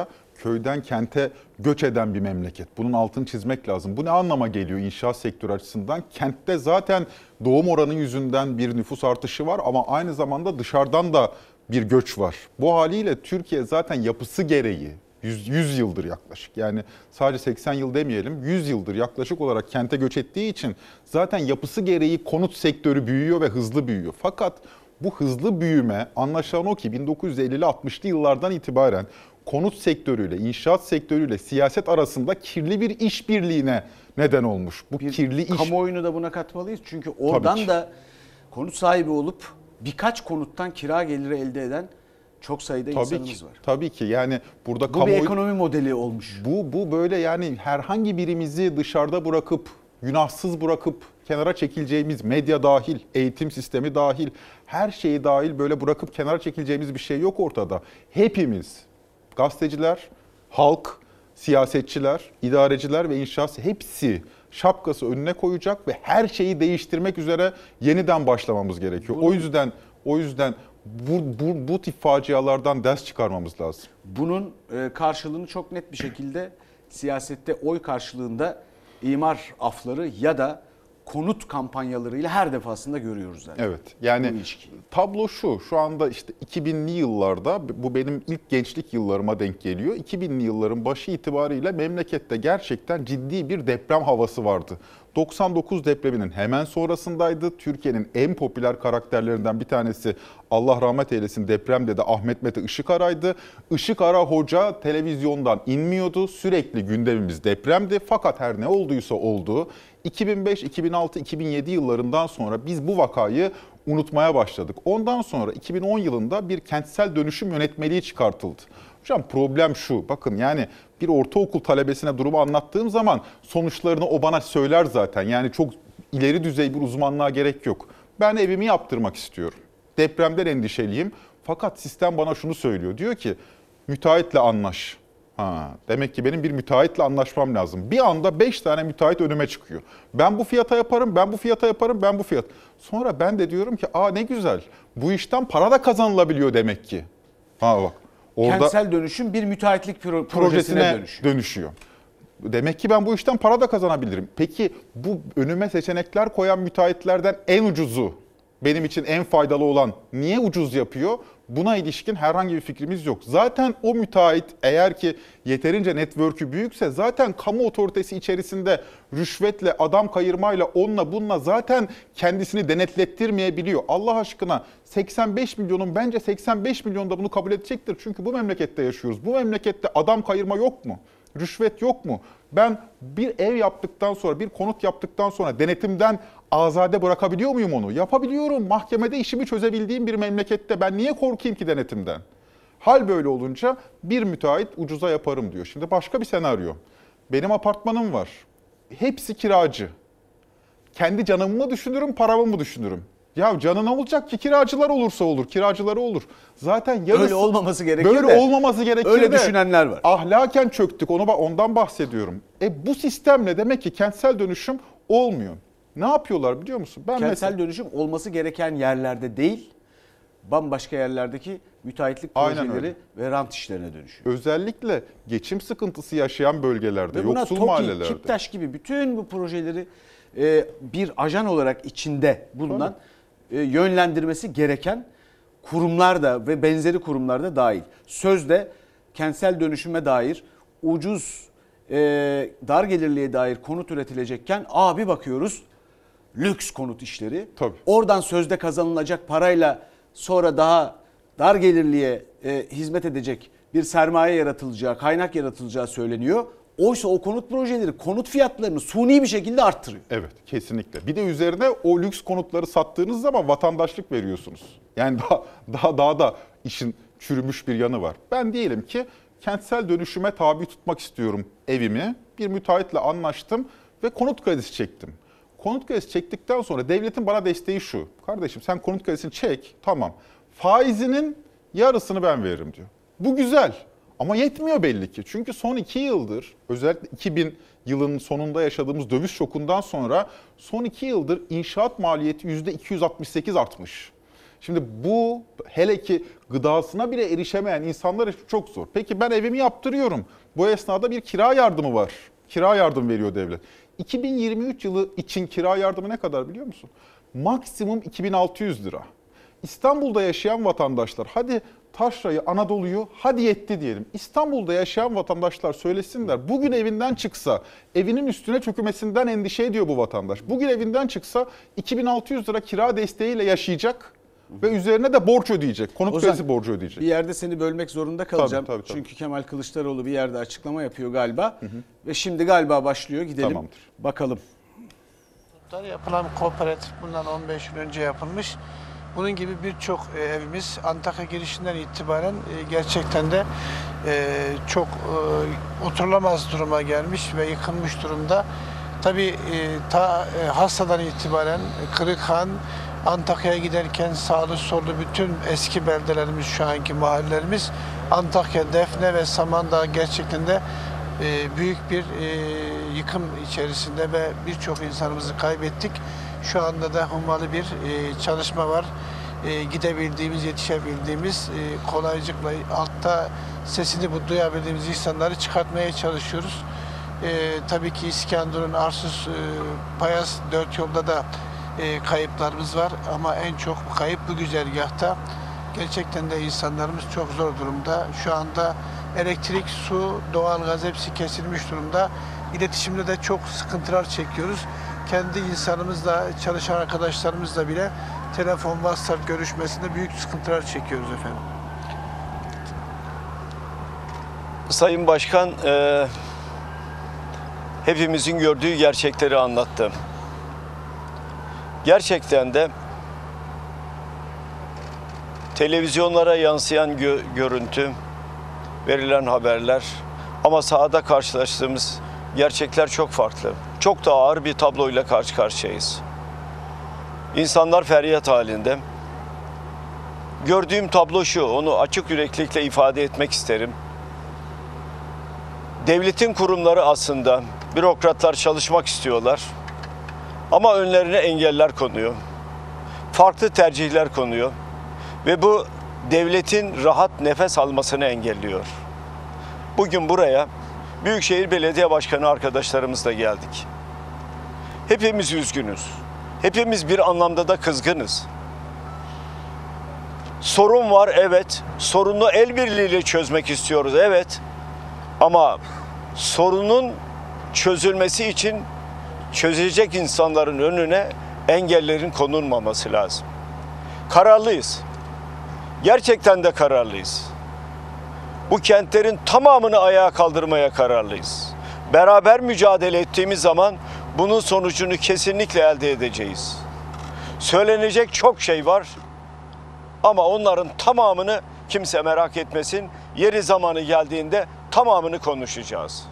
köyden kente göç eden bir memleket. Bunun altını çizmek lazım. Bu ne anlama geliyor inşaat sektörü açısından? Kentte zaten doğum oranı yüzünden bir nüfus artışı var ama aynı zamanda dışarıdan da bir göç var. Bu haliyle Türkiye zaten yapısı gereği yüz yıldır yaklaşık, yani sadece seksen yıl demeyelim, yüz yıldır yaklaşık olarak kente göç ettiği için zaten yapısı gereği konut sektörü büyüyor ve hızlı büyüyor. Fakat bu hızlı büyüme anlaşılan o ki bin dokuz yüz ellili altmışlı yıllardan itibaren konut sektörüyle, inşaat sektörüyle siyaset arasında kirli bir işbirliğine neden olmuş. Bu bir kirli iş... Kamuoyunu da buna katmalıyız. Çünkü oradan da konut sahibi olup birkaç konuttan kira geliri elde eden çok sayıda tabii insanımız ki, var. Tabii ki yani burada bu kamuoyu... bir ekonomi modeli olmuş. Bu, bu böyle yani herhangi birimizi dışarıda bırakıp, günahsız bırakıp kenara çekileceğimiz, medya dahil, eğitim sistemi dahil, her şeyi dahil böyle bırakıp kenara çekileceğimiz bir şey yok ortada. Hepimiz, gazeteciler, halk, siyasetçiler, idareciler ve inşaat hepsi şapkası önüne koyacak ve her şeyi değiştirmek üzere yeniden başlamamız gerekiyor. Bunu, o yüzden o yüzden bu, bu, bu tip facialardan ders çıkarmamız lazım. Bunun karşılığını çok net bir şekilde siyasette oy karşılığında imar afları ya da konut kampanyalarıyla her defasında görüyoruz zaten. Evet. Yani tablo şu. Şu anda işte iki binli yıllarda, bu benim ilk gençlik yıllarıma denk geliyor. iki binli yılların başı itibariyle memlekette gerçekten ciddi bir deprem havası vardı. doksan dokuz depreminin hemen sonrasındaydı. Türkiye'nin en popüler karakterlerinden bir tanesi, Allah rahmet eylesin, deprem dede Ahmet Mete Işıkara'ydı. Işıkara Hoca televizyondan inmiyordu. Sürekli gündemimiz depremdi. Fakat her ne olduysa oldu. iki bin beş, iki bin altı, iki bin yedi yıllarından sonra biz bu vakayı unutmaya başladık. Ondan sonra iki bin on yılında bir kentsel dönüşüm yönetmeliği çıkartıldı. Hocam problem şu, bakın yani bir ortaokul talebesine durumu anlattığım zaman sonuçlarını o bana söyler zaten. Yani çok ileri düzey bir uzmanlığa gerek yok. Ben evimi yaptırmak istiyorum. Depremden endişeliyim. Fakat sistem bana şunu söylüyor. Diyor ki müteahhitle anlaş. Ha, demek ki benim bir müteahhitle anlaşmam lazım. Bir anda beş tane müteahhit önüme çıkıyor. Ben bu fiyata yaparım, ben bu fiyata yaparım, ben bu fiyat. Sonra ben de diyorum ki aa ne güzel. Bu işten para da kazanılabiliyor demek ki. Ha bak. Orada kentsel dönüşüm bir müteahhitlik pro- projesine, projesine dönüşüyor. dönüşüyor. Demek ki ben bu işten para da kazanabilirim. Peki bu önüme seçenekler koyan müteahhitlerden en ucuzu, benim için en faydalı olan niye ucuz yapıyor? Buna ilişkin herhangi bir fikrimiz yok. Zaten o müteahhit eğer ki yeterince network'ü büyükse zaten kamu otoritesi içerisinde rüşvetle, adam kayırmayla, onunla bununla zaten kendisini denetlettirmeyebiliyor. Allah aşkına seksen beş milyonun bence seksen beş milyon da bunu kabul edecektir. Çünkü bu memlekette yaşıyoruz. Bu memlekette adam kayırma yok mu? Rüşvet yok mu? Ben bir ev yaptıktan sonra, bir konut yaptıktan sonra denetimden azade bırakabiliyor muyum onu? Yapabiliyorum. Mahkemede işimi çözebildiğim bir memlekette ben niye korkayım ki denetimden? Hal böyle olunca bir müteahhit ucuza yaparım diyor. Şimdi başka bir senaryo. Benim apartmanım var. Hepsi kiracı. Kendi canımı mı düşünürüm, paramı mı düşünürüm? Ya canı ne olacak ki? Kiracılar olursa olur, kiracıları olur. Zaten yarısı... Öyle olmaması gerekir Böyle de. olmaması gerekir öyle de. düşünenler var. Ahlaken çöktük, onu ondan bahsediyorum. E bu sistemle demek ki kentsel dönüşüm olmuyor. Ne yapıyorlar biliyor musun? Ben Kentsel mesela... dönüşüm olması gereken yerlerde değil, bambaşka yerlerdeki müteahhitlik Aynen projeleri öyle. ve rant işlerine dönüşüyor. Özellikle geçim sıkıntısı yaşayan bölgelerde, Ve buna yoksul TOKİ, mahallelerde. Kiptaş gibi bütün bu projeleri e, bir ajan olarak içinde bulunan e, yönlendirmesi gereken kurumlar da ve benzeri kurumlar da dahil. Sözde kentsel dönüşüme dair ucuz, e, dar gelirliye dair konut üretilecekken abi bakıyoruz lüks konut işleri. Tabii. Oradan sözde kazanılacak parayla sonra daha dar gelirliye e, hizmet edecek bir sermaye yaratılacağı, kaynak yaratılacağı söyleniyor. Oysa o konut projeleri konut fiyatlarını suni bir şekilde arttırıyor. Evet, kesinlikle. Bir de üzerine o lüks konutları sattığınız zaman vatandaşlık veriyorsunuz. Yani daha daha daha da işin çürümüş bir yanı var. Ben diyelim ki kentsel dönüşüme tabi tutmak istiyorum evimi. Bir müteahhitle anlaştım ve konut kredisi çektim. Konut kredisi çektikten sonra devletin bana desteği şu. Kardeşim sen konut kredisini çek, tamam. Faizinin yarısını ben veririm diyor. Bu güzel ama yetmiyor belli ki. Çünkü son iki yıldır, özellikle iki bin yılının sonunda yaşadığımız döviz şokundan sonra son iki yıldır inşaat maliyeti yüzde iki yüz altmış sekiz artmış. Şimdi bu hele ki gıdasına bile erişemeyen insanlar için çok zor. Peki ben evimi yaptırıyorum. Bu esnada bir kira yardımı var. Kira yardım veriyor devlet. iki bin yirmi üç yılı için kira yardımı ne kadar biliyor musun? Maksimum iki bin altı yüz lira. İstanbul'da yaşayan vatandaşlar, hadi taşrayı, Anadolu'yu hadi yetti diyelim. İstanbul'da yaşayan vatandaşlar söylesinler. Bugün evinden çıksa, evinin üstüne çökmesinden endişe ediyor bu vatandaş. Bugün evinden çıksa iki bin altı yüz lira kira desteğiyle yaşayacak ve üzerine de borç ödeyecek. Konut kredisi borcu ödeyecek. Bir yerde seni bölmek zorunda kalacağım. Tabii, tabii, tabii. Çünkü Kemal Kılıçdaroğlu bir yerde açıklama yapıyor galiba. Hı hı. Ve şimdi galiba başlıyor. Gidelim. Tamamdır. Bakalım. Yapılan kooperatif bundan on beş yıl önce yapılmış. Bunun gibi birçok evimiz Antakya girişinden itibaren gerçekten de çok oturulamaz duruma gelmiş ve yıkılmış durumda. Tabii ta Hassa'dan itibaren Kırıkhan, Antakya'ya giderken sağlı sollu bütün eski beldelerimiz, şu anki mahallelerimiz, Antakya, Defne ve Samandağ gerçekten de büyük bir yıkım içerisinde ve birçok insanımızı kaybettik. Şu anda da hummalı bir çalışma var. Gidebildiğimiz, yetişebildiğimiz, kolaycıkla altta sesini bu duyabildiğimiz insanları çıkartmaya çalışıyoruz. Tabii ki İskenderun, Arsuz, Payas, dört yolda da kayıplarımız var ama en çok kayıp bu güzergahta. Gerçekten de insanlarımız çok zor durumda. Şu anda elektrik, su, doğalgaz hepsi kesilmiş durumda. İletişimde de çok sıkıntılar çekiyoruz. Kendi insanımızla, çalışan arkadaşlarımızla bile telefon, WhatsApp görüşmesinde büyük sıkıntılar çekiyoruz efendim. Sayın Başkan e, hepimizin gördüğü gerçekleri anlattı. Gerçekten de televizyonlara yansıyan gö görüntü, verilen haberler ama sahada karşılaştığımız gerçekler çok farklı. Çok da ağır bir tabloyla karşı karşıyayız. İnsanlar feryat halinde. Gördüğüm tablo şu, onu açık yüreklilikle ifade etmek isterim. Devletin kurumları aslında, bürokratlar çalışmak istiyorlar. Ama önlerine engeller konuyor. Farklı tercihler konuyor. Ve bu devletin rahat nefes almasını engelliyor. Bugün buraya Büyükşehir Belediye Başkanı arkadaşlarımızla geldik. Hepimiz üzgünüz. Hepimiz bir anlamda da kızgınız. Sorun var, evet. Sorunu el birliğiyle çözmek istiyoruz, evet. Ama sorunun çözülmesi için çözecek insanların önüne engellerin konulmaması lazım. Kararlıyız. Gerçekten de kararlıyız. Bu kentlerin tamamını ayağa kaldırmaya kararlıyız. Beraber mücadele ettiğimiz zaman bunun sonucunu kesinlikle elde edeceğiz. Söylenecek çok şey var ama onların tamamını kimse merak etmesin. Yeri zamanı geldiğinde tamamını konuşacağız.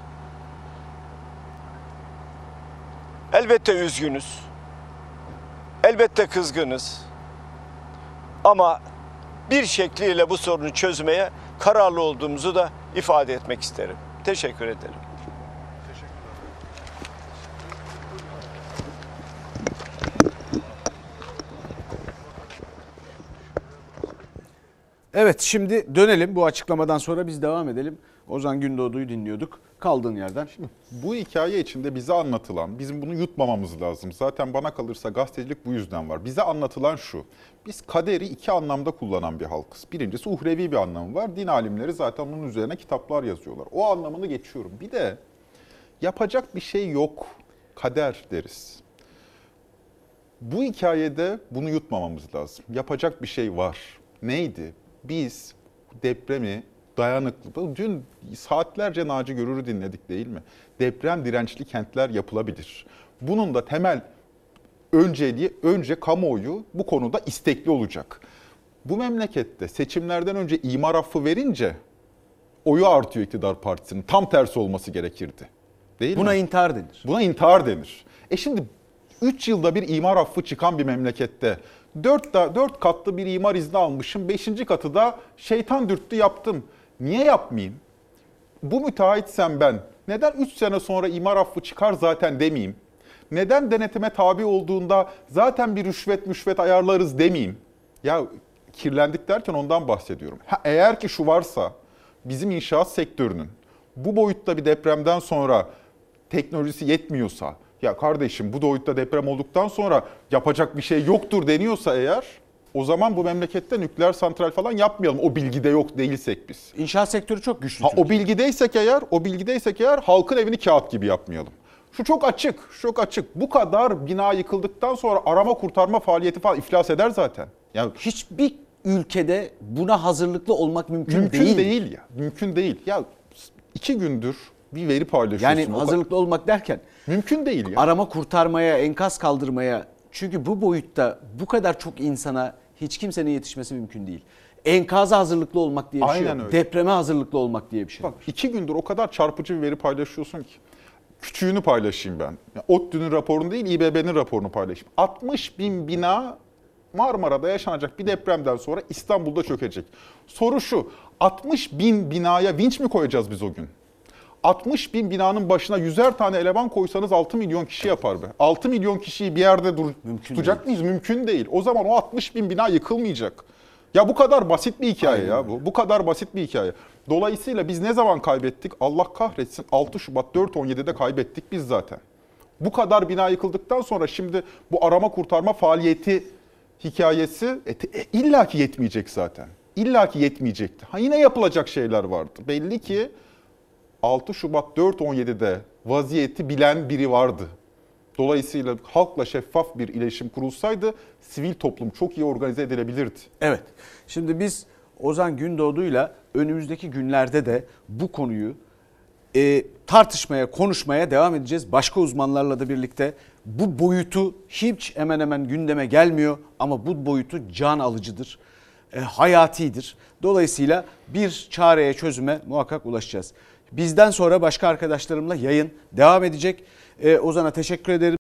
Elbette üzgünüz. Elbette kızgınız. Ama bir şekliyle bu sorunu çözmeye kararlı olduğumuzu da ifade etmek isterim. Teşekkür ederim. Evet, şimdi dönelim. Bu açıklamadan sonra biz devam edelim. Ozan Gündoğdu'yu dinliyorduk. Kaldığın yerden. Şimdi bu hikaye içinde bize anlatılan, bizim bunu yutmamamız lazım. Zaten bana kalırsa gazetecilik bu yüzden var. Bize anlatılan şu: biz kaderi iki anlamda kullanan bir halkız. Birincisi uhrevi bir anlamı var. Din alimleri zaten onun üzerine kitaplar yazıyorlar. O anlamını geçiyorum. Bir de yapacak bir şey yok, kader deriz. Bu hikayede bunu yutmamamız lazım. Yapacak bir şey var. Neydi? Biz depremi dayanıklı, dün saatlerce Naci Görür'ü dinledik değil mi? Deprem dirençli kentler yapılabilir. Bunun da temel önceliği, önce kamuoyu bu konuda istekli olacak. Bu memlekette seçimlerden önce imar affı verince oyu artıyor iktidar partisinin. Tam tersi olması gerekirdi. Değil Buna mi? intihar denir. Buna intihar denir. E şimdi üç yılda bir imar affı çıkan bir memlekette dört dört katlı bir imar izni almışım. beşinci katı da şeytan dürttü yaptım. Niye yapmayayım? Bu müteahhitsem ben neden üç sene sonra imar affı çıkar zaten demeyeyim? Neden denetime tabi olduğunda zaten bir rüşvet müşvet ayarlarız demeyeyim? Ya kirlendik derken ondan bahsediyorum. Ha, eğer ki şu varsa bizim inşaat sektörünün bu boyutta bir depremden sonra teknolojisi yetmiyorsa, ya kardeşim bu boyutta deprem olduktan sonra yapacak bir şey yoktur deniyorsa eğer, o zaman bu memlekette nükleer santral falan yapmayalım. O bilgide yok değilsek biz. İnşaat sektörü çok güçlü. Ha, o bilgideysek eğer, o bilgideysek eğer halkın evini kağıt gibi yapmayalım. Şu çok açık, şu çok açık. Bu kadar bina yıkıldıktan sonra arama kurtarma faaliyeti falan iflas eder zaten. Yani hiçbir ülkede buna hazırlıklı olmak mümkün, mümkün değil. Mümkün değil ya. Mümkün değil. Ya iki gündür bir veri paylaşıyorsun. Yani hazırlıklı olmak derken mümkün değil ya. Arama kurtarmaya, enkaz kaldırmaya, çünkü bu boyutta bu kadar çok insana hiç kimsenin yetişmesi mümkün değil. Enkaza hazırlıklı olmak diye bir Aynen şey yok. öyle. Depreme hazırlıklı olmak diye bir şey Bak iki gündür o kadar çarpıcı bir veri paylaşıyorsun ki. Küçüğünü paylaşayım ben. Yani ODTÜ'nün raporunu değil, İ B B'nin raporunu paylaşayım. altmış bin bina Marmara'da yaşanacak bir depremden sonra İstanbul'da çökecek. Soru şu, altmış bin binaya vinç mi koyacağız biz o gün? altmış bin binanın başına yüzer tane eleman koysanız altı milyon kişi yapar be. altı milyon kişiyi bir yerde dur Mümkün tutacak değil. mıyız? Mümkün değil. O zaman o altmış bin bina yıkılmayacak. Ya bu kadar basit bir hikaye Aynen. ya bu. Bu kadar basit bir hikaye. Dolayısıyla biz ne zaman kaybettik? Allah kahretsin altı Şubat dört on yedi'de kaybettik biz zaten. Bu kadar bina yıkıldıktan sonra şimdi bu arama kurtarma faaliyeti hikayesi e, e, illaki yetmeyecek zaten. İllaki yetmeyecekti. Ha, yine yapılacak şeyler vardı. Belli ki altı Şubat dört on yedi'de vaziyeti bilen biri vardı. Dolayısıyla halkla şeffaf bir iletişim kurulsaydı sivil toplum çok iyi organize edilebilirdi. Evet. Şimdi biz Ozan Gündoğdu'yla önümüzdeki günlerde de bu konuyu e, tartışmaya, konuşmaya devam edeceğiz. Başka uzmanlarla da birlikte bu boyutu hiç hemen hemen gündeme gelmiyor ama bu boyutu can alıcıdır, e, hayatidir. Dolayısıyla bir çareye, çözüme muhakkak ulaşacağız. Bizden sonra başka arkadaşlarımla yayın devam edecek. E, Ozan'a teşekkür ederim.